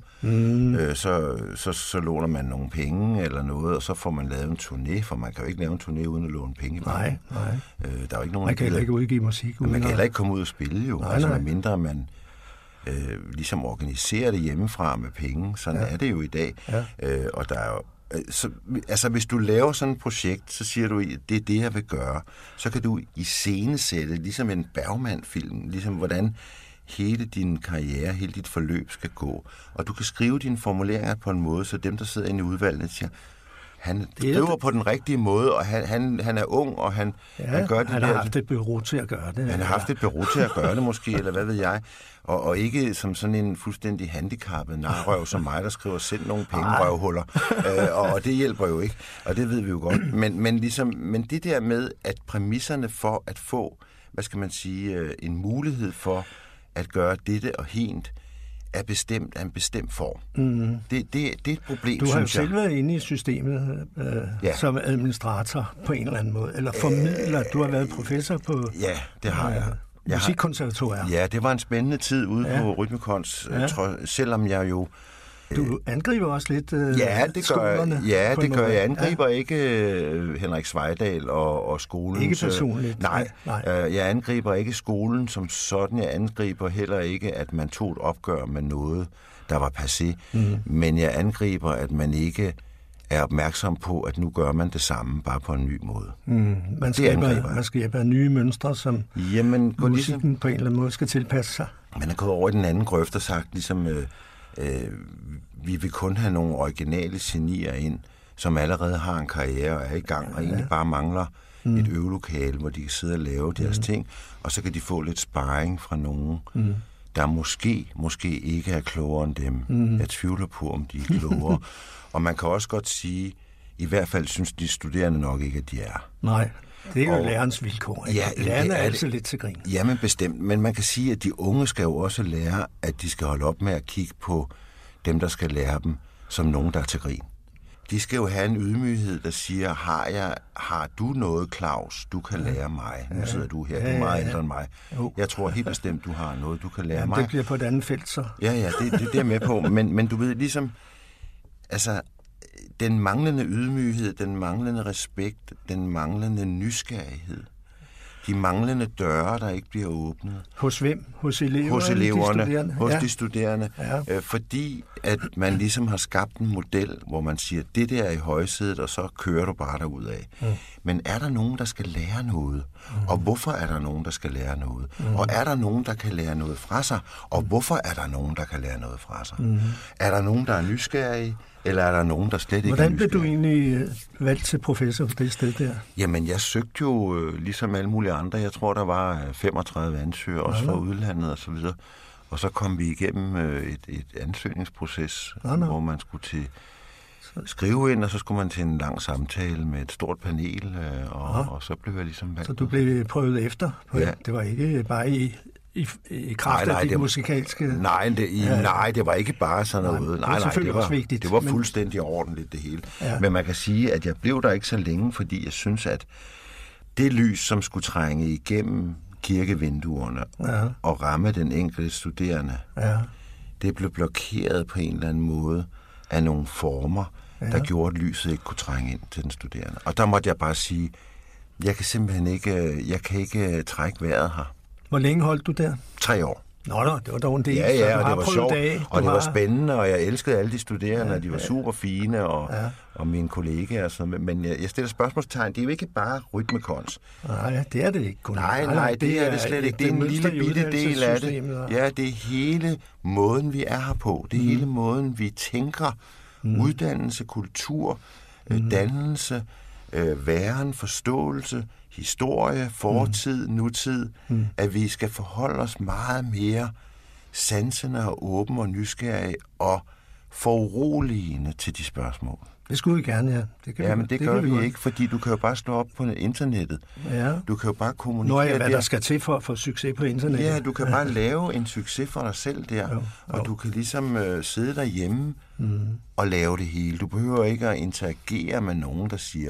så låner man nogle penge eller noget, og så får man lavet en turné, for man kan jo ikke lave en turné uden at låne penge i banken. Nej. Der er jo ikke nogen, man kan heller ikke udgive musik. Man kan heller ikke komme ud og spille jo, medmindre man ligesom organiserer det hjemmefra med penge. Sådan er det jo i dag. Og der er jo altså hvis du laver sådan et projekt, så siger du, det er det, jeg vil gøre. Så kan du iscenesætte, ligesom en Bergman-film, ligesom hvordan hele din karriere, hele dit forløb skal gå. Og du kan skrive dine formuleringer på en måde, så dem, der sidder inde i udvalget, siger, han skriver på den rigtige måde, og han er ung, og han gør det. Han har haft et bureau til at gøre det. Han har haft et bureau til at gøre det måske, eller hvad ved jeg. Og ikke som sådan en fuldstændig handicappet narrøv som mig, der skriver selv nogle pengerøvhuller. Og det hjælper jo ikke, og det ved vi jo godt. Men det der med, at præmisserne for at få, hvad skal man sige, en mulighed for at gøre dette og hent, er en bestemt form. Det er et problem, du har jo selv været inde i systemet som administrator på en eller anden måde, eller formidler. Du har været professor på det har jeg. Musikkonservatoriet. Ja, det var en spændende tid ude på Rytmekons, selvom jeg jo... Du angriber også lidt skolerne. Ja, det gør jeg. Jeg angriber ikke Henrik Svejdal og skolens... Ikke personligt. Nej. Jeg angriber ikke skolen som sådan. Jeg angriber heller ikke, at man tog et opgør med noget, der var passé. Men jeg angriber, at man ikke er opmærksom på, at nu gør man det samme, bare på en ny måde. Man skaber nye mønstre, som musikken på en eller anden måde skal tilpasse sig. Man er gået over i den anden grøft og sagt, ligesom... vi vil kun have nogle originale genier ind, som allerede har en karriere og er i gang, og egentlig bare mangler et øvelokale, hvor de kan sidde og lave deres ting, og så kan de få lidt sparring fra nogen, der måske ikke er klogere end dem. Jeg tvivler på, om de er klogere. Og man kan også godt sige, i hvert fald synes de studerende nok ikke, at de er. Nej. Det er jo lærerens vilkår. Ja, lærerne er altid lidt til grin. Jamen bestemt, men man kan sige, at de unge skal jo også lære, at de skal holde op med at kigge på dem, der skal lære dem, som nogen, der er til grin. De skal jo have en ydmyghed, der siger, har du noget, Claus, du kan lære mig? Nu sidder du her, du er meget ældre end mig. Jeg tror helt bestemt, du har noget, du kan lære mig. Det bliver på et andet felt, så. Ja, det er jeg med på, men du ved, ligesom, altså, den manglende ydmyghed, den manglende respekt, den manglende nysgerrighed, de manglende døre, der ikke bliver åbnet. Hos hvem? Hos eleverne? Hos eleverne, de studerende? hos de studerende. Ja. Fordi at man ligesom har skabt en model, hvor man siger, det der er i højsædet, og så kører du bare derudad. Men er der nogen, der skal lære noget? Og hvorfor er der nogen, der skal lære noget? Og er der nogen, der kan lære noget fra sig? Og hvorfor er der nogen, der kan lære noget fra sig? Er der nogen, der er nysgerrige? Eller er der nogen, der slet ikke Hvordan blev du egentlig valgt til professor på det sted der? Jamen, jeg søgte jo ligesom alle mulige andre. Jeg tror, der var 35 ansøgere, også fra udlandet og så videre. Og så kom vi igennem et ansøgningsproces, hvor man skulle til skrive ind, og så skulle man til en lang samtale med et stort panel, og så blev jeg ligesom valgt. Så du blev prøvet efter? Ja. Det var ikke bare i kraft af dit musikalske... Nej, det var ikke bare sådan noget. Det var fuldstændig ordentligt, det hele. Ja. Men man kan sige, at jeg blev der ikke så længe, fordi jeg synes, at det lys, som skulle trænge igennem kirkevinduerne og ramme den enkelte studerende, det blev blokeret på en eller anden måde af nogle former, der gjorde, at lyset ikke kunne trænge ind til den studerende. Og der måtte jeg bare sige, jeg kan ikke trække vejret her. Hvor længe holdt du der? 3 år. Nå, det var dog en del. Ja, og det var sjovt, og det var spændende, og jeg elskede alle de studerende, og de var super fine, og mine kollegaer og sådan noget. Men jeg stiller spørgsmålstegn, det er jo ikke bare rytmekunst. Nej, det er det ikke. Nej, det er det slet ikke. Det er en lille bitte del af det. Ja, det er hele måden, vi er her på. Det er hele måden, vi tænker. Uddannelse, kultur, dannelse, væren, forståelse, historie, fortid, nutid, at vi skal forholde os meget mere sansende og åben og nysgerrige og foruroligende til de spørgsmål. Det skulle vi gerne, ja. Men det gør vi ikke, fordi du kan jo bare slå op på internettet. Ja. Du kan jo bare kommunikere hvad der skal til for at få succes på internettet. Ja, du kan bare lave en succes for dig selv der, og du kan ligesom sidde derhjemme og lave det hele. Du behøver ikke at interagere med nogen, der siger...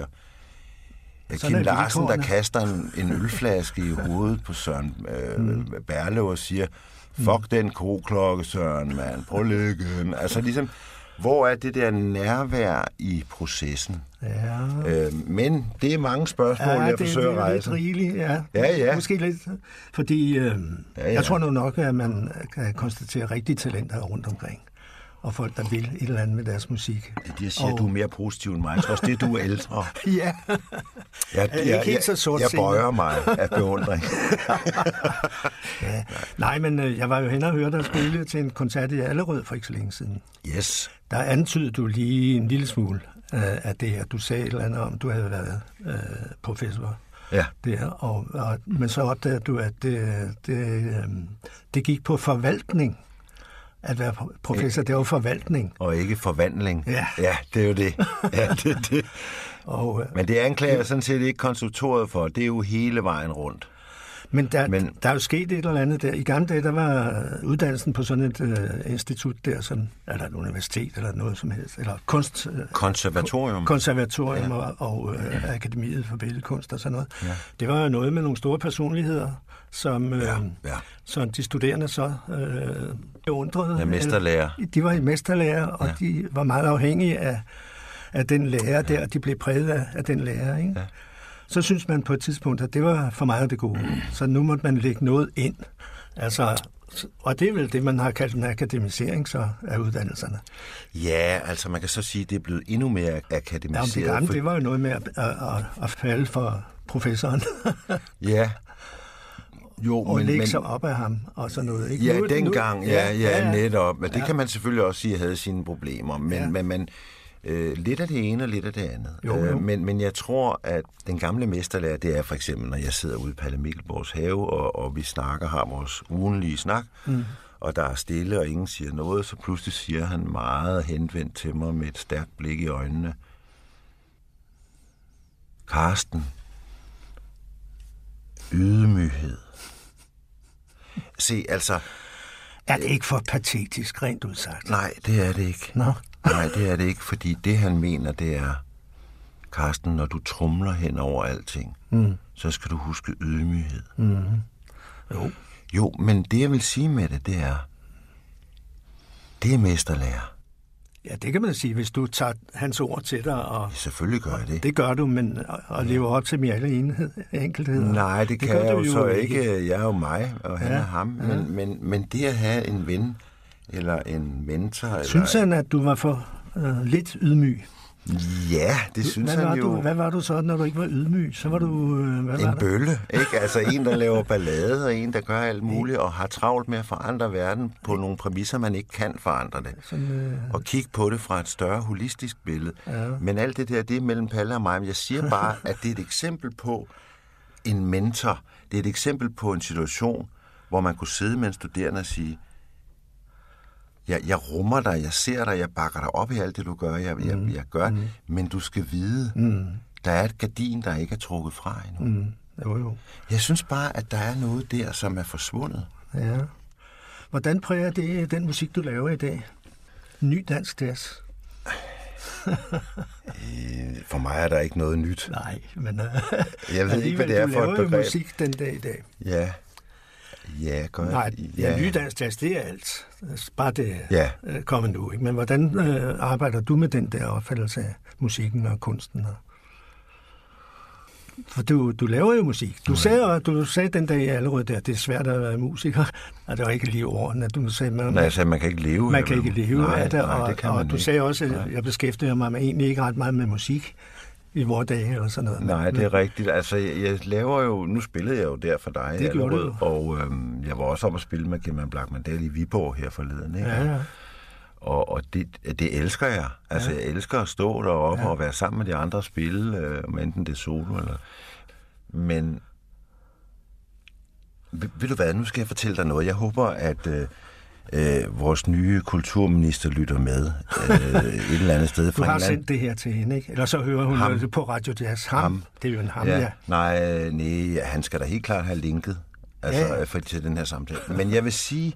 Kim Larsen, der kaster en ølflaske i hovedet på Søren Berlev og siger, fuck den koklokke, Søren, mand, prøv at lægge den. Altså ligesom, hvor er det der nærvær i processen? Ja. Men det er mange spørgsmål, jeg forsøger at rejse. Ja, det er lidt rigeligt, ja. Måske lidt, fordi jeg tror nu nok, at man kan konstatere rigtige talenter rundt omkring. Og folk, der vil et eller andet med deres musik. Jeg siger, du er mere positiv end mig. Jeg tror også, det er, du er ældre. Ja. Jeg bøjer mig af beundring. Nej, men jeg var jo hen og hørte dig spille til en koncert i Allerød for ikke så længe siden. Yes. Der antydede du lige en lille smule af det her. Du sagde et eller andet om, du havde været professor. Ja. Der, men så opdagede du, at det gik på forvaltning. At være professor, det er jo forvaltning. Og ikke forvandling. Ja, det er jo det. Ja, det. Men det anklager sådan set ikke konsultoret for. Det er jo hele vejen rundt. Men der er jo sket et eller andet der. I gamle dage, der var uddannelsen på sådan et institut der, sådan, eller et universitet eller noget som helst, eller konservatorium og Akademiet for Billedkunst og sådan noget. Ja. Det var jo noget med nogle store personligheder, som de studerende så undrede. Ja, mesterlærer. De var mesterlærer, og de var meget afhængige af den lærer der, og de blev præget af den lærer, ikke? Ja. Så synes man på et tidspunkt, at det var for meget af det gode. Så nu måtte man lægge noget ind. Altså, og det er vel det, man har kaldt en akademisering så af uddannelserne. Ja, altså man kan så sige, at det er blevet endnu mere akademiseret. Ja, det var jo noget med at falde for professoren. Ja. Jo, og lægge sig op af ham og sådan noget. Ikke? Ja, dengang, netop. Men det kan man selvfølgelig også sige, at havde sine problemer. Men lidt af det ene og lidt af det andet. Jo. Men jeg tror, at den gamle mesterlærer, det er for eksempel, når jeg sidder ude i Palle Mikkelborgs have, og vi har vores ugenlige snak, og der er stille, og ingen siger noget, så pludselig siger han meget henvendt til mig med et stærkt blik i øjnene. Karsten, ydmyghed. Se, altså... Er det ikke for patetisk, rent udsagt? Nej, det er det ikke. Nå? Nej, det er det ikke, fordi det, han mener, det er, Karsten, når du tromler hen over alting, så skal du huske ydmyghed. Jo, men det, jeg vil sige med det er mesterlærer. Ja, det kan man sige, hvis du tager hans ord til dig. Og, selvfølgelig gør jeg det. Det gør du, men og lever op til alle enkeltheder. Nej, det kan jeg jo så ikke. Jeg er jo mig, og han er ham. Ja. Men det at have en ven, eller en mentor... Synes han, at du var for lidt ydmyg? Ja, det synes han jo. Hvad var du så, når du ikke var ydmyg? Så var du... en bølle, ikke? Altså en, der laver ballade, og en, der gør alt muligt, og har travlt med at forandre verden på nogle præmisser, man ikke kan forandre det. Og kigge på det fra et større holistisk billede. Ja. Men alt det der, det er mellem Palle og mig. Men jeg siger bare, at det er et eksempel på en mentor. Det er et eksempel på en situation, hvor man kunne sidde med en studerende og sige, jeg rummer dig, jeg ser dig, jeg bakker dig op i alt det, du gør, jeg gør, men du skal vide, der er et gardin, der ikke er trukket fra endnu. Jo. Jeg synes bare, at der er noget der, som er forsvundet. Ja. Hvordan præger det den musik, du laver i dag? Ny dansk jazz? For mig er der ikke noget nyt. Nej, men jeg ved ikke, hvad det er for et begreb. Du laver jo musik den dag i dag. Ja, godt. Nej, ny dansk jazz, det er alt. Bare det kommer nu. Ikke? Men hvordan arbejder du med den der opfattelse af musikken og kunsten? For du laver jo musik. Du sagde den dag i Allerød der, det er svært at være musiker. Og det var ikke lige ordene, at du sagde... jeg sagde, man kan ikke leve. Man kan ikke leve af det. Nej, det kan man og du sagde også, at jeg beskæftiger mig med egentlig ikke ret meget med musik i vores dage eller sådan noget. Nej, det er rigtigt. Altså, jeg laver jo... Nu spillede jeg jo der for dig. Det gjorde du. Og jeg var også op at spille med Gemma Blackman-Dahl i Viborg her forleden. Ikke? Ja. Og det elsker jeg. Altså, jeg elsker at stå deroppe og være sammen med de andre og spille, om enten det er solo eller... Men... Ved du hvad, nu skal jeg fortælle dig noget. Jeg håber, at vores nye kulturminister lytter med et eller andet sted. Du har sendt det her til hende, ikke? Eller så hører hun det på Radio Jazz. Ham. Det er jo en ham, ja. Nej, han skal da helt klart have linket til den her samtale. Men jeg vil sige,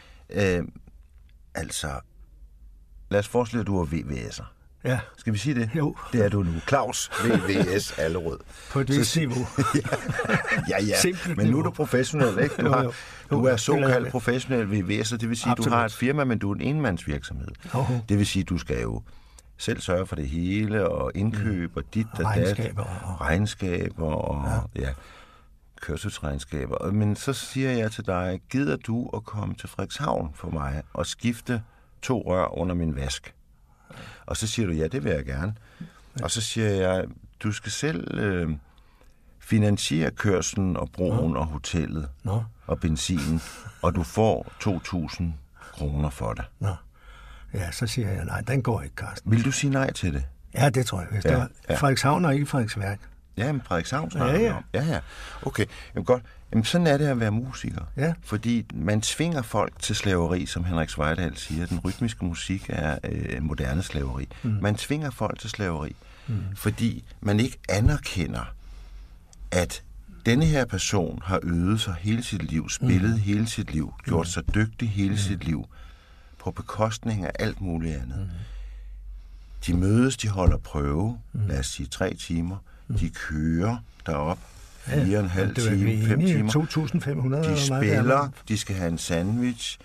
lad os forestille, at du er VVS'er. Ja. Skal vi sige det? Jo. Det er du nu. Claus VVS Allerød. På et vist niveau. Ja. Men nu er du professionel, ikke? Du er såkaldt professionel VVS'er, det vil sige, at du har et firma, men du er en enmandsvirksomhed. Det vil sige, at du skal jo selv sørge for det hele, og indkøb, og dit og dat. Regnskaber og kørselsregnskaber. Men så siger jeg til dig, gider du at komme til Frederikshavn for mig, og skifte 2 rør under min vask? Og så siger du, ja, det vil jeg gerne. Og så siger jeg, du skal selv finansiere kørslen og broen og hotellet og benzinen, og du får 2.000 kroner for det. Ja, så siger jeg, nej, den går ikke, Carsten. Vil du sige nej til det? Ja, det tror jeg. Frederikshavn og ikke Frederiksværk. Ja, men Frederikshavn snakker vi om. Ja. Okay, jamen godt. Jamen, sådan er det at være musiker. Ja. Fordi man tvinger folk til slaveri, som Henrik Zweidal siger. Den rytmiske musik er moderne slaveri. Man tvinger folk til slaveri, fordi man ikke anerkender, at denne her person har øvet sig hele sit liv, spillet hele sit liv, gjort sig dygtig hele sit liv, på bekostning af alt muligt andet. De mødes, de holder prøve, lad os sige 3 timer, de kører derop 4,5 timer, 5 timer. 2.500. De spiller, de skal have en sandwich,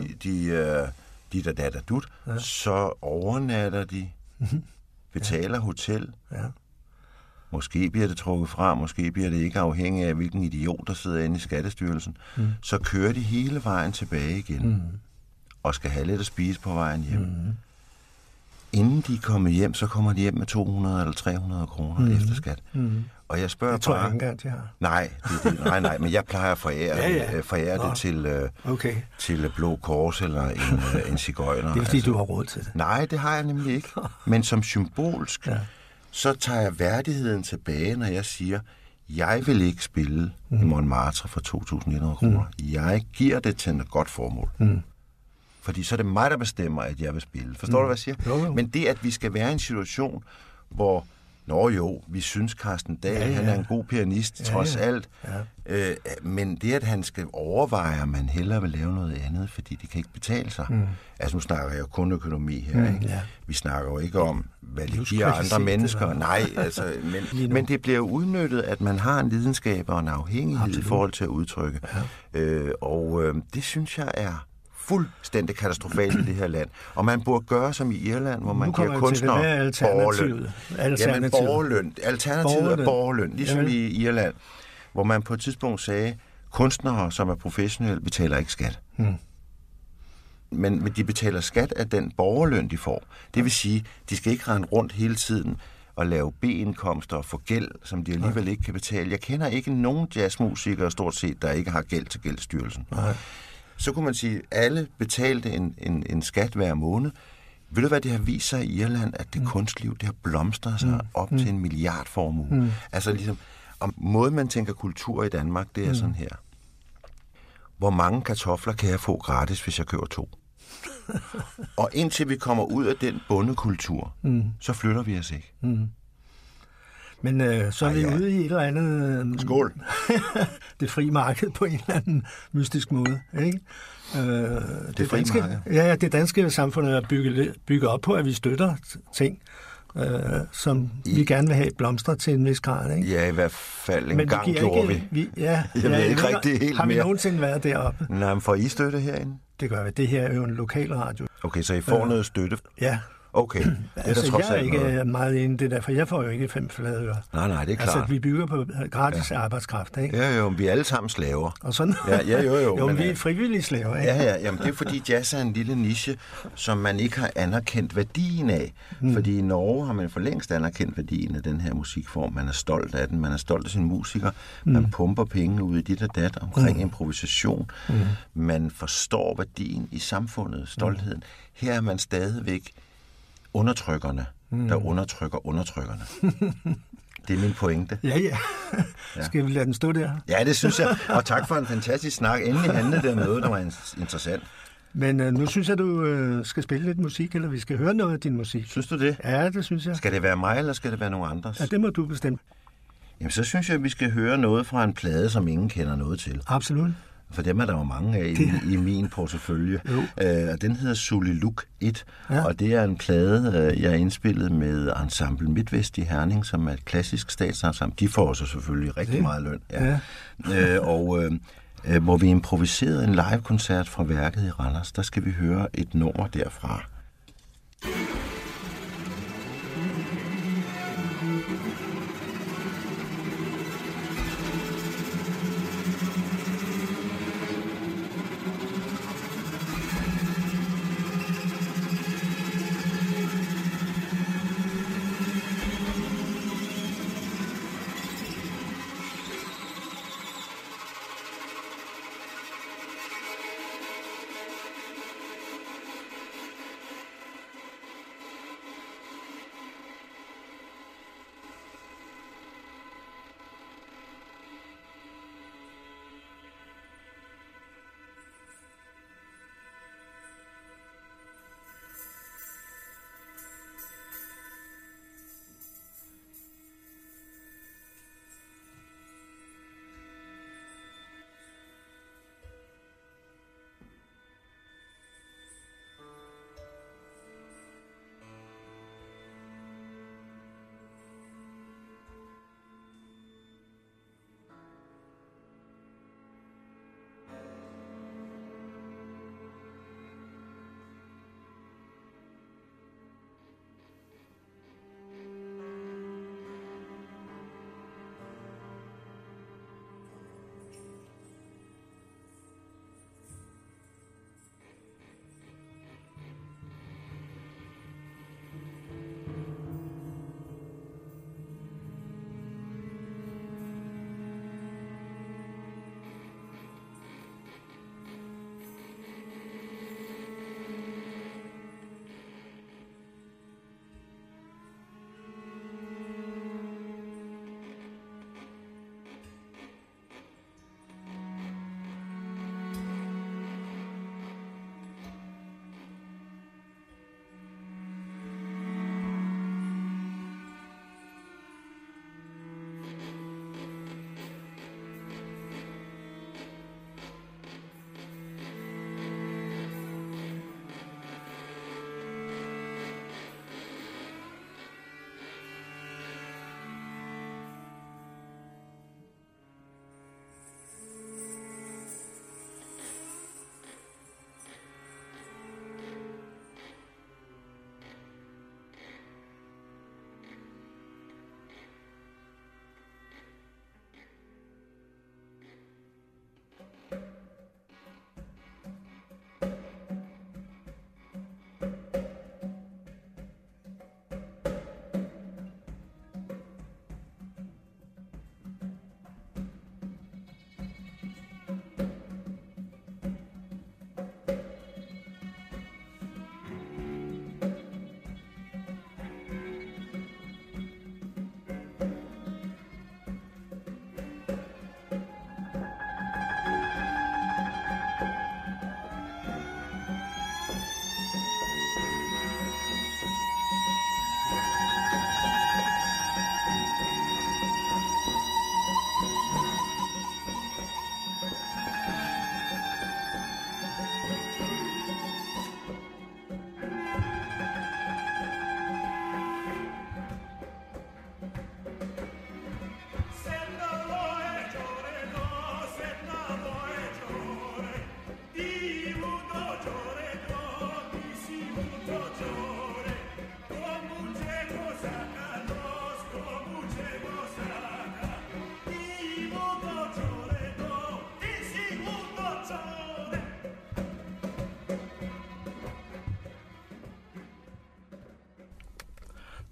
så overnatter de, betaler hotel. Måske bliver det trukket fra, måske bliver det ikke afhængig af, hvilken idiot, der sidder inde i Skattestyrelsen. Så kører de hele vejen tilbage igen, og skal have lidt at spise på vejen hjem. Inden de kommer hjem, så kommer de hjem med 200 eller 300 kroner efter skat. Og jeg spørger det tror jeg ikke engang, de har. Nej, men jeg plejer at forære det til Blå Kors eller en sigøjner. Det er fordi, du har råd til det. Nej, det har jeg nemlig ikke. Men som symbolsk, så tager jeg værdigheden tilbage, når jeg siger, jeg vil ikke spille i Montmartre for 2.100 kroner. Jeg giver det til et godt formål. Fordi så er det mig, der bestemmer, at jeg vil spille. Forstår du, hvad jeg siger? Jo. Men det, at vi skal være i en situation, hvor, vi synes, Carsten Dahl, han er en god pianist, trods alt. Men det, at han skal overveje, at man hellere vil lave noget andet, fordi det kan ikke betale sig. Altså, nu snakker jeg jo kun økonomi her, ikke? Vi snakker jo ikke om, hvad det giver andre mennesker. Nej, altså, men det bliver jo udnyttet, at man har en lidenskab og en afhængighed i forhold til at udtrykke. Og det synes jeg er fuldstændig katastrofalt i det her land. Og man burde gøre som i Irland, hvor man giver kunstnere borgerløn. Jamen borgerløn. Alternativet er borgerløn, ligesom i Irland, hvor man på et tidspunkt sagde, kunstnere, som er professionelle, betaler ikke skat. Men de betaler skat af den borgerløn, de får. Det vil sige, de skal ikke rende rundt hele tiden og lave B-indkomster og få gæld, som de alligevel ikke kan betale. Jeg kender ikke nogen jazzmusikere stort set, der ikke har gæld til Gældsstyrelsen. Så kunne man sige, at alle betalte en skat hver måned. Ved du, hvad det har vist sig i Irland, at det kunstliv, det har blomstret sig op til 1 milliardformue. Altså ligesom, og måden man tænker kultur i Danmark, det er sådan her. Hvor mange kartofler kan jeg få gratis, hvis jeg køber 2? Og indtil vi kommer ud af den bondekultur, så flytter vi os ikke. Men så er vi ude i et eller andet... Skål! det frie marked på en eller anden mystisk måde, ikke? Det danske, det danske samfund er bygget op på, at vi støtter ting, som vi gerne vil have blomster til en vis grad, ikke? Ja, i hvert fald en gang gjorde vi. Jeg ved ikke rigtig helt mere. Har vi nogensinde været deroppe? Nej, men får I støtte herinde? Det gør vi. Det her er jo en lokal radio. Okay, så I får noget støtte? Ja. Okay, det er altså, jeg er ikke meget inde i det der, for jeg får jo ikke 5 flade øre. Nej, det er klart. Altså, vi bygger på gratis arbejdskraft, ikke? Jo, vi er alle sammen slaver. Og sådan? Jo, men vi er frivillige slaver, ikke? Ja, jamen det er fordi jazz er en lille niche, som man ikke har anerkendt værdien af. Fordi i Norge har man for længst anerkendt værdien af den her musikform. Man er stolt af den, man er stolt af sine musikere. Man pumper penge ud i dit og dat omkring improvisation. Man forstår værdien i samfundet, stoltheden. Her er man stadigvæk undertrykkerne, der undertrykker undertrykkerne. Det er min pointe. Ja. Skal vi lade den stå der? Ja, det synes jeg. Og tak for en fantastisk snak. Endelig handlede det om noget, der var interessant. Men nu synes jeg, du skal spille lidt musik, eller vi skal høre noget af din musik. Synes du det? Ja, det synes jeg. Skal det være mig, eller skal det være nogen andres? Ja, det må du bestemme. Jamen, så synes jeg, at vi skal høre noget fra en plade, som ingen kender noget til. Absolut. For dem er der jo mange af i min portefølje. Den hedder Soliluk 1, og det er en plade, jeg har indspillet med Ensemble Midtvest i Herning, som er et klassisk statsensemble. De får så selvfølgelig rigtig meget løn. Hvor vi improviserede en live-koncert fra værket i Randers, der skal vi høre et nummer derfra.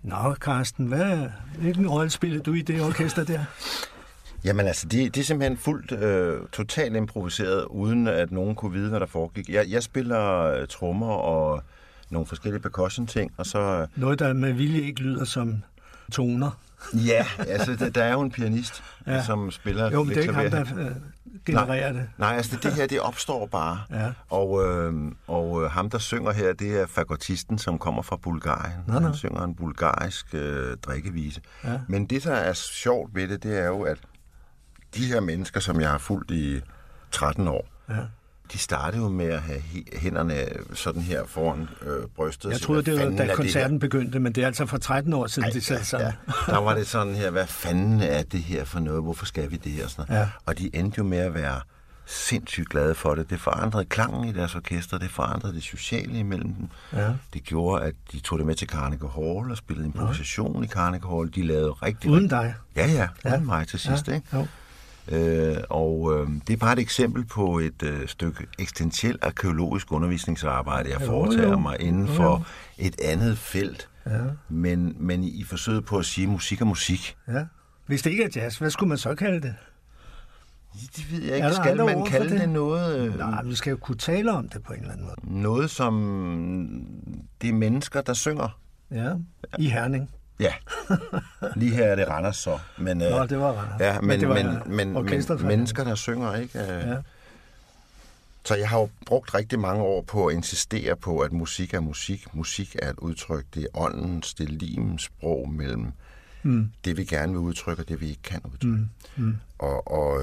Nå, Carsten, hvilken rolle spillede du i det orkester der? Jamen altså, det er simpelthen fuldt totalt improviseret, uden at nogen kunne vide, hvad der foregik. Jeg spiller trommer og nogle forskellige percussion-ting, og så... Noget, der med vilje ikke lyder som toner. Ja, altså, der er jo en pianist, som spiller... Jo, men det er ikke ham, der genererer det. Nej, altså det her, det opstår bare. Ja. Og ham, der synger her, det er fagotisten, som kommer fra Bulgarien. Han synger en bulgarisk drikkevise. Ja. Men det, der er sjovt ved det, det er jo, at de her mennesker, som jeg har fulgt i 13 år, de startede jo med at have hænderne sådan her foran brystet. Jeg troede, det var, da koncerten begyndte, men det er altså for 13 år siden, de sad sammen. Ja. Der var det sådan her, hvad fanden er det her for noget? Hvorfor skal vi det her? Sådan noget. Ja. Og de endte jo med at være sindssygt glade for det. Det forandrede klangen i deres orkester, det forandrede det sociale imellem dem. Ja. Det gjorde, at de tog det med til Carnegie Hall og spillede improvisation i Carnegie Hall. De lavede rigtig... Uden dig? Ja, uden mig til sidst, ikke? Jo. Det er bare et eksempel på et stykke eksistentielt arkeologisk undervisningsarbejde, jeg foretager mig inden for et andet felt, men i forsøget på at sige musik og musik. Ja. Hvis det ikke er jazz, hvad skulle man så kalde det? Det ved jeg ikke. Skal man kalde det noget... Nej, vi skal jo kunne tale om det på en eller anden måde. Noget som det er mennesker, der synger. Ja, i Herning. Ja, lige her er det Randers så. Men, Nå, det var Randers. Ja, men mennesker, der synger, ikke? Ja. Så jeg har jo brugt rigtig mange år på at insistere på, at musik er musik. Musik er et udtryk. Det er åndens, det er limens sprog mellem det, vi gerne vil udtrykke, og det, vi ikke kan udtrykke. Og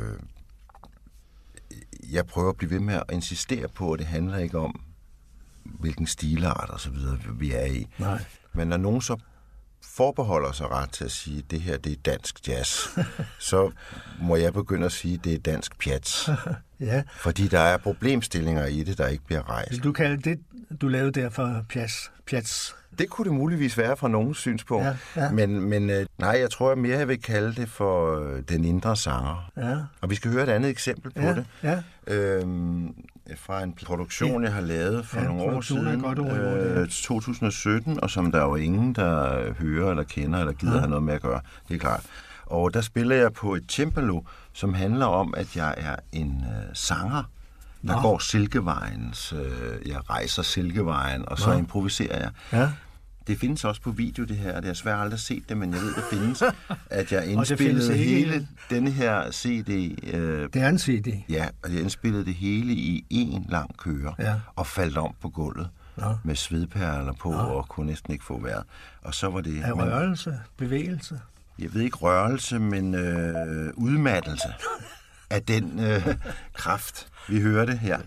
jeg prøver at blive ved med at insistere på, at det handler ikke om, hvilken stilart og så videre vi er i. Nej. Men når nogen så forbeholder sig ret til at sige, at det her, det er dansk jazz, så må jeg begynde at sige, at det er dansk pjats. Ja. Fordi der er problemstillinger i det, der ikke bliver rejst. Vil du kalde det, du lavede der for pjats? Det kunne det muligvis være fra nogens synspunkt. Ja. Men nej, jeg tror jeg mere, jeg vil kalde det for den indre sanger. Ja. Og vi skal høre et andet eksempel på det. Ja. Fra en produktion, jeg har lavet for nogle år siden, 2017, og som der jo ingen, der hører eller kender eller gider have noget med at gøre. Det er klart. Og der spiller jeg på et cembalo, som handler om, at jeg er en sanger, der går Silkevejens, jeg rejser Silkevejen, og så improviserer jeg. Ja. Det findes også på video, det her, og det er svært aldrig at se det, men jeg ved, det findes, at jeg indspillede hele denne her CD. Det er en CD? Ja, og jeg indspillede det hele i en lang køre, og faldt om på gulvet med svedperler på, og kunne næsten ikke få vejret. Og så var det... Er rørelse, bevægelse? Jeg ved ikke rørelse, men udmattelse af den kraft. Vi hører det her.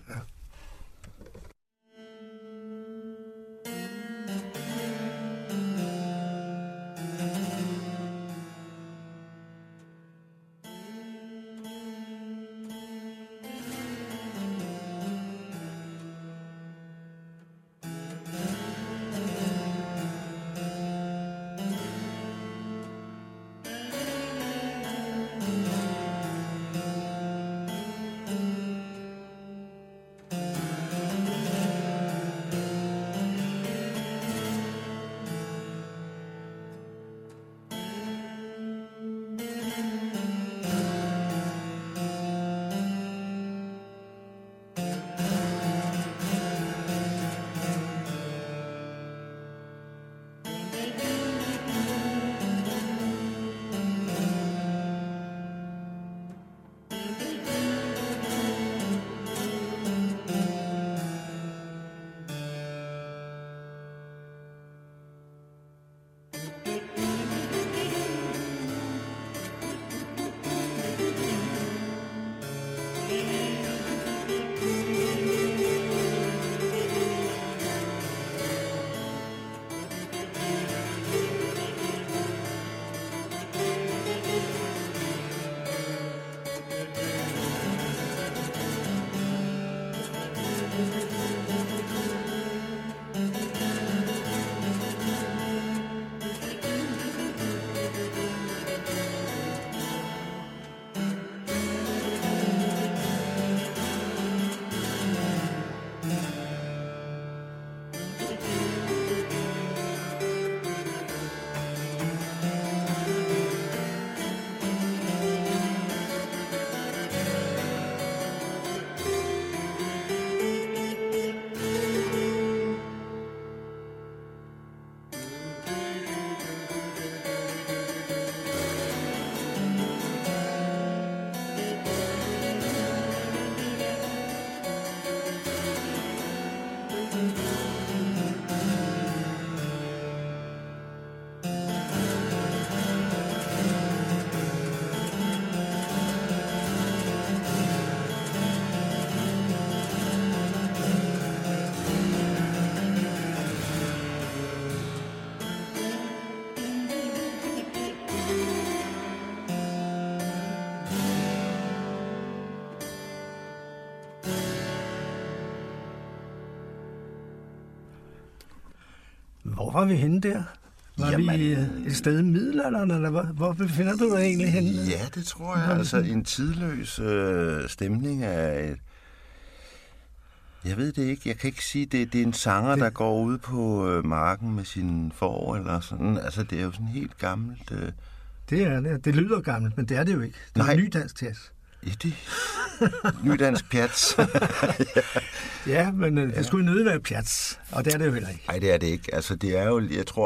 Hvor var vi henne der? Var vi et sted i middelalderen, eller hvor befinder du dig egentlig henne? Ja, det tror jeg. Altså en tidløs stemning af et... Jeg ved det ikke. Jeg kan ikke sige, det er en sanger, der går ud på marken med sin får, eller sådan. Altså, det er jo sådan helt gammelt... Det er det. Det lyder gammelt, men det er det jo ikke. Det er nydansk jazz. Ja, det nydansk pjats. Ja, men det skulle jo nødt være pjats, og det er det jo heller ikke. Nej, det er det ikke. Altså, det er jo...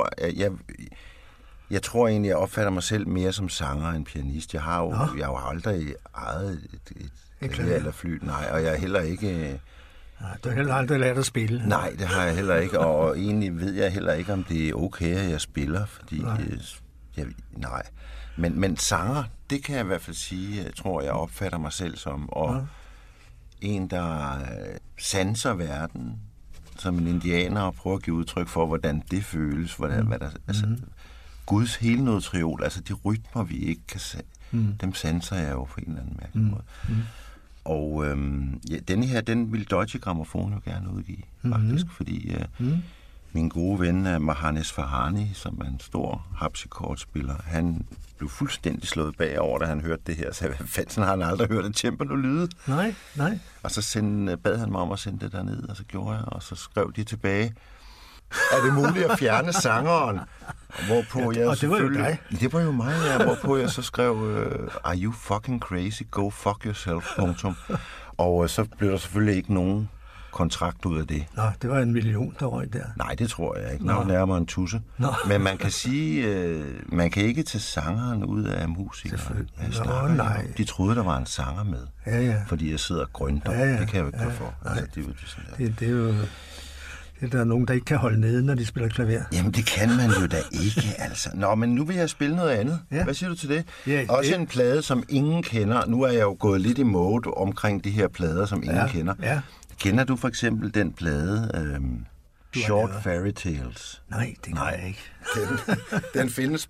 Jeg tror egentlig, jeg opfatter mig selv mere som sanger end pianist. Jeg har jo aldrig ejet et klaver eller flyt. Nej, og jeg er heller ikke... Du har heller aldrig lært at spille. Nej, det har jeg heller ikke, og egentlig ved jeg heller ikke, om det er okay, at jeg spiller, fordi... Nej. Men sanger, det kan jeg i hvert fald sige, jeg tror, jeg opfatter mig selv som, og en, der sanser verden som en indianer, og prøver at give udtryk for, hvordan det føles, hvad der... Altså, Guds helnødtriol, altså de rytmer, vi ikke kan dem sanser jeg jo på en eller anden mærkelig måde. Og denne her, den ville Deutsche Grammophon jo gerne udgive, faktisk, fordi min gode ven Mahannes Farhani, som er en stor harpsichordspiller, han blev fuldstændig slået bagover, da han hørte det her, så hvad fanden har han aldrig hørt et cembalo lyde? Nej. Og så bad han mig om at sende det derned, og så gjorde jeg, og så skrev de tilbage, er det muligt at fjerne sangeren? Hvorpå jeg og det var jo dig. Det var jo mig, ja. Hvorpå jeg så skrev, are you fucking crazy? Go fuck yourself. Og så blev der selvfølgelig ikke nogen kontrakt ud af det. Nå, det var 1 million, der røg der. Nej, det tror jeg ikke. Nå, nærmere en tusse. Men man kan sige, man kan ikke tage sangeren ud af musikeren. Nej. De troede, der var en sanger med. Ja. Fordi jeg sidder og grønter. Ja. Det kan jeg jo ikke for. Altså, det er jo... Der er nogen, der ikke kan holde nede, når de spiller klaver. Jamen, det kan man jo da ikke, altså. Nå, men nu vil jeg spille noget andet. Ja. Hvad siger du til det? Ja, også en plade, som ingen kender. Nu er jeg jo gået lidt i mode omkring de her plader, som ingen kender. Ja. Kender du for eksempel den plade Short Fairy Tales? Nej, det kan jeg ikke. Den findes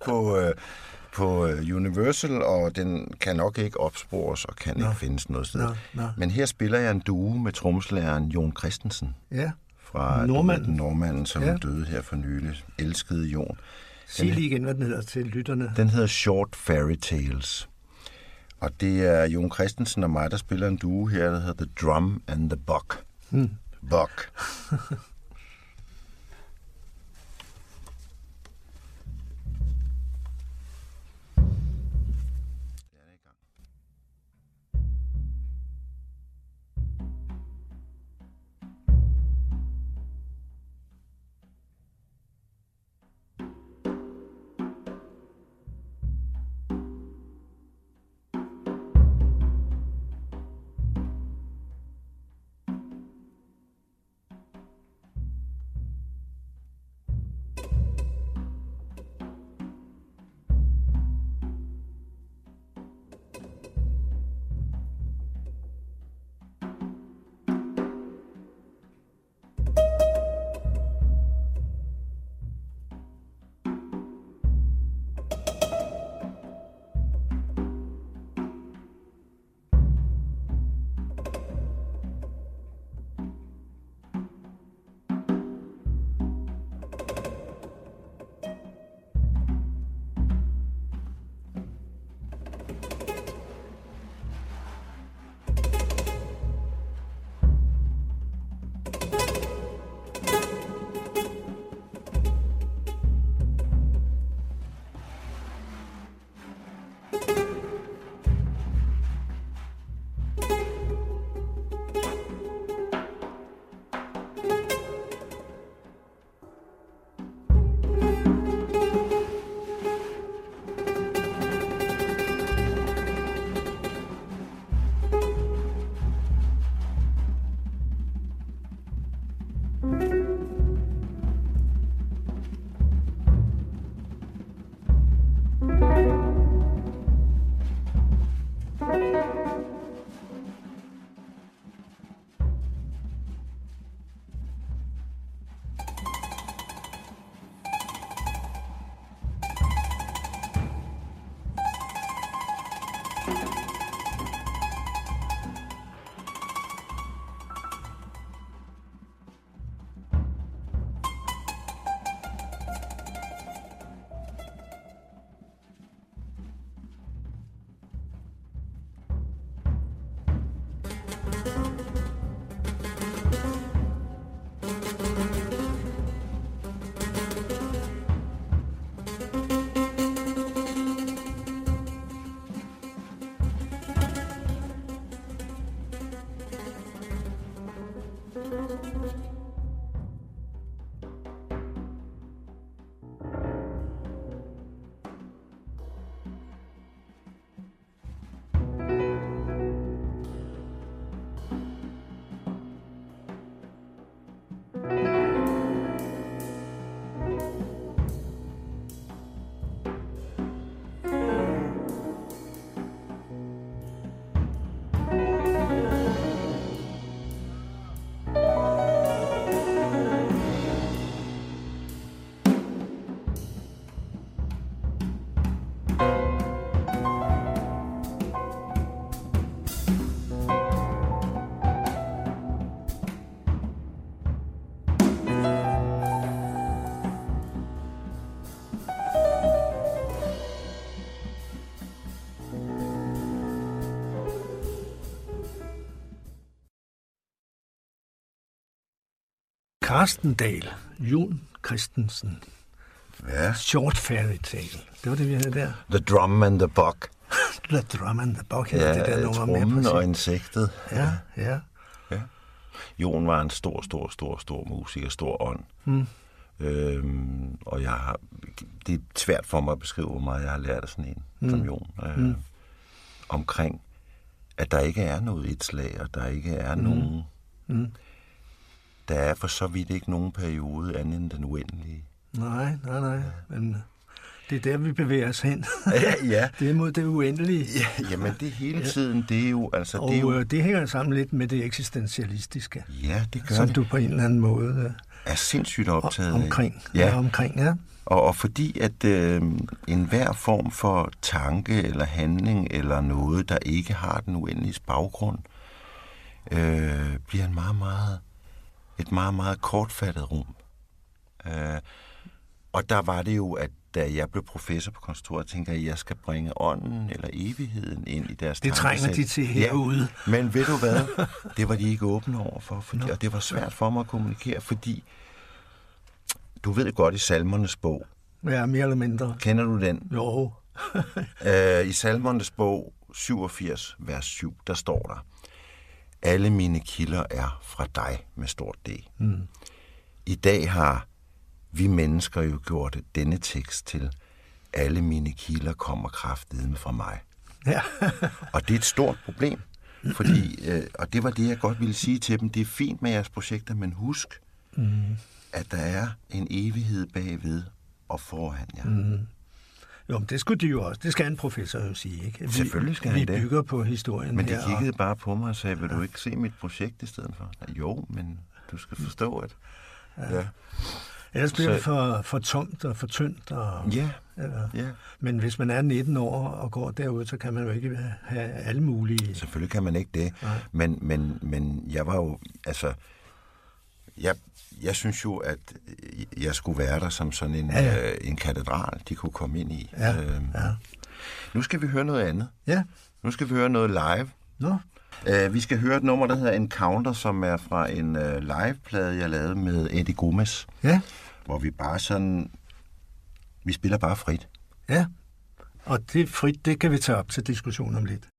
på Universal, og den kan nok ikke opspores og kan ikke findes noget sted. Men her spiller jeg en duo med trommeslageren Jon Christensen. Ja. Fra Nordmanden, som døde her for nylig. Elskede Jon. Sig lige igen, hvad den hedder til lytterne. Den hedder Short Fairy Tales. Og det er Jon Christensen og mig, der spiller en duo her, der hedder The Drum and the Buck. Buck. Karstendal, Jon Christensen. Ja. Short Fairy Tale. Det var det, vi havde der. The Drum and the Buck. The Drum and the Buck, ja, det der nummer mere trommen og insektet. Ja. Jon var en stor musiker, stor ånd. Og det er svært for mig at beskrive, hvor meget jeg har lært af sådan en som Jon. Omkring, at der ikke er noget et slag, og der ikke er nogen... Der er for så vidt ikke nogen periode andet end den uendelige. Nej. Men det er der, vi bevæger os hen. Ja. Det er mod det uendelige. Ja, jamen, det hele tiden, det er jo... Altså, og det, er jo... det hænger sammen lidt med det eksistentialistiske. Ja, det gør som det. Du på en eller anden måde... er sindssygt optaget omkring. Ja. Og fordi at enhver form for tanke eller handling eller noget, der ikke har den uendelige baggrund, bliver et meget, meget kortfattet rum. Og der var det jo, at da jeg blev professor på konservatoriet, tænkte jeg, at jeg skal bringe ånden eller evigheden ind i deres tankesæt. Det trænger de til herude. Ja, men ved du hvad? Det var de ikke åbne over for, og det var svært for mig at kommunikere, fordi du ved godt i Salmernes bog. Ja, mere eller mindre. Kender du den? Jo. I Salmernes bog 87, vers 7, der står der: alle mine kilder er fra dig med stort D. I dag har vi mennesker jo gjort denne tekst til: alle mine kilder kommer kraftedeme fra mig. Ja. Og det er et stort problem, fordi, og det var det, jeg godt ville sige til dem, det er fint med jeres projekter, men husk, at der er en evighed bagved og foran jer. Jo, men det skulle de jo også. Det skal en professor jo sige, ikke? Selvfølgelig skal han det. Vi bygger på historien. Men de kiggede bare på mig og sagde, vil du ikke se mit projekt i stedet for? Jo, men du skal forstå, at... Ja. Ellers bliver det for tomt og for tyndt. Ja. Men hvis man er 19 år og går derude, så kan man jo ikke have alle mulige... Selvfølgelig kan man ikke det. Men jeg var jo... Altså, jeg synes jo, at jeg skulle være der som sådan en katedral, de kunne komme ind i. Nu skal vi høre noget andet. Ja. Nu skal vi høre noget live. Vi skal høre et nummer, der hedder Encounter, som er fra en liveplade, jeg lavede med Eddie Gomez. Ja. Hvor vi bare sådan... Vi spiller bare frit. Ja, og det frit, det kan vi tage op til diskussion om lidt.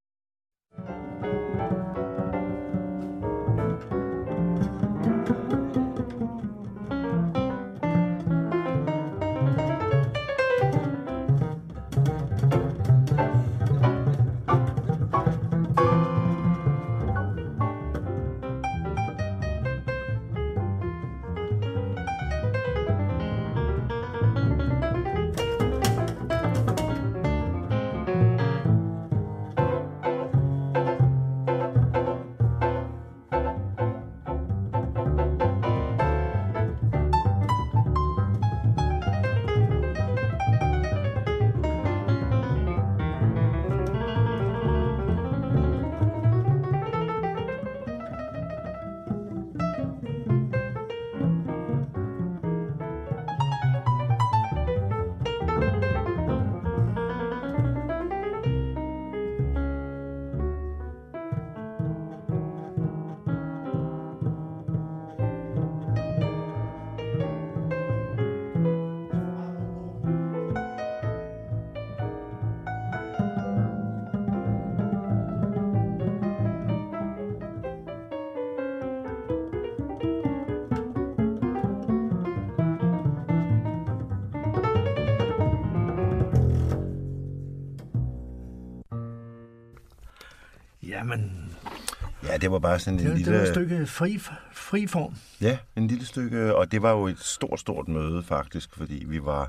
Ja, det var bare sådan en lille... Det var et stykke fri form. Ja, en lille stykke, og det var jo et stort møde faktisk, fordi vi var...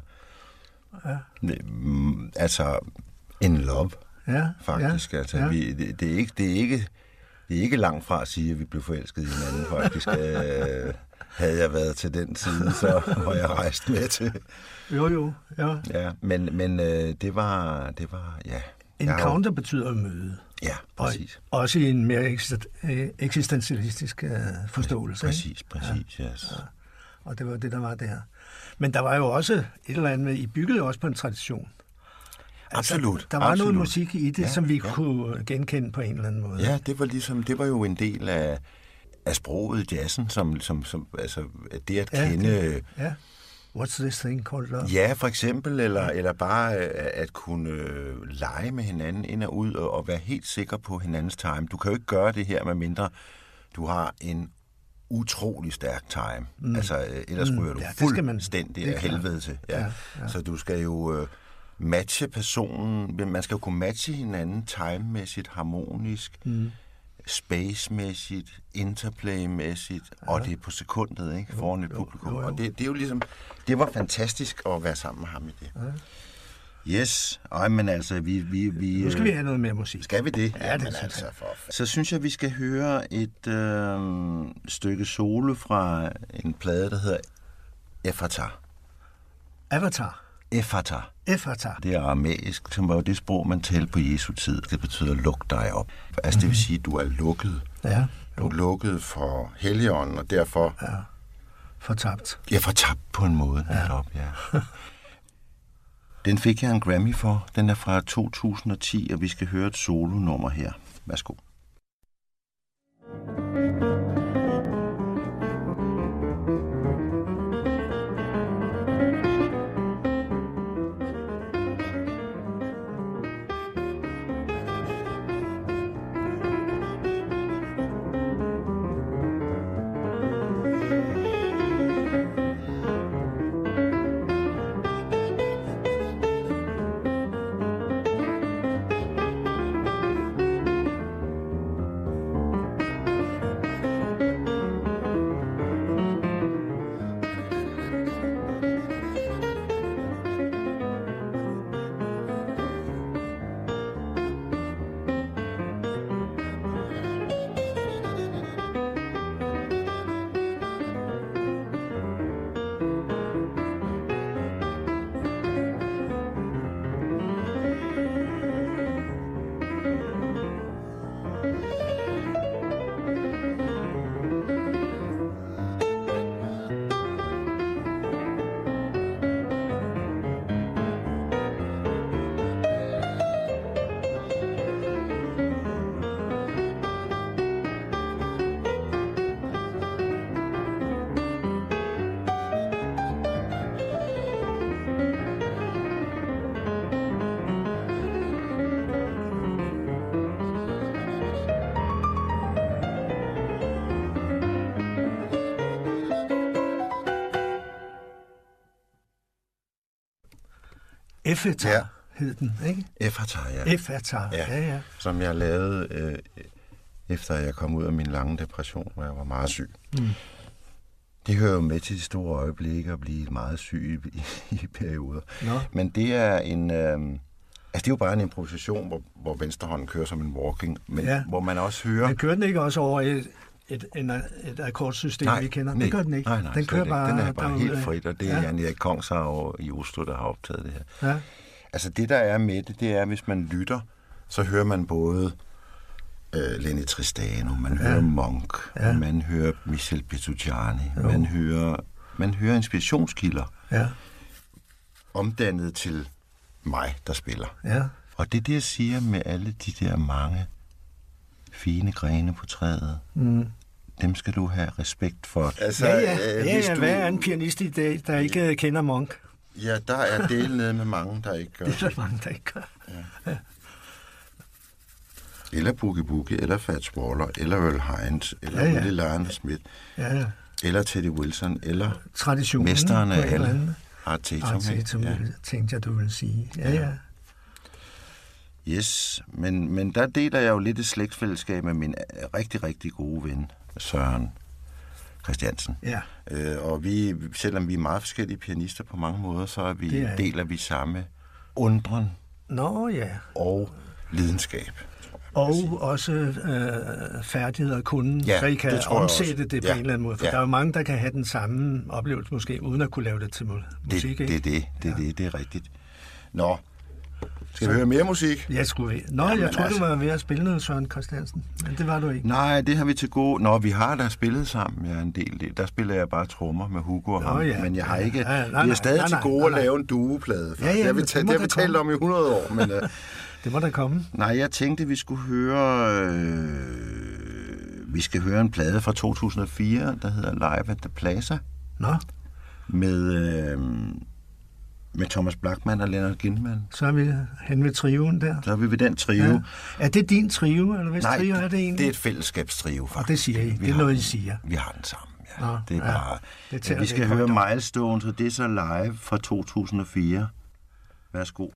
Altså, in love, faktisk. Altså, det er ikke langt fra at sige, at vi blev forelsket i hinanden, faktisk. Havde jeg været til den side, så var jeg rejst med til. Jo. Ja, men det var, ja. Encounter betyder møde. Ja, præcis. Og også i en mere eksistentialistisk forståelse. Præcis, yes. Ja. Og det var det, der var der. Men der var jo også et eller andet med, I byggede også på en tradition. Absolut. Altså, der var noget musik i det, som vi kunne genkende på en eller anden måde. Ja, det var jo en del af sproget i jazzen, som altså det at kende... Ja. What's this thing called love? Ja, for eksempel, eller bare at kunne lege med hinanden ind og ud, og være helt sikker på hinandens time. Du kan jo ikke gøre det her, med mindre du har en utrolig stærk time. Altså, ellers ryger du fuldstændig af helvede til. Ja. Så du skal jo matche personen, man skal jo kunne matche hinanden timemæssigt, harmonisk, spacemæssigt, interplaymæssigt, og det er på sekundet, ikke? Foran et publikum. Og det er jo ligesom, det var fantastisk at være sammen med ham i det. Yes, men altså, vi nu skal vi have noget mere musik. Skal vi det? Ja, det altså, så synes jeg, vi skal høre et stykke solo fra en plade, der hedder Ephata. Ephata. Det er aramæisk, som var jo det sprog, man talte på Jesu tid. Det betyder luk dig op. Altså det vil sige, at du er lukket. Ja. Du er lukket for Helligånden, og derfor... Ja. Fortabt. Ja, fortabt på en måde. Netop, ja. Den fik jeg en Grammy for. Den er fra 2010, og vi skal høre et solonummer her. Værsgo. Ephata hed den, ikke? Ephata, ja. Ephata, ja. Som jeg lavede, efter jeg kom ud af min lange depression, hvor jeg var meget syg. Det hører jo med til de store øjeblikke at blive meget syg i perioder. Men det er en... altså, det er jo bare en improvisation, hvor venstrehånden kører som en walking, men hvor man også hører... Men kører den ikke også over et akkordsystem, vi kender? Det gør den ikke. Nej, den kører bare... Den er bare helt frit, og det er Jan Erik Kongshav i Oslo, der har optaget det her. Ja. Altså, det der er med det er, hvis man lytter, så hører man både Lenny Tristano, man hører Monk, man hører Michel Petrucciani, man hører inspirationskilder, omdannet til mig, der spiller. Ja. Og det er det, jeg siger med alle de der mange fine grene på træet. Dem skal du have respekt for. Altså, hvad er en pianist i dag, der ikke kender Monk? Ja, der er del nede med mange, der ikke gør. Det er der mange, der ikke gør. Ja. Eller Boogie Boogie, eller Fats Waller, eller Earl Hines, eller Willie Lionel Smith, eller Teddy Wilson, eller mesteren af alle. Art Tatum, tænkte jeg, du ville sige. Ja. Yes, men der deler jeg jo lidt et slægtsfællesskab med min rigtig, rigtig gode ven, Søren Christiansen. Ja. Og selvom vi er meget forskellige pianister på mange måder, så deler vi samme undren og lidenskab. Og også færdigheder og kunden, så I kan omsætte det på en eller anden måde. For der er jo mange, der kan have den samme oplevelse måske, uden at kunne lave det til musik. Det er rigtigt. Nå, skal vi høre mere musik? Jeg troede, du var ved at spille noget, Søren Christiansen. Men det var du ikke. Nej, det har vi til gode. Nå, vi har da spillet sammen, en del. Der spiller jeg bare trommer med Hugo og ham. Men jeg har ikke... Vi er stadig til gode at lave en dueplade. Det har vi talt om i 100 år, men... Det må da komme. Nej, jeg tænkte, vi skulle høre Vi skal høre en plade fra 2004, der hedder Live at the Plaza. Nå. Med Thomas Blachman og Leonard Gilman. Så er vi hen ved trioen der. Så er vi ved den trio. Ja. Er det din trio, eller hvis Nej, trio er det egentlig? det er et fællesskabstrio, faktisk. Og det siger I. Det er noget, I siger. Vi har den sammen, ja. Nå, det er bare... Det vi skal høre Milestones, og det er så live fra 2004. Værsgo.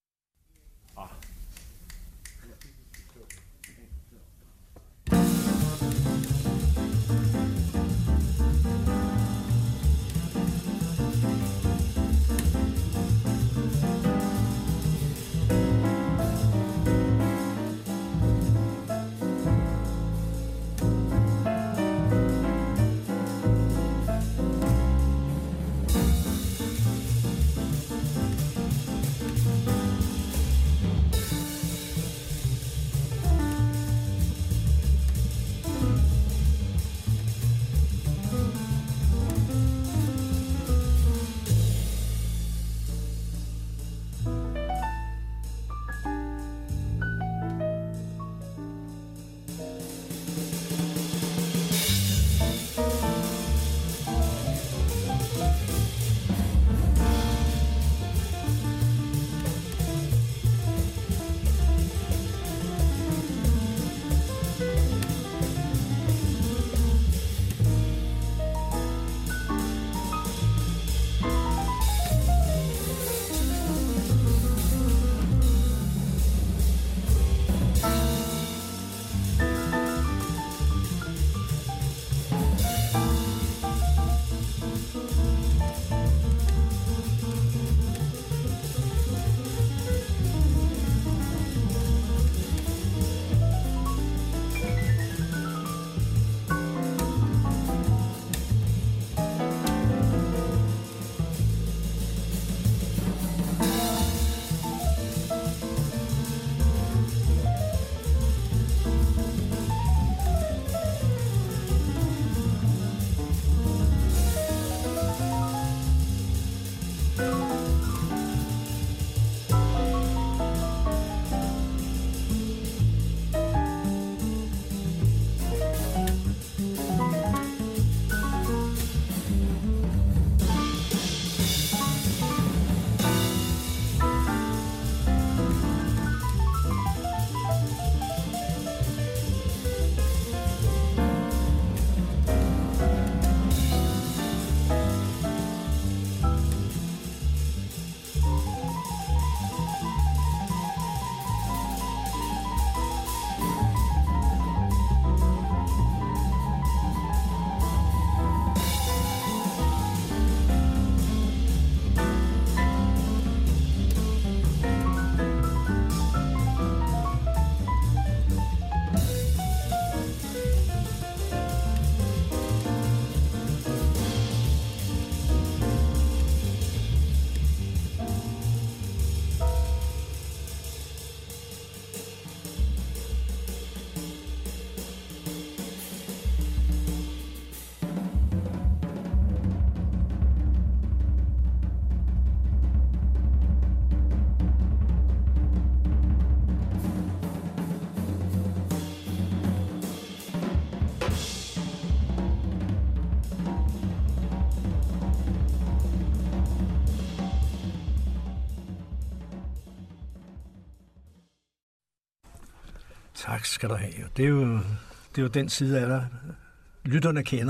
Tak skal du have. Det er jo den side af dig, lytterne kender.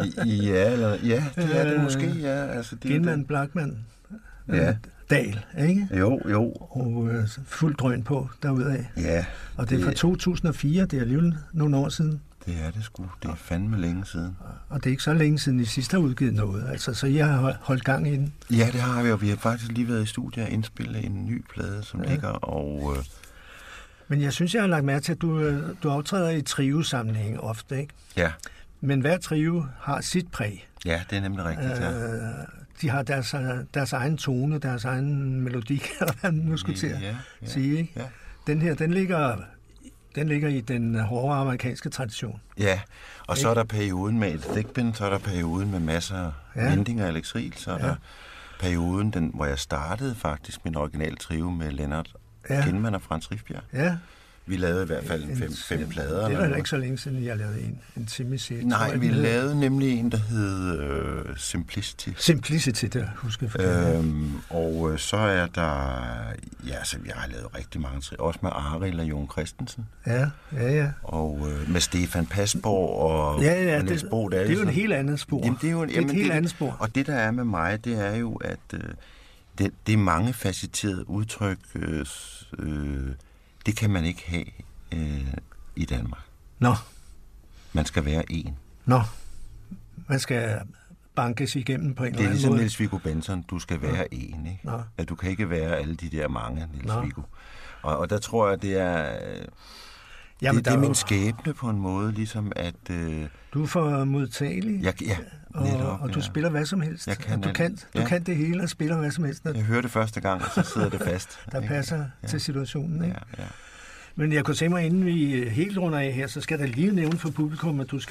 ja, det er det måske. Ja, altså, Gilman, Blachman, ja. Dahl, ikke? Jo. Og fuld drøn på derudad. Ja. Og det er fra 2004, det er alligevel nogle år siden. Det er det sgu. Det er fandme længe siden. Og det er ikke så længe siden, I sidst har udgivet noget. Altså, så I har holdt gang i den? Ja, det har vi, og vi har faktisk lige været i studiet og indspillet en ny plade, som ligger og... Men jeg synes, jeg har lagt mærke til, at du optræder i trio-sammenhæng ofte, ikke? Ja. Men hver trio har sit præg. Ja, det er nemlig rigtigt, ja. De har deres egen tone, deres egen melodi, eller hvad man nu skulle til at sige, ikke? Ja. Den her, den ligger i den hårde amerikanske tradition. Ja, og så er der perioden med et Thigpen, så er der perioden med masser af Winding og Alex Riel, så er der perioden, hvor jeg startede faktisk min originale trio med Leonard Gilman og Frans Rifbjerg. Ja. Vi lavede i hvert fald fem plader. Det var ikke så længe siden, jeg lavede en Timmy-set. Nej, vi lavede nemlig en, der hed Simplicity. Simplicity, det husker jeg. Og så er der... Ja, så jeg har lavet rigtig mange trin. Også med Arild og Jon Christensen. Ja. Og med Stefan Pasborg og Niels Bo. Det er jo et helt andet spor. Jamen, det er jo et helt andet spor. Og det, der er med mig, det er jo, at det er mange facetterede udtryk. Det kan man ikke have i Danmark. Nå. Man skal være en. Nå. Man skal bankes igennem på en eller anden måde. Det er ligesom Niels Viggo Bentzon. Du skal være en, ikke? Nå. At du kan ikke være alle de der mange, Niels Viggo. Og der tror jeg, det er... Jamen, det er min skæbne på en måde, ligesom at... Du er for modtagelig. Ja, netop, og du spiller hvad som helst. Du kan det hele og spiller hvad som helst. Jeg hører det første gang, og så sidder det fast. Der passer til situationen, ikke? Ja. Men jeg kunne tænke mig, inden vi helt runder af her, så skal der lige nævne for publikum, at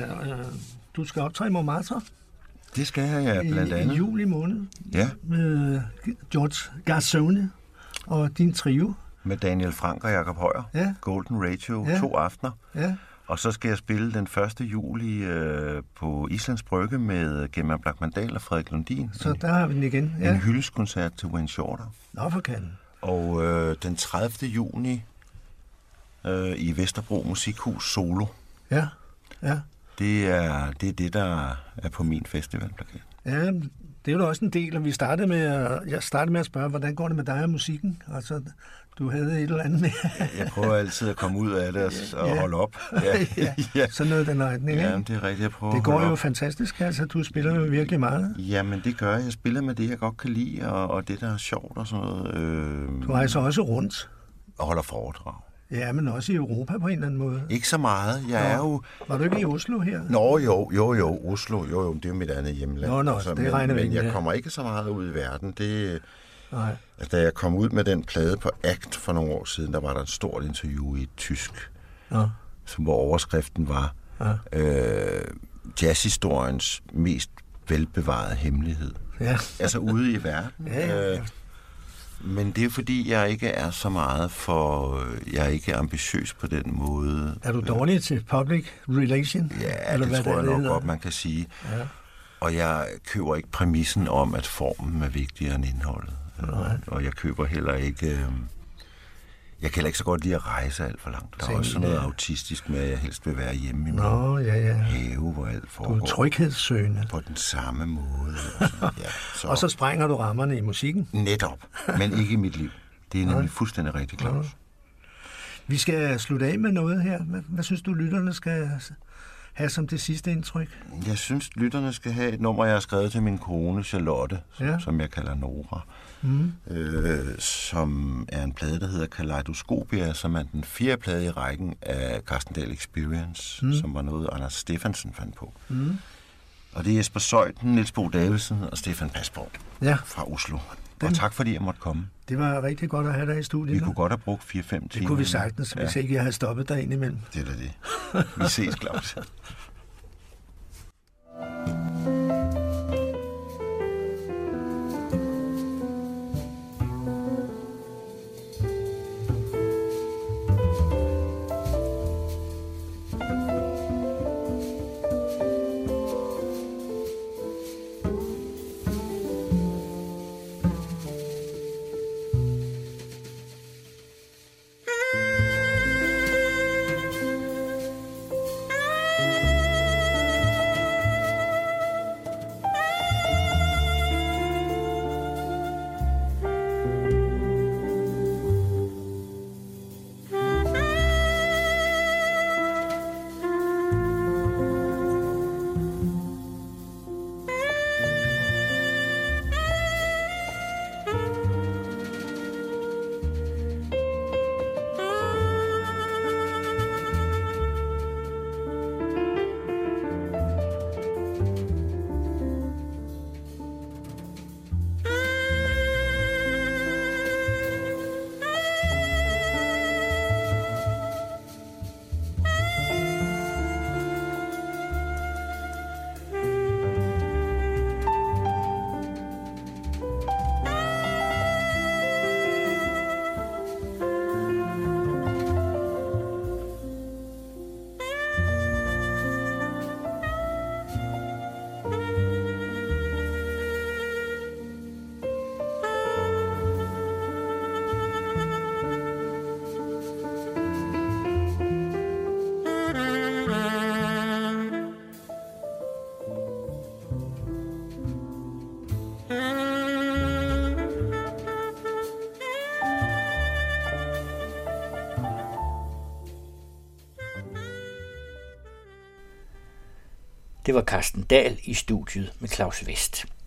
du skal optræde i Montmartre. Det skal jeg, blandt andet. I juli måned. Ja. Med George Garzone og din trio. Med Daniel Frank og Jakob Højer. Ja. Golden Radio. 2 aftener. Ja. Og så skal jeg spille den 1. juli på Islands Brygge med Gemma Blackman-Dahl og Frederik Lundin. Så der har vi den igen. En hyldestkoncert til Wayne Shorter. Nå, for kanden. Og den 30. juni i Vesterbro Musikhus Solo. Ja. Det er det, der er på min festivalplakat. Ja, det er jo også en del, og jeg startede med at spørge, hvordan går det med dig og musikken? Altså, du havde et eller andet med. Jeg prøver altid at komme ud af det og holde op. Ja. Så noget den retning, ikke? Ja, det er rigtigt, jeg prøver. Det går jo fantastisk, altså. Du spiller jo virkelig meget. Jamen, det gør jeg. Jeg spiller med det, jeg godt kan lide, og det, der er sjovt og sådan noget. Du rejser også rundt. Og holder foredrag. Ja, men også i Europa på en eller anden måde. Ikke så meget. Jeg er jo... Var du ikke i Oslo her? Nå, jo. Oslo, jo, det er jo mit andet hjemland. Nå, altså, det regner vi men jeg kommer ikke så meget ud i verden. Nej. Altså, da jeg kom ud med den plade på ACT for nogle år siden, der var der et stort interview i tysk, hvor overskriften var jazzhistoriens mest velbevarede hemmelighed. Ja. Altså ude i verden. Ja. Men det er fordi, jeg ikke er så meget jeg er ikke ambitiøs på den måde. Er du dårlig til public relation? Ja, eller det tror jeg nok godt, man kan sige. Ja. Og jeg køber ikke præmissen om, at formen er vigtigere end indholdet. Og jeg køber heller ikke... Jeg kan heller ikke så godt lide at rejse alt for langt. Der er også sådan noget autistisk med, at jeg helst vil være hjemme i min have, hvor alt foregår. Du er tryghedssøgende. På den samme måde. Og så sprænger du rammerne i musikken. Netop, men ikke i mit liv. Det er nemlig fuldstændig rigtigt, Claus. Vi skal slutte af med noget her. Hvad synes du, lytterne skal have som det sidste indtryk? Jeg synes, lytterne skal have et nummer, jeg har skrevet til min kone, Charlotte, som jeg kalder Nora. Som er en plade, der hedder Kaleidoskopia, som er den 4. plade i rækken af Carstendale Experience, som var noget, Anders Stephansen fandt på. Og det er Jesper Zeuthen, Niels Bo Davidsen og Stefan Pasborg fra Oslo. Og tak fordi jeg måtte komme. Det var rigtig godt at have dig i studiet. Vi kunne godt have brugt 4-5 timer. Det kunne vi sagtens, hvis ikke jeg havde stoppet dig ind imellem. Det er det. Vi ses, Claus. Det var Carsten Dahl i studiet med Claus Vest.